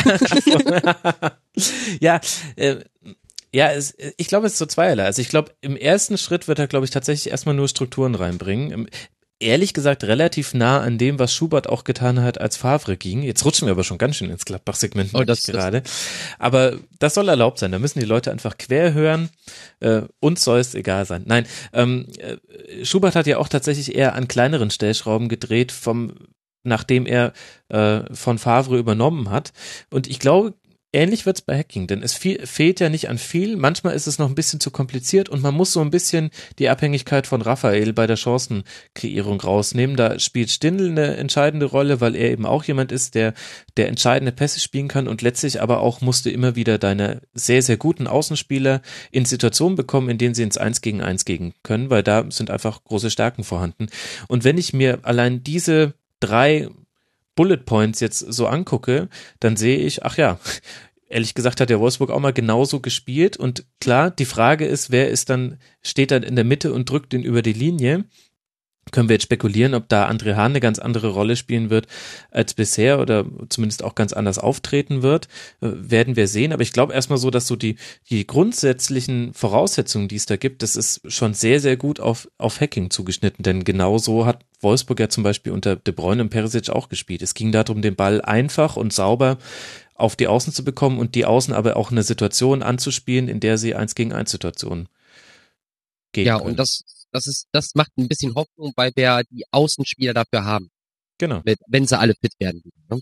Ich glaube, es ist so zweierlei. Also ich glaube, im ersten Schritt wird er, glaube ich, tatsächlich erstmal nur Strukturen reinbringen. Ehrlich gesagt relativ nah an dem, was Schubert auch getan hat, als Favre ging. Jetzt rutschen wir aber schon ganz schön ins Gladbach-Segment gerade. Aber das soll erlaubt sein. Da müssen die Leute einfach quer hören. Uns soll es egal sein. Nein, Schubert hat ja auch tatsächlich eher an kleineren Stellschrauben gedreht, nachdem er von Favre übernommen hat. Und ich glaube, ähnlich wird's bei Hacking, denn es fehlt ja nicht an viel. Manchmal ist es noch ein bisschen zu kompliziert und man muss so ein bisschen die Abhängigkeit von Raphael bei der Chancenkreierung rausnehmen. Da spielt Stindl eine entscheidende Rolle, weil er eben auch jemand ist, der entscheidende Pässe spielen kann und letztlich aber auch musst du immer wieder deine sehr, sehr guten Außenspieler in Situationen bekommen, in denen sie ins 1 gegen 1 gehen können, weil da sind einfach große Stärken vorhanden. Und wenn ich mir allein diese 3 Bullet Points jetzt so angucke, dann sehe ich, ach ja, ehrlich gesagt hat der Wolfsburg auch mal genauso gespielt und klar, die Frage ist, steht dann in der Mitte und drückt ihn über die Linie. Können wir jetzt spekulieren, ob da André Hahn eine ganz andere Rolle spielen wird als bisher oder zumindest auch ganz anders auftreten wird, werden wir sehen. Aber ich glaube erstmal so, dass so die grundsätzlichen Voraussetzungen, die es da gibt, das ist schon sehr, sehr gut auf Hacking zugeschnitten, denn genau so hat Wolfsburg ja zum Beispiel unter De Bruyne und Perisic auch gespielt. Es ging darum, den Ball einfach und sauber auf die Außen zu bekommen und die Außen aber auch eine Situation anzuspielen, in der sie 1 gegen 1 Situationen gehen können. Und das macht ein bisschen Hoffnung, weil wir die Außenspieler dafür haben. Genau. Wenn sie alle fit werden.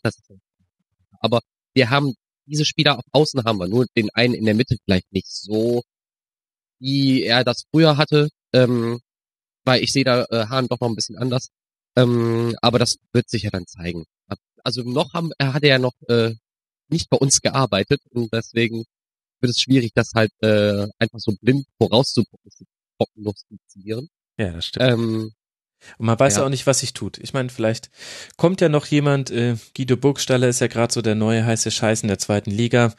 Aber wir haben diese Spieler auf Außen haben wir, nur den einen in der Mitte vielleicht nicht so, wie er das früher hatte, weil ich sehe da Hahn doch noch ein bisschen anders. Aber das wird sich ja dann zeigen. Also hat er ja noch nicht bei uns gearbeitet und deswegen wird es schwierig, das halt einfach so blind prognostizieren. Ja, das stimmt. Und man weiß ja auch nicht, was sich tut. Ich meine, vielleicht kommt ja noch jemand, Guido Burgstaller ist ja gerade so der neue heiße Scheiß in der 2. Liga.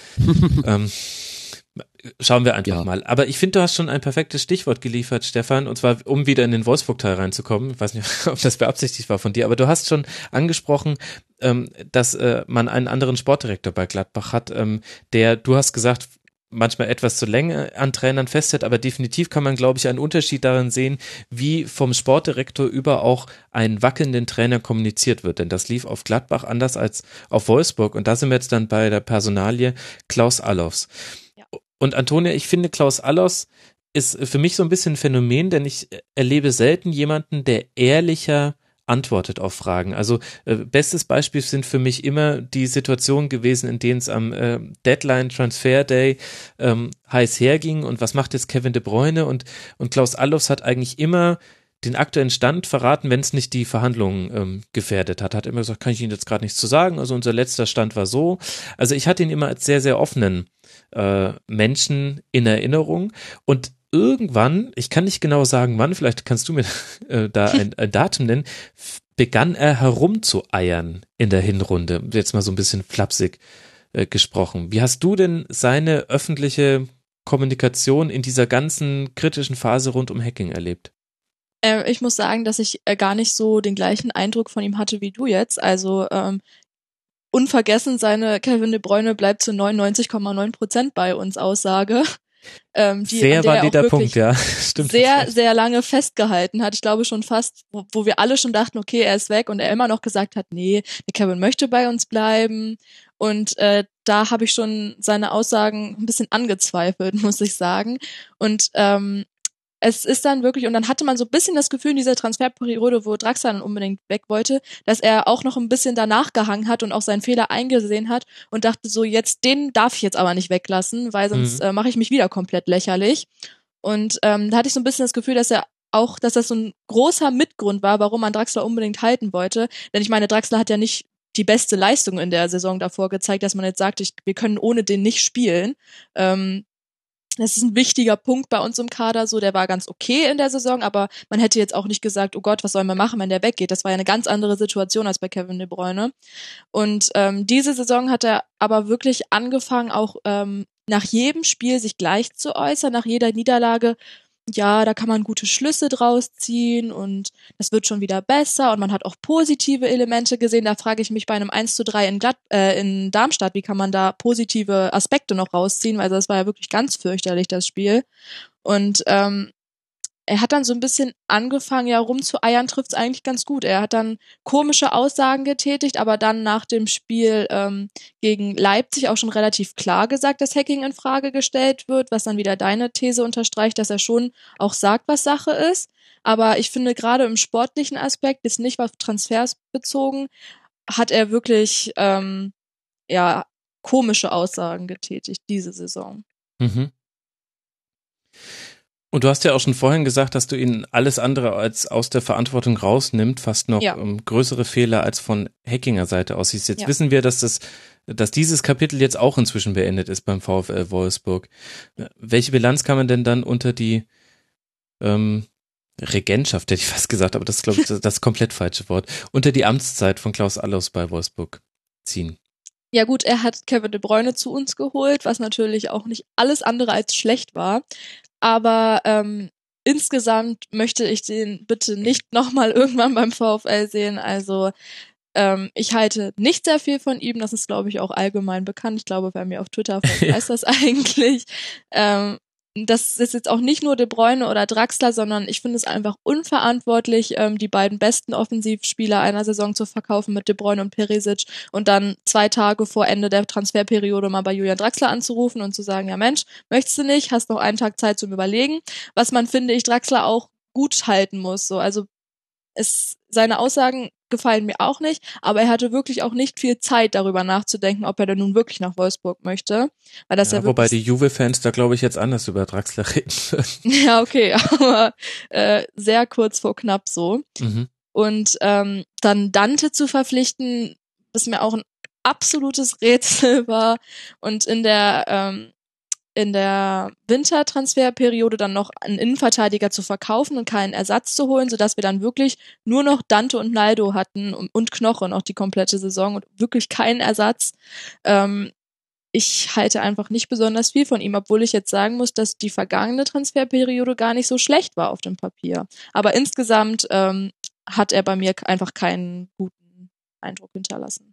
Schauen wir einfach mal. Aber ich finde, du hast schon ein perfektes Stichwort geliefert, Stefan, und zwar, um wieder in den Wolfsburg-Teil reinzukommen. Ich weiß nicht, ob das beabsichtigt war von dir, aber du hast schon angesprochen, dass man einen anderen Sportdirektor bei Gladbach hat, du hast gesagt, manchmal etwas zu lange an Trainern festhält, aber definitiv kann man, glaube ich, einen Unterschied darin sehen, wie vom Sportdirektor über auch einen wackelnden Trainer kommuniziert wird, denn das lief auf Gladbach anders als auf Wolfsburg und da sind wir jetzt dann bei der Personalie Klaus Allofs. Ja. Und Antonia, ich finde, Klaus Allofs ist für mich so ein bisschen ein Phänomen, denn ich erlebe selten jemanden, der ehrlicher antwortet auf Fragen. Also bestes Beispiel sind für mich immer die Situationen gewesen, in denen es am Deadline Transfer Day heiß herging und was macht jetzt Kevin De Bruyne und Klaus Allofs hat eigentlich immer den aktuellen Stand verraten, wenn es nicht die Verhandlungen gefährdet hat. Hat immer gesagt, kann ich Ihnen jetzt gerade nichts zu sagen. Also unser letzter Stand war so. Also ich hatte ihn immer als sehr, sehr offenen Menschen in Erinnerung und irgendwann, ich kann nicht genau sagen wann, vielleicht kannst du mir da ein Datum nennen, begann er herumzueiern in der Hinrunde. Jetzt mal so ein bisschen flapsig gesprochen. Wie hast du denn seine öffentliche Kommunikation in dieser ganzen kritischen Phase rund um Hacking erlebt? Ich muss sagen, dass ich gar nicht so den gleichen Eindruck von ihm hatte wie du jetzt. Also unvergessen seine Kevin De Bruyne bleibt zu 99,9% bei uns Aussage. Sehr valider Punkt, ja. Stimmt. Sehr, sehr lange festgehalten hat. Ich glaube schon fast, wo wir alle schon dachten, okay, er ist weg und er immer noch gesagt hat, nee, der Kevin möchte bei uns bleiben. Und da habe ich schon seine Aussagen ein bisschen angezweifelt, muss ich sagen. Und es ist dann wirklich, und dann hatte man so ein bisschen das Gefühl in dieser Transferperiode, wo Draxler dann unbedingt weg wollte, dass er auch noch ein bisschen danach gehangen hat und auch seinen Fehler eingesehen hat und dachte so, den darf ich jetzt aber nicht weglassen, weil sonst mache ich mich wieder komplett lächerlich. Und da hatte ich so ein bisschen das Gefühl, dass das so ein großer Mitgrund war, warum man Draxler unbedingt halten wollte. Denn ich meine, Draxler hat ja nicht die beste Leistung in der Saison davor gezeigt, dass man jetzt sagt, wir können ohne den nicht spielen. Das ist ein wichtiger Punkt bei uns im Kader, so, der war ganz okay in der Saison, aber man hätte jetzt auch nicht gesagt, oh Gott, was sollen wir machen, wenn der weggeht? Das war ja eine ganz andere Situation als bei Kevin De Bruyne. Und diese Saison hat er aber wirklich angefangen, auch nach jedem Spiel sich gleich zu äußern, nach jeder Niederlage. Ja, da kann man gute Schlüsse draus ziehen und das wird schon wieder besser und man hat auch positive Elemente gesehen. Da frage ich mich bei einem 1:3 in Darmstadt, wie kann man da positive Aspekte noch rausziehen, weil das war ja wirklich ganz fürchterlich, das Spiel. Und er hat dann so ein bisschen angefangen, ja, rumzueiern, trifft's eigentlich ganz gut. Er hat dann komische Aussagen getätigt, aber dann nach dem Spiel gegen Leipzig auch schon relativ klar gesagt, dass Hacking in Frage gestellt wird, was dann wieder deine These unterstreicht, dass er schon auch sagt, was Sache ist. Aber ich finde, gerade im sportlichen Aspekt, jetzt nicht auf Transfers bezogen, hat er wirklich komische Aussagen getätigt diese Saison. Mhm. Und du hast ja auch schon vorhin gesagt, dass du ihn alles andere als aus der Verantwortung rausnimmt, fast noch größere Fehler als von Hackinger Seite aussieht. Jetzt wissen wir, dass dieses Kapitel jetzt auch inzwischen beendet ist beim VfL Wolfsburg. Welche Bilanz kann man denn dann unter die Regentschaft, hätte ich fast gesagt, aber das ist, glaube ich, das komplett falsche Wort, unter die Amtszeit von Klaus Allofs bei Wolfsburg ziehen? Ja gut, er hat Kevin De Bruyne zu uns geholt, was natürlich auch nicht alles andere als schlecht war. Aber insgesamt möchte ich den bitte nicht nochmal irgendwann beim VfL sehen. Also ich halte nicht sehr viel von ihm. Das ist, glaube ich, auch allgemein bekannt. Ich glaube, wer mir auf Twitter folgt, weiß das eigentlich. Das ist jetzt auch nicht nur De Bruyne oder Draxler, sondern ich finde es einfach unverantwortlich, die beiden besten Offensivspieler einer Saison zu verkaufen mit De Bruyne und Perisic und dann 2 Tage vor Ende der Transferperiode mal bei Julian Draxler anzurufen und zu sagen, ja Mensch, möchtest du nicht, hast noch einen Tag Zeit zum Überlegen, was man, finde ich, Draxler auch gut halten muss. So, also seine Aussagen gefallen mir auch nicht, aber er hatte wirklich auch nicht viel Zeit, darüber nachzudenken, ob er denn nun wirklich nach Wolfsburg möchte. Weil das ja wobei die Juve-Fans da, glaube ich, jetzt anders über Draxler reden würden. Ja, okay, aber sehr kurz vor knapp so. Mhm. Und dann Dante zu verpflichten, was mir auch ein absolutes Rätsel war. Und in der Wintertransferperiode dann noch einen Innenverteidiger zu verkaufen und keinen Ersatz zu holen, sodass wir dann wirklich nur noch Dante und Naldo hatten und Knoche noch die komplette Saison und wirklich keinen Ersatz. Ich halte einfach nicht besonders viel von ihm, obwohl ich jetzt sagen muss, dass die vergangene Transferperiode gar nicht so schlecht war auf dem Papier. Aber insgesamt hat er bei mir einfach keinen guten Eindruck hinterlassen.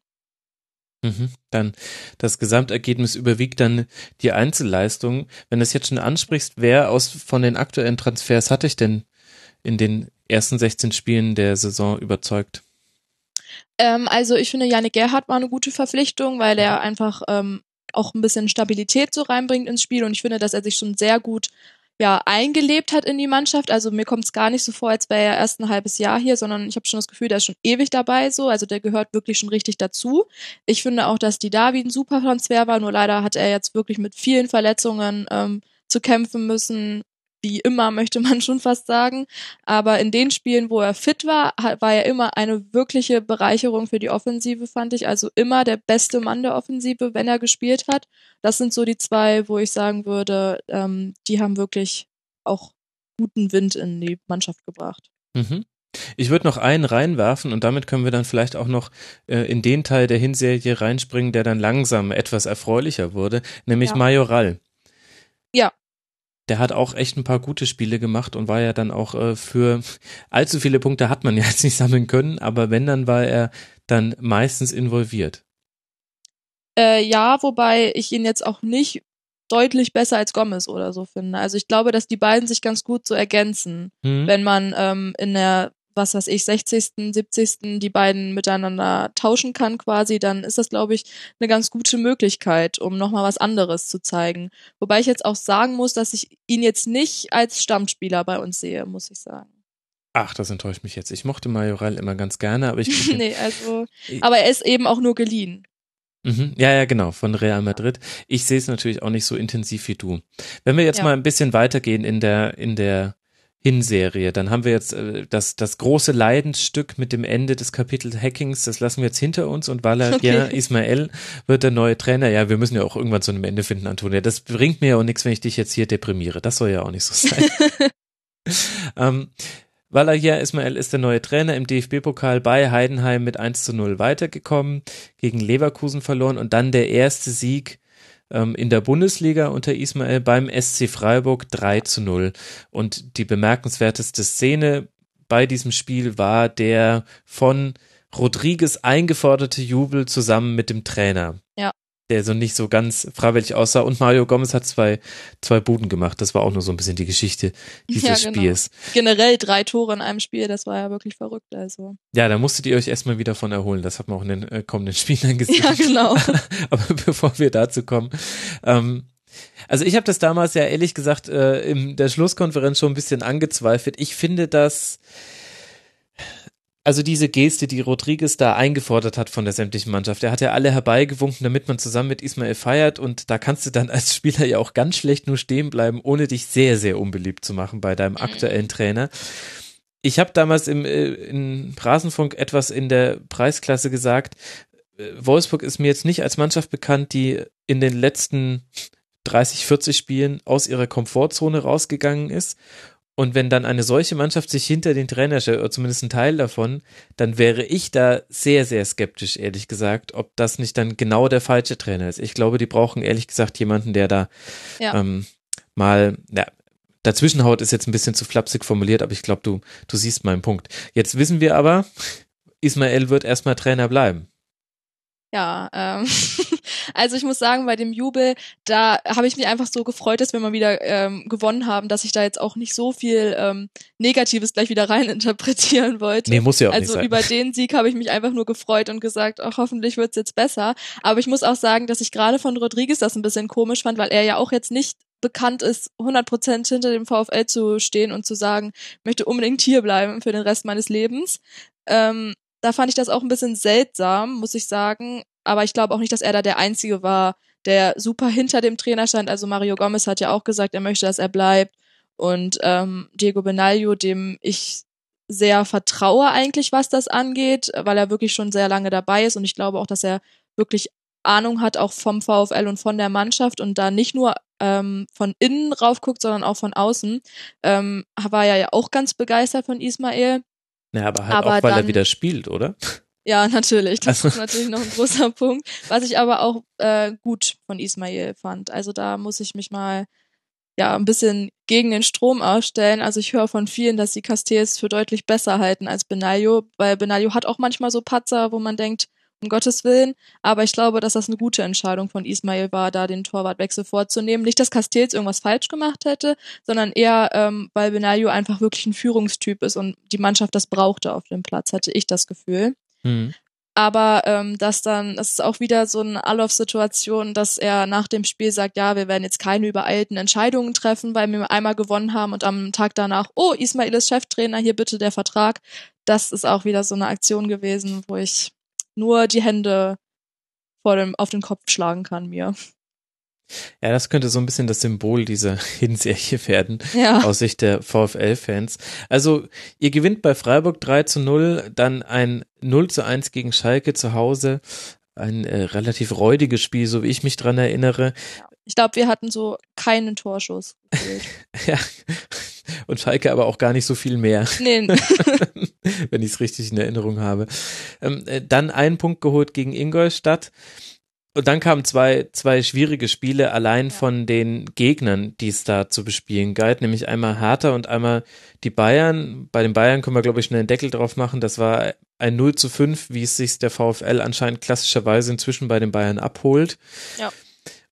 Dann das Gesamtergebnis überwiegt dann die Einzelleistung. Wenn du es jetzt schon ansprichst, wer von den aktuellen Transfers hat dich denn in den ersten 16 Spielen der Saison überzeugt? Also ich finde, Yannick Gerhardt war eine gute Verpflichtung, weil er einfach auch ein bisschen Stabilität so reinbringt ins Spiel und ich finde, dass er sich schon sehr gut eingelebt hat in die Mannschaft. Also mir kommt es gar nicht so vor, als wäre er erst ein halbes Jahr hier, sondern ich habe schon das Gefühl, der ist schon ewig dabei so. Also der gehört wirklich schon richtig dazu. Ich finde auch, dass Didavi ein super Transfer war, nur leider hat er jetzt wirklich mit vielen Verletzungen zu kämpfen müssen. Wie immer, möchte man schon fast sagen. Aber in den Spielen, wo er fit war, war er immer eine wirkliche Bereicherung für die Offensive, fand ich. Also immer der beste Mann der Offensive, wenn er gespielt hat. Das sind so die 2, wo ich sagen würde, die haben wirklich auch guten Wind in die Mannschaft gebracht. Mhm. Ich würde noch einen reinwerfen und damit können wir dann vielleicht auch noch in den Teil der Hinserie reinspringen, der dann langsam etwas erfreulicher wurde, nämlich Majoral. Ja. Der hat auch echt ein paar gute Spiele gemacht und war ja dann auch für allzu viele Punkte hat man ja jetzt nicht sammeln können, aber wenn, dann war er dann meistens involviert. Ja, wobei ich ihn jetzt auch nicht deutlich besser als Gomez oder so finde. Also ich glaube, dass die beiden sich ganz gut so ergänzen, wenn man in der, was weiß ich, 60., 70. die beiden miteinander tauschen kann quasi, dann ist das, glaube ich, eine ganz gute Möglichkeit, um nochmal was anderes zu zeigen. Wobei ich jetzt auch sagen muss, dass ich ihn jetzt nicht als Stammspieler bei uns sehe, muss ich sagen. Ach, das enttäuscht mich jetzt. Ich mochte Majoral immer ganz gerne, aber ich... Nee, also, aber er ist eben auch nur geliehen. Ja, genau, von Real Madrid. Ich sehe es natürlich auch nicht so intensiv wie du. Wenn wir jetzt mal ein bisschen weitergehen in der Hinserie, dann haben wir jetzt das große Leidensstück mit dem Ende des Kapitels Hackings, das lassen wir jetzt hinter uns und Valérien Ismaël wird der neue Trainer. Ja, wir müssen ja auch irgendwann zu einem Ende finden, Antonia. Das bringt mir ja auch nichts, wenn ich dich jetzt hier deprimiere. Das soll ja auch nicht so sein. Valérien Ismaël ist der neue Trainer im DFB-Pokal bei Heidenheim mit 1:0 weitergekommen, gegen Leverkusen verloren und dann der erste Sieg in der Bundesliga unter Ismaël beim SC Freiburg 3:0. Und die bemerkenswerteste Szene bei diesem Spiel war der von Rodriguez eingeforderte Jubel zusammen mit dem Trainer. Ja. Der so nicht so ganz freiwillig aussah. Und Mario Gomez hat zwei Buden gemacht. Das war auch nur so ein bisschen die Geschichte dieses Spiels. Generell 3 Tore in einem Spiel, das war ja wirklich verrückt. Also. Ja, da musstet ihr euch erstmal wieder von erholen. Das hat man auch in den kommenden Spielen gesehen. Ja, genau. Aber bevor wir dazu kommen, also ich habe das damals ja ehrlich gesagt in der Schlusskonferenz schon ein bisschen angezweifelt. Ich finde das... Also diese Geste, die Rodriguez da eingefordert hat von der sämtlichen Mannschaft, der hat ja alle herbeigewunken, damit man zusammen mit Ismaël feiert und da kannst du dann als Spieler ja auch ganz schlecht nur stehen bleiben, ohne dich sehr, sehr unbeliebt zu machen bei deinem aktuellen Trainer. Ich habe damals im Rasenfunk etwas in der Preisklasse gesagt, Wolfsburg ist mir jetzt nicht als Mannschaft bekannt, die in den letzten 30, 40 Spielen aus ihrer Komfortzone rausgegangen ist. Und wenn dann eine solche Mannschaft sich hinter den Trainer stellt, oder zumindest ein Teil davon, dann wäre ich da sehr, sehr skeptisch, ehrlich gesagt, ob das nicht dann genau der falsche Trainer ist. Ich glaube, die brauchen ehrlich gesagt jemanden, der da mal, dazwischenhaut ist jetzt ein bisschen zu flapsig formuliert, aber ich glaube, du siehst meinen Punkt. Jetzt wissen wir aber, Ismaël wird erstmal Trainer bleiben. Ja, also ich muss sagen, bei dem Jubel, da habe ich mich einfach so gefreut, dass wir mal wieder gewonnen haben, dass ich da jetzt auch nicht so viel Negatives gleich wieder rein interpretieren wollte. Nee, muss ja auch nicht sein. Also über den Sieg habe ich mich einfach nur gefreut und gesagt, ach, hoffentlich wird's jetzt besser. Aber ich muss auch sagen, dass ich gerade von Rodriguez das ein bisschen komisch fand, weil er ja auch jetzt nicht bekannt ist, 100% hinter dem VfL zu stehen und zu sagen, ich möchte unbedingt hier bleiben für den Rest meines Lebens. Da fand ich das auch ein bisschen seltsam, muss ich sagen. Aber ich glaube auch nicht, dass er da der Einzige war, der super hinter dem Trainer stand. Also Mario Gomez hat ja auch gesagt, er möchte, dass er bleibt. Und Diego Benaglio, dem ich sehr vertraue eigentlich, was das angeht, weil er wirklich schon sehr lange dabei ist. Und ich glaube auch, dass er wirklich Ahnung hat, auch vom VfL und von der Mannschaft und da nicht nur von innen rauf guckt, sondern auch von außen. War ja auch ganz begeistert von Ismaël. Ja, aber halt auch, weil er wieder spielt, oder? Ja, natürlich. Das ist natürlich noch ein großer Punkt. Was ich aber auch gut von Ismaël fand. Also da muss ich mich mal ein bisschen gegen den Strom ausstellen. Also ich höre von vielen, dass sie Castells für deutlich besser halten als Benaglio, weil Benaglio hat auch manchmal so Patzer, wo man denkt, um Gottes Willen. Aber ich glaube, dass das eine gute Entscheidung von Ismaël war, da den Torwartwechsel vorzunehmen. Nicht, dass Castells irgendwas falsch gemacht hätte, sondern eher, weil Benaglio einfach wirklich ein Führungstyp ist und die Mannschaft das brauchte auf dem Platz, hatte ich das Gefühl. Aber das ist auch wieder so eine Allof-Situation, dass er nach dem Spiel sagt, ja, wir werden jetzt keine übereilten Entscheidungen treffen, weil wir einmal gewonnen haben und am Tag danach, oh, Ismaël ist Cheftrainer, hier bitte der Vertrag. Das ist auch wieder so eine Aktion gewesen, wo ich nur die Hände auf den Kopf schlagen kann mir. Ja, das könnte so ein bisschen das Symbol dieser Hinserie werden, aus Sicht der VfL-Fans. Also, ihr gewinnt bei Freiburg 3:0, dann ein 0:1 gegen Schalke zu Hause, ein relativ räudiges Spiel, so wie ich mich dran erinnere. Ich glaube, wir hatten so keinen Torschuss gefühlt. Ja, und Schalke aber auch gar nicht so viel mehr. Nee. Wenn ich es richtig in Erinnerung habe. Dann einen Punkt geholt gegen Ingolstadt. Und dann kamen zwei schwierige Spiele allein von den Gegnern, die es da zu bespielen galt, nämlich einmal Hertha und einmal die Bayern. Bei den Bayern können wir, glaube ich, schnell einen Deckel drauf machen. Das war ein 0:5, wie es sich der VfL anscheinend klassischerweise inzwischen bei den Bayern abholt. Ja.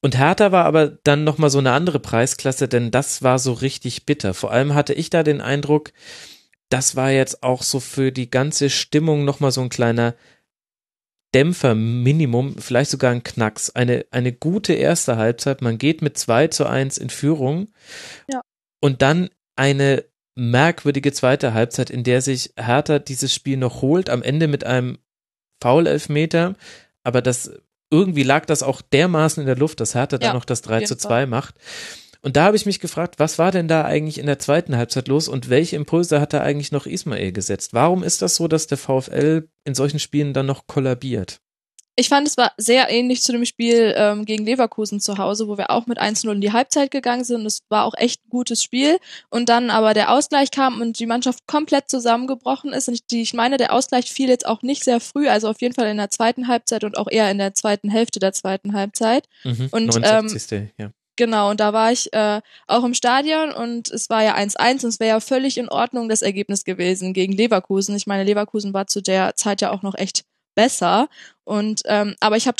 Und Hertha war aber dann nochmal so eine andere Preisklasse, denn das war so richtig bitter. Vor allem hatte ich da den Eindruck, das war jetzt auch so für die ganze Stimmung nochmal so ein kleiner Dämpfer, Minimum, vielleicht sogar ein Knacks. Eine gute erste Halbzeit, man geht mit 2:1 in Führung und dann eine merkwürdige zweite Halbzeit, in der sich Hertha dieses Spiel noch holt, am Ende mit einem Foul-Elfmeter, aber irgendwie lag das auch dermaßen in der Luft, dass Hertha dann noch das 3:2 macht. Und da habe ich mich gefragt, was war denn da eigentlich in der zweiten Halbzeit los und welche Impulse hat da eigentlich noch Ismail gesetzt? Warum ist das so, dass der VfL in solchen Spielen dann noch kollabiert? Ich fand, es war sehr ähnlich zu dem Spiel gegen Leverkusen zu Hause, wo wir auch mit 1:0 in die Halbzeit gegangen sind. Es war auch echt ein gutes Spiel. Und dann aber der Ausgleich kam und die Mannschaft komplett zusammengebrochen ist. Und ich meine, der Ausgleich fiel jetzt auch nicht sehr früh, also auf jeden Fall in der zweiten Halbzeit und auch eher in der zweiten Hälfte der zweiten Halbzeit. Und 69. Ja. Genau, und da war ich auch im Stadion und es war ja 1:1 und es wäre ja völlig in Ordnung das Ergebnis gewesen gegen Leverkusen. Ich meine, Leverkusen war zu der Zeit ja auch noch echt besser. Und aber ich habe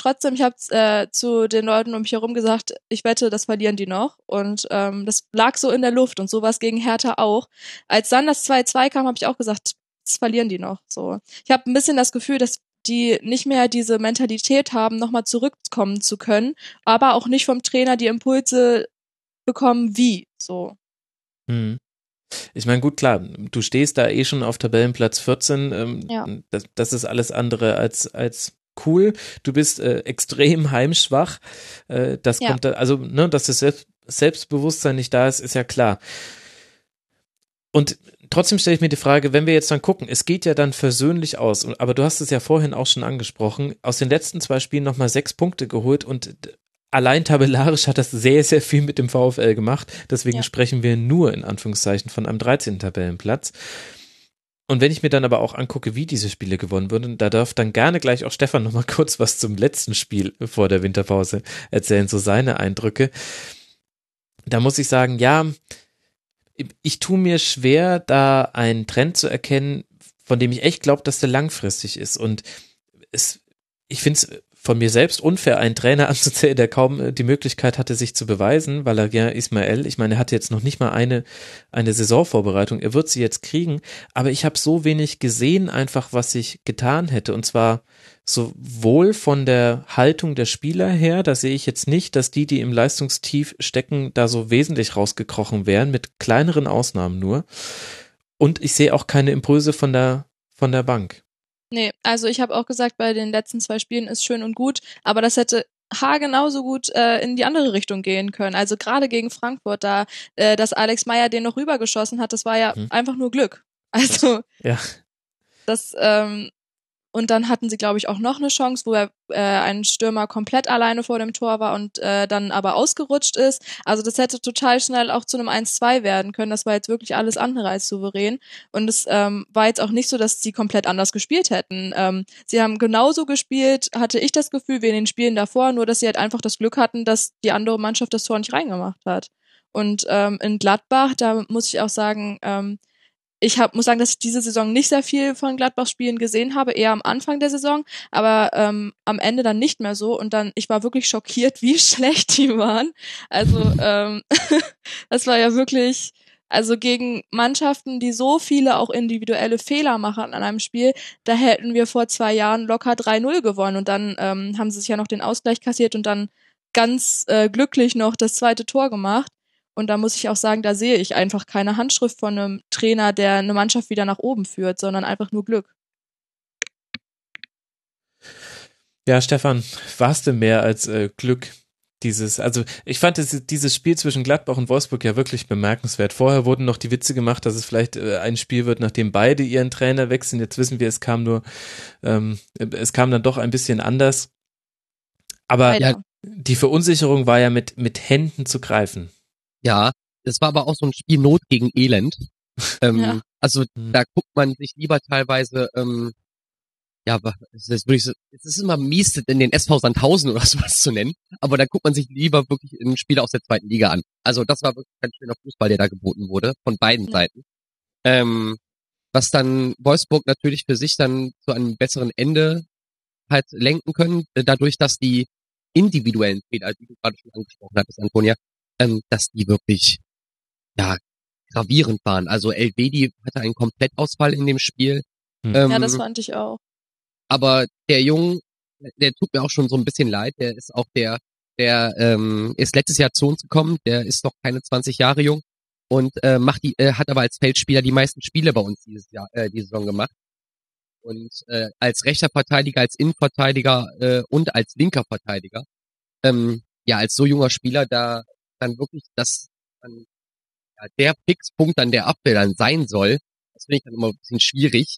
zu den Leuten um mich herum gesagt, ich wette, das verlieren die noch. Und das lag so in der Luft und sowas gegen Hertha auch. Als dann das 2:2 kam, habe ich auch gesagt, das verlieren die noch. So, ich habe ein bisschen das Gefühl, dass die nicht mehr diese Mentalität haben, nochmal zurückkommen zu können, aber auch nicht vom Trainer die Impulse bekommen, wie so. Ich meine, gut, klar, du stehst da schon auf Tabellenplatz 14, das ist alles andere als cool. Du bist extrem heimschwach, das kommt da, also, ne, dass das Selbstbewusstsein nicht da ist, ist ja klar. Und trotzdem stelle ich mir die Frage, wenn wir jetzt dann gucken, es geht ja dann versöhnlich aus, aber du hast es ja vorhin auch schon angesprochen, aus den letzten 2 Spielen nochmal 6 Punkte geholt und allein tabellarisch hat das sehr, sehr viel mit dem VfL gemacht. Deswegen sprechen wir nur in Anführungszeichen von einem 13. Tabellenplatz. Und wenn ich mir dann aber auch angucke, wie diese Spiele gewonnen wurden, da darf dann gerne gleich auch Stefan nochmal kurz was zum letzten Spiel vor der Winterpause erzählen, so seine Eindrücke. Da muss ich sagen, ja, ich tue mir schwer, da einen Trend zu erkennen, von dem ich echt glaube, dass der langfristig ist. Und ich finde es von mir selbst unfair, einen Trainer anzuzählen, der kaum die Möglichkeit hatte, sich zu beweisen, weil Ismail, ich meine, er hatte jetzt noch nicht mal eine Saisonvorbereitung, er wird sie jetzt kriegen, aber ich habe so wenig gesehen einfach, was ich getan hätte, und zwar sowohl von der Haltung der Spieler her, da sehe ich jetzt nicht, dass die im Leistungstief stecken, da so wesentlich rausgekrochen wären, mit kleineren Ausnahmen nur, und ich sehe auch keine Impulse von der Bank. Nee, also ich habe auch gesagt, bei den letzten 2 Spielen ist schön und gut, aber das hätte genauso gut in die andere Richtung gehen können. Also gerade gegen Frankfurt, da dass Alex Meyer den noch rübergeschossen hat, das war ja einfach nur Glück. Also das und dann hatten sie, glaube ich, auch noch eine Chance, wo ein Stürmer komplett alleine vor dem Tor war und dann aber ausgerutscht ist. Also das hätte total schnell auch zu einem 1:2 werden können. Das war jetzt wirklich alles andere als souverän. Und es war jetzt auch nicht so, dass sie komplett anders gespielt hätten. Sie haben genauso gespielt, hatte ich das Gefühl, wie in den Spielen davor, nur dass sie halt einfach das Glück hatten, dass die andere Mannschaft das Tor nicht reingemacht hat. Und in Gladbach, da muss ich auch sagen, muss sagen, dass ich diese Saison nicht sehr viel von Gladbach-Spielen gesehen habe, eher am Anfang der Saison, aber am Ende dann nicht mehr so. Und dann, ich war wirklich schockiert, wie schlecht die waren. Also das war ja wirklich, also gegen Mannschaften, die so viele auch individuelle Fehler machen an einem Spiel, da hätten wir vor 2 Jahren locker 3:0 gewonnen. Und dann haben sie sich ja noch den Ausgleich kassiert und dann ganz glücklich noch das 2. Tor gemacht. Und da muss ich auch sagen, da sehe ich einfach keine Handschrift von einem Trainer, der eine Mannschaft wieder nach oben führt, sondern einfach nur Glück. Ja, Stefan, war es denn mehr als Glück? Also ich fand dieses Spiel zwischen Gladbach und Wolfsburg ja wirklich bemerkenswert. Vorher wurden noch die Witze gemacht, dass es vielleicht ein Spiel wird, nachdem beide ihren Trainer wechseln. Jetzt wissen wir, es kam dann doch ein bisschen anders. Aber die Verunsicherung war ja mit Händen zu greifen. Ja, es war aber auch so ein Spiel Not gegen Elend. Also da guckt man sich lieber teilweise, es ist immer mies, in den SV Sandhausen oder sowas zu nennen, aber da guckt man sich lieber wirklich ein Spiel aus der 2. Liga an. Also das war wirklich ein schöner Fußball, der da geboten wurde, von beiden Seiten. Was dann Wolfsburg natürlich für sich dann zu einem besseren Ende halt lenken können, dadurch, dass die individuellen Fehler, die du gerade schon angesprochen hattest, Antonia, dass die wirklich, ja, gravierend waren. Also Elvedi hatte einen Komplettausfall in dem Spiel. Ja, das fand ich auch. Aber der Junge, der tut mir auch schon so ein bisschen leid. Der ist auch der ist letztes Jahr zu uns gekommen. Der ist noch keine 20 Jahre jung und hat aber als Feldspieler die meisten Spiele bei uns die Saison gemacht. Und als rechter Verteidiger, als Innenverteidiger und als linker Verteidiger, ja, als so junger Spieler da dann wirklich dann, ja, der Fixpunkt an der Abwehr dann sein soll, das finde ich dann immer ein bisschen schwierig.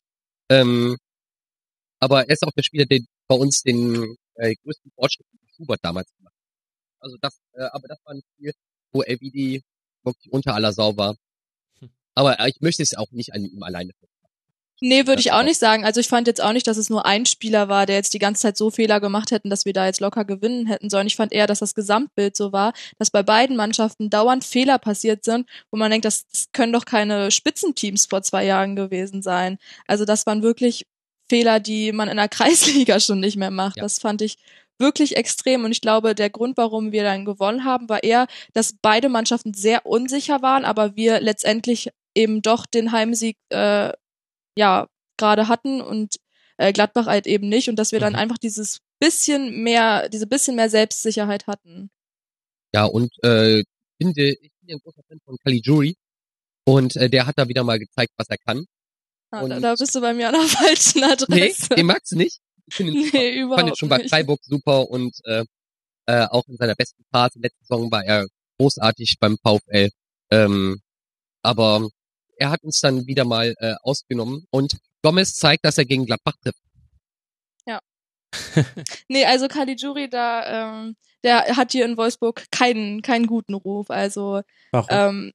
Aber er ist auch der Spieler, der bei uns den größten Fortschritt mit Schubert damals gemacht hat. Also aber das war ein Spiel, wo Elvedi wirklich unter aller Sau war. Aber ich möchte es auch nicht an ihm alleine festmachen. Nee, würde ich auch nicht sagen. Also ich fand jetzt auch nicht, dass es nur ein Spieler war, der jetzt die ganze Zeit so Fehler gemacht hätten, dass wir da jetzt locker gewinnen hätten sollen. Ich fand eher, dass das Gesamtbild so war, dass bei beiden Mannschaften dauernd Fehler passiert sind, wo man denkt, das können doch keine Spitzenteams vor 2 Jahren gewesen sein. Also das waren wirklich Fehler, die man in der Kreisliga schon nicht mehr macht. Ja. Das fand ich wirklich extrem. Und ich glaube, der Grund, warum wir dann gewonnen haben, war eher, dass beide Mannschaften sehr unsicher waren, aber wir letztendlich eben doch den Heimsieg gerade hatten und Gladbach halt eben nicht und dass wir dann einfach diese bisschen mehr Selbstsicherheit hatten. Ja, und ich bin ein großer Fan von Caligiuri und der hat da wieder mal gezeigt, was er kann. Da bist du bei mir an der falschen Adresse. Nee, den magst du nicht? Ich finde ihn fand ihn schon bei Freiburg super und auch in seiner besten Phase letzte Saison war er großartig beim VfL. Aber er hat uns dann wieder mal ausgenommen und Gomez zeigt, dass er gegen Gladbach trifft. Ja. Nee, also Caligiuri der hat hier in Wolfsburg keinen guten Ruf. Also warum?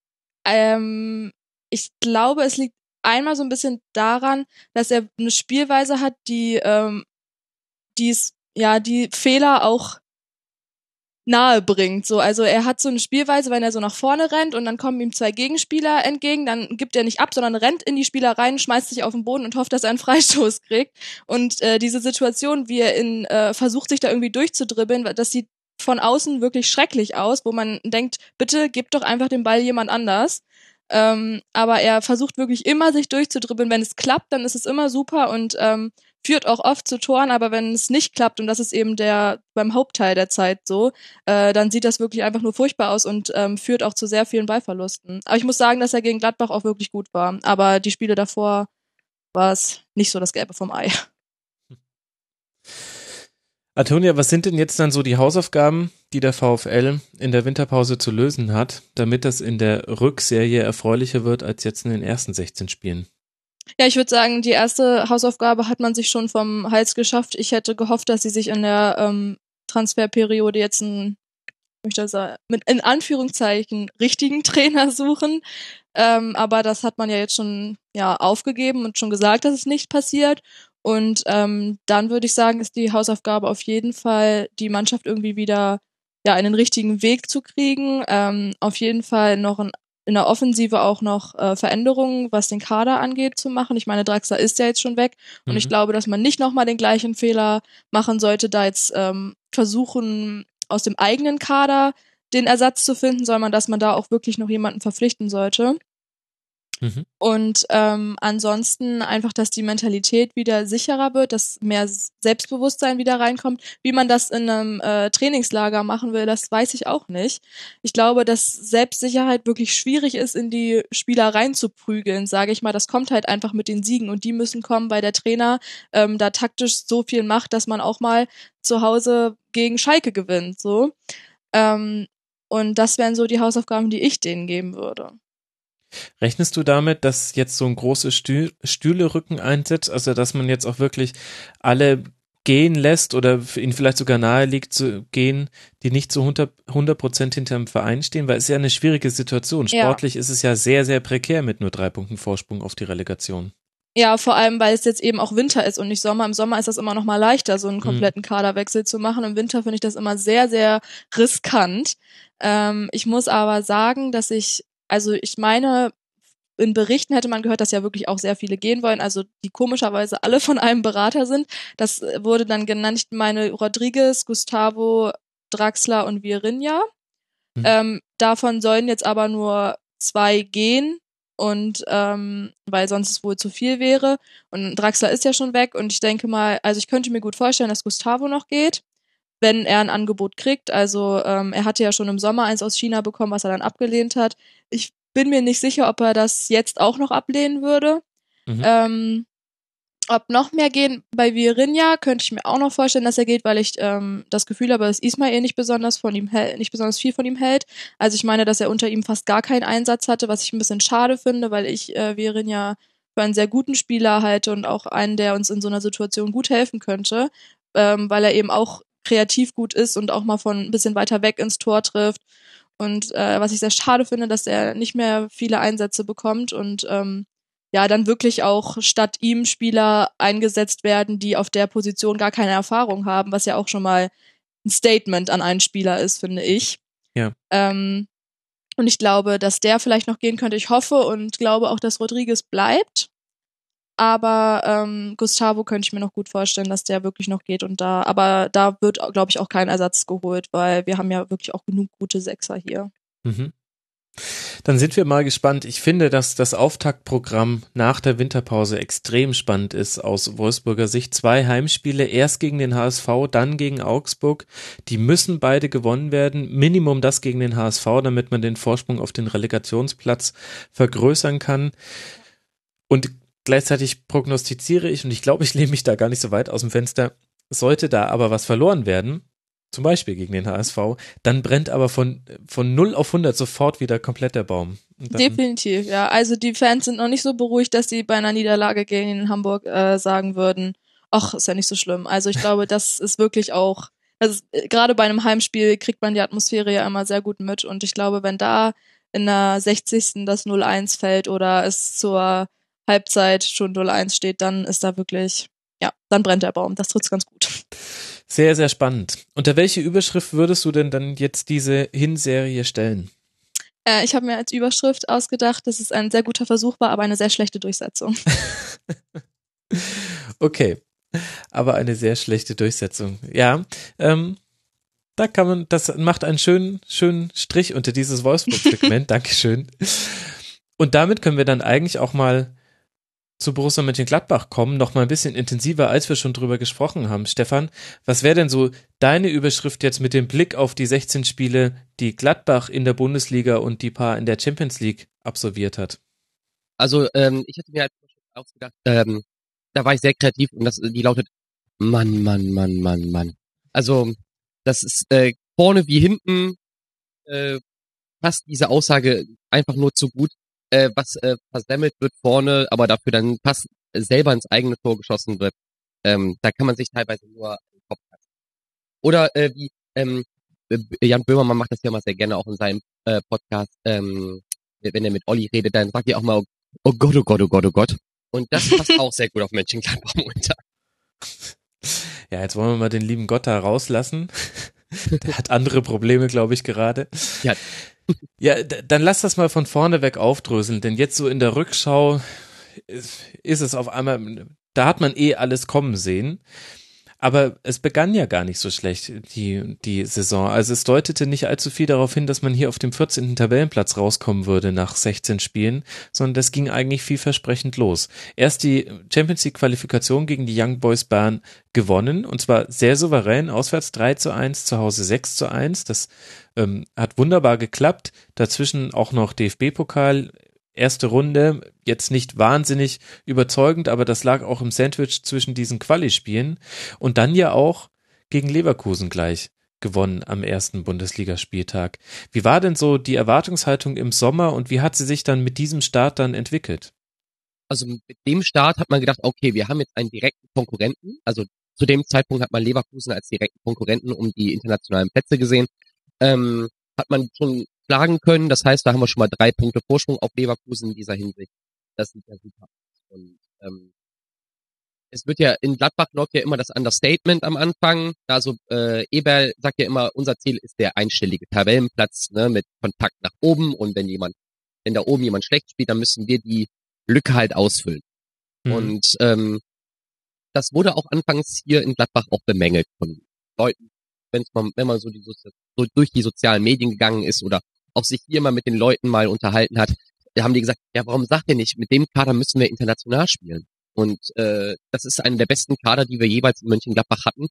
Ich glaube, es liegt einmal so ein bisschen daran, dass er eine Spielweise hat, die Fehler auch nahe bringt. So, also er hat so eine Spielweise, wenn er so nach vorne rennt und dann kommen ihm 2 Gegenspieler entgegen, dann gibt er nicht ab, sondern rennt in die Spieler rein, schmeißt sich auf den Boden und hofft, dass er einen Freistoß kriegt. Und diese Situation, wie er versucht, sich da irgendwie durchzudribbeln, das sieht von außen wirklich schrecklich aus, wo man denkt, bitte gib doch einfach den Ball jemand anders. Aber er versucht wirklich immer, sich durchzudribbeln. Wenn es klappt, dann ist es immer super und führt auch oft zu Toren, aber wenn es nicht klappt, und das ist eben beim Hauptteil der Zeit so, dann sieht das wirklich einfach nur furchtbar aus und führt auch zu sehr vielen Ballverlusten. Aber ich muss sagen, dass er gegen Gladbach auch wirklich gut war. Aber die Spiele davor war es nicht so das Gelbe vom Ei. Antonia, was sind denn jetzt dann so die Hausaufgaben, die der VfL in der Winterpause zu lösen hat, damit das in der Rückserie erfreulicher wird als jetzt in den ersten 16 Spielen? Ja, ich würde sagen, die erste Hausaufgabe hat man sich schon vom Hals geschafft. Ich hätte gehofft, dass sie sich in der Transferperiode jetzt mit in Anführungszeichen richtigen Trainer suchen. Aber das hat man ja jetzt schon aufgegeben und schon gesagt, dass es nicht passiert. Und dann würde ich sagen, ist die Hausaufgabe auf jeden Fall, die Mannschaft irgendwie wieder in den richtigen Weg zu kriegen. Auf jeden Fall noch in der Offensive auch noch Veränderungen, was den Kader angeht, zu machen. Ich meine, Draxler ist ja jetzt schon weg und ich glaube, dass man nicht nochmal den gleichen Fehler machen sollte, da jetzt versuchen, aus dem eigenen Kader den Ersatz zu finden, sondern dass man da auch wirklich noch jemanden verpflichten sollte. Und ansonsten einfach, dass die Mentalität wieder sicherer wird, dass mehr Selbstbewusstsein wieder reinkommt. Wie man das in einem Trainingslager machen will, das weiß ich auch nicht. Ich glaube, dass Selbstsicherheit wirklich schwierig ist, in die Spieler reinzuprügeln, sage ich mal. Das kommt halt einfach mit den Siegen und die müssen kommen, weil der Trainer da taktisch so viel macht, dass man auch mal zu Hause gegen Schalke gewinnt. So. Und das wären so die Hausaufgaben, die ich denen geben würde. Rechnest du damit, dass jetzt so ein großes Stühlerücken einsetzt, also dass man jetzt auch wirklich alle gehen lässt oder ihnen vielleicht sogar nahe liegt zu gehen, die nicht zu 100% hinterm Verein stehen, weil es ist ja eine schwierige Situation. Sportlich ist es ja sehr, sehr prekär mit nur 3 Punkten Vorsprung auf die Relegation. Ja, vor allem, weil es jetzt eben auch Winter ist und nicht Sommer. Im Sommer ist das immer noch mal leichter, so einen kompletten Kaderwechsel zu machen. Im Winter finde ich das immer sehr, sehr riskant. Ich muss aber sagen, dass ich meine in Berichten hätte man gehört, dass ja wirklich auch sehr viele gehen wollen, also die komischerweise alle von einem Berater sind. Das wurde dann genannt, ich meine Rodriguez, Gustavo, Draxler und Vieirinha. Davon sollen jetzt aber nur 2 gehen und weil sonst es wohl zu viel wäre. Und Draxler ist ja schon weg und ich denke mal, also ich könnte mir gut vorstellen, dass Gustavo noch geht, wenn er ein Angebot kriegt. Also er hatte ja schon im Sommer eins aus China bekommen, was er dann abgelehnt hat. Ich bin mir nicht sicher, ob er das jetzt auch noch ablehnen würde. Ob noch mehr gehen bei Vieirinha, könnte ich mir auch noch vorstellen, dass er geht, weil ich das Gefühl habe, dass Ismail nicht besonders viel von ihm hält. Also ich meine, dass er unter ihm fast gar keinen Einsatz hatte, was ich ein bisschen schade finde, weil ich Vieirinha für einen sehr guten Spieler halte und auch einen, der uns in so einer Situation gut helfen könnte, weil er eben auch kreativ gut ist und auch mal von ein bisschen weiter weg ins Tor trifft. Und was ich sehr schade finde, dass er nicht mehr viele Einsätze bekommt und dann wirklich auch statt ihm Spieler eingesetzt werden, die auf der Position gar keine Erfahrung haben, was ja auch schon mal ein Statement an einen Spieler ist, finde ich. Ja. Und ich glaube, dass der vielleicht noch gehen könnte. Ich hoffe und glaube auch, dass Rodriguez bleibt. Aber Gustavo könnte ich mir noch gut vorstellen, dass der wirklich noch geht aber da wird, glaube ich, auch kein Ersatz geholt, weil wir haben ja wirklich auch genug gute Sechser hier. Dann sind wir mal gespannt. Ich finde, dass das Auftaktprogramm nach der Winterpause extrem spannend ist aus Wolfsburger Sicht. 2 Heimspiele, erst gegen den HSV, dann gegen Augsburg. Die müssen beide gewonnen werden. Minimum das gegen den HSV, damit man den Vorsprung auf den Relegationsplatz vergrößern kann. Und gleichzeitig prognostiziere ich, und ich glaube, ich lehne mich da gar nicht so weit aus dem Fenster, sollte da aber was verloren werden, zum Beispiel gegen den HSV, dann brennt aber von 0 auf 100 sofort wieder komplett der Baum. Definitiv, ja. Also die Fans sind noch nicht so beruhigt, dass sie bei einer Niederlage gegen Hamburg sagen würden, ach, ist ja nicht so schlimm. Also ich glaube, das ist wirklich auch, gerade bei einem Heimspiel kriegt man die Atmosphäre ja immer sehr gut mit und ich glaube, wenn da in der 60. das 0-1 fällt oder es zur Halbzeit schon 0-1 steht, dann ist da wirklich, dann brennt der Baum. Das trifft's ganz gut. Sehr, sehr spannend. Unter welche Überschrift würdest du denn dann jetzt diese Hinserie stellen? Ich habe mir als Überschrift ausgedacht, dass es ein sehr guter Versuch war, aber eine sehr schlechte Durchsetzung. Okay, aber eine sehr schlechte Durchsetzung. Ja, das macht einen schönen Strich unter dieses Wolfsburg-Segment. Dankeschön. Und damit können wir dann eigentlich auch mal zu Borussia Mönchengladbach kommen, noch mal ein bisschen intensiver, als wir schon drüber gesprochen haben. Stefan, was wäre denn so deine Überschrift jetzt mit dem Blick auf die 16 Spiele, die Gladbach in der Bundesliga und die paar in der Champions League absolviert hat? Also ich hatte mir als ausgedacht, da war ich sehr kreativ und die lautet Mann. Also das ist vorne wie hinten passt diese Aussage einfach nur zu gut. Was versemmelt wird vorne, aber dafür dann passt selber ins eigene Tor geschossen wird. Da kann man sich teilweise nur den Kopf fassen. Oder wie Jan Böhmermann macht das ja immer sehr gerne auch in seinem Podcast, wenn er mit Olli redet, dann sagt er auch mal, oh Gott, oh Gott, oh Gott, oh Gott. Und das passt auch sehr gut auf Mönchengladbach momentan. Ja, jetzt wollen wir mal den lieben Gott da rauslassen. Der hat andere Probleme, glaube ich, gerade. Ja, dann lass das mal von vorne weg aufdröseln, denn jetzt so in der Rückschau ist es auf einmal, da hat man alles kommen sehen. Aber es begann ja gar nicht so schlecht, die Saison. Also es deutete nicht allzu viel darauf hin, dass man hier auf dem 14. Tabellenplatz rauskommen würde nach 16 Spielen, sondern das ging eigentlich vielversprechend los. Erst die Champions-League-Qualifikation gegen die Young Boys Bern gewonnen, und zwar sehr souverän, auswärts 3-1, zu Hause 6-1. Das hat wunderbar geklappt. Dazwischen auch noch DFB-Pokal, erste Runde, jetzt nicht wahnsinnig überzeugend, aber das lag auch im Sandwich zwischen diesen Quali-Spielen und dann ja auch gegen Leverkusen gleich gewonnen am ersten Bundesligaspieltag. Wie war denn so die Erwartungshaltung im Sommer und wie hat sie sich dann mit diesem Start dann entwickelt? Also mit dem Start hat man gedacht, okay, wir haben jetzt einen direkten Konkurrenten, also zu dem Zeitpunkt hat man Leverkusen als direkten Konkurrenten um die internationalen Plätze gesehen, hat man schon schlagen können. Das heißt, da haben wir schon mal 3 Punkte Vorsprung auf Leverkusen in dieser Hinsicht. Das sieht ja super aus. Und es wird ja in Gladbach läuft ja immer das Understatement am Anfang. Also Eberl sagt ja immer, unser Ziel ist der einstellige Tabellenplatz, ne, mit Kontakt nach oben. Und wenn jemand wenn da oben jemand schlecht spielt, dann müssen wir die Lücke halt ausfüllen. Und das wurde auch anfangs hier in Gladbach auch bemängelt von Leuten, wenn man so durch die sozialen Medien gegangen ist oder auch sich hier mal mit den Leuten mal unterhalten hat, da haben die gesagt, ja, warum sagt ihr nicht, mit dem Kader müssen wir international spielen? Und das ist einer der besten Kader, die wir jeweils in Mönchengladbach hatten.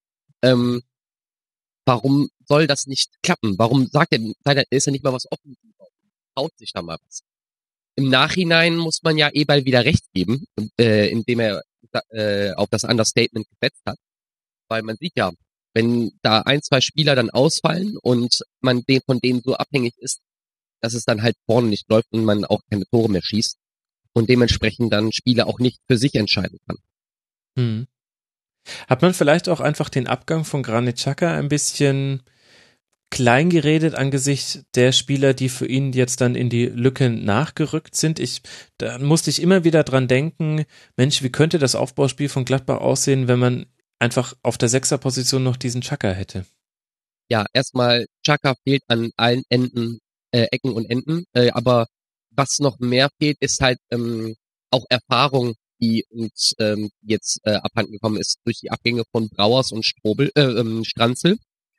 Warum soll das nicht klappen? Warum sagt ist ja nicht mal was offen, traut sich da mal was? Im Nachhinein muss man ja Eberl wieder recht geben, indem er auf das Understatement gesetzt hat. Weil man sieht ja, wenn da 1, 2 Spieler dann ausfallen und man von denen so abhängig ist, dass es dann halt vorne nicht läuft und man auch keine Tore mehr schießt und dementsprechend dann Spiele auch nicht für sich entscheiden kann. Hat man vielleicht auch einfach den Abgang von Granit Xhaka ein bisschen klein geredet angesichts der Spieler, die für ihn jetzt dann in die Lücke nachgerückt sind? Da musste ich immer wieder dran denken, Mensch, wie könnte das Aufbauspiel von Gladbach aussehen, wenn man einfach auf der Sechserposition noch diesen Xhaka hätte? Ja, erstmal, Xhaka fehlt an allen Ecken und Enden, aber was noch mehr fehlt, ist halt auch Erfahrung, die uns jetzt abhanden gekommen ist durch die Abgänge von Brauers und Stranzel.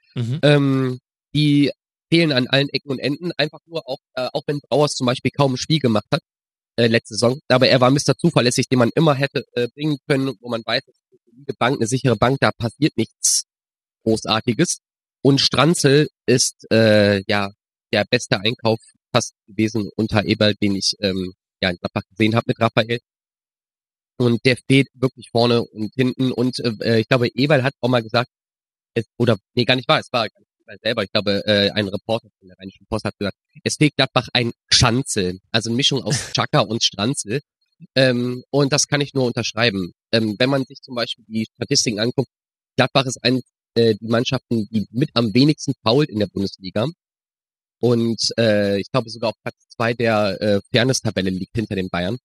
Die fehlen an allen Ecken und Enden, einfach nur auch wenn Brauers zum Beispiel kaum ein Spiel gemacht hat, letzte Saison, aber er war Mr. Zuverlässig, den man immer hätte bringen können, wo man weiß, es ist eine sichere Bank, da passiert nichts Großartiges. Und Stranzel ist der beste Einkauf fast gewesen unter Eberl, den ich in Gladbach gesehen habe mit Raphael. Und der fehlt wirklich vorne und hinten. Und ich glaube, Eberl hat auch mal gesagt, es war Eberl selber, ich glaube, ein Reporter von der Rheinischen Post hat gesagt, es fehlt Gladbach ein Schanzel, also eine Mischung aus Xhaka und Stranzel. Und das kann ich nur unterschreiben. Wenn man sich zum Beispiel die Statistiken anguckt, Gladbach ist die Mannschaften, die mit am wenigsten foult in der Bundesliga. Und ich glaube sogar auf Platz 2 der Fairness-Tabelle liegt hinter den Bayern.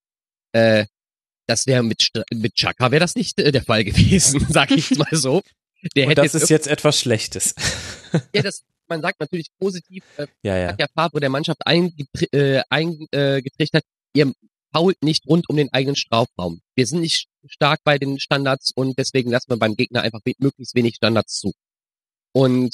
Das wäre mit Xhaka wäre das nicht der Fall gewesen, sag ich mal so. Und das ist jetzt etwas Schlechtes. Ja, man sagt natürlich positiv, hat ja der Favre der Mannschaft eingetrichtert, ihr fault nicht rund um den eigenen Strafraum. Wir sind nicht stark bei den Standards und deswegen lassen wir beim Gegner einfach möglichst wenig Standards zu. Und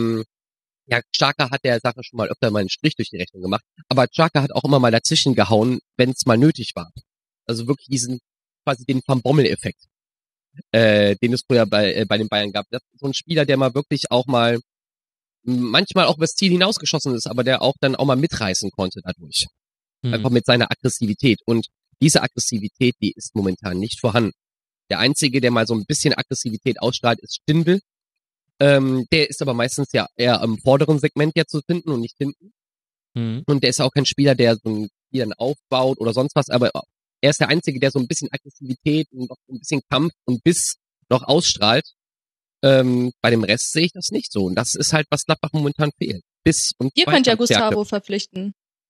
Xhaka hat der Sache schon mal öfter mal einen Strich durch die Rechnung gemacht, aber Xhaka hat auch immer mal dazwischen gehauen, wenn es mal nötig war. Also wirklich quasi den Van Bommel-Effekt, den es früher bei den Bayern gab. Das ist so ein Spieler, der mal wirklich auch mal manchmal auch übers Ziel hinausgeschossen ist, aber der auch dann auch mal mitreißen konnte dadurch. Einfach mit seiner Aggressivität. Und diese Aggressivität, die ist momentan nicht vorhanden. Der Einzige, der mal so ein bisschen Aggressivität ausstrahlt, ist Stindl. Der ist aber meistens ja eher im vorderen Segment ja zu finden und nicht hinten. Und der ist auch kein Spieler, der so ein Spiel dann aufbaut oder sonst was, aber er ist der Einzige, der so ein bisschen Aggressivität und noch ein bisschen Kampf und Biss noch ausstrahlt. Bei dem Rest sehe ich das nicht so. Und das ist halt, was Gladbach momentan fehlt. Biss und Ihr könnt ja Gustavo verpflichten.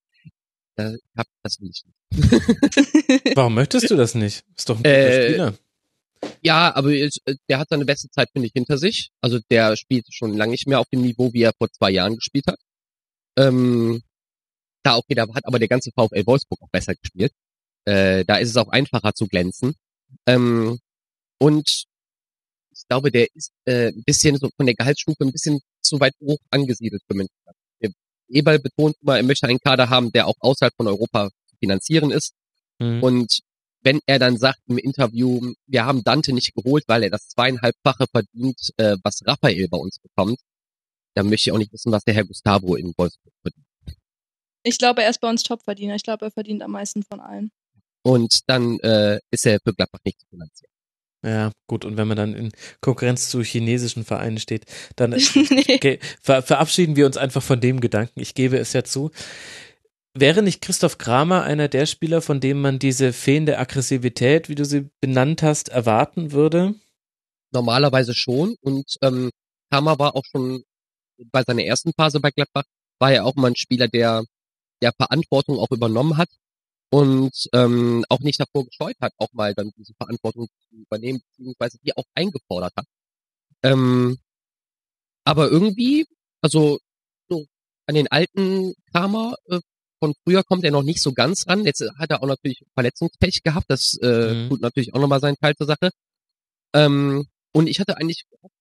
Das will ich nicht. Warum möchtest du das nicht? Ist doch ein guter Spieler. Ja, aber der hat seine beste Zeit, finde ich, hinter sich. Also der spielt schon lange nicht mehr auf dem Niveau, wie er vor 2 Jahren gespielt hat. Da hat aber der ganze VfL Wolfsburg auch besser gespielt. Da ist es auch einfacher zu glänzen. Und ich glaube, der ist ein bisschen so von der Gehaltsstufe ein bisschen zu weit hoch angesiedelt für Mönchengladbach. Eberl betont immer, er möchte einen Kader haben, der auch außerhalb von Europa zu finanzieren ist. Und wenn er dann sagt im Interview, wir haben Dante nicht geholt, weil er das 2,5-fache verdient, was Raphael bei uns bekommt, dann möchte ich auch nicht wissen, was der Herr Gustavo in Wolfsburg verdient. Ich glaube, er ist bei uns Topverdiener. Ich glaube, er verdient am meisten von allen. Und dann ist er für Gladbach nicht zu finanzieren. Ja, gut, und wenn man dann in Konkurrenz zu chinesischen Vereinen steht, dann verabschieden wir uns einfach von dem Gedanken. Ich gebe es ja zu. Wäre nicht Christoph Kramer einer der Spieler, von dem man diese fehlende Aggressivität, wie du sie benannt hast, erwarten würde? Normalerweise schon. Und Kramer war auch schon bei seiner ersten Phase bei Gladbach, war er auch mal ein Spieler, der Verantwortung auch übernommen hat. Und auch nicht davor gescheut hat, auch mal dann diese Verantwortung zu übernehmen, beziehungsweise die auch eingefordert hat. Aber irgendwie, also so an den alten Kramer von früher kommt er noch nicht so ganz ran. Jetzt hat er auch natürlich Verletzungspech gehabt. Das tut natürlich auch nochmal seinen Teil zur Sache. Und ich hatte eigentlich gehofft,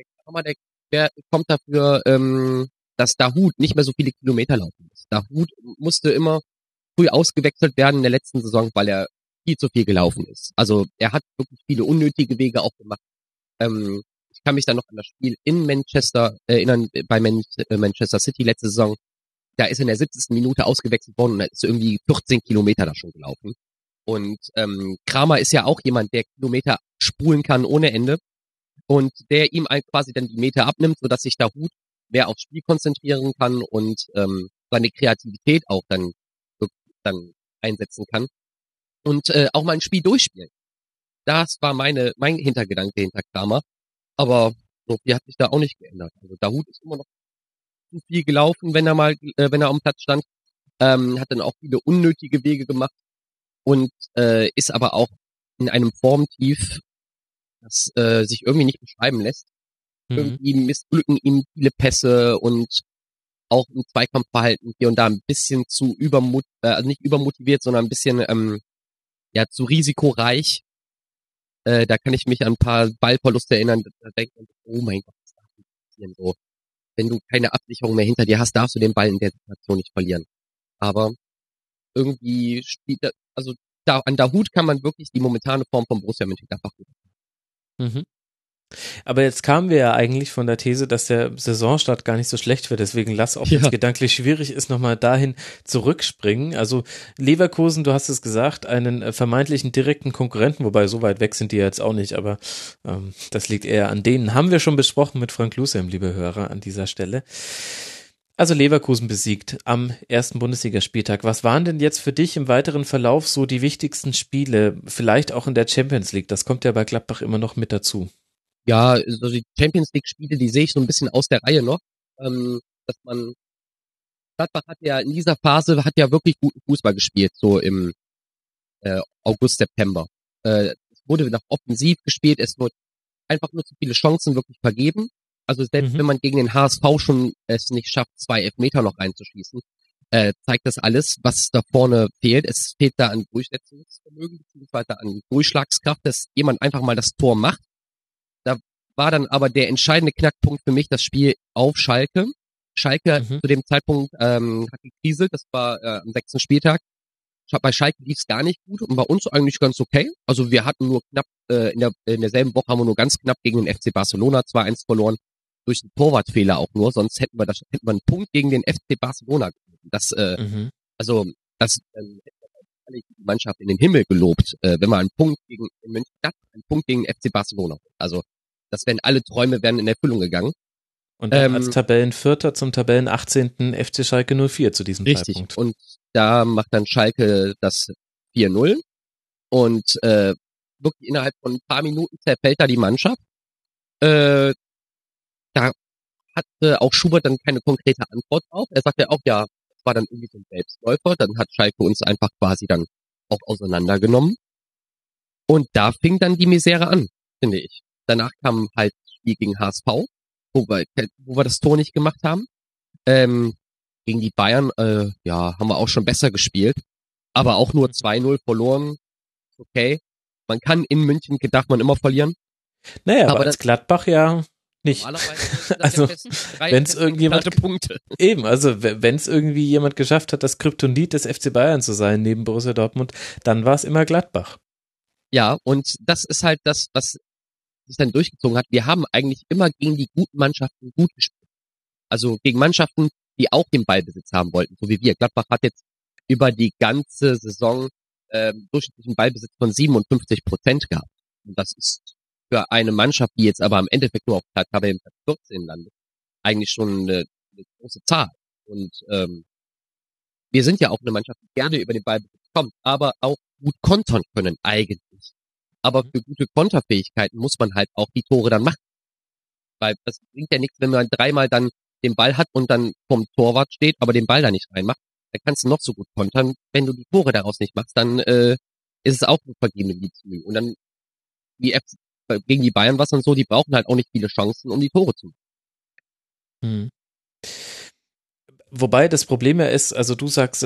der kommt dafür, dass Dahoud nicht mehr so viele Kilometer laufen muss. Dahoud musste immer früh ausgewechselt werden in der letzten Saison, weil er viel zu viel gelaufen ist. Also er hat wirklich viele unnötige Wege auch gemacht. Ich kann mich dann noch an das Spiel in Manchester erinnern, bei Manchester City letzte Saison. Da ist in der 70. Minute ausgewechselt worden und er ist irgendwie 14 Kilometer da schon gelaufen. Und Kramer ist ja auch jemand, der Kilometer spulen kann ohne Ende und der ihm quasi dann die Meter abnimmt, sodass sich Dahoud mehr aufs Spiel konzentrieren kann und seine Kreativität auch dann einsetzen kann und auch mal ein Spiel durchspielen. Das war mein Hintergedanke hinter Kramer, aber so viel hat sich da auch nicht geändert. Also Dahoud ist immer noch zu viel gelaufen, wenn er am Platz stand, hat dann auch viele unnötige Wege gemacht und ist aber auch in einem Formtief, das sich irgendwie nicht beschreiben lässt. Irgendwie missglücken ihm viele Pässe und auch im Zweikampfverhalten hier und da ein bisschen zu also nicht übermotiviert, sondern ein bisschen zu risikoreich. Da kann ich mich an ein paar Ballverluste erinnern. Da denkt man, oh mein Gott, was darf denn passieren so? Wenn du keine Absicherung mehr hinter dir hast, darfst du den Ball in der Situation nicht verlieren. Aber irgendwie an Dahoud kann man wirklich die momentane Form von Borussia Mönchengladbach gut. Mhm. Aber jetzt kamen wir ja eigentlich von der These, dass der Saisonstart gar nicht so schlecht wird. Deswegen lass, auch wenn es gedanklich schwierig ist, nochmal dahin zurückspringen. Also Leverkusen, du hast es gesagt, einen vermeintlichen direkten Konkurrenten, wobei so weit weg sind die jetzt auch nicht, aber das liegt eher an denen. Haben wir schon besprochen mit Frank Lusem, liebe Hörer, an dieser Stelle. Also Leverkusen besiegt am ersten Bundesligaspieltag. Was waren denn jetzt für dich im weiteren Verlauf so die wichtigsten Spiele? Vielleicht auch in der Champions League. Das kommt ja bei Gladbach immer noch mit dazu. Ja, also die Champions League Spiele, die sehe ich so ein bisschen aus der Reihe noch. Gladbach hat ja in dieser Phase wirklich guten Fußball gespielt, so im August, September. Es wurde noch offensiv gespielt, es wurde einfach nur zu viele Chancen wirklich vergeben. Also selbst wenn man gegen den HSV schon es nicht schafft, 2 Elfmeter noch reinzuschießen, zeigt das alles, was da vorne fehlt. Es fehlt da an Durchsetzungsvermögen, beziehungsweise an Durchschlagskraft, dass jemand einfach mal das Tor macht. Da war dann aber der entscheidende Knackpunkt für mich das Spiel auf Schalke. Schalke zu dem Zeitpunkt hat gekriselt, das war am 6. Spieltag. Bei Schalke lief es gar nicht gut und bei uns eigentlich ganz okay. Also wir hatten nur knapp, in derselben Woche haben wir nur ganz knapp gegen den FC Barcelona 2-1 verloren. Durch einen Torwartfehler auch nur, sonst hätten wir einen Punkt gegen den FC Barcelona gewonnen. Das hätte die Mannschaft in den Himmel gelobt, wenn man einen Punkt gegen den FC Barcelona holt. Also das alle Träume wären in Erfüllung gegangen. Und dann als Tabellenvierter zum Tabellen 18. FC Schalke 04 zu diesem richtig. Zeitpunkt. Und da macht dann Schalke das 4-0 und wirklich innerhalb von ein paar Minuten zerfällt da die Mannschaft. Da hatte auch Schubert dann keine konkrete Antwort drauf. Er sagte auch, ja, es war dann irgendwie so ein Selbstläufer. Dann hat Schalke uns einfach quasi dann auch auseinandergenommen. Und da fing dann die Misere an, finde ich. Danach kam halt das Spiel gegen HSV, wo wir das Tor nicht gemacht haben. Gegen die Bayern, haben wir auch schon besser gespielt. Aber auch nur 2-0 verloren. Okay. Man kann in München, darf man immer verlieren. Naja, aber als Gladbach ja nicht. Also, wenn es irgendjemand wenn es irgendwie jemand geschafft hat, das Kryptonit des FC Bayern zu sein neben Borussia Dortmund, dann war es immer Gladbach. Ja, und das ist halt das, was sich dann durchgezogen hat. Wir haben eigentlich immer gegen die guten Mannschaften gut gespielt. Also gegen Mannschaften, die auch den Ballbesitz haben wollten, so wie wir. Gladbach hat jetzt über die ganze Saison durchschnittlichen Ballbesitz von 57% gehabt. Und das ist für eine Mannschaft, die jetzt aber im Endeffekt nur auf Platz 14 landet, eigentlich schon eine große Zahl. Und wir sind ja auch eine Mannschaft, die gerne über den Ballbesitz kommt, aber auch gut kontern können eigentlich. Aber für gute Konterfähigkeiten muss man halt auch die Tore dann machen. Weil das bringt ja nichts, wenn man dreimal dann den Ball hat und dann vom Torwart steht, aber den Ball da nicht reinmacht. Dann kannst du noch so gut kontern. Wenn du die Tore daraus nicht machst, dann ist es auch eine vergebene Liebesmühe. Und dann gegen die Bayern war es dann so, die brauchen halt auch nicht viele Chancen, um die Tore zu machen. Wobei das Problem ja ist, also du sagst,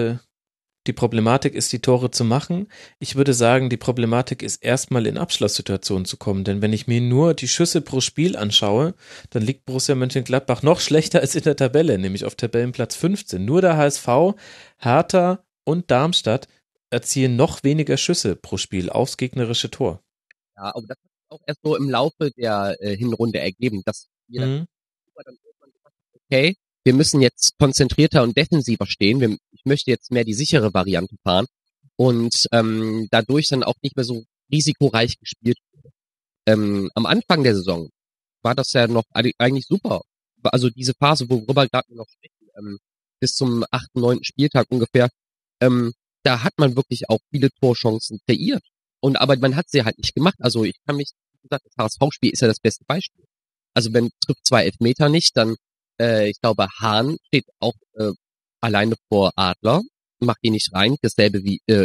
die Problematik ist, die Tore zu machen. Ich würde sagen, die Problematik ist erstmal in Abschlusssituationen zu kommen, denn wenn ich mir nur die Schüsse pro Spiel anschaue, dann liegt Borussia Mönchengladbach noch schlechter als in der Tabelle, nämlich auf Tabellenplatz 15. Nur der HSV, Hertha und Darmstadt erzielen noch weniger Schüsse pro Spiel aufs gegnerische Tor. Ja, aber das hat sich auch erst so im Laufe der Hinrunde ergeben, dass wir dann irgendwann gesagt haben, okay, wir müssen jetzt konzentrierter und defensiver stehen. Ich möchte jetzt mehr die sichere Variante fahren und dadurch dann auch nicht mehr so risikoreich gespielt wurde. Am Anfang der Saison war das ja noch eigentlich super. Also diese Phase, worüber gerade noch sprechen, bis zum 8., 9. Spieltag ungefähr, da hat man wirklich auch viele Torchancen kreiert. Aber man hat sie halt nicht gemacht. Also ich kann mich, wie gesagt, das HSV-Spiel ist ja das beste Beispiel. Also wenn trifft 2 Elfmeter nicht, dann ich glaube, Hahn steht auch alleine vor Adler, macht ihn nicht rein, dasselbe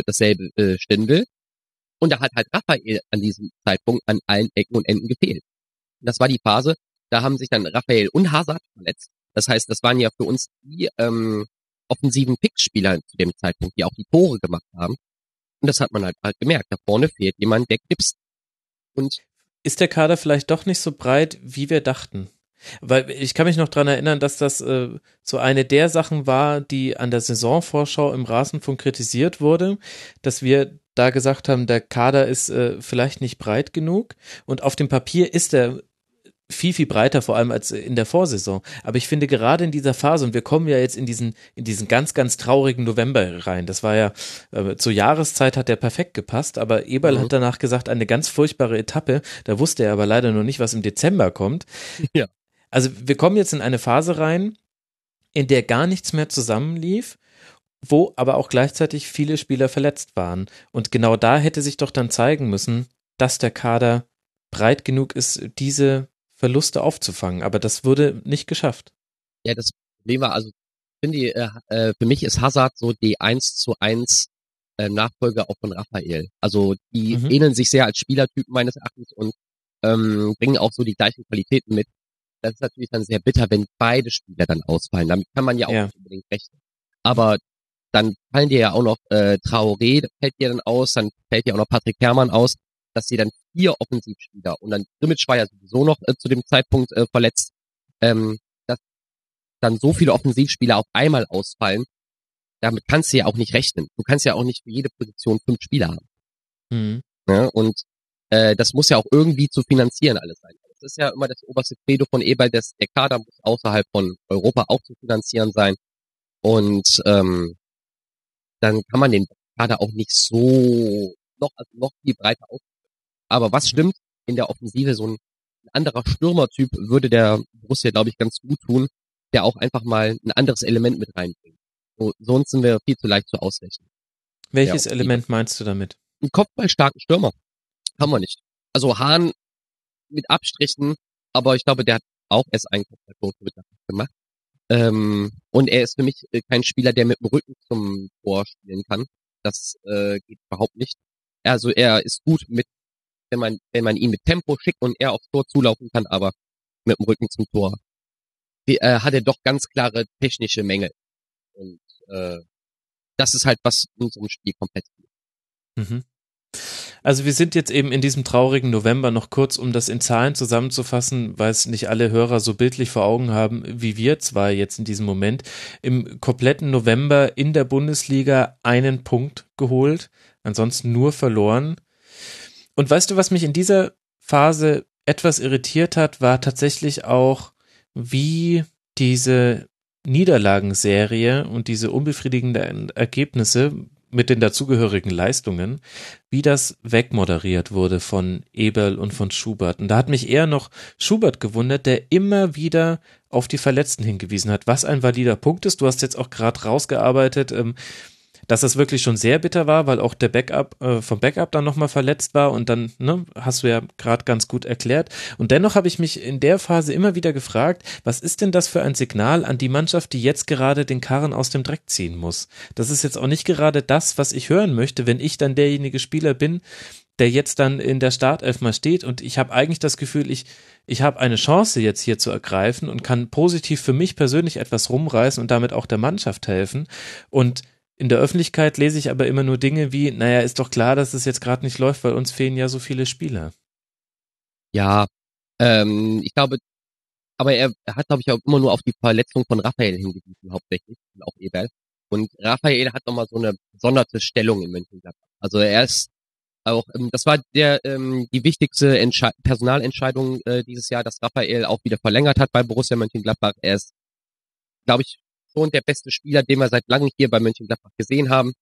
Stindl. Und da hat halt Raphael an diesem Zeitpunkt an allen Ecken und Enden gefehlt. Das war die Phase, da haben sich dann Raphael und Hazard verletzt. Das heißt, das waren ja für uns die offensiven Fixspieler zu dem Zeitpunkt, die auch die Tore gemacht haben. Und das hat man halt gemerkt. Da vorne fehlt jemand, der knipst. Und ist der Kader vielleicht doch nicht so breit, wie wir dachten? Weil ich kann mich noch dran erinnern, dass das so eine der Sachen war, die an der Saisonvorschau im Rasenfunk kritisiert wurde, dass wir da gesagt haben, der Kader ist vielleicht nicht breit genug und auf dem Papier ist er viel, viel breiter, vor allem als in der Vorsaison. Aber ich finde gerade in dieser Phase, und wir kommen ja jetzt in diesen ganz, ganz traurigen November rein, das war ja, zur Jahreszeit hat der perfekt gepasst, aber Eberl hat danach gesagt, eine ganz furchtbare Etappe, da wusste er aber leider noch nicht, was im Dezember kommt. Ja. Also wir kommen jetzt in eine Phase rein, in der gar nichts mehr zusammenlief, wo aber auch gleichzeitig viele Spieler verletzt waren. Und genau da hätte sich doch dann zeigen müssen, dass der Kader breit genug ist, diese Verluste aufzufangen. Aber das wurde nicht geschafft. Ja, das Problem war, also finde ich, für mich ist Hazard so die 1:1 Nachfolger auch von Raphael. Also die ähneln sich sehr als Spielertypen meines Erachtens und bringen auch so die gleichen Qualitäten mit. Das ist natürlich dann sehr bitter, wenn beide Spieler dann ausfallen. Damit kann man ja auch nicht unbedingt rechnen. Aber dann fallen dir ja auch noch Traoré, fällt dir dann aus, dann fällt dir auch noch Patrick Herrmann aus, dass sie dann 4 Offensivspieler und dann Simic war ja sowieso noch zu dem Zeitpunkt verletzt, dass dann so viele Offensivspieler auf einmal ausfallen, damit kannst du ja auch nicht rechnen. Du kannst ja auch nicht für jede Position 5 Spieler haben. Ja, und das muss ja auch irgendwie zu finanzieren alles sein. Das ist ja immer das oberste Credo von Eberl, dass der Kader muss außerhalb von Europa auch zu finanzieren sein. Und dann kann man den Kader auch nicht so noch viel breiter aufstellen. Aber was stimmt, in der Offensive so ein anderer Stürmertyp würde der Borussia, glaube ich, ganz gut tun, der auch einfach mal ein anderes Element mit reinbringt. So, sonst sind wir viel zu leicht zu ausrechnen. Welches Element meinst du damit? Ein kopfballstarken Stürmer. Haben wir nicht. Also Hahn mit Abstrichen, aber ich glaube, der hat auch erst einen Kopfballtor gemacht. Und er ist für mich kein Spieler, der mit dem Rücken zum Tor spielen kann. Das geht überhaupt nicht. Also er ist gut mit, wenn man ihn mit Tempo schickt und er aufs Tor zulaufen kann, aber mit dem Rücken zum Tor hat er doch ganz klare technische Mängel. Und das ist halt, was in unserem Spiel komplett fehlt. Also wir sind jetzt eben in diesem traurigen November, noch kurz, um das in Zahlen zusammenzufassen, weil es nicht alle Hörer so bildlich vor Augen haben, wie wir zwei jetzt in diesem Moment. Im kompletten November in der Bundesliga 1 Punkt geholt, ansonsten nur verloren. Und weißt du, was mich in dieser Phase etwas irritiert hat, war tatsächlich auch, wie diese Niederlagenserie und diese unbefriedigenden Ergebnisse mit den dazugehörigen Leistungen, wie das wegmoderiert wurde von Eberl und von Schubert. Und da hat mich eher noch Schubert gewundert, der immer wieder auf die Verletzten hingewiesen hat, was ein valider Punkt ist. Du hast jetzt auch gerade rausgearbeitet, dass das wirklich schon sehr bitter war, weil auch der Backup vom Backup dann nochmal verletzt war und dann, hast du ja gerade ganz gut erklärt. Und dennoch habe ich mich in der Phase immer wieder gefragt, was ist denn das für ein Signal an die Mannschaft, die jetzt gerade den Karren aus dem Dreck ziehen muss? Das ist jetzt auch nicht gerade das, was ich hören möchte, wenn ich dann derjenige Spieler bin, der jetzt dann in der Startelf mal steht und ich habe eigentlich das Gefühl, ich habe eine Chance jetzt hier zu ergreifen und kann positiv für mich persönlich etwas rumreißen und damit auch der Mannschaft helfen. Und in der Öffentlichkeit lese ich aber immer nur Dinge wie, naja, ist doch klar, dass es jetzt gerade nicht läuft, weil uns fehlen ja so viele Spieler. Ja, ich glaube, aber er hat, glaube ich, auch immer nur auf die Verletzung von Raphael hingewiesen, hauptsächlich, und auch Eberl. Und Raphael hat nochmal so eine besondere Stellung in Mönchengladbach. Also er ist auch, das war die wichtigste Personalentscheidung dieses Jahr, dass Raphael auch wieder verlängert hat bei Borussia Mönchengladbach. Er ist, glaube ich, schon der beste Spieler, den wir seit langem hier bei Mönchengladbach gesehen haben.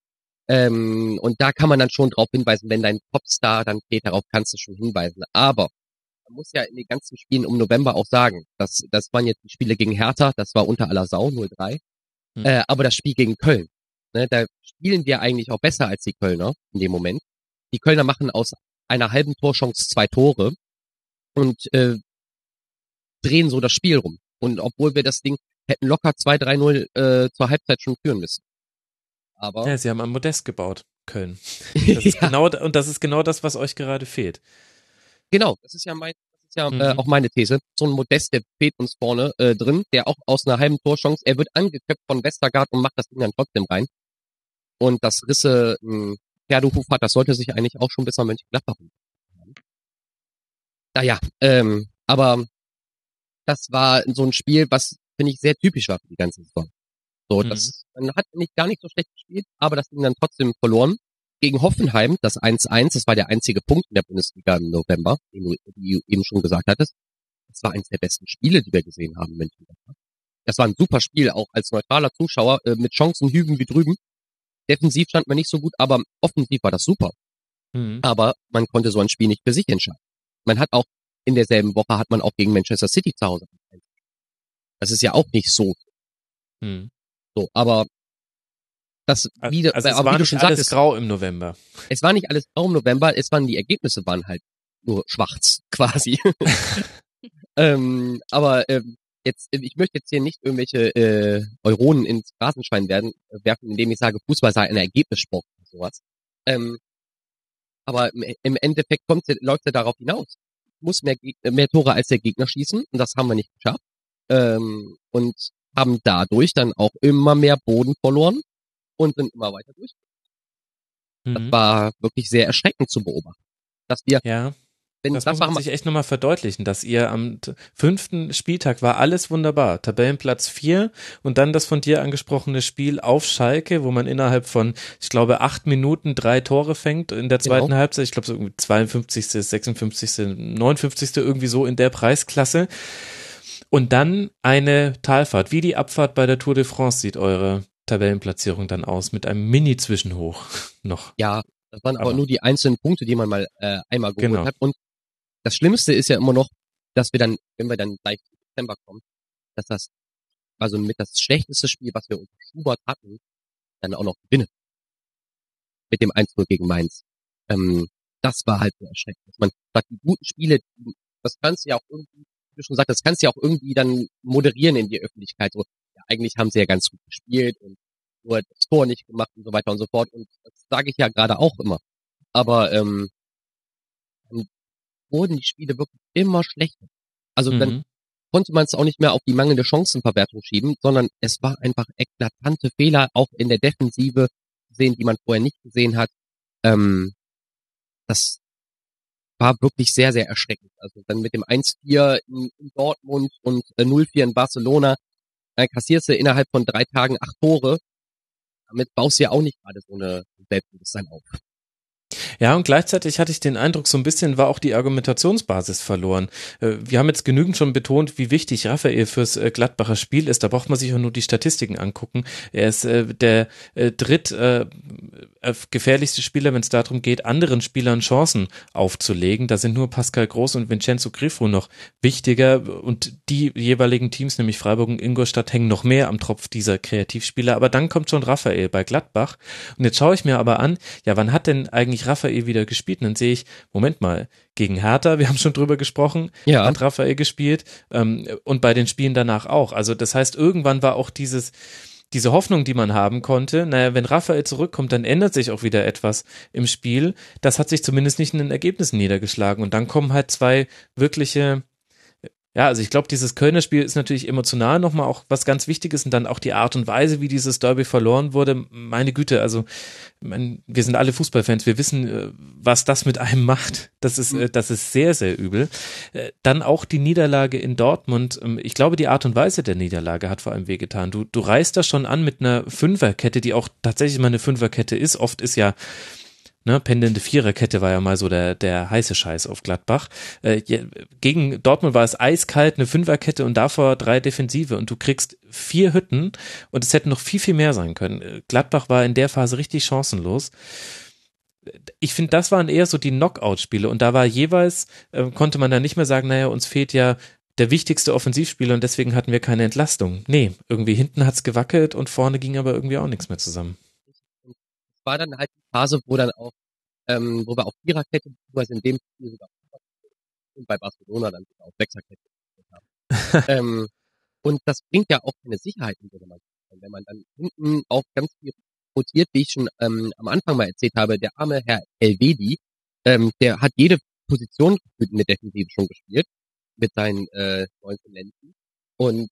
Und da kann man dann schon drauf hinweisen, wenn dein Popstar dann geht, darauf kannst du schon hinweisen. Aber man muss ja in den ganzen Spielen um November auch sagen, das waren jetzt die Spiele gegen Hertha, das war unter aller Sau, 0-3. Aber das Spiel gegen Köln, ne, da spielen wir eigentlich auch besser als die Kölner in dem Moment. Die Kölner machen aus einer halben Torchance 2 Tore und drehen so das Spiel rum. Und obwohl wir das Ding hätten locker 2-3-0 zur Halbzeit schon führen müssen. Aber ja, sie haben am Modest gebaut, Köln. Das ist das ist genau das, was euch gerade fehlt. Genau, das ist ja auch meine These. So ein Modest, der fehlt uns vorne drin, der auch aus einer halben Torchance, er wird angeköpft von Westergaard und macht das Ding dann trotzdem rein. Und das Risse Ferduhof hat, das sollte sich eigentlich auch schon bis an Mönchengladbach haben. Naja, aber das war so ein Spiel, was, finde ich, sehr typisch war für die ganze Saison. So, man hat gar nicht so schlecht gespielt, aber das Ding dann trotzdem verloren. Gegen Hoffenheim, das 1-1, das war der einzige Punkt in der Bundesliga im November, den du eben schon gesagt hattest. Das war eines der besten Spiele, die wir gesehen haben in Mönchengladbach. Das war ein super Spiel, auch als neutraler Zuschauer, mit Chancen hüben wie drüben. Defensiv stand man nicht so gut, aber offensiv war das super. Aber man konnte so ein Spiel nicht für sich entscheiden. Man hat auch, in derselben Woche hat man auch gegen Manchester City zu Hause. Das ist ja auch nicht so. So, aber das wieder, also es aber war wie du nicht schon alles sagtest, grau im November. Es war nicht alles grau im November, die Ergebnisse waren halt nur schwarz, quasi. Aber jetzt, ich möchte jetzt hier nicht irgendwelche Euronen ins Phrasenschwein werfen, indem ich sage, Fußball sei ein Ergebnissport oder sowas. Aber im Endeffekt läuft er darauf hinaus. Muss mehr Tore als der Gegner schießen, und das haben wir nicht geschafft. Und haben dadurch dann auch immer mehr Boden verloren und sind immer weiter durch. Das war wirklich sehr erschreckend zu beobachten. Dass wir, das muss man sich echt nochmal verdeutlichen, dass ihr am 5. Spieltag war alles wunderbar. Tabellenplatz 4 und dann das von dir angesprochene Spiel auf Schalke, wo man innerhalb von, ich glaube, 8 Minuten 3 Tore fängt in der zweiten Halbzeit. Ich glaube, so irgendwie 52., 56., 59. irgendwie so in der Preisklasse. Und dann eine Talfahrt. Wie die Abfahrt bei der Tour de France sieht eure Tabellenplatzierung dann aus, mit einem Mini-Zwischenhoch noch. Ja, das waren aber nur die einzelnen Punkte, die man mal einmal geholt hat. Und das Schlimmste ist ja immer noch, dass wir dann, wenn wir dann gleich im Dezember kommen, dass das, also mit das schlechteste Spiel, was wir unter Schubert hatten, dann auch noch gewinnen. Mit dem 1-0 gegen Mainz. Das war halt so erschreckend. Man sagt, die guten Spiele, das kannst du ja auch irgendwie, wie du schon sagst, das kannst du ja auch irgendwie dann moderieren in die Öffentlichkeit. So, ja, eigentlich haben sie ja ganz gut gespielt und nur das Tor nicht gemacht und so weiter und so fort. Und das sage ich ja gerade auch immer. Aber dann wurden die Spiele wirklich immer schlechter. Also dann konnte man es auch nicht mehr auf die mangelnde Chancenverwertung schieben, sondern es war einfach eklatante Fehler, auch in der Defensive sehen, die man vorher nicht gesehen hat. Das war wirklich sehr, sehr erschreckend. Also dann mit dem 1-4 in Dortmund und 0-4 in Barcelona, dann kassierst du innerhalb von 3 Tagen 8 Tore. Damit baust du ja auch nicht gerade so eine Selbstbewusstsein auf. Ja, und gleichzeitig hatte ich den Eindruck, so ein bisschen war auch die Argumentationsbasis verloren. Wir haben jetzt genügend schon betont, wie wichtig Raphael fürs Gladbacher Spiel ist. Da braucht man sich auch nur die Statistiken angucken. Er ist der gefährlichste Spieler, wenn es darum geht, anderen Spielern Chancen aufzulegen. Da sind nur Pascal Groß und Vincenzo Grifo noch wichtiger und die jeweiligen Teams, nämlich Freiburg und Ingolstadt, hängen noch mehr am Tropf dieser Kreativspieler. Aber dann kommt schon Raphael bei Gladbach. Und jetzt schaue ich mir aber an, ja, wann hat denn eigentlich Raphael wieder gespielt? Und dann sehe ich, Moment mal, gegen Hertha, wir haben schon drüber gesprochen, hat Raphael gespielt und bei den Spielen danach auch. Also das heißt, irgendwann war auch diese diese Hoffnung, die man haben konnte, naja, wenn Raphael zurückkommt, dann ändert sich auch wieder etwas im Spiel. Das hat sich zumindest nicht in den Ergebnissen niedergeschlagen. Und dann kommen halt zwei wirkliche, ja, also ich glaube, dieses Kölner Spiel ist natürlich emotional nochmal auch was ganz Wichtiges und dann auch die Art und Weise, wie dieses Derby verloren wurde. Meine Güte, also wir sind alle Fußballfans, wir wissen, was das mit einem macht. Das ist sehr, sehr übel. Dann auch die Niederlage in Dortmund. Ich glaube, die Art und Weise der Niederlage hat vor allem wehgetan. Du reißt das schon an mit einer Fünferkette, die auch tatsächlich mal eine Fünferkette ist. Oft ist ja pendelnde Viererkette war ja mal so der heiße Scheiß auf Gladbach. Gegen Dortmund war es eiskalt, eine Fünferkette und davor 3 Defensive und du kriegst 4 Hütten und es hätten noch viel, viel mehr sein können. Gladbach war in der Phase richtig chancenlos. Ich finde, das waren eher so die Knockout-Spiele und da war jeweils, konnte man dann nicht mehr sagen, naja, uns fehlt ja der wichtigste Offensivspieler und deswegen hatten wir keine Entlastung. Nee, irgendwie hinten hat's gewackelt und vorne ging aber irgendwie auch nichts mehr zusammen. War dann halt die Phase, wo dann auch, wo wir auf Viererkette, beziehungsweise in dem Spiel sogar und bei Barcelona dann sogar auf Sechserkette haben. Und das bringt ja auch keine Sicherheit in so einer Mannschaft. Wenn man dann hinten auch ganz viel rotiert, wie ich schon am Anfang mal erzählt habe, der arme Herr Elvedi, der hat jede Position in der Defensive schon gespielt, mit seinen 19 Lenzen. Und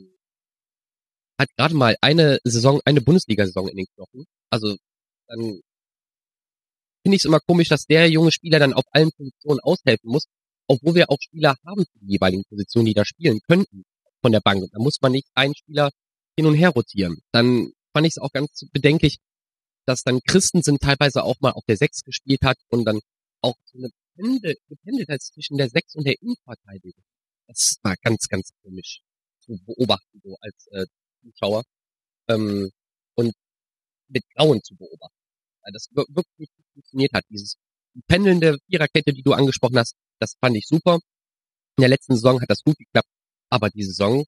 hat gerade mal eine Bundesliga-Saison in den Knochen. Also dann finde ich es immer komisch, dass der junge Spieler dann auf allen Positionen aushelfen muss, obwohl wir auch Spieler haben für die jeweiligen Positionen, die da spielen könnten von der Bank. Da muss man nicht einen Spieler hin und her rotieren. Dann fand ich es auch ganz bedenklich, dass dann Christensen teilweise auch mal auf der 6 gespielt hat und dann auch so eine gependelt hat zwischen der 6 und der Innenverteidigung. Das war ganz, ganz komisch zu beobachten, so als Zuschauer. Und mit Grauen zu beobachten. Weil das wirklich nicht funktioniert hat. Dieses pendelnde Viererkette, die du angesprochen hast, das fand ich super. In der letzten Saison hat das gut geklappt, aber die Saison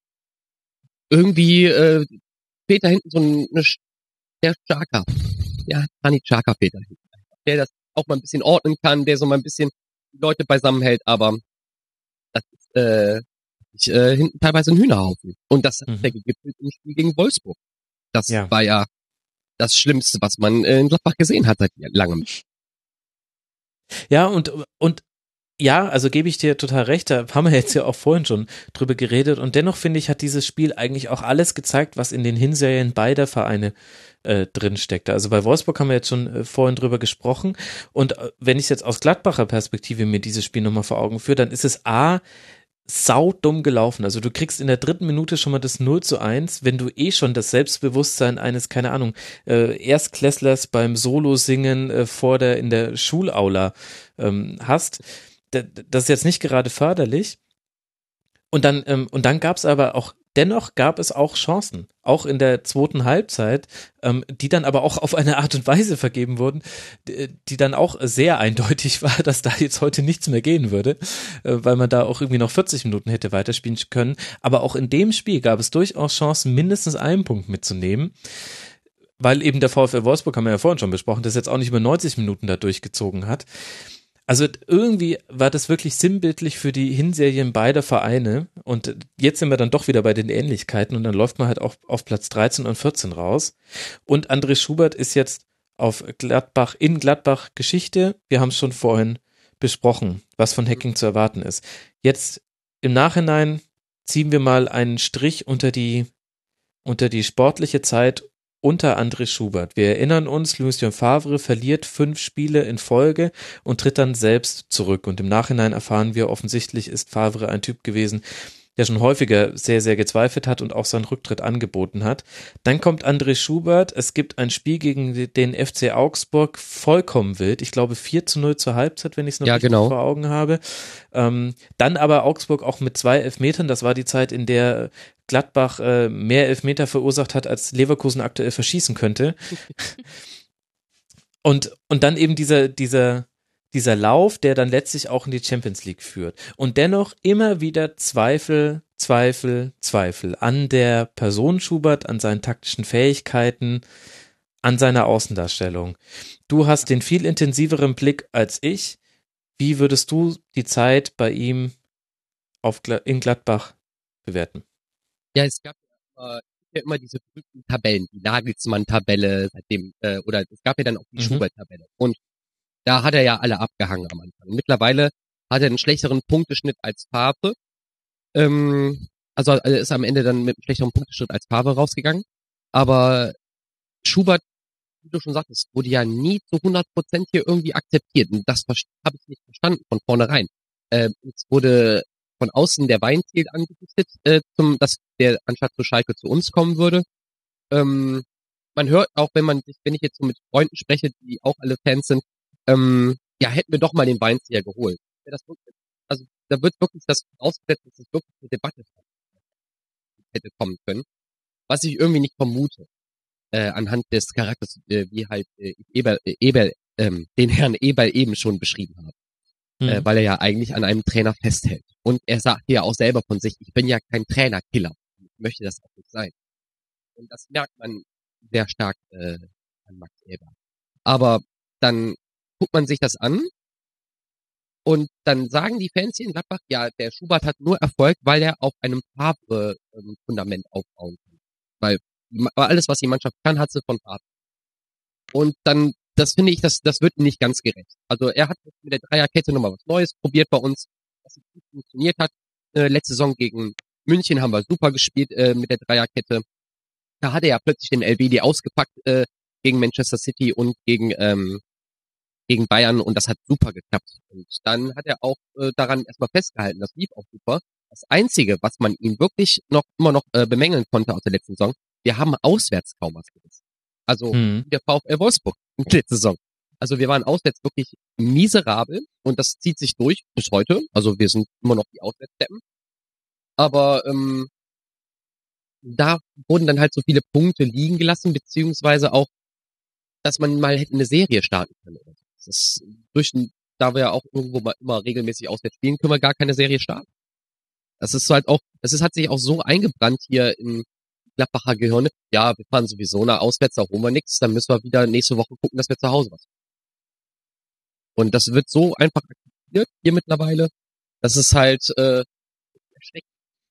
irgendwie fehlt da hinten so der Xhaka. Ja, Granit Xhaka fehlt da hinten. Der das auch mal ein bisschen ordnen kann, der so mal ein bisschen die Leute beisammen hält, aber das ist hinten teilweise ein Hühnerhaufen. Und das hat der gegipfelt im Spiel gegen Wolfsburg. Das war ja das Schlimmste, was man in Gladbach gesehen hat seit langem. Ja, und ja, also gebe ich dir total recht, da haben wir jetzt ja auch vorhin schon drüber geredet und dennoch finde ich, hat dieses Spiel eigentlich auch alles gezeigt, was in den Hinserien beider Vereine drin steckte. Also bei Wolfsburg haben wir jetzt schon vorhin drüber gesprochen und wenn ich jetzt aus Gladbacher Perspektive mir dieses Spiel nochmal vor Augen führe, dann ist es saudumm gelaufen. Also du kriegst in der 3. Minute schon mal das 0:1, wenn du schon das Selbstbewusstsein eines, keine Ahnung, Erstklässlers beim Solo-Singen in der Schulaula hast. Das ist jetzt nicht gerade förderlich. Und dann gab es aber auch, dennoch gab es auch Chancen, auch in der 2. Halbzeit, die dann aber auch auf eine Art und Weise vergeben wurden, die dann auch sehr eindeutig war, dass da jetzt heute nichts mehr gehen würde, weil man da auch irgendwie noch 40 Minuten hätte weiterspielen können. Aber auch in dem Spiel gab es durchaus Chancen, mindestens einen Punkt mitzunehmen. Weil eben der VfL Wolfsburg, haben wir ja vorhin schon besprochen, das jetzt auch nicht über 90 Minuten da durchgezogen hat. Also irgendwie war das wirklich sinnbildlich für die Hinserien beider Vereine und jetzt sind wir dann doch wieder bei den Ähnlichkeiten und dann läuft man halt auch auf Platz 13 und 14 raus und André Schubert ist jetzt in Gladbach Geschichte. Wir haben es schon vorhin besprochen, was von Hacking zu erwarten ist. Jetzt im Nachhinein ziehen wir mal einen Strich unter die sportliche Zeit unter André Schubert. Wir erinnern uns, Lucien Favre verliert 5 Spiele in Folge und tritt dann selbst zurück. Und im Nachhinein erfahren wir, offensichtlich ist Favre ein Typ gewesen, der schon häufiger sehr, sehr gezweifelt hat und auch seinen Rücktritt angeboten hat. Dann kommt André Schubert. Es gibt ein Spiel gegen den FC Augsburg, vollkommen wild. Ich glaube 4:0 zur Halbzeit, wenn ich es noch richtig vor Augen habe. Dann aber Augsburg auch mit 2 Elfmetern. Das war die Zeit, in der Gladbach mehr Elfmeter verursacht hat, als Leverkusen aktuell verschießen könnte. Und dann eben dieser Lauf, der dann letztlich auch in die Champions League führt. Und dennoch immer wieder Zweifel an der Person Schubert, an seinen taktischen Fähigkeiten, an seiner Außendarstellung. Du hast den viel intensiveren Blick als ich. Wie würdest du die Zeit bei ihm in Gladbach bewerten? Ja, es gab ja immer diese berühmten Tabellen, die Nagelsmann-Tabelle, seitdem, oder es gab ja dann auch die Schubert-Tabelle. Und da hat er ja alle abgehangen am Anfang. Mittlerweile hat er einen schlechteren Punkteschnitt als Favre. Also er ist am Ende dann mit einem schlechteren Punkteschnitt als Favre rausgegangen. Aber Schubert, wie du schon sagtest, wurde ja nie zu 100% hier irgendwie akzeptiert. Und das habe ich nicht verstanden von vornherein. Es wurde von außen der Weinziel angedichtet, dass der anstatt zu Schalke zu uns kommen würde. Man hört auch, wenn ich jetzt so mit Freunden spreche, die auch alle Fans sind, ja, hätten wir doch mal den Weinzieher geholt. Also da wird wirklich das ausgesetzt, dass es wirklich eine Debatte hätte kommen können, was ich irgendwie nicht vermute, anhand des Charakters, wie halt den Herrn Eberl eben schon beschrieben habe. Weil er ja eigentlich an einem Trainer festhält. Und er sagt ja auch selber von sich, ich bin ja kein Trainerkiller. Ich möchte das auch nicht sein. Und das merkt man sehr stark an Max Eberl. Aber dann guckt man sich das an und dann sagen die Fans hier in Gladbach, ja, der Schubert hat nur Erfolg, weil er auf einem Favre-Fundament aufbauen kann. Weil alles, was die Mannschaft kann, hat sie von Favre. Und dann, das finde ich, das wird nicht ganz gerecht. Also er hat mit der Dreierkette nochmal was Neues probiert bei uns, was gut funktioniert hat. Letzte Saison gegen München haben wir super gespielt mit der Dreierkette. Da hat er ja plötzlich den LBD ausgepackt gegen Manchester City und gegen Bayern und das hat super geklappt. Und dann hat er auch daran erstmal festgehalten, das lief auch super. Das Einzige, was man ihm wirklich immer noch bemängeln konnte aus der letzten Saison, wir haben auswärts kaum was gerissen. Also der VfL Wolfsburg in der letzten Saison. Also wir waren auswärts wirklich miserabel und das zieht sich durch bis heute. Also wir sind immer noch die Auswärtsdeppen. Aber da wurden dann halt so viele Punkte liegen gelassen, beziehungsweise auch, dass man mal hätte eine Serie starten können. Das ist da wir ja auch irgendwo mal immer regelmäßig auswärts spielen, können wir gar keine Serie starten. Das ist halt auch, hat sich auch so eingebrannt hier in Gladbacher Gehirne. Ja, wir fahren sowieso nach auswärts, da holen wir nichts, dann müssen wir wieder nächste Woche gucken, dass wir zu Hause was. Und das wird so einfach akzeptiert hier mittlerweile, dass es halt erschreckend.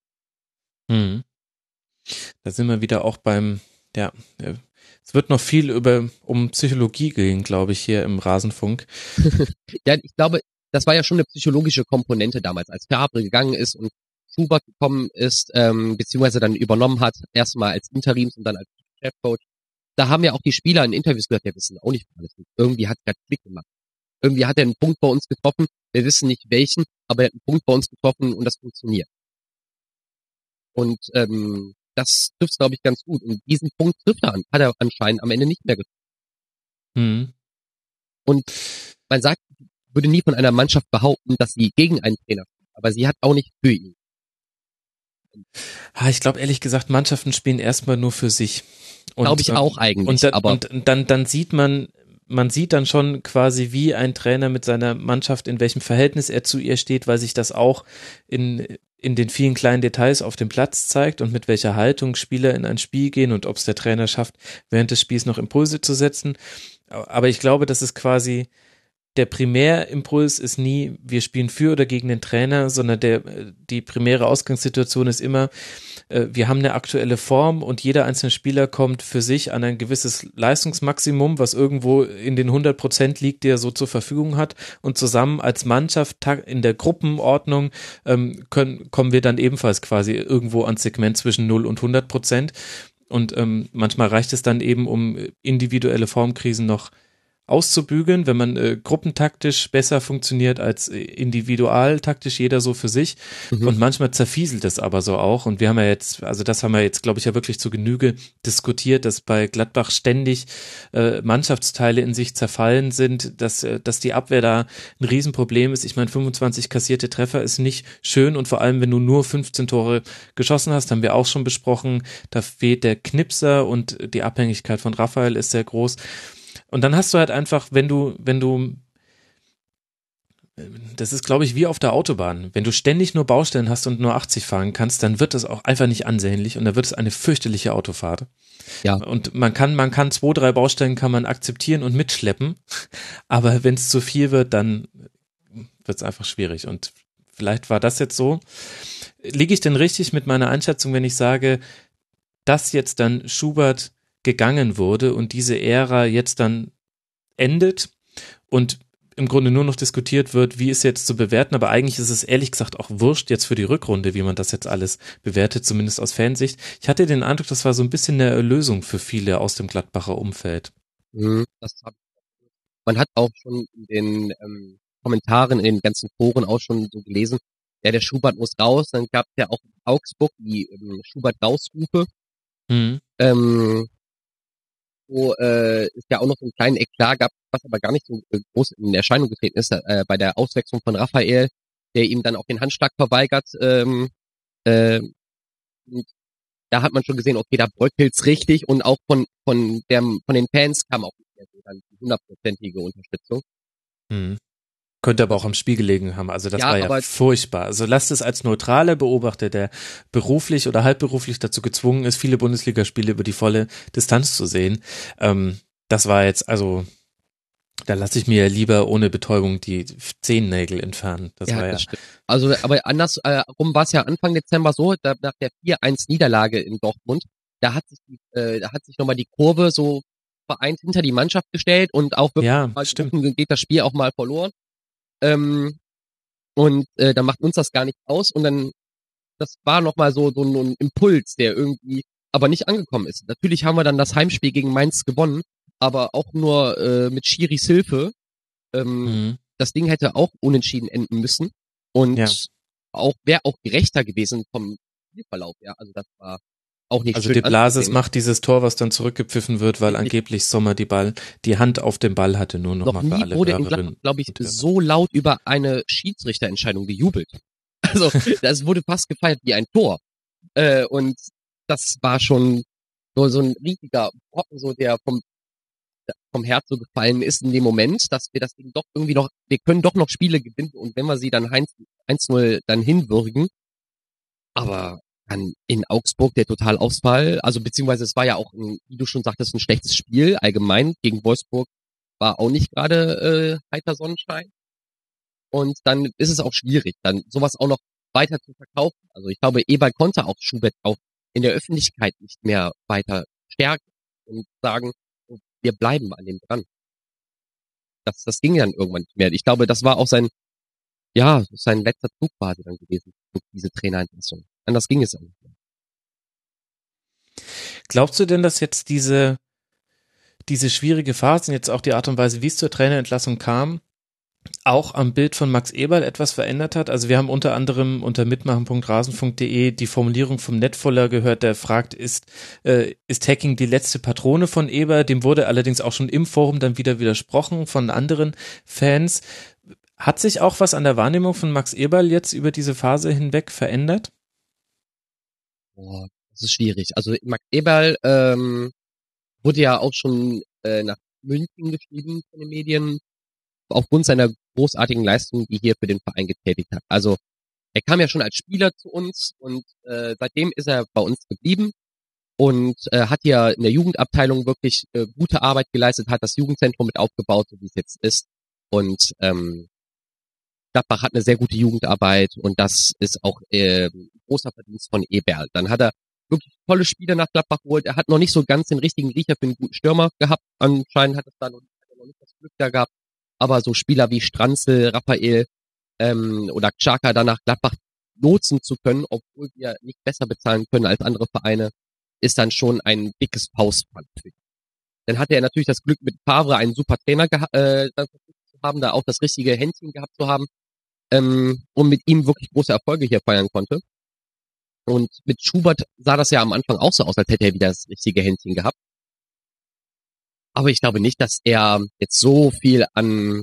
Da sind wir wieder auch es wird noch viel um Psychologie gehen, glaube ich, hier im Rasenfunk. Ja, ich glaube, das war ja schon eine psychologische Komponente damals, als Favre gegangen ist und Schubert gekommen ist, beziehungsweise dann übernommen hat, erstmal als Interims und dann als Chefcoach. Da haben ja auch die Spieler in Interviews gesagt, wir wissen auch nicht, was alles ist. Irgendwie hat er Klick gemacht. Irgendwie hat er einen Punkt bei uns getroffen, wir wissen nicht welchen, aber er hat einen Punkt bei uns getroffen und das funktioniert. Und das trifft, glaube ich, ganz gut. Und diesen Punkt hat er anscheinend am Ende nicht mehr getroffen. Und man würde nie von einer Mannschaft behaupten, dass sie gegen einen Trainer spielt, aber sie hat auch nicht für ihn. Ich glaube, ehrlich gesagt, Mannschaften spielen erstmal nur für sich. Glaube ich auch eigentlich. Und dann sieht man sieht dann schon quasi, wie ein Trainer mit seiner Mannschaft, in welchem Verhältnis er zu ihr steht, weil sich das auch in den vielen kleinen Details auf dem Platz zeigt und mit welcher Haltung Spieler in ein Spiel gehen und ob es der Trainer schafft, während des Spiels noch Impulse zu setzen. Aber ich glaube, das ist quasi der Primärimpuls ist nie, wir spielen für oder gegen den Trainer, sondern die primäre Ausgangssituation ist immer, wir haben eine aktuelle Form und jeder einzelne Spieler kommt für sich an ein gewisses Leistungsmaximum, was irgendwo in den 100% liegt, die er so zur Verfügung hat, und zusammen als Mannschaft in der Gruppenordnung kommen wir dann ebenfalls quasi irgendwo ans Segment zwischen 0 und 100%, und manchmal reicht es dann eben, um individuelle Formkrisen noch auszubügeln, wenn man gruppentaktisch besser funktioniert als individualtaktisch, jeder so für sich. Und manchmal zerfieselt es aber so auch. Und wir haben ja jetzt, also das haben wir jetzt, glaube ich, ja wirklich zu Genüge diskutiert, dass bei Gladbach ständig Mannschaftsteile in sich zerfallen sind, dass die Abwehr da ein Riesenproblem ist. Ich meine, 25 kassierte Treffer ist nicht schön, und vor allem, wenn du nur 15 Tore geschossen hast, haben wir auch schon besprochen, da fehlt der Knipser und die Abhängigkeit von Raphael ist sehr groß. Und dann hast du halt einfach, wenn du, das ist, glaube ich, wie auf der Autobahn, wenn du ständig nur Baustellen hast und nur 80 fahren kannst, dann wird das auch einfach nicht ansehnlich und dann wird es eine fürchterliche Autofahrt. Ja. Und man kann 2-3 Baustellen kann man akzeptieren und mitschleppen, aber wenn es zu viel wird, dann wird es einfach schwierig, und vielleicht war das jetzt so. Liege ich denn richtig mit meiner Einschätzung, wenn ich sage, dass jetzt dann Schubert gegangen wurde und diese Ära jetzt dann endet und im Grunde nur noch diskutiert wird, wie ist jetzt zu bewerten, aber eigentlich ist es ehrlich gesagt auch wurscht jetzt für die Rückrunde, wie man das jetzt alles bewertet, zumindest aus Fansicht. Ich hatte den Eindruck, das war so ein bisschen eine Erlösung für viele aus dem Gladbacher Umfeld. Man hat auch schon in den Kommentaren, in den ganzen Foren auch schon so gelesen, ja, der Schubert muss raus, dann gab es ja auch in Augsburg die Schubert-Rausrufe, wo es ja auch noch so einen kleinen Eklat gab, was aber gar nicht so groß in Erscheinung getreten ist, bei der Auswechslung von Raphael, der ihm dann auch den Handschlag verweigert. Und da hat man schon gesehen, okay, da bröckelt's richtig und auch von den Fans kam auch nicht mehr so dann die 100%ige Unterstützung. Könnte aber auch am Spiel gelegen haben. Also das war ja furchtbar. Also lasst es als neutraler Beobachter, der beruflich oder halbberuflich dazu gezwungen ist, viele Bundesligaspiele über die volle Distanz zu sehen. Das war jetzt, also da lasse ich mir lieber ohne Betäubung die Zehennägel entfernen. Das war ja. Das stimmt. Also, aber andersrum war es ja Anfang Dezember so, nach der 4-1-Niederlage in Dortmund, da hat sich nochmal die Kurve so vereint hinter die Mannschaft gestellt und auch wirklich geht das Spiel auch mal verloren. Dann macht uns das gar nicht aus und dann, das war nochmal so ein Impuls, der irgendwie aber nicht angekommen ist. Natürlich haben wir dann das Heimspiel gegen Mainz gewonnen, aber auch nur mit Schiris Hilfe. Das Ding hätte auch unentschieden enden müssen und wäre auch gerechter gewesen vom Spielverlauf. Ja, also das war auch nicht also schön. Also De Blasis macht dieses Tor, was dann zurückgepfiffen wird, weil angeblich Sommer die Hand auf dem Ball hatte, nur noch mal für alle wurde in Gladbach, glaube ich, so laut über eine Schiedsrichterentscheidung gejubelt. Also das wurde fast gefeiert wie ein Tor. Und das war schon so ein riesiger Brocken, so der vom Herz so gefallen ist in dem Moment, dass wir das Ding doch irgendwie noch, wir können doch noch Spiele gewinnen und wenn wir sie dann 1-0 dann hinwürgen, aber dann in Augsburg der Totalausfall, also beziehungsweise es war ja auch, wie du schon sagtest, ein schlechtes Spiel, allgemein gegen Wolfsburg war auch nicht gerade heiter Sonnenschein und dann ist es auch schwierig, dann sowas auch noch weiter zu verkaufen. Also ich glaube, Eberl konnte auch Schubert auch in der Öffentlichkeit nicht mehr weiter stärken und sagen, wir bleiben an dem dran. Das ging dann irgendwann nicht mehr. Ich glaube, das war auch sein letzter Zug quasi dann gewesen, diese Trainerentlassung. Anders ging es auch nicht mehr. Glaubst du denn, dass jetzt diese schwierige Phase und jetzt auch die Art und Weise, wie es zur Trainerentlassung kam, auch am Bild von Max Eberl etwas verändert hat? Also wir haben unter anderem unter mitmachen.rasenfunk.de die Formulierung vom Netvoller gehört, der fragt, ist Hacking die letzte Patrone von Eberl? Dem wurde allerdings auch schon im Forum dann wieder widersprochen von anderen Fans. Hat sich auch was an der Wahrnehmung von Max Eberl jetzt über diese Phase hinweg verändert? Boah, das ist schwierig. Also Max Eberl wurde ja auch schon nach München geschrieben von den Medien, aufgrund seiner großartigen Leistung, die hier für den Verein getätigt hat. Also er kam ja schon als Spieler zu uns und seitdem ist er bei uns geblieben und hat ja in der Jugendabteilung wirklich gute Arbeit geleistet, hat das Jugendzentrum mit aufgebaut, so wie es jetzt ist. Und Gladbach hat eine sehr gute Jugendarbeit und das ist auch großer Verdienst von Eberl. Dann hat er wirklich tolle Spiele nach Gladbach geholt. Er hat noch nicht so ganz den richtigen Riecher für einen guten Stürmer gehabt. Anscheinend hat er noch nicht das Glück da gehabt. Aber so Spieler wie Stranzl, Raphael oder Xhaka dann nach Gladbach lotsen zu können, obwohl wir nicht besser bezahlen können als andere Vereine, ist dann schon ein dickes Faustpfand für ihn. Dann hatte er natürlich das Glück, mit Favre einen super Trainer zu haben, da auch das richtige Händchen gehabt zu haben und mit ihm wirklich große Erfolge hier feiern konnte. Und mit Schubert sah das ja am Anfang auch so aus, als hätte er wieder das richtige Händchen gehabt. Aber ich glaube nicht, dass er jetzt so viel an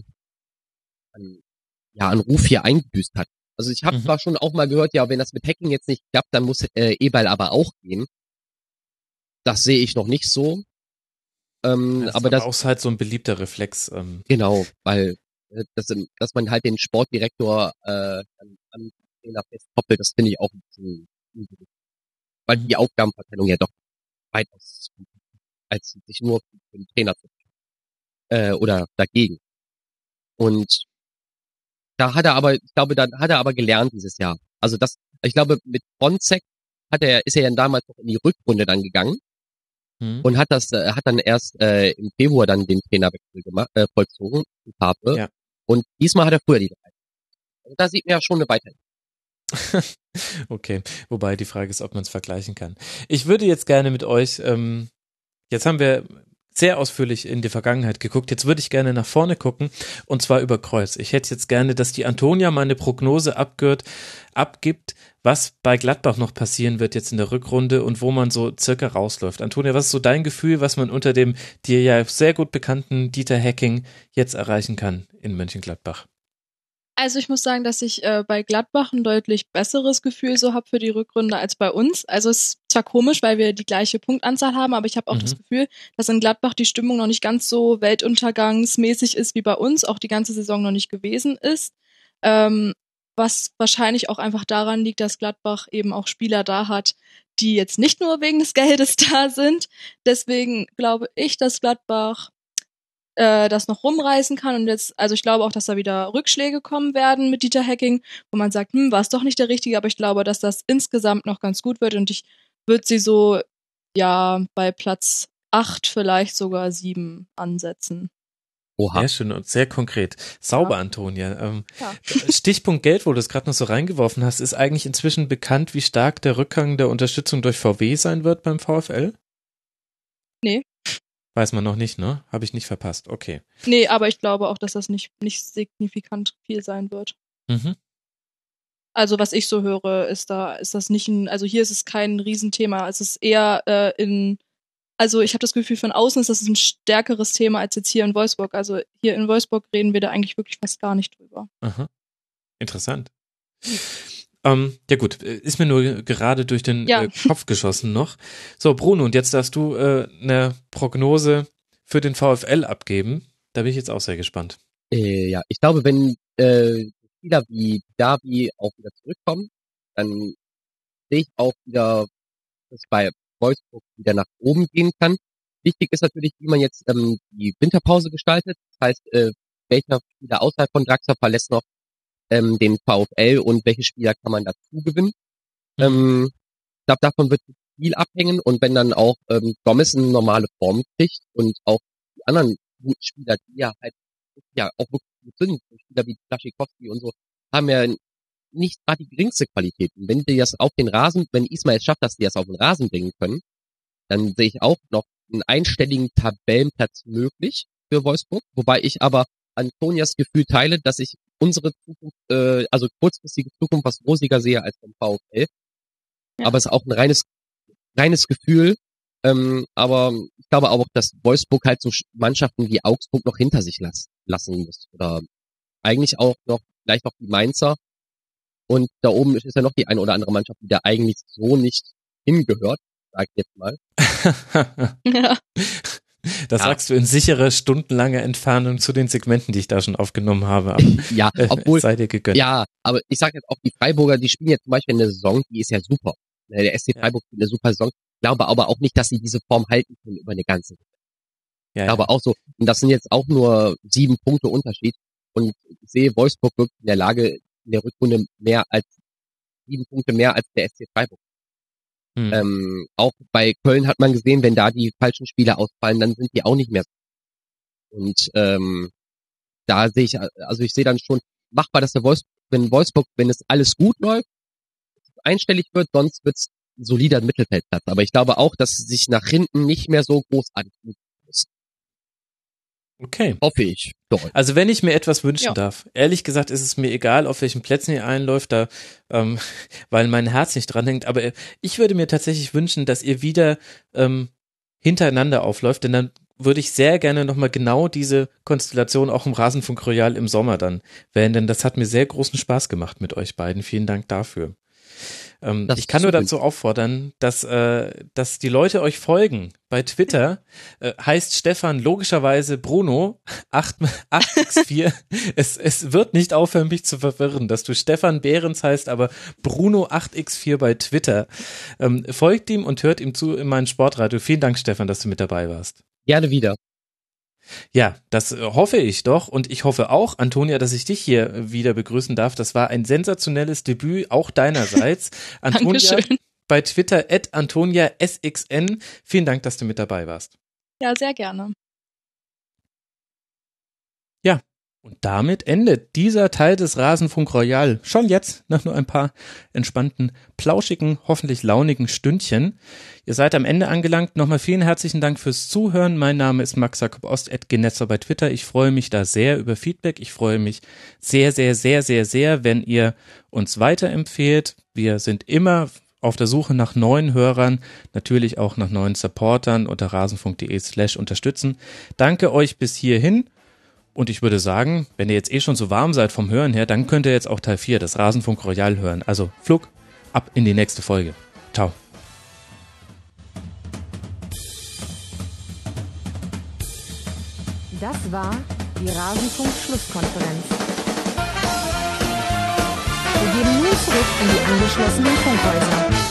Ruf hier eingebüßt hat. Also ich habe zwar schon auch mal gehört, ja, wenn das mit Hacking jetzt nicht klappt, dann muss Eberl aber auch gehen. Das sehe ich noch nicht so. Aber das ist halt so ein beliebter Reflex. Genau, weil dass man halt den Sportdirektor an den Trainer festkoppelt, das finde ich auch ein bisschen übel. Weil die Aufgabenverteilung ja doch weitaus als sich nur für den Trainer zu oder dagegen. Und da hat er aber, ich glaube, da hat er aber gelernt dieses Jahr. Also ich glaube, mit Bonzek ist er ja damals noch in die Rückrunde dann gegangen und hat dann erst im Februar dann den Trainerwechsel vollzogen, Pape. Ja. Und diesmal hat er früher die 3. Also da sieht man ja schon eine Weiterentwicklung. Okay, wobei die Frage ist, ob man es vergleichen kann. Ich würde jetzt gerne mit euch, jetzt haben wir sehr ausführlich in die Vergangenheit geguckt, jetzt würde ich gerne nach vorne gucken und zwar über Kreuz. Ich hätte jetzt gerne, dass die Antonia mal eine Prognose abgibt, was bei Gladbach noch passieren wird jetzt in der Rückrunde und wo man so circa rausläuft. Antonia, was ist so dein Gefühl, was man unter dem dir ja sehr gut bekannten Dieter Hecking jetzt erreichen kann in Mönchengladbach? Also ich muss sagen, dass ich bei Gladbach ein deutlich besseres Gefühl so habe für die Rückrunde als bei uns. Also es ist zwar komisch, weil wir die gleiche Punktanzahl haben, aber ich habe auch das Gefühl, dass in Gladbach die Stimmung noch nicht ganz so weltuntergangsmäßig ist wie bei uns, auch die ganze Saison noch nicht gewesen ist. Was wahrscheinlich auch einfach daran liegt, dass Gladbach eben auch Spieler da hat, die jetzt nicht nur wegen des Geldes da sind. Deswegen glaube ich, dass Gladbach das noch rumreißen kann und jetzt, also ich glaube auch, dass da wieder Rückschläge kommen werden mit Dieter Hecking, wo man sagt, war es doch nicht der Richtige, aber ich glaube, dass das insgesamt noch ganz gut wird und ich würde sie so, ja, bei Platz 8, vielleicht sogar 7 ansetzen. Oha. Sehr schön und sehr konkret. Sauber, ja. Antonia. Ja. Stichpunkt Geld, wo du es gerade noch so reingeworfen hast, ist eigentlich inzwischen bekannt, wie stark der Rückgang der Unterstützung durch VW sein wird beim VfL? Nee. Weiß man noch nicht, ne? Habe ich nicht verpasst. Okay. Nee, aber ich glaube auch, dass das nicht signifikant viel sein wird. Also was ich so höre, ist das nicht also hier ist es kein Riesenthema. Es ist eher also ich habe das Gefühl, von außen ist das ein stärkeres Thema als jetzt hier in Wolfsburg. Also hier in Wolfsburg reden wir da eigentlich wirklich fast gar nicht drüber. Aha. Interessant. Ja gut, ist mir nur gerade durch den Kopf geschossen noch. So, Bruno, und jetzt darfst du eine Prognose für den VfL abgeben. Da bin ich jetzt auch sehr gespannt. Ja, ich glaube, wenn Spieler wie Davi auch wieder zurückkommen, dann sehe ich auch wieder, dass bei Wolfsburg wieder nach oben gehen kann. Wichtig ist natürlich, wie man jetzt die Winterpause gestaltet. Das heißt, welcher Spieler außerhalb von Draxler verlässt noch den VfL und welche Spieler kann man dazu gewinnen. Ich glaube, davon wird viel abhängen und wenn dann auch Gomez eine normale Form kriegt und auch die anderen guten Spieler, die ja halt auch wirklich gut sind, Spieler wie Blaszczykowski und so, haben ja nicht gerade die geringste Qualität. Und wenn die das auf den Rasen, wenn Ismail es schafft, dass die das auf den Rasen bringen können, dann sehe ich auch noch einen einstelligen Tabellenplatz möglich für Wolfsburg, wobei ich aber Antonias Gefühl teile, dass ich unsere Zukunft, also kurzfristige Zukunft was rosiger sehe als vom VfL. Ja. Aber es ist auch ein reines Gefühl. Aber ich glaube auch, dass Wolfsburg halt so Mannschaften wie Augsburg noch hinter sich lassen muss. Oder eigentlich auch noch, vielleicht auch die Mainzer. Und da oben ist ja noch die eine oder andere Mannschaft, die da eigentlich so nicht hingehört, sag ich jetzt mal. Ja. Das sagst du in sicherer, stundenlanger Entfernung zu den Segmenten, die ich da schon aufgenommen habe. Aber, ja, obwohl, sei dir gegönnt. Ja, aber ich sag jetzt auch, die Freiburger, die spielen jetzt zum Beispiel eine Saison, die ist ja super. Der SC Freiburg spielt eine super Saison. Ich glaube aber auch nicht, dass sie diese Form halten können über eine ganze Saison. Ich glaube auch so, und das sind jetzt auch nur 7 Punkte Unterschied. Und ich sehe Wolfsburg wirklich in der Lage, in der Rückrunde 7 Punkte mehr als der SC Freiburg. Auch bei Köln hat man gesehen, wenn da die falschen Spieler ausfallen, dann sind die auch nicht mehr so. Und da sehe ich sehe dann schon machbar, dass Wolfsburg, wenn es alles gut läuft, einstellig wird, sonst wird es ein solider Mittelfeldplatz. Aber ich glaube auch, dass es sich nach hinten nicht mehr so großartig gut muss. Okay. Hoffe ich. Doch. Also wenn ich mir etwas wünschen darf, ehrlich gesagt ist es mir egal, auf welchen Plätzen ihr einläuft, da, weil mein Herz nicht dran hängt, aber ich würde mir tatsächlich wünschen, dass ihr wieder hintereinander aufläuft, denn dann würde ich sehr gerne nochmal genau diese Konstellation auch im Rasenfunk Royal im Sommer dann wählen, denn das hat mir sehr großen Spaß gemacht mit euch beiden. Vielen Dank dafür. Ich kann nur dazu auffordern, dass die Leute euch folgen. Bei Twitter heißt Stefan logischerweise Bruno 8x4. Es wird nicht aufhören, mich zu verwirren, dass du Stefan Behrens heißt, aber Bruno 8x4 bei Twitter. Folgt ihm und hört ihm zu in meinem Sportradio. Vielen Dank, Stefan, dass du mit dabei warst. Gerne wieder. Ja, das hoffe ich doch und ich hoffe auch, Antonia, dass ich dich hier wieder begrüßen darf. Das war ein sensationelles Debüt, auch deinerseits. Antonia, bei Twitter @AntoniaSXN. Vielen Dank, dass du mit dabei warst. Ja, sehr gerne. Ja, und damit endet dieser Teil des Rasenfunk Royal schon jetzt, nach nur ein paar entspannten, plauschigen, hoffentlich launigen Stündchen. Ihr seid am Ende angelangt. Nochmal vielen herzlichen Dank fürs Zuhören. Mein Name ist Max Jakob Ost, @genetzer bei Twitter. Ich freue mich da sehr über Feedback. Ich freue mich sehr, sehr, sehr, sehr, sehr, wenn ihr uns weiterempfehlt. Wir sind immer auf der Suche nach neuen Hörern, natürlich auch nach neuen Supportern unter rasenfunk.de/unterstützen. Danke euch bis hierhin. Und ich würde sagen, wenn ihr jetzt schon so warm seid vom Hören her, dann könnt ihr jetzt auch Teil 4 des Rasenfunk Royal hören. Also Flug, ab in die nächste Folge. Ciao. Das war die Rasenfunk-Schlusskonferenz. Wir gehen nun zurück in die angeschlossenen Funkhäuser.